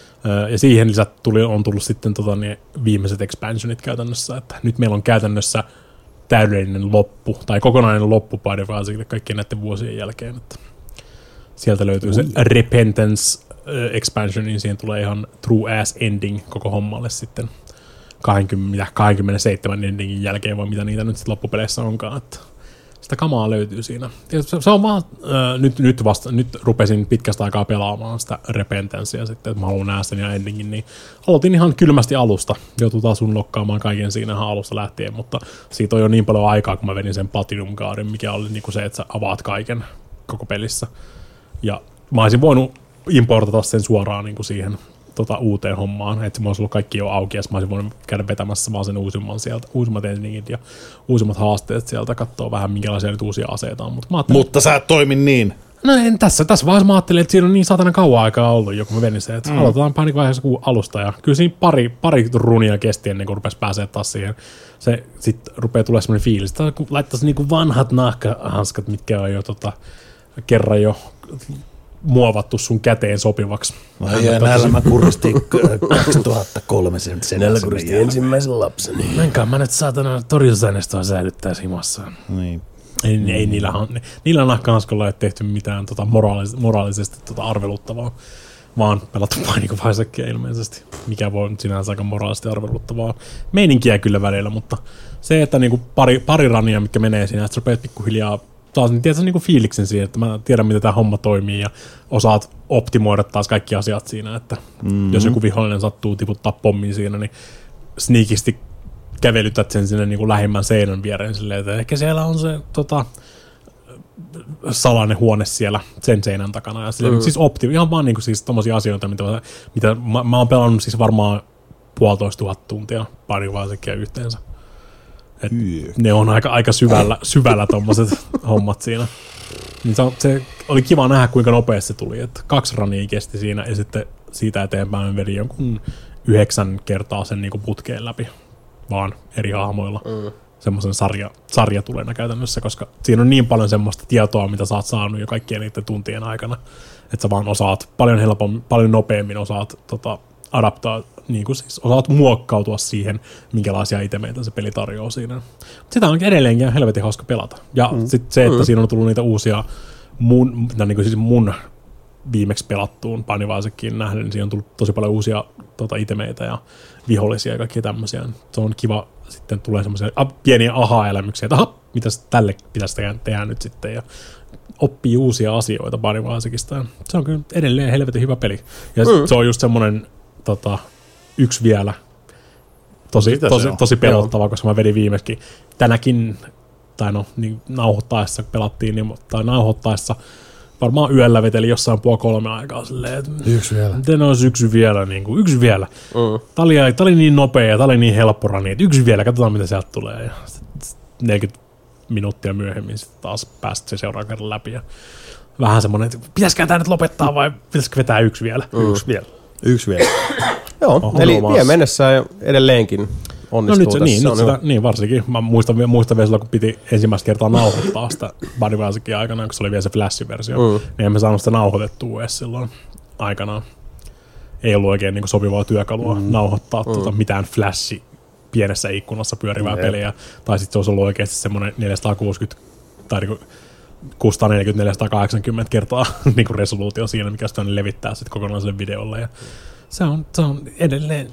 Ja siihen lisät tuli, on tullut sitten tota, niin viimeiset expansionit käytännössä, että nyt meillä on käytännössä täydellinen loppu, tai kokonainen loppu Binding of Isaacille kaikkien näiden vuosien jälkeen. Että sieltä löytyy se Repentance uh, expansion, niin siihen tulee ihan true ass ending koko hommalle sitten kaksikymmentä, kaksikymmentäseitsemän endingin jälkeen, vai mitä niitä nyt sitten loppupeleissä onkaan. Että sitä kamaa löytyy siinä. Se, se on vaan, äh, nyt, nyt, vasta, nyt rupesin pitkästä aikaa pelaamaan sitä Repentancea sitten, että mä haluan nähdä sen ja endingin, niin aloitin ihan kylmästi alusta. Joutuu taas unlockkaamaan kaiken siinä ihan alusta lähtien, mutta siitä on jo niin paljon aikaa, kun mä vedin sen Platinum Guardin, mikä oli niinku se, että sä avaat kaiken koko pelissä. Ja mä olisin voinut importata sen suoraan niinku siihen tota, uuteen hommaan, että mä olisin ollut kaikki jo auki, ja mä olisin voinut käydä vetämässä vaan sen uusimman sieltä, uusimmat endingit ja uusimmat haasteet sieltä, katsoa vähän minkälaisia nyt uusia aseita on. Mutta, Mutta sä et toimi niin. No en, tässä, tässä vaiheessa mä ajattelin, että siinä on niin satana kauan aikaa ollut jo, kun mä venin se, että mm. aloitetaan panikvaiheessa alusta, ja kyllä siinä pari, pari runia kesti ennen kuin rupesi pääsee taas siihen. Se sitten rupeaa tulemaan semmoinen fiilis, että kun laittaisi niinku vanhat nahkahanskat, mitkä on jo tota, kerran jo muovattu sun käteen sopivaksi. Ai ja näillä mä kuristin kaksituhattakolme sen sen Näillä kuristi ensimmäisen lapseni. Menkaan mä nyt saatana torjutusaineistoa säilyttää himassaan. Niin. Ei, mm. ei niillä, niillä nahkahanskoilla ei ole tehty mitään tota moraalis, moraalisesti tota arveluttavaa, vaan pelattu Binding of Isaacia ilmeisesti, mikä voi nyt sinänsä aika moraalisesti arveluttavaa. Meininkiä kyllä välillä, mutta se, että niinku pari, pari rania, mitkä menee siinä, että rupeat pikkuhiljaa taas, niin tiedät niinku fiiliksen siihen, että mä tiedän, miten tämä homma toimii ja osaat optimoida taas kaikki asiat siinä, että mm-hmm. jos joku vihollinen sattuu tiputtaa pommin siinä, niin sneakisti kävelytät sen sinne niin kuin lähimmän seinän viereen silleen, että ehkä siellä on se tota, salainen huone siellä sen seinän takana. Ja silleen, mm. siis optimi, ihan vaan niin kuin, siis tommosia asioita, mitä, mitä mä, mä oon pelannut siis varmaan puolitoista tuhatta tuntia Binding of Isaacia yhteensä. Et ne on aika, aika syvällä, syvällä tommoset hommat siinä. Niin se, se oli kiva nähdä, kuinka nopeasti se tuli. Et kaksi rania kesti siinä ja sitten siitä eteenpäin veri jonkun yhdeksän kertaa sen niinku putkeen läpi. Vaan eri hahmoilla. Mm. semmoisen sarja, sarjatulena käytännössä, koska siinä on niin paljon semmoista tietoa, mitä sä oot saanut jo kaikkien niiden tuntien aikana, että sä vaan osaat paljon helpommin, paljon nopeammin osaat tota, adaptaa, niin kuin siis osaat muokkautua siihen, minkälaisia itemeitä se peli tarjoaa siinä. Mut sitä on edelleenkin helvetin hauska pelata. Ja mm. sitten se, että mm. siinä on tullut niitä uusia, mun, niin kuin siis mun viimeksi pelattuun Panivaisekin nähden, niin siinä on tullut tosi paljon uusia tota, itemeitä ja vihollisia ja kaikkia tämmöisiä. Se on kiva, sitten tulee semmoisia ah, pieniä aha-elämyksiä, että aha, mitäs tälle pitäisi tehdä nyt sitten, ja oppii uusia asioita Panivaisekista. Se on kyllä edelleen helvetin hyvä peli. Ja mm. se on just semmoinen tota, yksi vielä tosi, tosi, tosi pelottava, koska mä vedin viimeksi tänäkin, tai no, niin nauhoittaessa pelattiin, niin, tai nauhoittaessa varmaan yöllä veteli jossain puoli kolme aikaa silleen, että yksi vielä. Miten olisi yksi vielä, niin kuin, yksi vielä. Mm. Tämä oli, tämä oli niin nopea ja tämä oli niin helppora, niin yksi vielä, katsotaan mitä sieltä tulee. Ja neljäkymmentä minuuttia myöhemmin sitten taas päästä se seuraavan kerran läpi. Ja vähän semmoinen, että pitäisikö tämä nyt lopettaa vai pitäisikö vetää yksi vielä? Mm. Yksi vielä. Yksi vielä. Joo, Oho, eli vie mennessä edelleenkin onnistuu. No nyt se, niin, nyt sitä, niin varsinkin. Mä muistan, muistan vielä silloin, kun piti ensimmäistä kertaa nauhoittaa sitä Buddy aikana, kun se oli vielä se Flash-versio, mm. niin emme saanut sitä nauhoitettua edes silloin aikanaan. Ei ollut oikein niin kuin sopivaa työkalua mm. nauhoittaa mm. Tota, mitään Flashi pienessä ikkunassa pyörivää mm. peliä. Tai sitten se olisi ollut oikeasti semmoinen neljäsataakuusikymmentä tai niin kuusisataaneljäkymmentä neljäsataakahdeksankymmentä kertaa niin kuin resoluutio siinä, mikä sitten levittää sitten kokonaiselle videolle. Ja se on, se on edelleen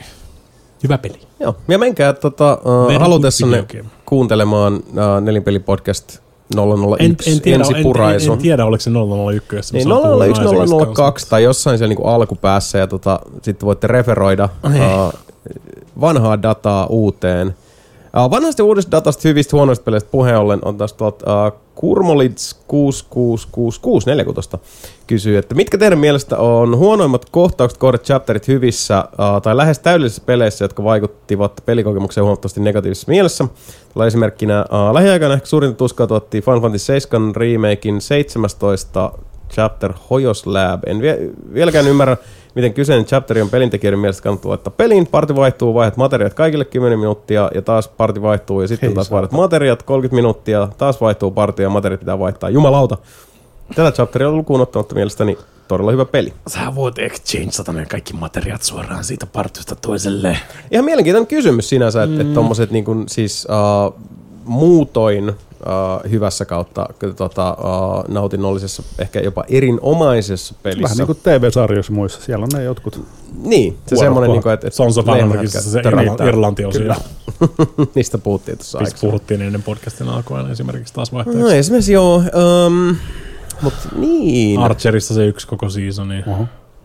hyvä peli. Joo, ja menkää tota, uh, halutessanne kuuntelemaan uh, Nelinpeli-podcast nolla nolla yksi en, en tiedä, ensipuraisu. En, en, en tiedä, oliko se nolla nolla yksi. Niin nolla nolla yksi, nolla nolla kaksi tai jossain siellä niinku alkupäässä, ja tota, sitten voitte referoida uh, vanhaa dataa uuteen. Uh, vanhasta uudesta datasta hyvistä huonoista peleistä puheen ollen on taas tuolta uh, Kurmolits kuusi kuusi kuusi kuusi neljätoista kysyy, että mitkä teidän mielestä on huonoimmat kohtaukset, kohdat, chapterit hyvissä uh, tai lähes täydellisissä peleissä, jotka vaikuttivat pelikokemukseen huomattavasti negatiivisessa mielessä. Tällä esimerkkinä uh, lähiaikana ehkä suurinta tuskaa tuotti Final Fantasy seitsemän remakein seitsemäntoista chapter Hoyos Lab. En vie, vieläkään ymmärrä, miten kyseinen chapteri on pelintekijöiden mielestä kannattaa laittaa peliin. Parti vaihtuu, vaihdat materiaat kaikille kymmenen minuuttia ja taas parti vaihtuu ja sitten Hei, taas vaihdat materiaat kolmekymmentä minuuttia, taas vaihtuu parti ja materiaat pitää vaihtaa. Jumalauta! Tällä chapterilla lukuun ottamatta mielestäni todella hyvä peli. Sä voit exchangeata ne kaikki materiaat suoraan siitä partista toiselle. Ihan mielenkiintoinen kysymys sinänsä, että mm. et tommoset niin kuin siis uh, muutoin Uh, hyvässä kautta tota, uh, nautinnollisessa, ehkä jopa erinomaisessa pelissä. Vähän niin kuin T V-sarjoissa muissa, siellä on ne jotkut. Niin, se semmoinen, niin kuin, että... Sons of Anarchyssä se Irlanti-osio. Niistä puhuttiin tuossa aikaisemmin. Puhuttiin ennen podcastin alkuun esimerkiksi taas vaihteeksi. No esimerkiksi joo, um, mutta niin. Archerissa se yksi koko seasoni. Uh-huh.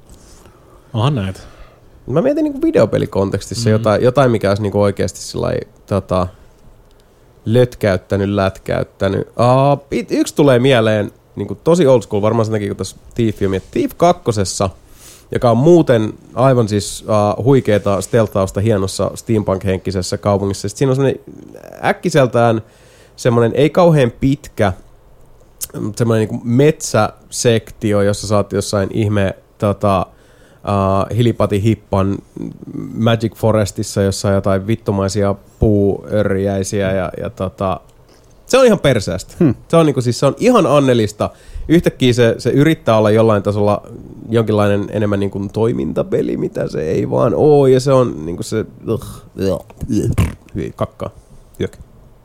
Onhan näitä. Mä mietin niin videopelikontekstissa mm. jotain, jotain, mikä olisi niin oikeasti sillai, tota, lötkäyttänyt, lätkäyttänyt. Uh, yksi tulee mieleen, niin kuin tosi old school, varmaan sen takia, kun tässä Thief-filmi, Thief kakkosessa, joka on muuten aivan siis uh, huikeeta stealthausta hienossa steampunk-henkisessä kaupungissa. Sitten siinä on semmoinen äkkiseltään semmoinen ei kauhean pitkä semmoinen niin kuin metsäsektio, jossa sä oot jossain ihme tota, uh, hilipati-hippan Magic Forestissa, jossa on jotain vittumaisia puuörjäisiä ja, ja tota, se on ihan perseestä. Hmm. Se on, niin kuin, siis, se on ihan annelista. Yhtäkkiä se, se yrittää olla jollain tasolla jonkinlainen enemmän niin kuin toimintapeli, mitä se ei vaan oo, ja se on niin kuin se kakkaa. Hyökä.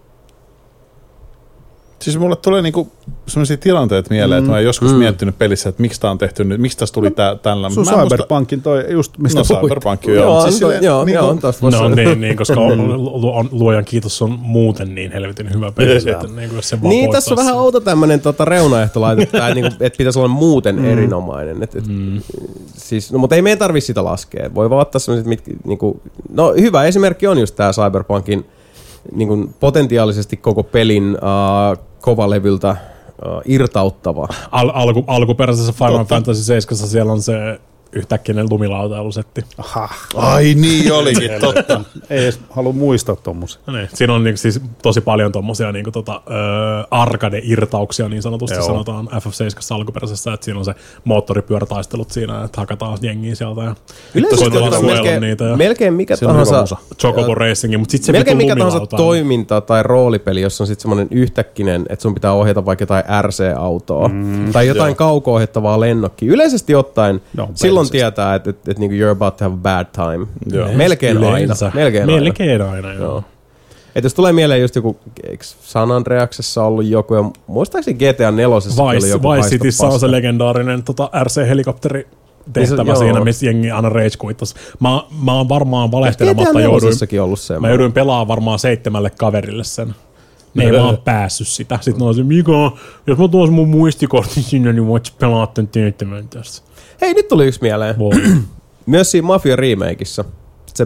Siis mulle tulee niinku sellaisia tilanteita mieleen, mm. että mä oon joskus mm. miettinyt pelissä, että miksi tää on tehty nyt, miksi tässä tuli tää tällä. Sun Cyberpunkin toi just, mistä no, puhuit. Cyberpunkin, joo. Joo, siis on, silleen, joo, niinku, joo tosta voisi no niin, niin, koska on, on, luojan kiitos on muuten niin helvetin hyvä peli. että, niin, jos se vaan niin tässä on vähän outo tämmönen tota, reunaehto laitettu, niinku, että pitäisi olla muuten mm. erinomainen. Et, et, mm. siis, no, mutta ei meidän tarvitse sitä laskea. Voi vaan ottaa sellaiset, mitkä, niinku, no hyvä esimerkki on just tää Cyberpunkin niinku, potentiaalisesti koko pelin uh, kovalevyltä uh, irtauttava. Al- alku, alkuperäisessä Final Fantasy seitsemän siellä on se yhtäkkiä ne lumilautailusetti. Aha. Ai niin olikin, totta. Ei edes halua muistaa tommosia. No niin. Siinä on niin, siis tosi paljon tommosia niin tota, ö, arcade-irtauksia niin sanotusti. Joo. Sanotaan F F seitsemän alkuperäisessä, että siinä on se moottoripyörätaistelut siinä, että hakataan jengiä sieltä ja Yleisesti koitetaan suojella melkein, niitä. Ja melkein mikä tahansa, Chocobo Racing, mutta sitten se melkein mikä tahansa lumilautailu. toiminta tai roolipeli, jossa on sitten semmoinen yhtäkkinen, että sun pitää ohjata vaikka jotain R C-autoa mm, tai jotain kauko-ohjattavaa lennokkia. Yleisesti ottaen No, silloin tietää, että, että, että, että you're about to have a bad time. Joo. Melkein Yleensä. aina. Melkein, Melkein aina. aina, joo. Joo. Et jos tulee mieleen just joku, eikö San Andreaksessa ollut joku, ja muistaakseni G T A nelosessa oli Vice, joku Vice haista Cityssä on paska. se legendaarinen tota, R C-helikopteri tehtävä Niin se- siinä, joo. missä jengi aina rage quittas. Mä, mä oon varmaan G T A valehtelematta jouduin, nelosessakin ollut se. mä jouduin pelaamaan varmaan seitsemälle kaverille sen. Ne ei vaan päässyt sitä. Sitten on se, Mika, jos mä tuon mun muistikortin sinne, niin voit pelaa tän tehtävän tässä. Hei, nyt tuli yksi mieleen. Voi. Myös siinä Mafia remakeissa se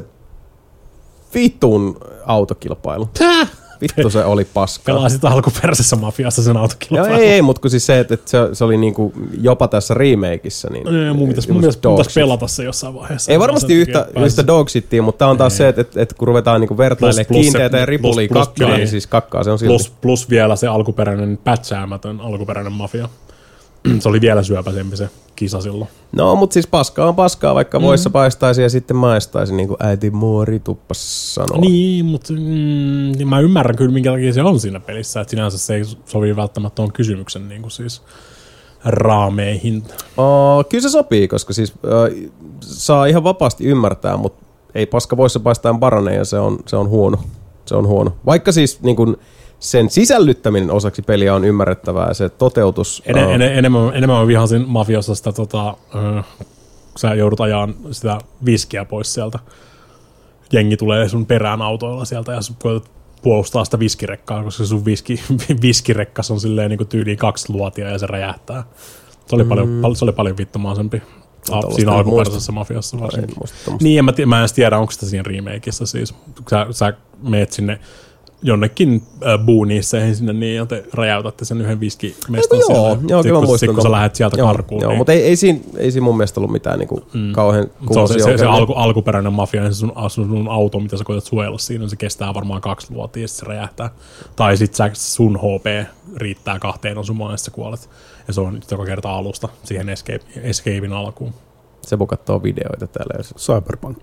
vittuun autokilpailu. Vittu se oli paskaa. Pelasit alkuperäisessä mafiassa sen Joo, autokilpailun. ei, ei, mutta kun siis se, että että se, se oli niinku jopa tässä remakeissa. Niin, Ei, mun pitäisi, mun pitäisi, mun pitäisi pelata se jossain vaiheessa. Ei varmasti yhtä, yhtä dog shittiä, mutta tää on taas se, että, että, että kun ruvetaan niinku vertailemaan Plus- plus kiinteätä se- ja ripulia plus- plus- kakkaa, joo. niin siis kakkaa se on silti. Plus, plus vielä se alkuperäinen, pätsäämätön alkuperäinen mafia. Se oli vielä syöpäisempi se kisa silloin. No, mutta siis paskaa on paskaa, vaikka mm. voissa paistaisi ja sitten maistaisi, niin kuin äiti muori tuppas sanoo. Niin, mutta mm, mä ymmärrän kyllä, minkä takia se on siinä pelissä. Että sinänsä se ei sovi välttämättä tuon kysymyksen niin kuin siis raameihin. Uh, kyllä se sopii, koska siis uh, saa ihan vapaasti ymmärtää, mutta ei paska voissa paistaa parane ja se on, se on huono. Se on huono. Vaikka siis niin kun sen sisällyttäminen osaksi peliä on ymmärrettävää ja se toteutus... En, uh, en, enemmän, enemmän mä vihasin mafiossa sitä, tota, uh, sä joudut ajaan sitä viskiä pois sieltä. Jengi tulee sun perään autoilla sieltä ja sä voit puolustaa sitä viskirekkaa, koska sun viski, viskirekkas on silleen niin kuin tyyliin kaksi luotia ja se räjähtää. Se oli, mm. paljon, pal- se oli paljon vittumaisempi siinä alkuperäisessä mafiassa varsinkin. Niin, en mä, t- mä en edes tiedä, onko sitä siinä remakeissa siis. Sä, sä meet sinne jonnekin äh, booniisseihin sinne niin, ja te räjäytätte sen yhden viskimestan joo, siellä. joo, Sit, kyllä kun, muistan. sit, kun sä lähdet sieltä joo, karkuun. Joo, niin, mutta ei, ei, siinä, ei siinä mun mielestä ollut mitään niinku mm. kauhean se on se, se, se ongelmia. alku, alkuperäinen mafia, niin se sun, sun, sun auto, mitä sä koetat suojella siinä, se kestää varmaan kaksi luotia ja se räjähtää. Tai sit sä, sun H P riittää kahteen osumaan ja sä kuolet. Ja se on nyt joka kerta alusta siihen escape, escapein alkuun. Sebu kattoo videoita täällä. Jos... Cyberpunk.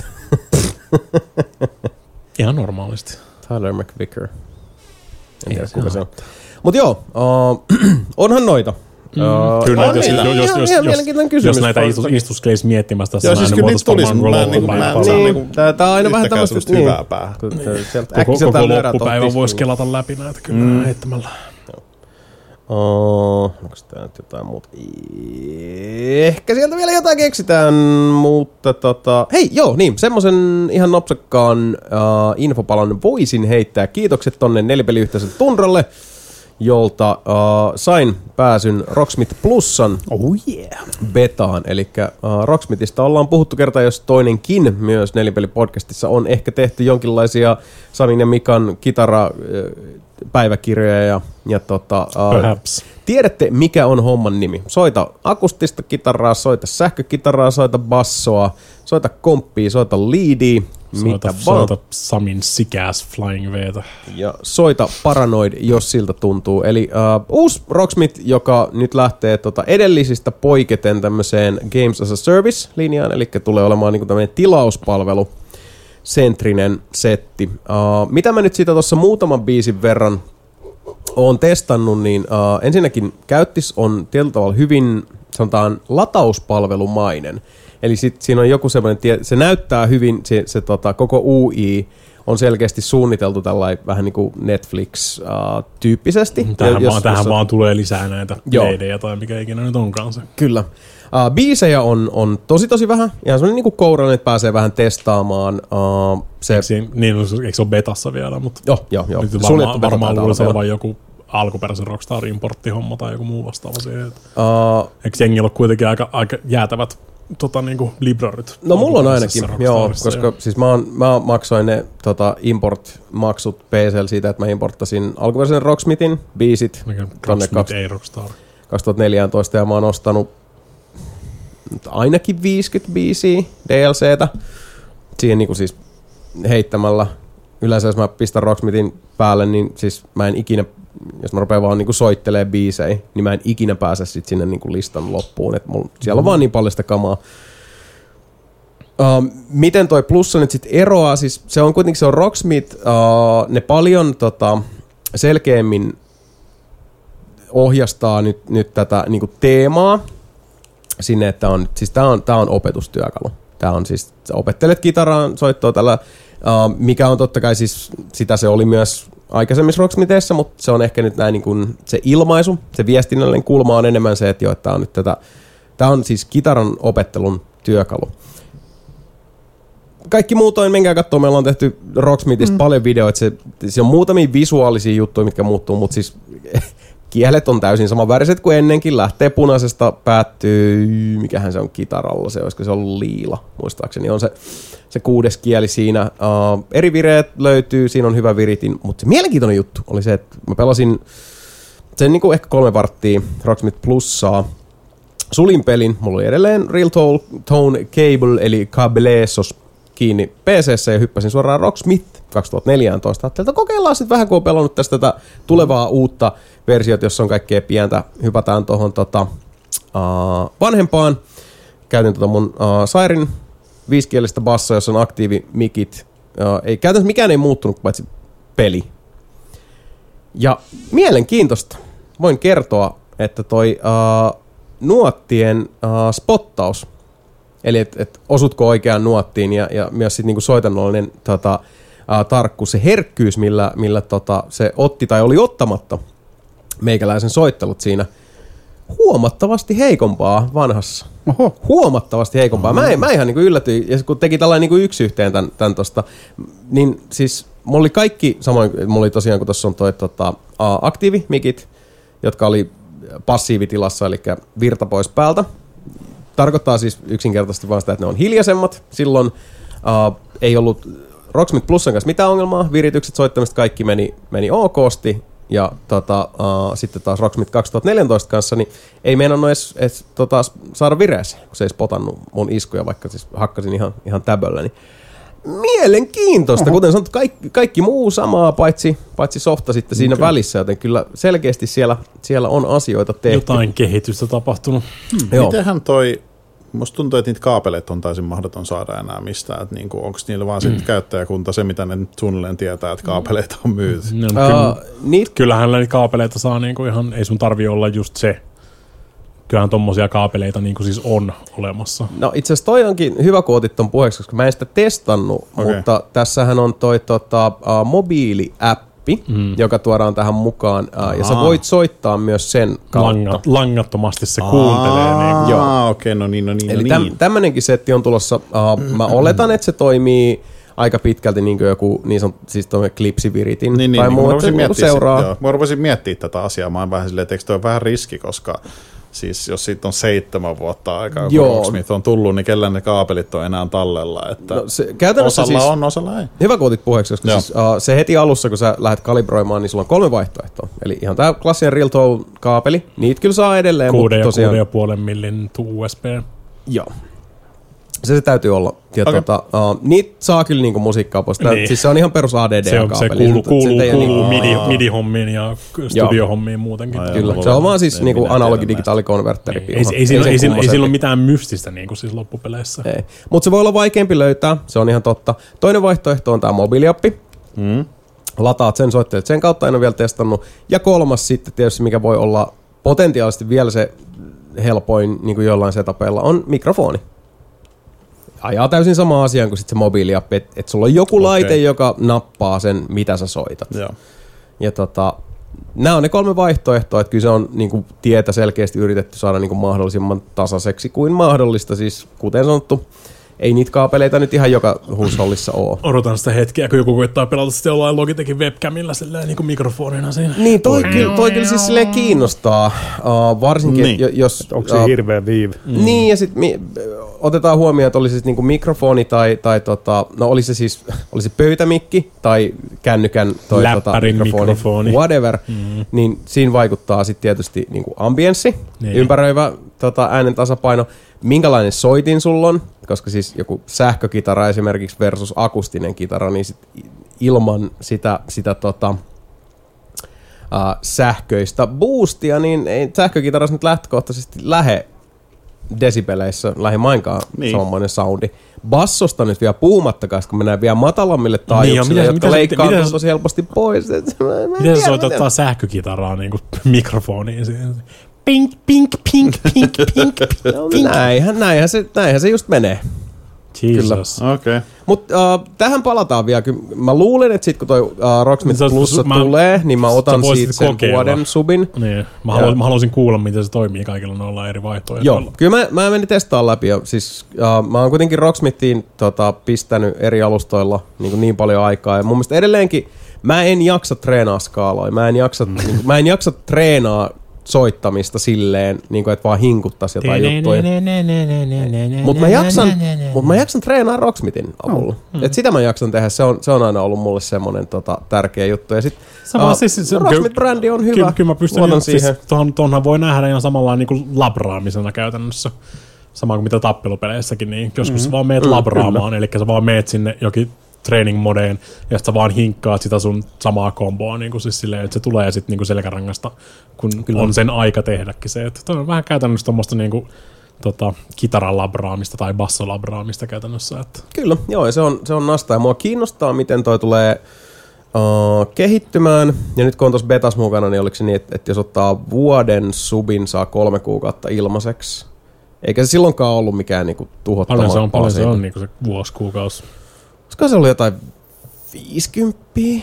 Ihan normaalisti. Tyler McVicker. En tiedä, kuka se on. Mut joo, uh, onhan noita. Mm. Uh, Kyllä, on jos, niitä. jos, jos, Ihan- jos, ihan jos, mielenkiintoinen kysymys. jos näitä istus, istuskeisi miettimästä tässä Joo, näin, siis niin kyllä voitaisiin niitä tulisi, varmaan mutta kyllä mä en loppupäivä. niinku- mä en Niin, tää, tää on aina vähän Yhtäkään tämmöistä... semmoista hyvää päähän. Kun, äh, sieltä Koko, äkkiseltä koko löydät loppupäivän on voisi tiskillä. kelata läpi näitä kyllä mm. heittämällä. Oh, onko tää nyt jotain muuta? Ehkä sieltä vielä jotain keksitään, mutta tota... Hei, joo, niin, semmosen ihan nopsakkaan uh, infopalan voisin heittää. Kiitokset tonne Nelipeliyhteisön Tundralle, jolta uh, sain pääsyn Rocksmith Plusan Oh yeah. betaan. Eli uh, Rocksmithista ollaan puhuttu kerta, jos toinenkin myös Nelipeli-podcastissa on ehkä tehty jonkinlaisia Samin ja Mikan kitara... Uh, päiväkirjoja ja, ja tota, uh, tiedätte mikä on homman nimi. Soita akustista kitaraa, soita sähkökitaraa, soita bassoa, soita komppia, soita leadia, Soita, mitä vaan. soita Samin sick-ass Flying V:tä. Ja soita Paranoid, jos siltä tuntuu. Eli uh, uusi Rocksmith, joka nyt lähtee tota edellisistä poiketen tämmöiseen Games as a Service-linjaan, eli tulee olemaan niinku tämmöinen tilauspalvelu, sentrinen setti. Uh, mitä mä nyt siitä tuossa muutaman biisin verran oon testannut, niin uh, ensinnäkin käyttis on tietyllä tavalla hyvin, sanotaan, latauspalvelumainen. Eli sit siinä on joku semmoinen, se näyttää hyvin, se, se tota, koko U I on selkeästi suunniteltu tällainen vähän niin kuin Netflix-tyyppisesti. Tähän, jos, vaan, tähän jos, vaan tulee lisää näitä Joo. leidejä tai mikä ikinä nyt onkaan se. Kyllä. Uh, biisejä on, on tosi tosi vähän. Ihan semmoinen niin kourallinen, että pääsee vähän testaamaan. Uh, se... Eikö, siinä, niin, eikö se ole betassa vielä? Mutta Joo, joo, joo. nyt Suljettu varmaan, beta varmaan taitaa luulisi olla olevan joku alkuperäisen Rockstar-importtihomma tai joku muu vastaava siihen. Uh, Eikö jengillä ole kuitenkin aika, aika jäätävät tota, niinku libraryt? No mulla on ainakin, joo, koska ja... siis mä, on, mä maksoin ne tota, import-maksut P C:llä siitä, että mä importtasin alkuperäisen Rocksmithin biisit Mikä tonne Rocksmith ei Rockstar. kaksituhattaneljätoista ja mä oon ostanut ainakin viisikymmentä biisiä D L C:tä siihen niinku siis heittämällä. Yleensä jos mä pistän Rocksmithin päälle, niin siis mä en ikinä, jos mä rupean vaan niinku soittelemaan biisejä, niin mä en ikinä pääse sit sinne niinku listan loppuun. Et mulla, siellä on vaan niin paljon sitä kamaa. Uh, miten toi plussa nyt sit eroaa? Siis se on kuitenkin se on Rocksmith, uh, ne paljon tota, selkeämmin ohjastaa nyt, nyt tätä niinku teemaa sinne, että on, siis tää on, tää on opetustyökalu. Tää on siis, sä opettelet kitaraan soittoa tällä, uh, mikä on totta kai siis, sitä se oli myös aikaisemmissa Rocksmitheissä, mutta se on ehkä nyt näin niin kuin se ilmaisu, se viestinnällinen kulma on enemmän se, että jo, että tää on nyt tätä, tää on siis kitaran opettelun työkalu. Kaikki muutoin, menkää katsomaan, meillä on tehty Rocksmithista mm. paljon videoita, se, se on muutamia visuaalisia juttuja, mitkä muuttuu, mutta siis kielet on täysin samanväriset kuin ennenkin, lähtee punaisesta, päättyy, mikähän se on kitaralla, se olisiko se ollut liila, muistaakseni, on se, se kuudes kieli siinä. Uh, eri vireet löytyy, siinä on hyvä viritin, mutta se mielenkiintoinen juttu oli se, että mä pelasin sen niin kuin ehkä kolme varttia Rocksmith Plussaa, sulin pelin, mulla oli edelleen Real Tone Cable, eli Cablesos kiinni P C:ssä ja hyppäsin suoraan Rocksmith kaksituhattaneljätoista. Ajattelin, että kokeillaan sitten vähän, kun on pelannut tästä tätä tulevaa uutta versiota, jossa on kaikkea pientä. Hypätään tuohon tota, uh, vanhempaan. Käytin tota mun uh, Sairin viisikielistä bassoa, jossa on aktiivimikit. Uh, ei, käytännössä mikään ei muuttunut, paitsi peli. Ja mielenkiintoista. Voin kertoa, että toi uh, nuottien uh, spottaus, eli että et osutko oikeaan nuottiin ja, ja myös sit niinku soitannollinen tota, ää, tarkkuus, se herkkyys, millä, millä tota, se otti tai oli ottamatta meikäläisen soittelut siinä, huomattavasti heikompaa vanhassa. Oho. Huomattavasti heikompaa. Oho. Mä, mä ihan niinku yllätyin, ja kun teki tällainen niinku yksi yhteen tän, tän tosta, niin siis mulla oli kaikki, samoin mulla oli tosiaan, kun tuossa on toi tota, aktiivimikit, jotka oli passiivitilassa, eli virta pois päältä. Tarkoittaa siis yksinkertaisesti vaan sitä, että ne on hiljaisemmat. Silloin uh, ei ollut Rocksmith Plusan kanssa mitään ongelmaa. Viritykset, soittamista, kaikki meni, meni okosti. Ja tota, uh, sitten taas Rocksmith kaksituhattaneljätoista kanssa, niin ei meinannut edes, edes tota, saada vireeseen, kun se ei spotannut mun iskuja, vaikka siis hakkasin ihan, ihan täböllä. Niin mielenkiintoista, kuten sanottu, kaikki, kaikki muu samaa, paitsi, paitsi softa sitten siinä okay. välissä, joten kyllä selkeästi siellä, siellä on asioita tehty. Jotain kehitystä tapahtunut. Hmm. Mitenhän toi, musta tuntuu, että niitä kaapeleita on täysin mahdoton saada enää mistään, että niinku, onko niillä vaan sitten mm. käyttäjäkunta se, mitä ne suunnilleen tietää, että kaapeleita on myyty? No, kyllä, uh, niit... Kyllähän niitä kaapeleita saa niinku ihan, ei sun tarvii olla just se. Kyllähän tommosia kaapeleita niin kuin siis on olemassa. No itse asiassa toi onkin hyvä, kun otit ton puheeksi, koska mä en sitä testannut, okay. mutta tässähän on toi tota, uh, mobiiliäppi, mm. joka tuodaan tähän mukaan, uh, ja sä voit soittaa myös sen kautta. Langat, langattomasti se kuuntelee. Niin. Joo, okei, okay, no niin, no niin, Eli no täm, niin. tämmönenkin setti on tulossa. Uh, mä oletan, että se toimii aika pitkälti niin kuin joku niin sanottu, siis tuo klipsiviritin niin, tai niin, muu, että se seuraa. Sit, mä rupesin miettimään tätä asiaa, mä oon vähän silleen, että eikö toi vähän riski, koska siis jos siitä on seitsemän vuotta aikaa, kun Rocksmith on tullut, niin kellään ne kaapelit on enää tallella. Että no se, osalla siis, on, osalla ei. Hyvä, kun otit puheeksi, koska siis, uh, se heti alussa, kun sä lähdet kalibroimaan, niin sulla on kolme vaihtoehtoa. Eli ihan tää klassinen Real Tone-kaapeli, niitä kyllä saa edelleen. kuuden ja kuuden ja puolen millin U S B. Joo. Se, se täytyy olla. Ja okay. tota, uh, niitä saa kyllä niinku musiikkaupoista. Niin. Siis se on ihan perus A D D-kaapeli. Se, se kuuluu, kuuluu, kuuluu midi, midi-hommiin ja studiohommiin muutenkin. Ai, kyllä, se on vaan siis niinku analogi-digitaalikonvertteri. Ei, ei, ei, ei, ei, ei, ei sillä ole mitään mystistä niinku siis loppupeleissä. Mutta se voi olla vaikeampi löytää, se on ihan totta. Toinen vaihtoehto on tämä mobiiliappi. Mm. Lataat sen, soittelet sen kautta, en ole vielä testannut. Ja kolmas sitten tietysti, mikä voi olla potentiaalisesti vielä se helpoin niin kuin jollain setupeilla, on mikrofoni. Ajaa täysin sama asiaan kuin sit se mobiiliappi, että et sulla on joku okay. laite, joka nappaa sen, mitä sä soitat. Joo. Ja tota, nämä on ne kolme vaihtoehtoa, että kyllä se on niinku tietä selkeästi yritetty saada niinku mahdollisimman tasaiseksi kuin mahdollista. Siis kuten sanottu, ei niitä kaapeleita nyt ihan joka huushollissa ole. Odotan sitä hetkeä, kun joku koittaa pelata sitten jollain Logitechin webcamilla silleen niin kuin mikrofonina siinä. Niin, toi, kyllä, toi kyllä siis silleen kiinnostaa. Uh, varsinkin, niin. jos... Onko se uh, hirveä viive? Mm. Niin, ja sitten mi- otetaan huomioon, että oli se siis niinku mikrofoni tai, tai tota, no oli se siis oli se pöytämikki tai kännykän toi läppärin tota, mikrofoni, whatever, mm. niin siinä vaikuttaa sitten tietysti niinku ambienssi, niin. Ympäröivä tota, äänen tasapaino, minkälainen soitin sulla on, koska siis joku sähkökitara esimerkiksi versus akustinen kitara, niin sit ilman sitä, sitä tota, uh, sähköistä boostia, niin ei sähkökitarassa nyt lähtökohtaisesti lähe desibeleissä lähimainkaan niin. Samanmoinen soundi. Bassosta nyt vielä puhumattakaan, kun mennään vielä matalammille taajuuksille, niin, jotka leikkaa tosi helposti pois. Miten sä soittaa sähkökitaraa niin kuin mikrofoniin? Pink, pink, pink, pink, pink, no, pink. Näinhän, näinhän, se, näinhän se just menee. Jesus. Okay. Mutta uh, tähän palataan vielä. Mä luulen, että sit kun toi uh, Rocksmith niin Plussa mä, tulee, niin mä otan siitä sen kokeilla. Vuoden subin. Niin. Mä, haluaisin, mä haluaisin kuulla, miten se toimii kaikilla noilla eri vaihtoehdoilla. Joo, kyllä mä, mä menin testaan läpi. Jo. Siis, uh, mä oon kuitenkin Rocksmithiin tota, pistänyt eri alustoilla niin, niin paljon aikaa. Ja mun mielestä edelleenkin mä en jaksa treenaa skaaloja. Mä en jaksa, mm. niin, mä en jaksa treenaa soittamista silleen, niin kuin, että vaan hinkuttaisi jotain juttuja. Mutta mä jaksan, mut mä jaksan treenaa Rocksmithin avulla. Mm. Et sitä mä jaksan tehdä. Se on, se on aina ollut mulle semmoinen tota, tärkeä juttu. Ja sit, Sama, uh, siis, se, Rocksmith-brändi on hyvä. Kyllä, kyllä mä pystyn, niin, siis, tuohon, tuohonhan voi nähdä ihan samalla niin kuin labraamisena käytännössä. Sama kuin mitä tappelupeleissäkin, niin joskus mm-hmm. sä vaan meet mm, labraamaan, eli sä vaan meet sinne jokin training modeen, ja sitten sä vaan hinkkaat sitä sun samaa komboa, niin kuin siis silleen, että se tulee sitten niin kuin selkärangasta, kun kyllä on sen aika tehdäkin se. Että toi on vähän käytännössä tuommoista niin kuin, tota, kitaralabraamista tai bassolabraamista käytännössä. Että. Kyllä, joo, ja se on, se on nasta, ja mua kiinnostaa, miten toi tulee uh, kehittymään, ja nyt kun on tuossa betas mukana, niin oliko se niin, että, että jos ottaa vuoden subin, saa kolme kuukautta ilmaiseksi, eikä se silloinkaan ollut mikään niin kuin tuhottoman paljon se on, paljon se on niin kuin se vuosi, kuukausi. Olisiko se ollut jotain viisikymppiä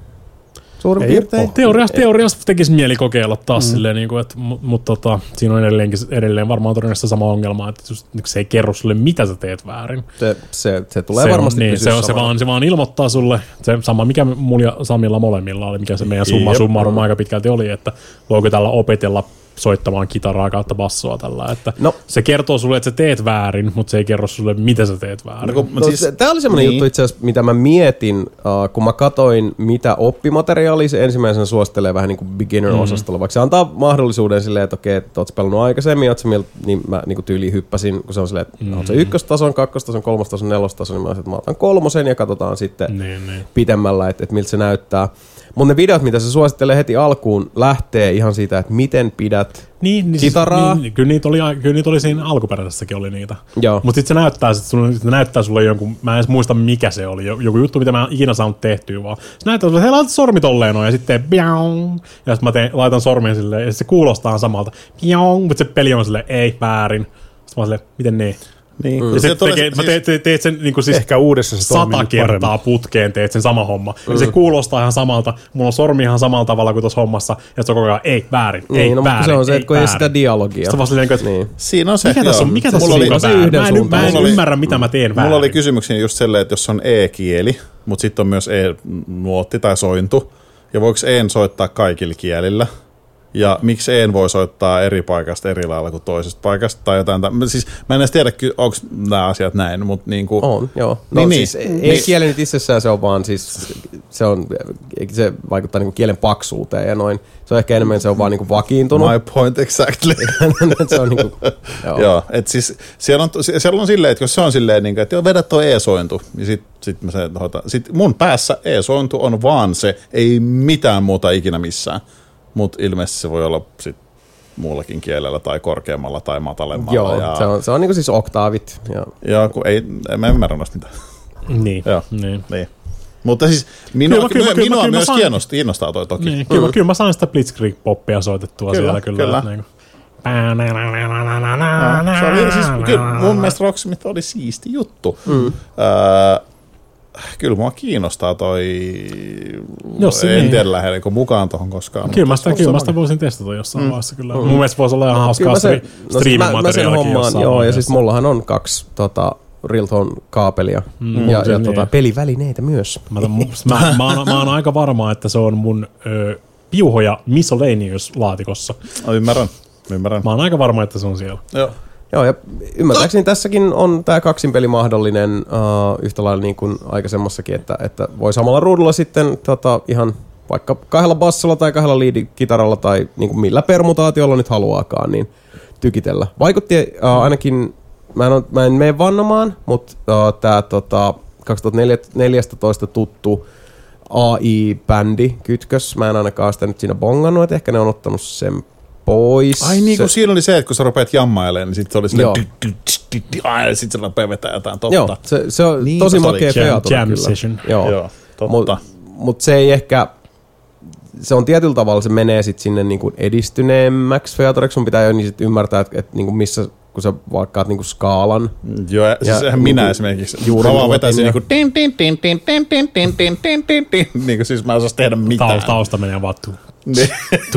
suurin piirtein? Teoriassa, teoriassa tekisi mieli kokeilla taas mm. silleen, niin kuin, että, mutta tota, siinä on edelleenkin, edelleen varmaan todennäköisesti sama ongelma, että just, se ei kerro sulle, mitä sä teet väärin. Se, se, se tulee se varmasti on, niin, se, on, se, vaan, se vaan ilmoittaa sulle, se sama mikä mulla ja Samilla molemmilla oli, mikä se meidän summa summarum aika pitkälti oli, että voiko tällä opetella soittamaan kitaraa kautta bassoa tällä, että no. Se kertoo sulle, että sä teet väärin, mutta se ei kerro sulle, mitä sä teet väärin. No, no, siis, tämä oli semmoinen niin. juttu itse asiassa, mitä mä mietin, uh, kun mä katoin, mitä oppimateriaalia se ensimmäisenä suosittelee vähän niin kuin beginner-osastolla, mm. vaikka se antaa mahdollisuuden silleen, että okei, että oot pelannut aikaisemmin, oot sä miltä, niin mä niin kuin tyyliin hyppäsin, kun se on silleen, että mm. on se ykköstason, kakkostason, kolmostason, nelostason, niin mä, että mä otan kolmosen ja katsotaan sitten niin, niin. pitemmällä, että, että miltä se näyttää. Mutta ne videot, mitä se suosittelee heti alkuun, lähtee ihan siitä, että miten pidät niin, niin, kitaraa. Niin, kyllä, niitä oli, kyllä niitä oli siinä alkuperäisessäkin oli niitä. Mutta sitten se näyttää, sit sulle, se näyttää sulle jonkun, mä en edes muista mikä se oli, joku juttu, mitä mä en ikinä saanut tehtyä vaan. Se näyttää sulle, että hei, laita sormi tolleen noin ja sitten biaung, ja sitten mä teen, laitan sormien silleen, ja se kuulostaa samalta. Biaung, mutta se peli on silleen, ei, väärin. Sitten mä silleen, miten niin? Niin. Ja se tekee, siis, mä teet, teet, teet sen niin kuin siis ehkä uudessa se sata kertaa paremmin. Putkeen teet sen sama homma. Mm. Ja se kuulostaa ihan samalta. Mulla on sormi ihan samalla tavalla kuin tuossa hommassa. Ja se on koko ajan, ei väärin, niin, ei no, väärin, se on se, ei että kun ei sitä dialogia. Niin, että, niin. Siinä on se. Mikä tässä on, mikä tässä on mulla väärin? Mä en, mä en ymmärrä, mitä mä teen väärin. Mulla oli kysymyksiä just silleen, että jos on E-kieli, mutta sitten on myös E-nuotti tai sointu. Ja voiko En soittaa kaikilla kielillä? Ja miksi en voi soittaa eri paikasta eri lailla kuin toisesta paikasta tai jotain. Siis mä en edes tiedä, onko nämä asiat näin, mutta niin kuin... On, joo. No niin, siis niin. Ei kieli nyt itsessään, se on vaan siis, se, on, se vaikuttaa niin kuin kielen paksuuteen ja noin. Se on ehkä enemmän, se on vaan niin kuin vakiintunut. My point exactly. Se on niin kuin, joo. Joo, että siis siellä on, siellä on silleen, että jos se on silleen, niin kuin, että joo, vedä tuo E-sointu, niin sit, sit mä sen hoitan. Sitten mun päässä E-sointu on vaan se, ei mitään muuta ikinä missään. Mutta ilmeisesti se voi olla sit muullakin kielellä tai korkeammalla tai matalemmalla. Joo, ja... se on, se on niinku siis oktaavit. Ja... Joo, kun ei, en mä ymmärrä noista mitään. Niin. Joo, niin. niin. Mutta siis minua, kyllä, kyllä, minua kyllä, myös saan... kiinnostaa toi toki. Niin, kyllä, mm. kyllä mä saan sitä Blitzkrieg-poppia soitettua kyllä, siellä kyllä. kyllä. Niin no, se oli, siis, kyllä, mun mielestä Rocksmith oli siisti juttu. Mm. Öö, Kyllä mua kiinnostaa toi, jos en niin. tiedä lähdenkö mukaan tuohon koskaan. Kyllä mä sitä, kyllä mä sitä voisin testata jossain mm. vaiheessa kyllä. Mm. Mun mielestä voisi olla ihan hauskaa no, striimimateriaalikin no, jossain joo, ja siis mullahan on kaksi tota, Realton-kaapelia mm. ja, ja tota, pelivälineitä myös. Mä, mä, mä, mä, oon, mä oon aika varma, että se on mun ö, piuhoja Miscellaneous-laatikossa. No, ymmärrän, ymmärrän. Mä oon aika varma, että se on siellä. Joo. Joo, ja ymmärtääkseni tässäkin on tämä kaksinpeli mahdollinen uh, yhtä lailla niin kuin aikaisemmassakin, että, että voi samalla ruudulla sitten tota, ihan vaikka kahdella bassolla tai kahdella lead-kitaralla tai niin kuin millä permutaatiolla nyt haluaakaan, niin tykitellä. Vaikutti uh, ainakin, mä en, ole, mä en mene vannomaan, mutta uh, tää tota, kaksituhattaneljätoista tuttu A I-bändi Kytkös, mä en ainakaan sitä nyt siinä bongannut, että ehkä ne on ottanut sen pois. Ai niin kuin se, siinä oli se, että kun sä rupeat jammailemaan, niin sit se oli silleen, ja sit se rupeaa vetää jotain totta. Joo, se, se on Niin, tosi tota makea oli feature jam kyllä. session. Joo, Joo, totta. Mutta mut se ei ehkä, se on tietyllä tavalla, se menee sit sinne niinku edistyneemmäksi featureksi, sun pitää jo niin sit ymmärtää, että et niinku missä, kun sä vaikkaat niinku skaalan. Joo, ja siis sehän minä esimerkiksi. juuri Mä vaan nuotin vetäisin ja- niinku tin tin tin tin tin tin tin tin tin tin tin. Niinku siis mä en osaisi tehdä mitään. Tausta, tausta menee vaan tuu. Niin.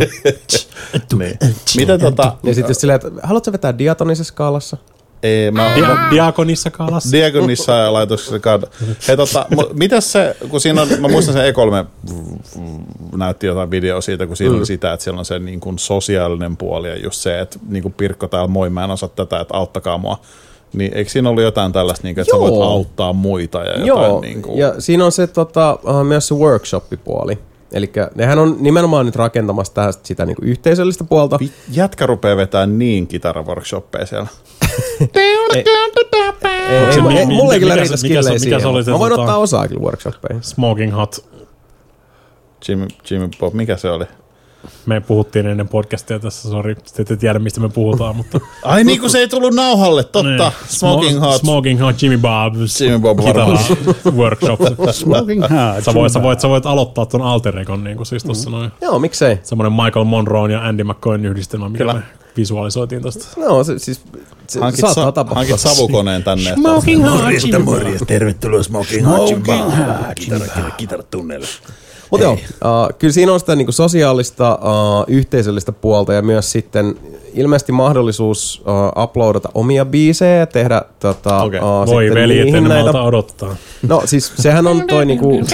Niin. Mitä tota... Ja sit jos silleen, että haluatko vetää diatonisessa skaalassa? Ei, mä Dia- Diakonissa kaalassa. Diagonissa ja laitoksessa kaada. Hei tota, mu- mitäs se, kun siinä on, mä muistan sen E kolme näytti jotain videoa siitä, kun siinä mm. oli sitä, että siellä on se niin kuin sosiaalinen puoli ja just se, että niin kuin Pirkko täällä, moi mä en osaa tätä, että auttakaa mua. Niin eikö siinä ollut jotain tällaista, niin kuin, että Joo. sä voit auttaa muita ja jotain Joo, niin kuin... ja siinä on se tota, uh, myös se workshop-puoli. Eli nehän on nimenomaan nyt rakentamassa tähän sitä niinku yhteisöllistä puolta. Vi- Jätkä rupeaa vetämään niin kitaraworkshoppeja siellä. Ei, Onko se ei, mi- ei, mi- mulla ei kyllä mikä riitä se- mikä se- skillejä mikä siihen. se oli se Mä voin tota- ottaa osaa kyllä workshoppeihin. Smoking Hot. Jimmy, Jimmy Bob, mikä se oli? Me puhuttiin ennen podcastia tässä, sori. Te ette tiedä, mistä me puhutaan, mutta... Ai niin kuin se ei tullut nauhalle, totta. Niin. Smoking Smo- Hot. Smoking Hot, Jimmy Bob's Jimmy Bob varmaan. Kitara workshop. Smoking hot. Sä voit, sä voit, sä voit aloittaa ton alter egon, niin kuin siis tossa noin. Joo, miksei. Semmoinen Michael Monroe ja Andy McCoyn yhdistelmä, mikä Kyllä. me visualisoitiin tosta. No, se, siis se Hankit, saattaa sa- tapahtua. hankit savukoneen tänne. että- Morjesta, morjesta. Tervetuloa Smoking hot. Kitara, kitaratunneille. Mutta joo, uh, kyllä siinä on sitä niinku sosiaalista, uh, yhteisöllistä puolta ja myös sitten ilmeisesti mahdollisuus uh, uploadata omia biisejä ja tehdä tota, Okei. uh, Voi sitten veljet, niihin en näitä. malta odottaa. No siis sehän on toi niinku uh,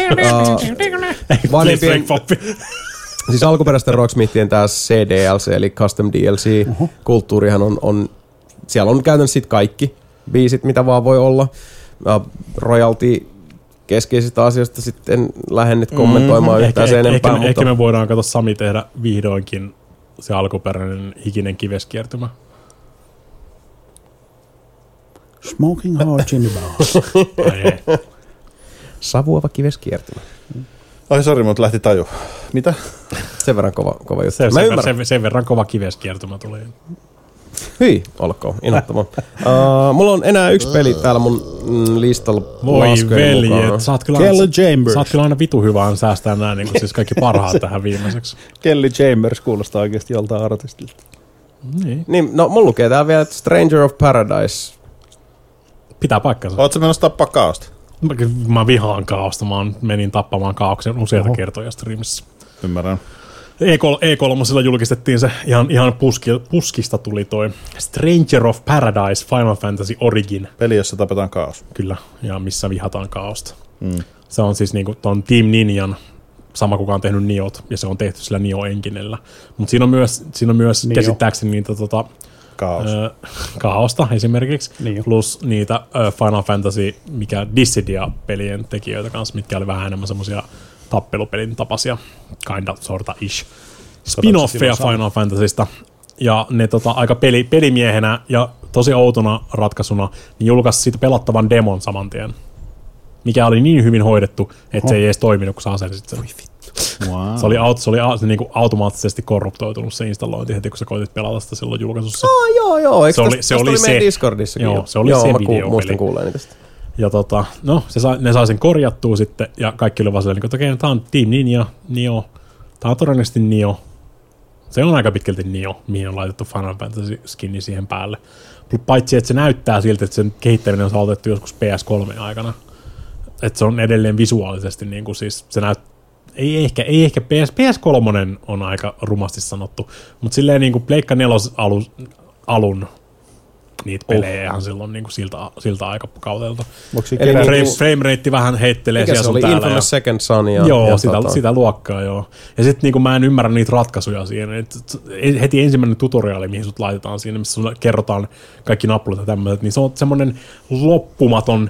vanhempien, siis alkuperäisten Rocksmithien tää C D L C eli Custom D L C-kulttuurihan on, on, siellä on käytännössä sit kaikki biisit, mitä vaan voi olla. Uh, royalty keskeisistä asioista sitten lähden nyt kommentoimaan Ehkä, yhtään sen ehkä, enempää, ehkä, mutta ehkä me voidaan katsoa Sami tehdä vihdoinkin se alkuperäinen hikinen kiveskiertymä. Smoking hot, Jimmy Bob. Ai ei. savuava kiveskiertymä. Ai sori, mut lähti taju. Mitä? Sen verran kova, kova juttu. Se, Mä sen, ymmärrän. sen, sen verran kova kiveskiertymä tuli. Hyi, olkoon, innoittavaa. uh, mulla on enää yksi peli täällä mun mm, listalla Voi laskujen mukaan. veljet, sä oot kyllä, Kelly aina, Chambers. sä oot kyllä aina vitu hyvään säästää nää niin siis kaikki parhaat tähän viimeiseksi. Kelly Chambers kuulostaa oikeasti joltain artistilta. Niin. Niin, no mulla lukee täällä vielä, että Stranger of Paradise. Pitää paikkansa. Ootko menossa tappaa kaosta? Mä, mä vihaan kaaosta, mä menin tappamaan kaaoksen useita Oho. kertoja streamissä. Ymmärrän. E kolme julkistettiin se, ihan, ihan puski, puskista tuli toi Stranger of Paradise Final Fantasy Origin. Peli, jossa tapetaan kaos. Kyllä, ja missä vihataan kaaosta. Mm. Se on siis niinku ton Team Ninjan, sama kuka on tehnyt Niot, ja se on tehty sillä Nio-enginellä. Mutta siinä on myös, siinä on myös Nio. käsittääkseni niitä tota, Kaos. ö, kaaosta esimerkiksi, Nio. plus niitä ö, Final Fantasy, mikä Dissidia-pelien tekijöitä kanssa, mitkä oli vähän enemmän semmosia tappelupelin tapaisia, kinda, sorta ish, spin-offeja Final Fantasysta. Ja ne tota, aika peli, pelimiehenä ja tosi outona ratkaisuna, niin julkaisi siitä pelattavan demon saman tien. Mikä oli niin hyvin hoidettu, että se ei edes toiminut, kun sä asensit sen. Wow. Se oli, auto, se oli a, se niinku automaattisesti korruptoitunut se installointi heti, kun sä koitit pelata sitä silloin julkaisussa. Ah, joo, joo. Eikö Se oli- tästä- se tästä oli meidän se. Discordissakin Joo, jo? se oli joo, se mä videopeli. muistan kuulleeni tästä. Ja tota, no, se sai, ne sai sen korjattua sitten, ja kaikki oli vaan silleen, että okei, okay, tää on Team Ninja, Nio, tää on todennäköisesti Nio. Se on aika pitkälti Nio, mihin on laitettu Final Fantasy skinni siihen päälle. Paitsi, että se näyttää siltä, että sen kehittäminen on aloitettu joskus P S kolme aikana. Että se on edelleen visuaalisesti, niin kuin siis se näyttää, ei ehkä, ei ehkä P S, P S kolme on aika rumasti sanottu, mutta silleen niin kuin Pleikka nelos alun, alun niitä pelejä ihan silloin niin kuin siltä, siltä aikakaudelta. Eli Frame, niinku- frame rate vähän heittelee Mikä siellä se sun oli? täällä. Infamous ja- Second Son ja... Joo, ja sitä, tota- sitä luokkaa, joo. Ja sitten niinku mä en ymmärrä niitä ratkaisuja siinä. Et, et, heti ensimmäinen tutoriaali, mihin sut laitetaan siinä, missä sulle kerrotaan kaikki nappulat ja tämmöiset, niin se on semmoinen loppumaton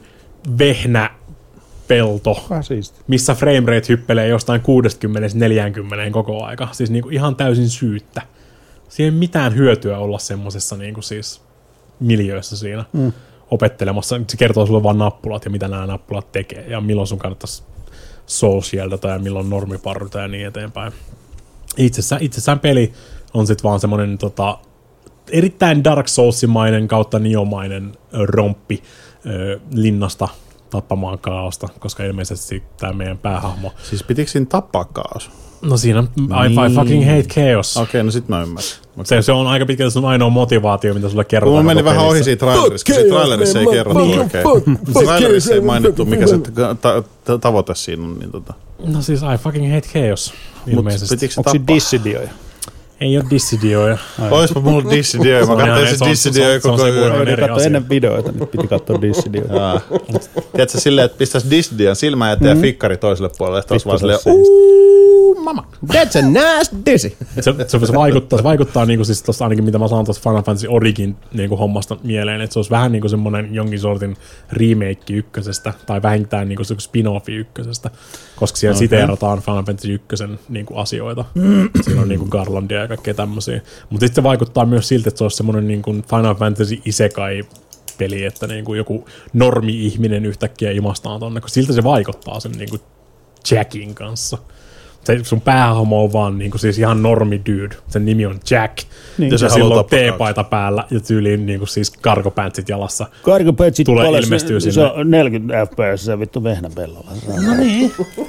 vehnäpelto, Ah, siisti. missä framerate hyppelee jostain kuusikymmentä neljäkymmentä koko aika. Siis niinku ihan täysin syyttä. siihen ei mitään hyötyä olla semmosessa niinku siis miljöössä siinä mm. opettelemassa. Se kertoo sulle vaan nappulat ja mitä nämä nappulat tekee ja milloin sun kannattaisi soul-shieldata ja milloin normiparruta ja niin eteenpäin. Itsessään, itsessään peli on sitten vaan semmoinen tota, erittäin Dark Soulsimainen kautta Niomainen romppi ö, linnasta tappamaan kaaosta, koska ilmeisesti tämä meidän päähahmo. Siis pitikö siinä tappaa kaos? No siinä I, Niin. I fucking hate chaos. Okei, okay, no sit mä ymmärrän. Se, se on aika pitkälti sun ainoa motivaatio, mitä sulle kerrotaan. Mulla meni koko vähän pelissä. ohi siitä trailerissa, kun siitä trailerissa ei kerrottu Niin. oikein. Trailerissa ei mainittu, mikä se ta- ta- tavoite siinä on. Niin tota. No siis I fucking hate chaos. Mut Ilmeisesti. pitikö se Onko se tappaa? dissidioja? Ei ole dissidioja. Oispa mulla dissidioja, mä Se on katsoin ihan- se se on- dissidioja se on- koko se on se, yön. kun- Mä eri katsoin asia. ennen videoita, nyt piti katsoa dissidioita. Jaa. Tiedätkö silleen, että pistäisi dissidian silmään ja tee fikkari toiselle puolelle, että olisi vaan silleen, Vittu, uuu, mama. That's a nice dizzy. Se, se, se vaikuttaa, se vaikuttaa niinku siis tosta ainakin mitä mä saan tuosta Final Fantasy Origin niinku hommasta mieleen, että se olisi vähän niinku semmoinen jonkin sortin remake ykkösestä, tai vähintään niinku se spin-offi ykkösestä, koska siellä okay. siteerataan Final Fantasy ykkösen niinku asioita. Siinä on niinku Garlandia ja kaikkea tämmöisiä. Mutta sitten se vaikuttaa myös siltä, että se olisi semmoinen niinku Final Fantasy isekai peli, että niinku joku normi-ihminen yhtäkkiä imastaan tonne, kun siltä se vaikuttaa sen niinku Jackin kanssa. Se sun päähahmo on vaan niinku siis ihan normi dude. Sen nimi on Jack. Niin. Ja Ja se se haluaa sillä on tappaa teepaita päällä ja tyyliin niinku siis kargopantsit jalassa. Kargopatsit Tulee palas, ilmestyy se sinne. on neljäkymmentä F P S, se vittu vehnäpellolla. No niin.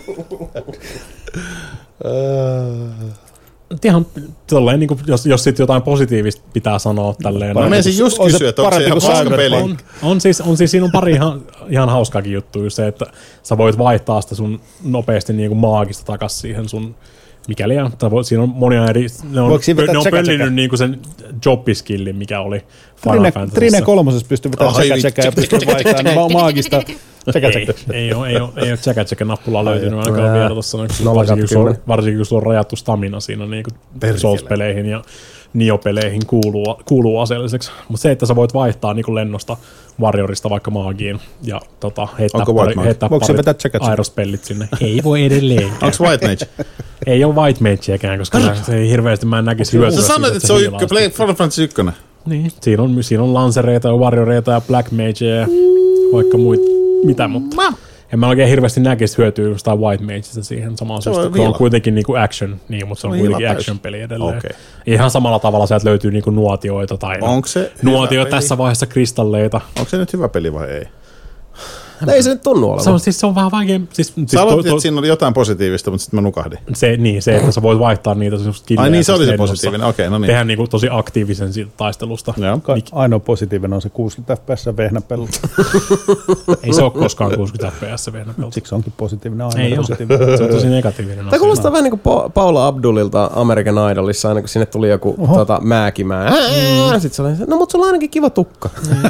Ihan tolleen, niinku, jos, jos sit jotain positiivista pitää sanoa tälleen. Mä no, menisin just on se kysyä, että onko se parempi ihan kuin paska peli. on, on, siis, on siis, siinä on pari ihan, ihan hauskaakin juttua, just se, että sä voit vaihtaa sitä sun nopeasti niinku maagista takas siihen sun mikäli, ja voit, siinä on monia eri, ne on, Voiko siinä vetää ne on tsäkä, pöllinyt tsäkä? niinku sen jobbiskillin, mikä oli Final Trine, Fantasyssä. Trine kolmosessa pystyy vetämään Ai sekä vittu. sekä ja pystyy vaihtamaan ma- maagista sekä Ei, sekä. ei ole, ei ole, ei ole tsäkä tsäkä nappulaa löytynyt ainakaan vielä tuossa, nolla varsinkin, kun sulla on- kymmenen. varsinkin kun sulla on rajattu stamina siinä niin Souls-peleihin ja Nio-peleihin kuuluu, kuuluu aseelliseksi. Mutta se, että sä voit vaihtaa niin lennosta Warriorista vaikka maagiin ja tota, heittää, Onko White pari, Mage? heittää Voiko se vetää parit tsäkät sen? aerospellit sinne. Ei voi edelleenkään. Onko White Mage? Ei ole White Mageäkään, koska se, se ei hirveästi mä en näkisi hyötyä. Sä sanoit, siitä, että se on hiilaa ykkä, Play- Final Fantasy ykkönen. niin, siinä on, siinä on lancereita ja warrioreita ja black mageja ja vaikka muita, mitä, mutta en mä oikein hirveästi näkisi hyötyä jostain white magesta siihen samaan Se on syystä. Se on vila. kuitenkin niinku action, niin, mutta se on on kuitenkin vila täysin. action-peli edelleen. Okei. Ihan samalla tavalla sieltä löytyy niinku nuotioita tai no, Onko se hyvä nuotioita peli? tässä vaiheessa kristalleita. Onko se nyt hyvä peli vai ei? Ei se nyt tunnu Se olevan. on, siis, se on vähän vaikea. Siis, siis Sä to, aloitit, to, että siinä oli jotain positiivista, mutta sitten mä nukahdin. se, niin, se, että sä voit vaihtaa niitä skillejä. Ai niin, se oli se lennossa. positiivinen. Okei, no niin. Tehdään niinku tosi aktiivisen siitä taistelusta. Joo. Ka- Ainoa positiivinen on se kuusikymmentä F P S vehnäpello. Ei se ole koskaan kuusikymmentä F P S vehnäpelto. Siksi onkin positiivinen Ei aina ole. positiivinen. Se on tosi negatiivinen Tämä asia. kuulostaa vähän niin kuin Pa- Paula Abdulilta American Idolissa, aina kun sinne tuli joku tota, määkimää. Mm. Sitten se oli, no mutta sulla on ainakin kiva tukka.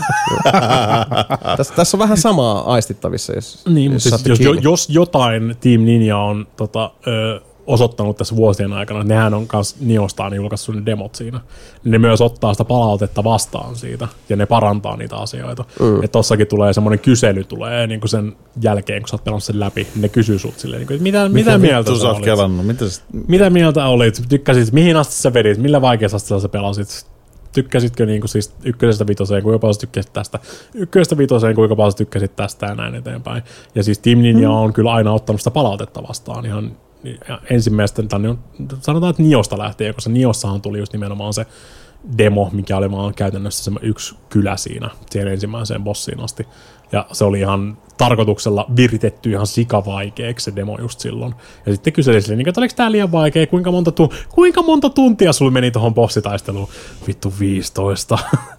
tässä, tässä on vähän samaa aistittavissa, jos, Niin, jos mutta siis, saatte jos, jo, kiinni. jos jotain Team Ninja on tota, ö, osoittanut tässä vuosien aikana, että nehän on myös Niostaan julkaissut ne demot siinä, niin ne myös ottaa sitä palautetta vastaan siitä, ja ne parantaa niitä asioita. Mm. Että tossakin tulee semmoinen kysely tulee niin kuin sen jälkeen, kun sä oot pelannut sen läpi, niin ne kysyy sut silleen, niin kuin, että mitä, mitä mieltä Mitä sä sä oot olit? kelannut? Mitä sä... Mitä mieltä olit? Tykkäsit, mihin asti sä vedit? Millä vaikeassa sä pelasit? Tykkäsitkö niinku siis ykkösestä vitoseen, kuinka paljon sä tykkäsit tästä? Ykkösestä vitoseen, kuinka paljon sä tykkäsit tästä ja näin eteenpäin. Ja siis Team Ninja on kyllä aina ottanut sitä palautetta vastaan ihan ja ensimmäistä, tai sanotaan, että Niosta lähtien, koska Niossahan tuli just nimenomaan se demo, mikä oli vaan käytännössä se yksi kylä siinä, siihen ensimmäiseen bossiin asti. Ja se oli ihan tarkoituksella viritetty ihan sikavaikeaksi se demo just silloin. Ja sitten kyseli silleen, että oliko tää liian vaikea, kuinka monta, tu- kuinka monta tuntia sulla meni tuohon bossitaisteluun? Vittu viisitoista.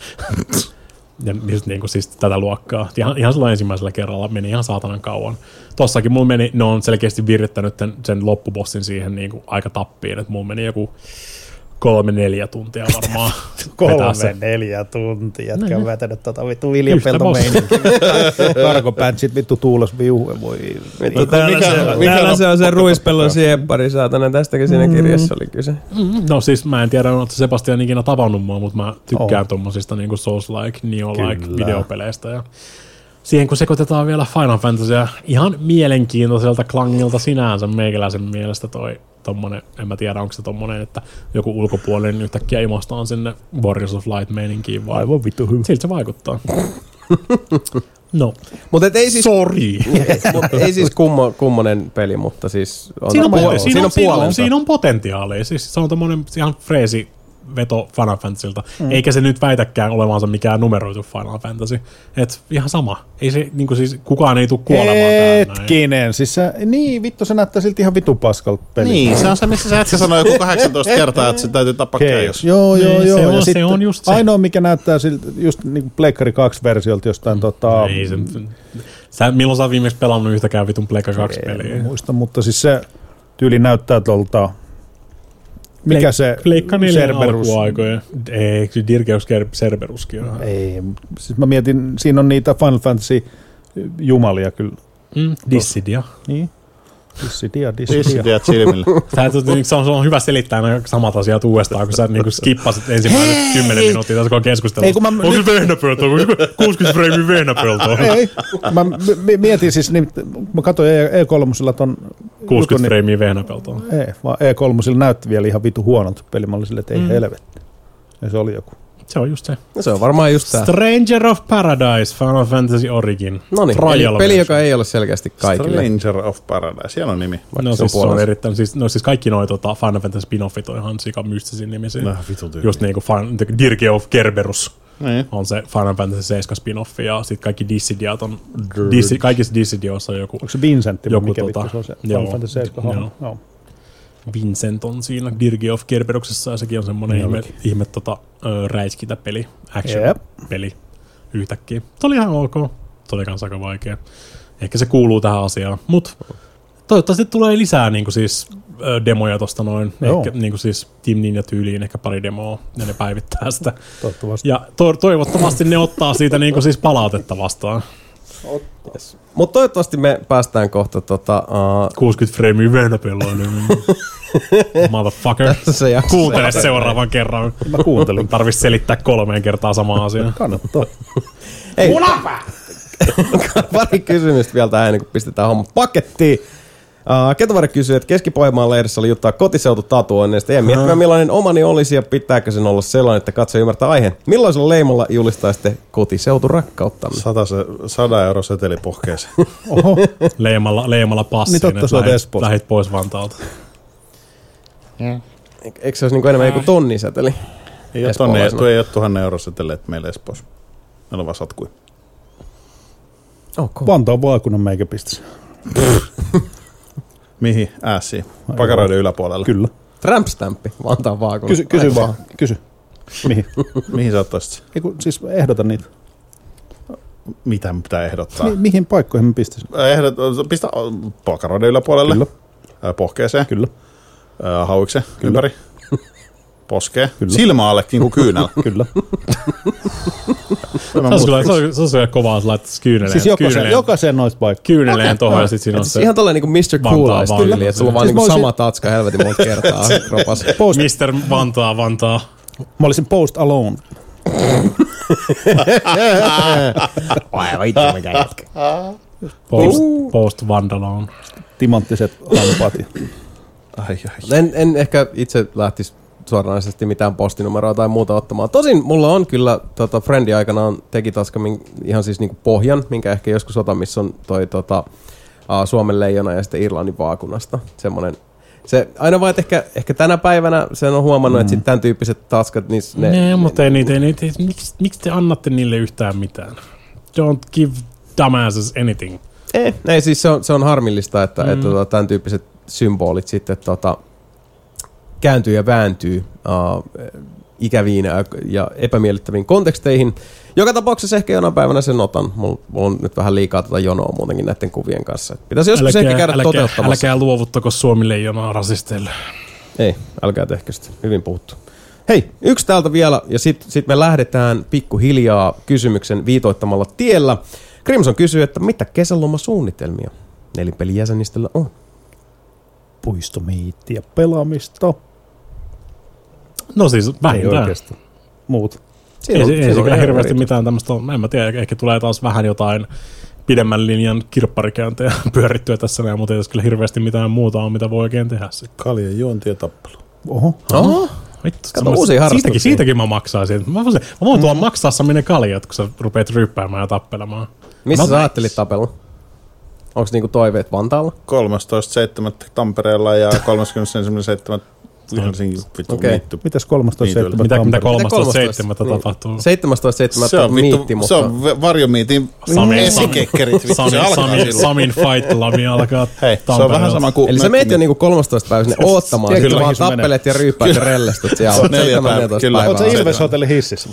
Ja just niin kuin siis tätä luokkaa. Ihan, ihan silloin ensimmäisellä kerralla meni ihan saatanan kauan. Tossakin mulla meni, ne on selkeästi virittänyt sen, sen loppubossin siihen niin kuin aika tappiin, että mulla meni joku kolme, neljä tuntia varmaan. vetää se. Kolme, neljä tuntia, jätkä Niin. on vetänyt tota vittu Yhtä viljapelto bossia. meininkiä. Karkopäntsit vittu tuulos viuhue, voi. Vittu, täällä, mikä- se, mikä täällä on- se on se ruispellon sieppari, saatana. Tästäkin siinä kirjassa oli kyse. Mm, no siis mä en tiedä, onko Sebastian ikinä tavannut mua, mutta mä tykkään oh. tommosista niinku Souls-like, Neo-like Kyllä. videopeleistä. Ja siihen kun sekoitetaan vielä Final Fantasyä, ihan mielenkiintoiselta klangilta sinänsä meikäläisen mielestä toi, tommonen, en mä tiedä onko se tommonen, että joku ulkopuolinen yhtäkkiä imostaan sinne Warriors of Light-meininkiin vai. Aivan vittu hyvä. Siltä se vaikuttaa. No. Mutta ei siis, Sorry. mut ei siis kummo, kummonen peli, mutta siis on Siinä on, puol- po- siinä on, siinä on, puolensa. siinä on potentiaalia. Siis se on tommonen ihan freesi veto Final Fantasylta. Mm. Eikä se nyt väitäkään olevansa mikään numeroitu Final Fantasy. Et ihan sama. Ei se, niinku siis, kukaan ei tule kuolemaan tähän. Hetkinen, siis se, niin vittu se näyttää silti ihan vitun paskalta peli. Niin, se on se, missä sä äsken sanoi joku kahdeksantoista kertaa, että se täytyy tappaa käys. Joo, joo, Niin, joo. se ja on- se sitten on just se. ainoa, mikä näyttää siltä, just niin Pleikkari kaksi-versiolta jostain mm. tota... Ei se, sä, milloin sä oot viimeksi pelannut yhtäkään vitun Pleikka kaksi En peliä? muista, mutta siis se tyyli näyttää tuolta... Mikä se Pleikka neljän Cerberus? alkuaikoja. Ei, kyllä Dirgeus Cerberuskin on. Ei, siis mä mietin, siinä on niitä Final Fantasy jumalia kyllä. Mm, Dissidia. Niin. Dissidia, Dissidia. Dissidiat silmillä. Tää, se, on, se on hyvä selittää nämä samat asiat uudestaan, kun sä niinku skippasit ensimmäiset kymmenen minuuttia tässä koko keskustelua. Ei, kun mä- Onko se vehnäpöltoa? kuusikymmentä freimiä vehnäpöltoa? Ei, mä m- m- mietin siis, niin, mä katsoin E kolme ton... kuusikymmentä freimiä vehnäpöltoa. Ei, vaan E kolme näytti vielä ihan vitu huonolta peli. Mä olin silleen, että ei mm. helvetti. Ja se oli joku. Se on just se. No se on varmaan just tää. Stranger of Paradise, Final Fantasy Origin. Noniin, peli, Trial peli, version. joka ei ole selkeästi kaikille. Stranger of Paradise, siellä on nimi. No se on siis, se on puolensa. erittäin, siis, no siis kaikki noi tota, Final Fantasy spin-offit on ihan sika mystisin nimisiä. No, vitun tyyppi. Just niinku Fin- Dirge of Kerberus Niin. on se Final Fantasy seitsemän spin-offi ja sit kaikki Dissidiat on, Dissi, kaikissa Dissidioissa on joku, Onko se Vincentti, Joku mikä tota- vittu se on se joo. Final Fantasy seitsemän? Joo. Joo. Vincent on siinä Dirge of Kerberuksessa ja sekin on semmonen ihme, ihme tota, ö, räiskintä peli, action Jep. peli yhtäkkiä. Se oli ihan ok, se oli kans aika vaikea. Ehkä se kuuluu tähän asiaan, mut toivottavasti tulee lisää niinku siis ö, demoja tosta noin, Joo. ehkä niinku siis Team Ninja tyyliin ehkä pari demoa ja ne päivittää sitä. Toivottavasti. Ja to- toivottavasti ne ottaa siitä niinku siis palautetta vastaan. Yes. Mutta toivottavasti me päästään kohta tota, uh, kuusikymmentä freimiä vehnäpelloa, niin motherfucker. se jakso. Kuuntele seuraavan kerran. Mä kuuntelin. Tarvitsisi selittää kolmeen kertaa samaa asiaa. Kannattaa. Ei. Pari kysymystä vielä tähän ennen kuin pistetään homma pakettiin. Uh, Ketovari kysyy, että Keski-Pohjanmaan lehdessä oli juttua kotiseututatuoinneista. Ja miettimään millainen omani olisi ja pitääkö sen olla sellainen, että katso ymmärtää aiheen. Millaisella leimalla julistaisitte kotiseuturakkauttanne? Sata euro seteli pohkeeseen. Oho, Leimalla, leimalla passiin, Niin totta, että sä oot lähit, Espoosta. lähit pois Vantaalta. Eikö se olisi niin enemmän joku tonniseteli? Ei ole, tonne, tuo ei ole tuhannen euro seteleet meille Espoossa. Meillä on vaan satkui. Oh, cool. Vantaan vaakunan meikä pistäisi. Mihin? Äässiin. Pakaroiden yläpuolelle. Kyllä. Tramp-stamppi, Vantaan vaakuna. Kysy, kysy vaan. Kysy. Mihin? Mihin sä ottaisit sen? Ei, kun, siis ehdota niitä. Mitä pitää ehdottaa? Mi- mihin paikkoihin mä pistäisin? Ehdot, pistä pakaroiden yläpuolelle. Kyllä. Ää, Pohkeeseen. Kyllä. Ää, Hauikse ympäri. Poskee. Kyllä. Silmäalle niin kuin kyynällä. Kyllä. Se olisi kyllä, se olisi, se olisi kyllä kovaa, jos laittaisi kyyneleen. Siis jokaisen, kyyneleen, jokaisen noista paikkoja. kyyneleen tohon ja sit siinä on Siis se ihan tällainen niin mister Vantaa Cool vaan. tyyli, että sulla on vaan Siis niin mä olisin- sama tatska helvetin monta kertaa kropas. Post, mister Vantaa, Vantaa. mä olisin Post Alone. Ai vittu mikä jätkä. Post, post Vandaloon. Timanttiset lampaat. Ai, ai. En, en ehkä itse lähtisi suoranaisesti mitään postinumeroa tai muuta ottamaan. Tosin mulla on kyllä, tota, Friendi aikanaan teki taska min, ihan siis niinku pohjan, minkä ehkä joskus otan, missä on toi tota, uh, Suomen leijona ja sitten Irlannin vaakunasta. Semmonen, se, aina vaan, että ehkä, ehkä tänä päivänä sen on huomannut, mm. että sitten tämän tyyppiset taskat, niin ne... Ne, mutta ei niitä, ei niitä, miksi, miksi te annatte niille yhtään mitään? Don't give dumbasses anything. Ei, ei siis se on, se on harmillista, että, mm. että tota, tämän tyyppiset symbolit sitten tota, kääntyy ja vääntyy uh, ikäviin ja epämiellyttäviin konteksteihin. Joka tapauksessa ehkä jonain päivänä sen otan. Mulla, mulla on nyt vähän liikaa tätä jonoa muutenkin näiden kuvien kanssa. Pitäisi joskus ehkä käydä älkää, toteuttamassa. älkää luovuttako Suomi leijonaa rasisteille. Ei, älkää tehkö sitä. Hyvin puhuttu. Hei, yksi täältä vielä ja sitten sit me lähdetään pikkuhiljaa kysymyksen viitoittamalla tiellä. Crimson kysyy, että mitä kesälomasuunnitelmia nelipelin jäsenistöllä on? Puistomiittiä pelaamista. No siis Ei vähintään. oikeastaan. Muut. Ei, ei, ei se kyllä ihan hirveästi eri. mitään tämmöistä, en mä tiedä, ehkä tulee taas vähän jotain pidemmän linjan kirpparikäyntejä pyörittyä tässä näin, mutta ei tässä kyllä hirveästi mitään muuta on, mitä voi oikein tehdä sitten. Kaljan juonti ja tappelu. Oho. Oho. Vittu, Kato uusia harrastuksia. siitäkin, siitäkin mä maksaisin. Mä voin, mä voin tuolla maksaa saminen kaljat, kun sä rupeat ryyppäämään ja tappelemaan. Missä mä sä ajattelit tapella? Onko niinku toiveet Vantaalla? kolmastoista seitsemättä Tampereella ja kolmaskymmenesensimmäinen seitsemättä Helsingin vittu Okei. miitty. Mitäs kolmastoista seitsemättä Mitä, mitä Tampereella? kolmastoista seitsemättä tapahtuu? seitsemästoista seitsemättä Se on, miitti, vittu, mutta... se on ve- varjomiitin Sami- esikekkerit. Vittu, se Sami, alkaa Sami, silloin. Samin Fight Club alkaa Hei, se on Tampereelta. vähän sama kuin... Eli sä meet jo niinku kolmastoista päivä sinne oottamaan, Kyllä, sitten vaan kyllä, tappelet ja ryyppäät ja rellestyt siellä. Neljä seitsemän päivää, neljätoista kyllä. päivää. Oot sä Aivan. Ilves Hotelli hississä?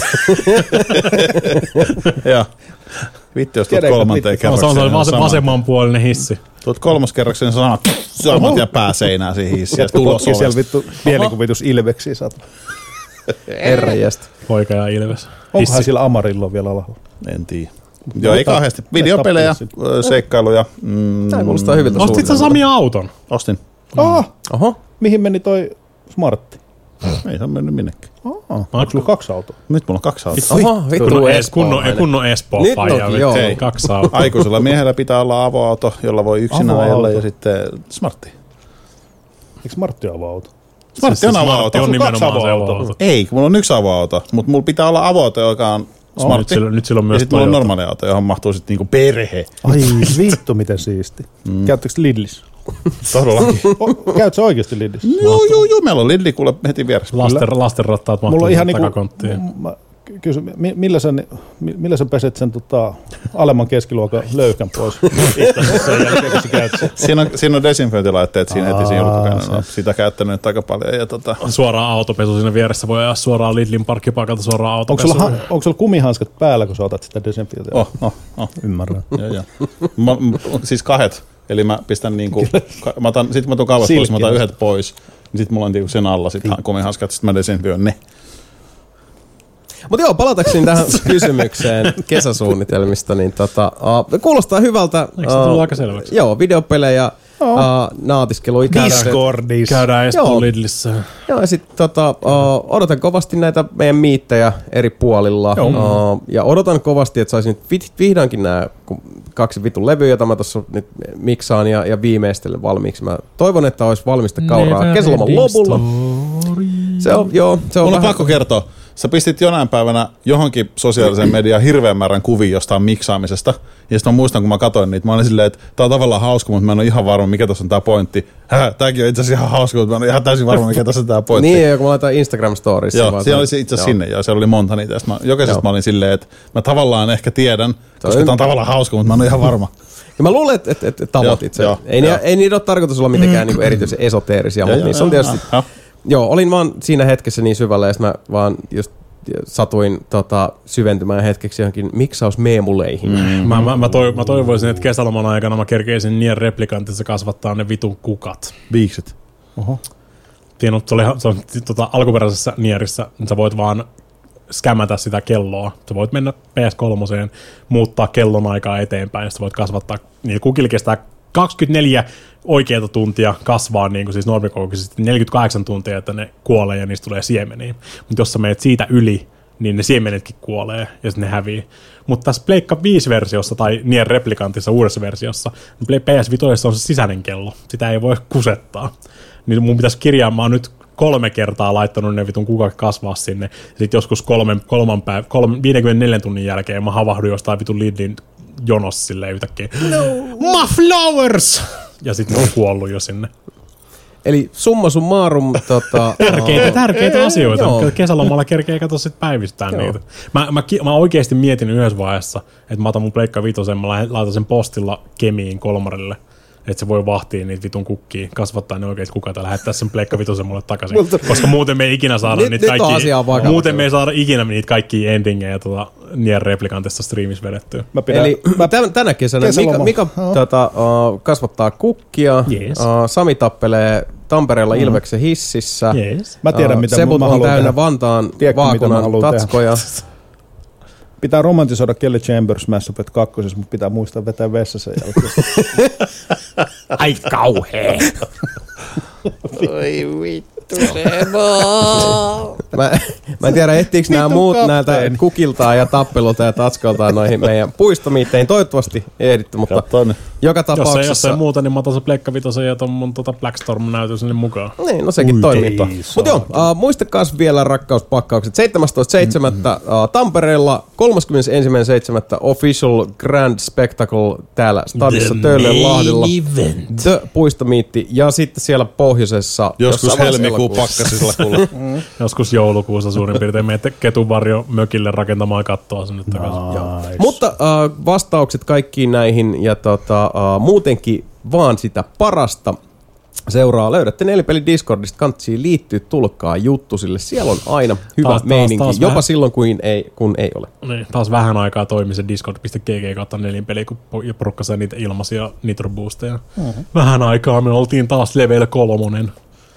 Joo. Vittu, jos tuot Tiedätkö, kolmanteen vittu? No, se kerrokseen. on se vas- vasemmanpuolinen hissi. Tuot kolmoskerroksen sanat, samat ja pääseinää siihen hissiin. Ja Jätkö tulos potkii siellä ovesta. vittu mielikuvitus Ilveksiä saat. Herranjestä. Poika ja Ilves. Onkohan sillä Amarillo vielä alhaalla? En tiedä. Joo, ei kauheasti. Videopelejä, ö, seikkailuja. Mm, Tää kuulostaa hyviltä Ostit sä suunnitelmilta. Sami auton? Ostin. Ah, Oho. mihin meni toi Smartti? Ei se on mennyt minnekään. Ah, onko sulla kaksi autoa? Nyt mulla on kaksi autoa. Oho, vittu Kunnon, es, Espoo kunnon, menee. kunnon Espoo Nyt faija. on, joo. Hei, kaksi autoa. Aikuisella miehellä pitää olla avoauto, jolla voi yksin Avoauto. ajella ja sitten smartti. Eikö Smartti ole auto? Smartti on Smartti avoauto. on Sulla kaksi nimenomaan se avoautoa. avoauto. Ei, kun mulla on yksi avoauto, mutta mulla pitää olla avoauto, joka on Nyt smartti. sillä, nyt sillä on Ja myös sitten mulla on Toyota. normaali auto, johon mahtuu sitten niinku perhe. Ai vittu, miten siisti. Mm. Käyttekö Lidlissä? Todellakin. O, käyt sä oikeasti Lidlissä? Joo, joo, joo. Meillä on Lidli kuule heti vieressä. Lasten, lastenrattaat mahtuu Mulla on ihan ihan niinku, takakonttiin. mä kysyn, mi- millä sä, ni- mi- millä sä peset sen tota, alemman keskiluokan löyhkän pois? Itse sen jälkeen, kun sä käyt sen. Siinä on, siinä on desinfiointilaitteet siinä heti siinä Aa, julkkainen. se. No, sitä käyttänyt nyt aika paljon. Ja tota, Suoraan autopesu siinä vieressä. Voi ajaa suoraan Lidlin parkkipaikalta suoraan Onko autopesuun. sulla, ha- onko sulla kumihanskat päällä, kun sä otat sitä desinfiointia? oh, oh, oh. Ymmärrän. Joo, joo. Mä, m- siis kahdet. Eli mä pistän niinku, ka, mä otan, sit mä tuun kauas pois, mä otan Silkki. yhdet pois. Niin sit mulla on niinku sen alla sit kumihanskat, sit mä desinfioin ne. Mutta joo, palatakseni tähän kysymykseen kesäsuunnitelmista, niin tota, uh, kuulostaa hyvältä. Eikö se tullut aika selväksi? Joo, videopelejä, uh, naatiskelua. Discordissa. Käydään Espoon Joo. Lidlissä. Joo, ja sitten tota, uh, odotan kovasti näitä meidän miittejä eri puolilla. Uh, ja odotan kovasti, että saisin nyt vi- vihdoinkin nämä kaksi vitun levyä, joita mä tuossa nyt miksaan ja, ja viimeistelen valmiiksi. Mä toivon, että olisi valmista kauraa kesäloman lopulla. Se on, joo, se on Mulla on vähän... pakko kertoa. Sä pistit jonain päivänä johonkin sosiaaliseen mediaan hirveän määrän kuvia jostain miksaamisesta. Ja sitten mä muistan, kun mä katsoin niitä, mä olin silleen, että tää on tavallaan hauska, mutta mä en ole ihan varma, mikä tässä on tää pointti. Hä, tääkin on itse asiassa ihan hauska, mutta mä en ole ihan täysin varma, mikä tässä on tää pointti. Niin, ja kun mä laitan Instagram-storiissa. Joo, vaan siellä se- oli se itse asiassa joo. sinne, joo, siellä oli monta niitä. Ja sit mä, jokaisesta Joo. mä olin silleen, että mä tavallaan ehkä tiedän, koska on- tää on tavallaan hauska, mutta mä en ole ihan varma. Ja mä luulen, että et, et, et tavoitit sen. Joo, Ei, joo. ni- ei niitä ole tarkoitus olla mitenkään niinku erityisen esoteerisia, Joo, mutta joo, niissä on joo, tietysti... joo. Joo, olin vaan siinä hetkessä niin syvällä, ja sit mä vaan just satuin tota, syventymään hetkeksi johonkin miksausmeemuleihin. Mm. Mä, mä, mä, toiv- mä toivoisin, että kesäloman aikana mä kerkeisin Nier Replicantissa kasvattaa ne vitun kukat. Viikset. Oho. Siinä on, se oli, se on tota, alkuperäisessä Nierissä, niin sä voit vaan skämätä sitä kelloa. Sä voit mennä P S kolme, muuttaa kellon aikaa eteenpäin, ja sä voit kasvattaa, niin kukilla kestää kaksikymmentäneljä oikeata tuntia kasvaa niin kuin siis normikokoisesti neljäkymmentäkahdeksan tuntia, että ne kuolee ja niistä tulee siemeniä. Mutta jos sä menet siitä yli, niin ne siemenetkin kuolee ja sitten ne hävii. Mutta tässä Pleikka viisi-versiossa tai Nier Replicantissa uudessa versiossa, niin P S viisi on se sisäinen kello. Sitä ei voi kusettaa. Niin mun pitäisi kirjaamaan nyt kolme kertaa laittanut ne vitun kukat kasvaa sinne. Sitten joskus kolmen, kolman päiv- kolme, viidenkymmenenneljän tunnin jälkeen mä havahduin jostain vitun Lidlin jonossa silleen yhtäkkiä. No. My flowers! Ja sitten ne on kuollut jo sinne. Eli summa summarum... Tota, Tärkeitä, tärkeitä asioita. Joo. Kesälomalla kerkee katsoa sit päivistää Joo. niitä. Mä, mä, ki- mä oikeesti mietin yhdessä vaiheessa, että mä otan mun Pleikka vitosen, mä laitan- laitan sen postilla Kemiin Kolmarille, että se voi vahtia niitä vitun kukkia, kasvattaa ne oikeat kukat ja lähettää sen Pleikka vitosen mulle takaisin. Koska muuten me ei ikinä saada Nyt- niitä nyt on asia kaikkia, vakava. muuten me ei saada ikinä niitä kaikkia endingejä tuota Nier Replicantissa streamissä vedettyä. Mä pidän, Eli mä, tän, tänä kesänä Mika, Kesäloma. Mika Joo. tota, uh, kasvattaa kukkia, Yes. uh, Sami tappelee Tampereella mm. Ilveksen hississä, Yes. mä tiedän, uh, mitä Sebut mä on haluan täynnä tehdä. Vantaan Tiedätkö, mitä mä vaakunan haluan tatskoja. Pitää romantisoida Kelly Chambers Mass Effect kakkosessa, mutta pitää muistaa vetää vessa sen jälkeen. Ai kauhea! Oi vittu, Sebo. Mä, mä en tiedä, ehtiikö nämä muut näiltä kukiltaan ja tappelulta ja tatskoltaan noihin meidän puistomiitteihin. Toivottavasti ehditty, mutta Katsotaan. joka Jos ei, tapauksessa... jos ei muuta, niin mä otan se Pleikka Vitosen ja ton mun tota Blackstorm-näytön sinne mukaan. Niin, no sekin Ui, toimii. ei Mutta joo, uh, muistakaa vielä rakkauspakkaukset. seitsemästoista seitsemättä uh, Tampereella, kolmaskymmenesensimmäinen seitsemättä Official Grand Spectacle täällä stadissa Töölön Lahdella. The Puistomiitti ja sitten siellä pohjoisessa... Joskus helmikuun pakkasilla kuule. Joskus joulukuussa suurin piirtein menette Ketunvarjo mökille rakentamaan kattoa sinne takaisin. Nice. Mutta uh, vastaukset kaikkiin näihin ja tota, uh, muutenkin vaan sitä parasta seuraa. Löydätte Nelipeli Discordista, kantsiin liittyy, tulkaa juttu sille. Siellä on aina hyvä Taas- taas- meininki, taas jopa vähän. silloin kun ei, kun ei ole. Niin, taas vähän aikaa toimi se discord piste g g kautta nelinpeli, kun po- porukka sai niitä ilmaisia nitro boosteja. Mm-hmm. Vähän aikaa me oltiin taas level kolmonen.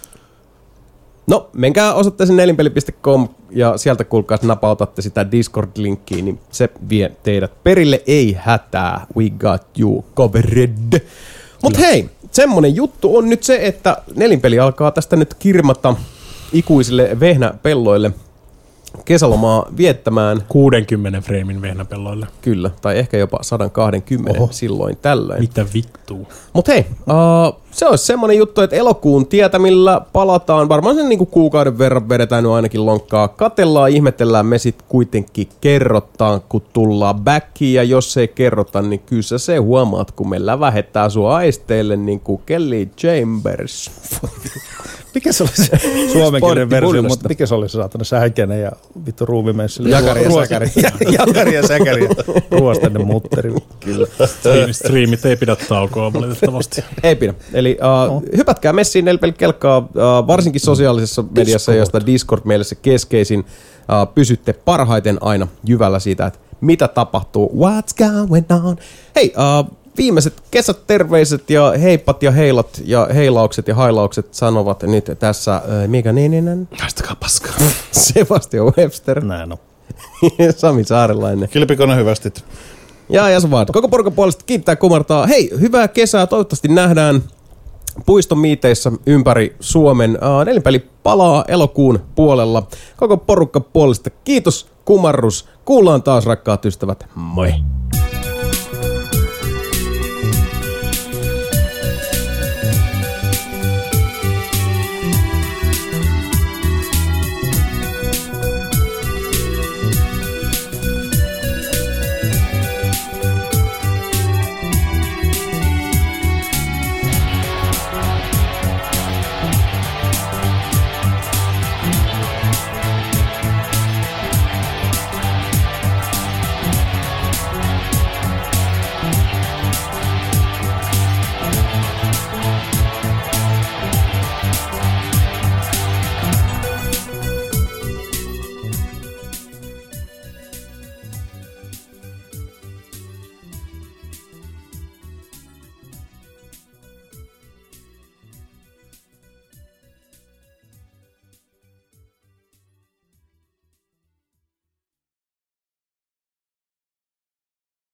No, menkää osoitteeseen nelinpeli piste com ja sieltä kuulkaas napautatte sitä Discord-linkkiä, niin se vie teidät perille. Ei hätää, we got you covered. Mut hei, semmonen juttu on nyt se, että nelinpeli alkaa tästä nyt kirmata ikuisille vehnäpelloille kesälomaa viettämään. kuudenkymmenen freimin vehnäpelloille. Kyllä, tai ehkä jopa sata kaksikymmentä Oho. silloin tällöin. Mitä vittua? Mut hei, uh, se olisi semmonen juttu, että elokuun tietämillä palataan. Varmaan sen niinku kuukauden verran vedetään nyt ainakin lonkkaa. Katellaan, ihmetellään, me sit kuitenkin kerrotaan, kun tullaan backiin. Ja jos ei kerrota, niin kyllä sä se huomaat, kun me lävähetään sua aisteille niin kuin Kelly Chambers. Mikä se oli se suomenkielinen versio, Sporttipullosta. mutta mikä se oli se saatana sähkäinen ja vittu ruumimessille. Jakari ja säkäri. Jakari ja säkäri ja ruostainen mutteri. Kyllä. Streamit, streamit ei pidä taukoa valitettavasti. Ei pidä. Eli uh, no. hypätkää messiin Nelipeli-kelkkaa, uh, varsinkin sosiaalisessa mediassa, josta Discord meille se keskeisin. Uh, pysytte parhaiten aina jyvällä siitä, että mitä tapahtuu. What's going on? Hei, uh, viimeiset kesäterveiset ja heippat ja heilat ja heilaukset ja hailaukset sanovat nyt tässä uh, Mika Niininen. Haistakaa paskaa. Sebastian Webster. Näin on. Sami Saarelainen. Kilpikonen hyvästit. Ja Jasu Vaad. Koko porukan puolesta kiittää kumartaa. Hei, hyvää kesää. Toivottavasti nähdään puiston miiteissä ympäri Suomen. Uh, Nelinpeli palaa elokuun puolella. Koko porukka puolesta kiitos kumarrus. Kuullaan taas rakkaat ystävät. Moi.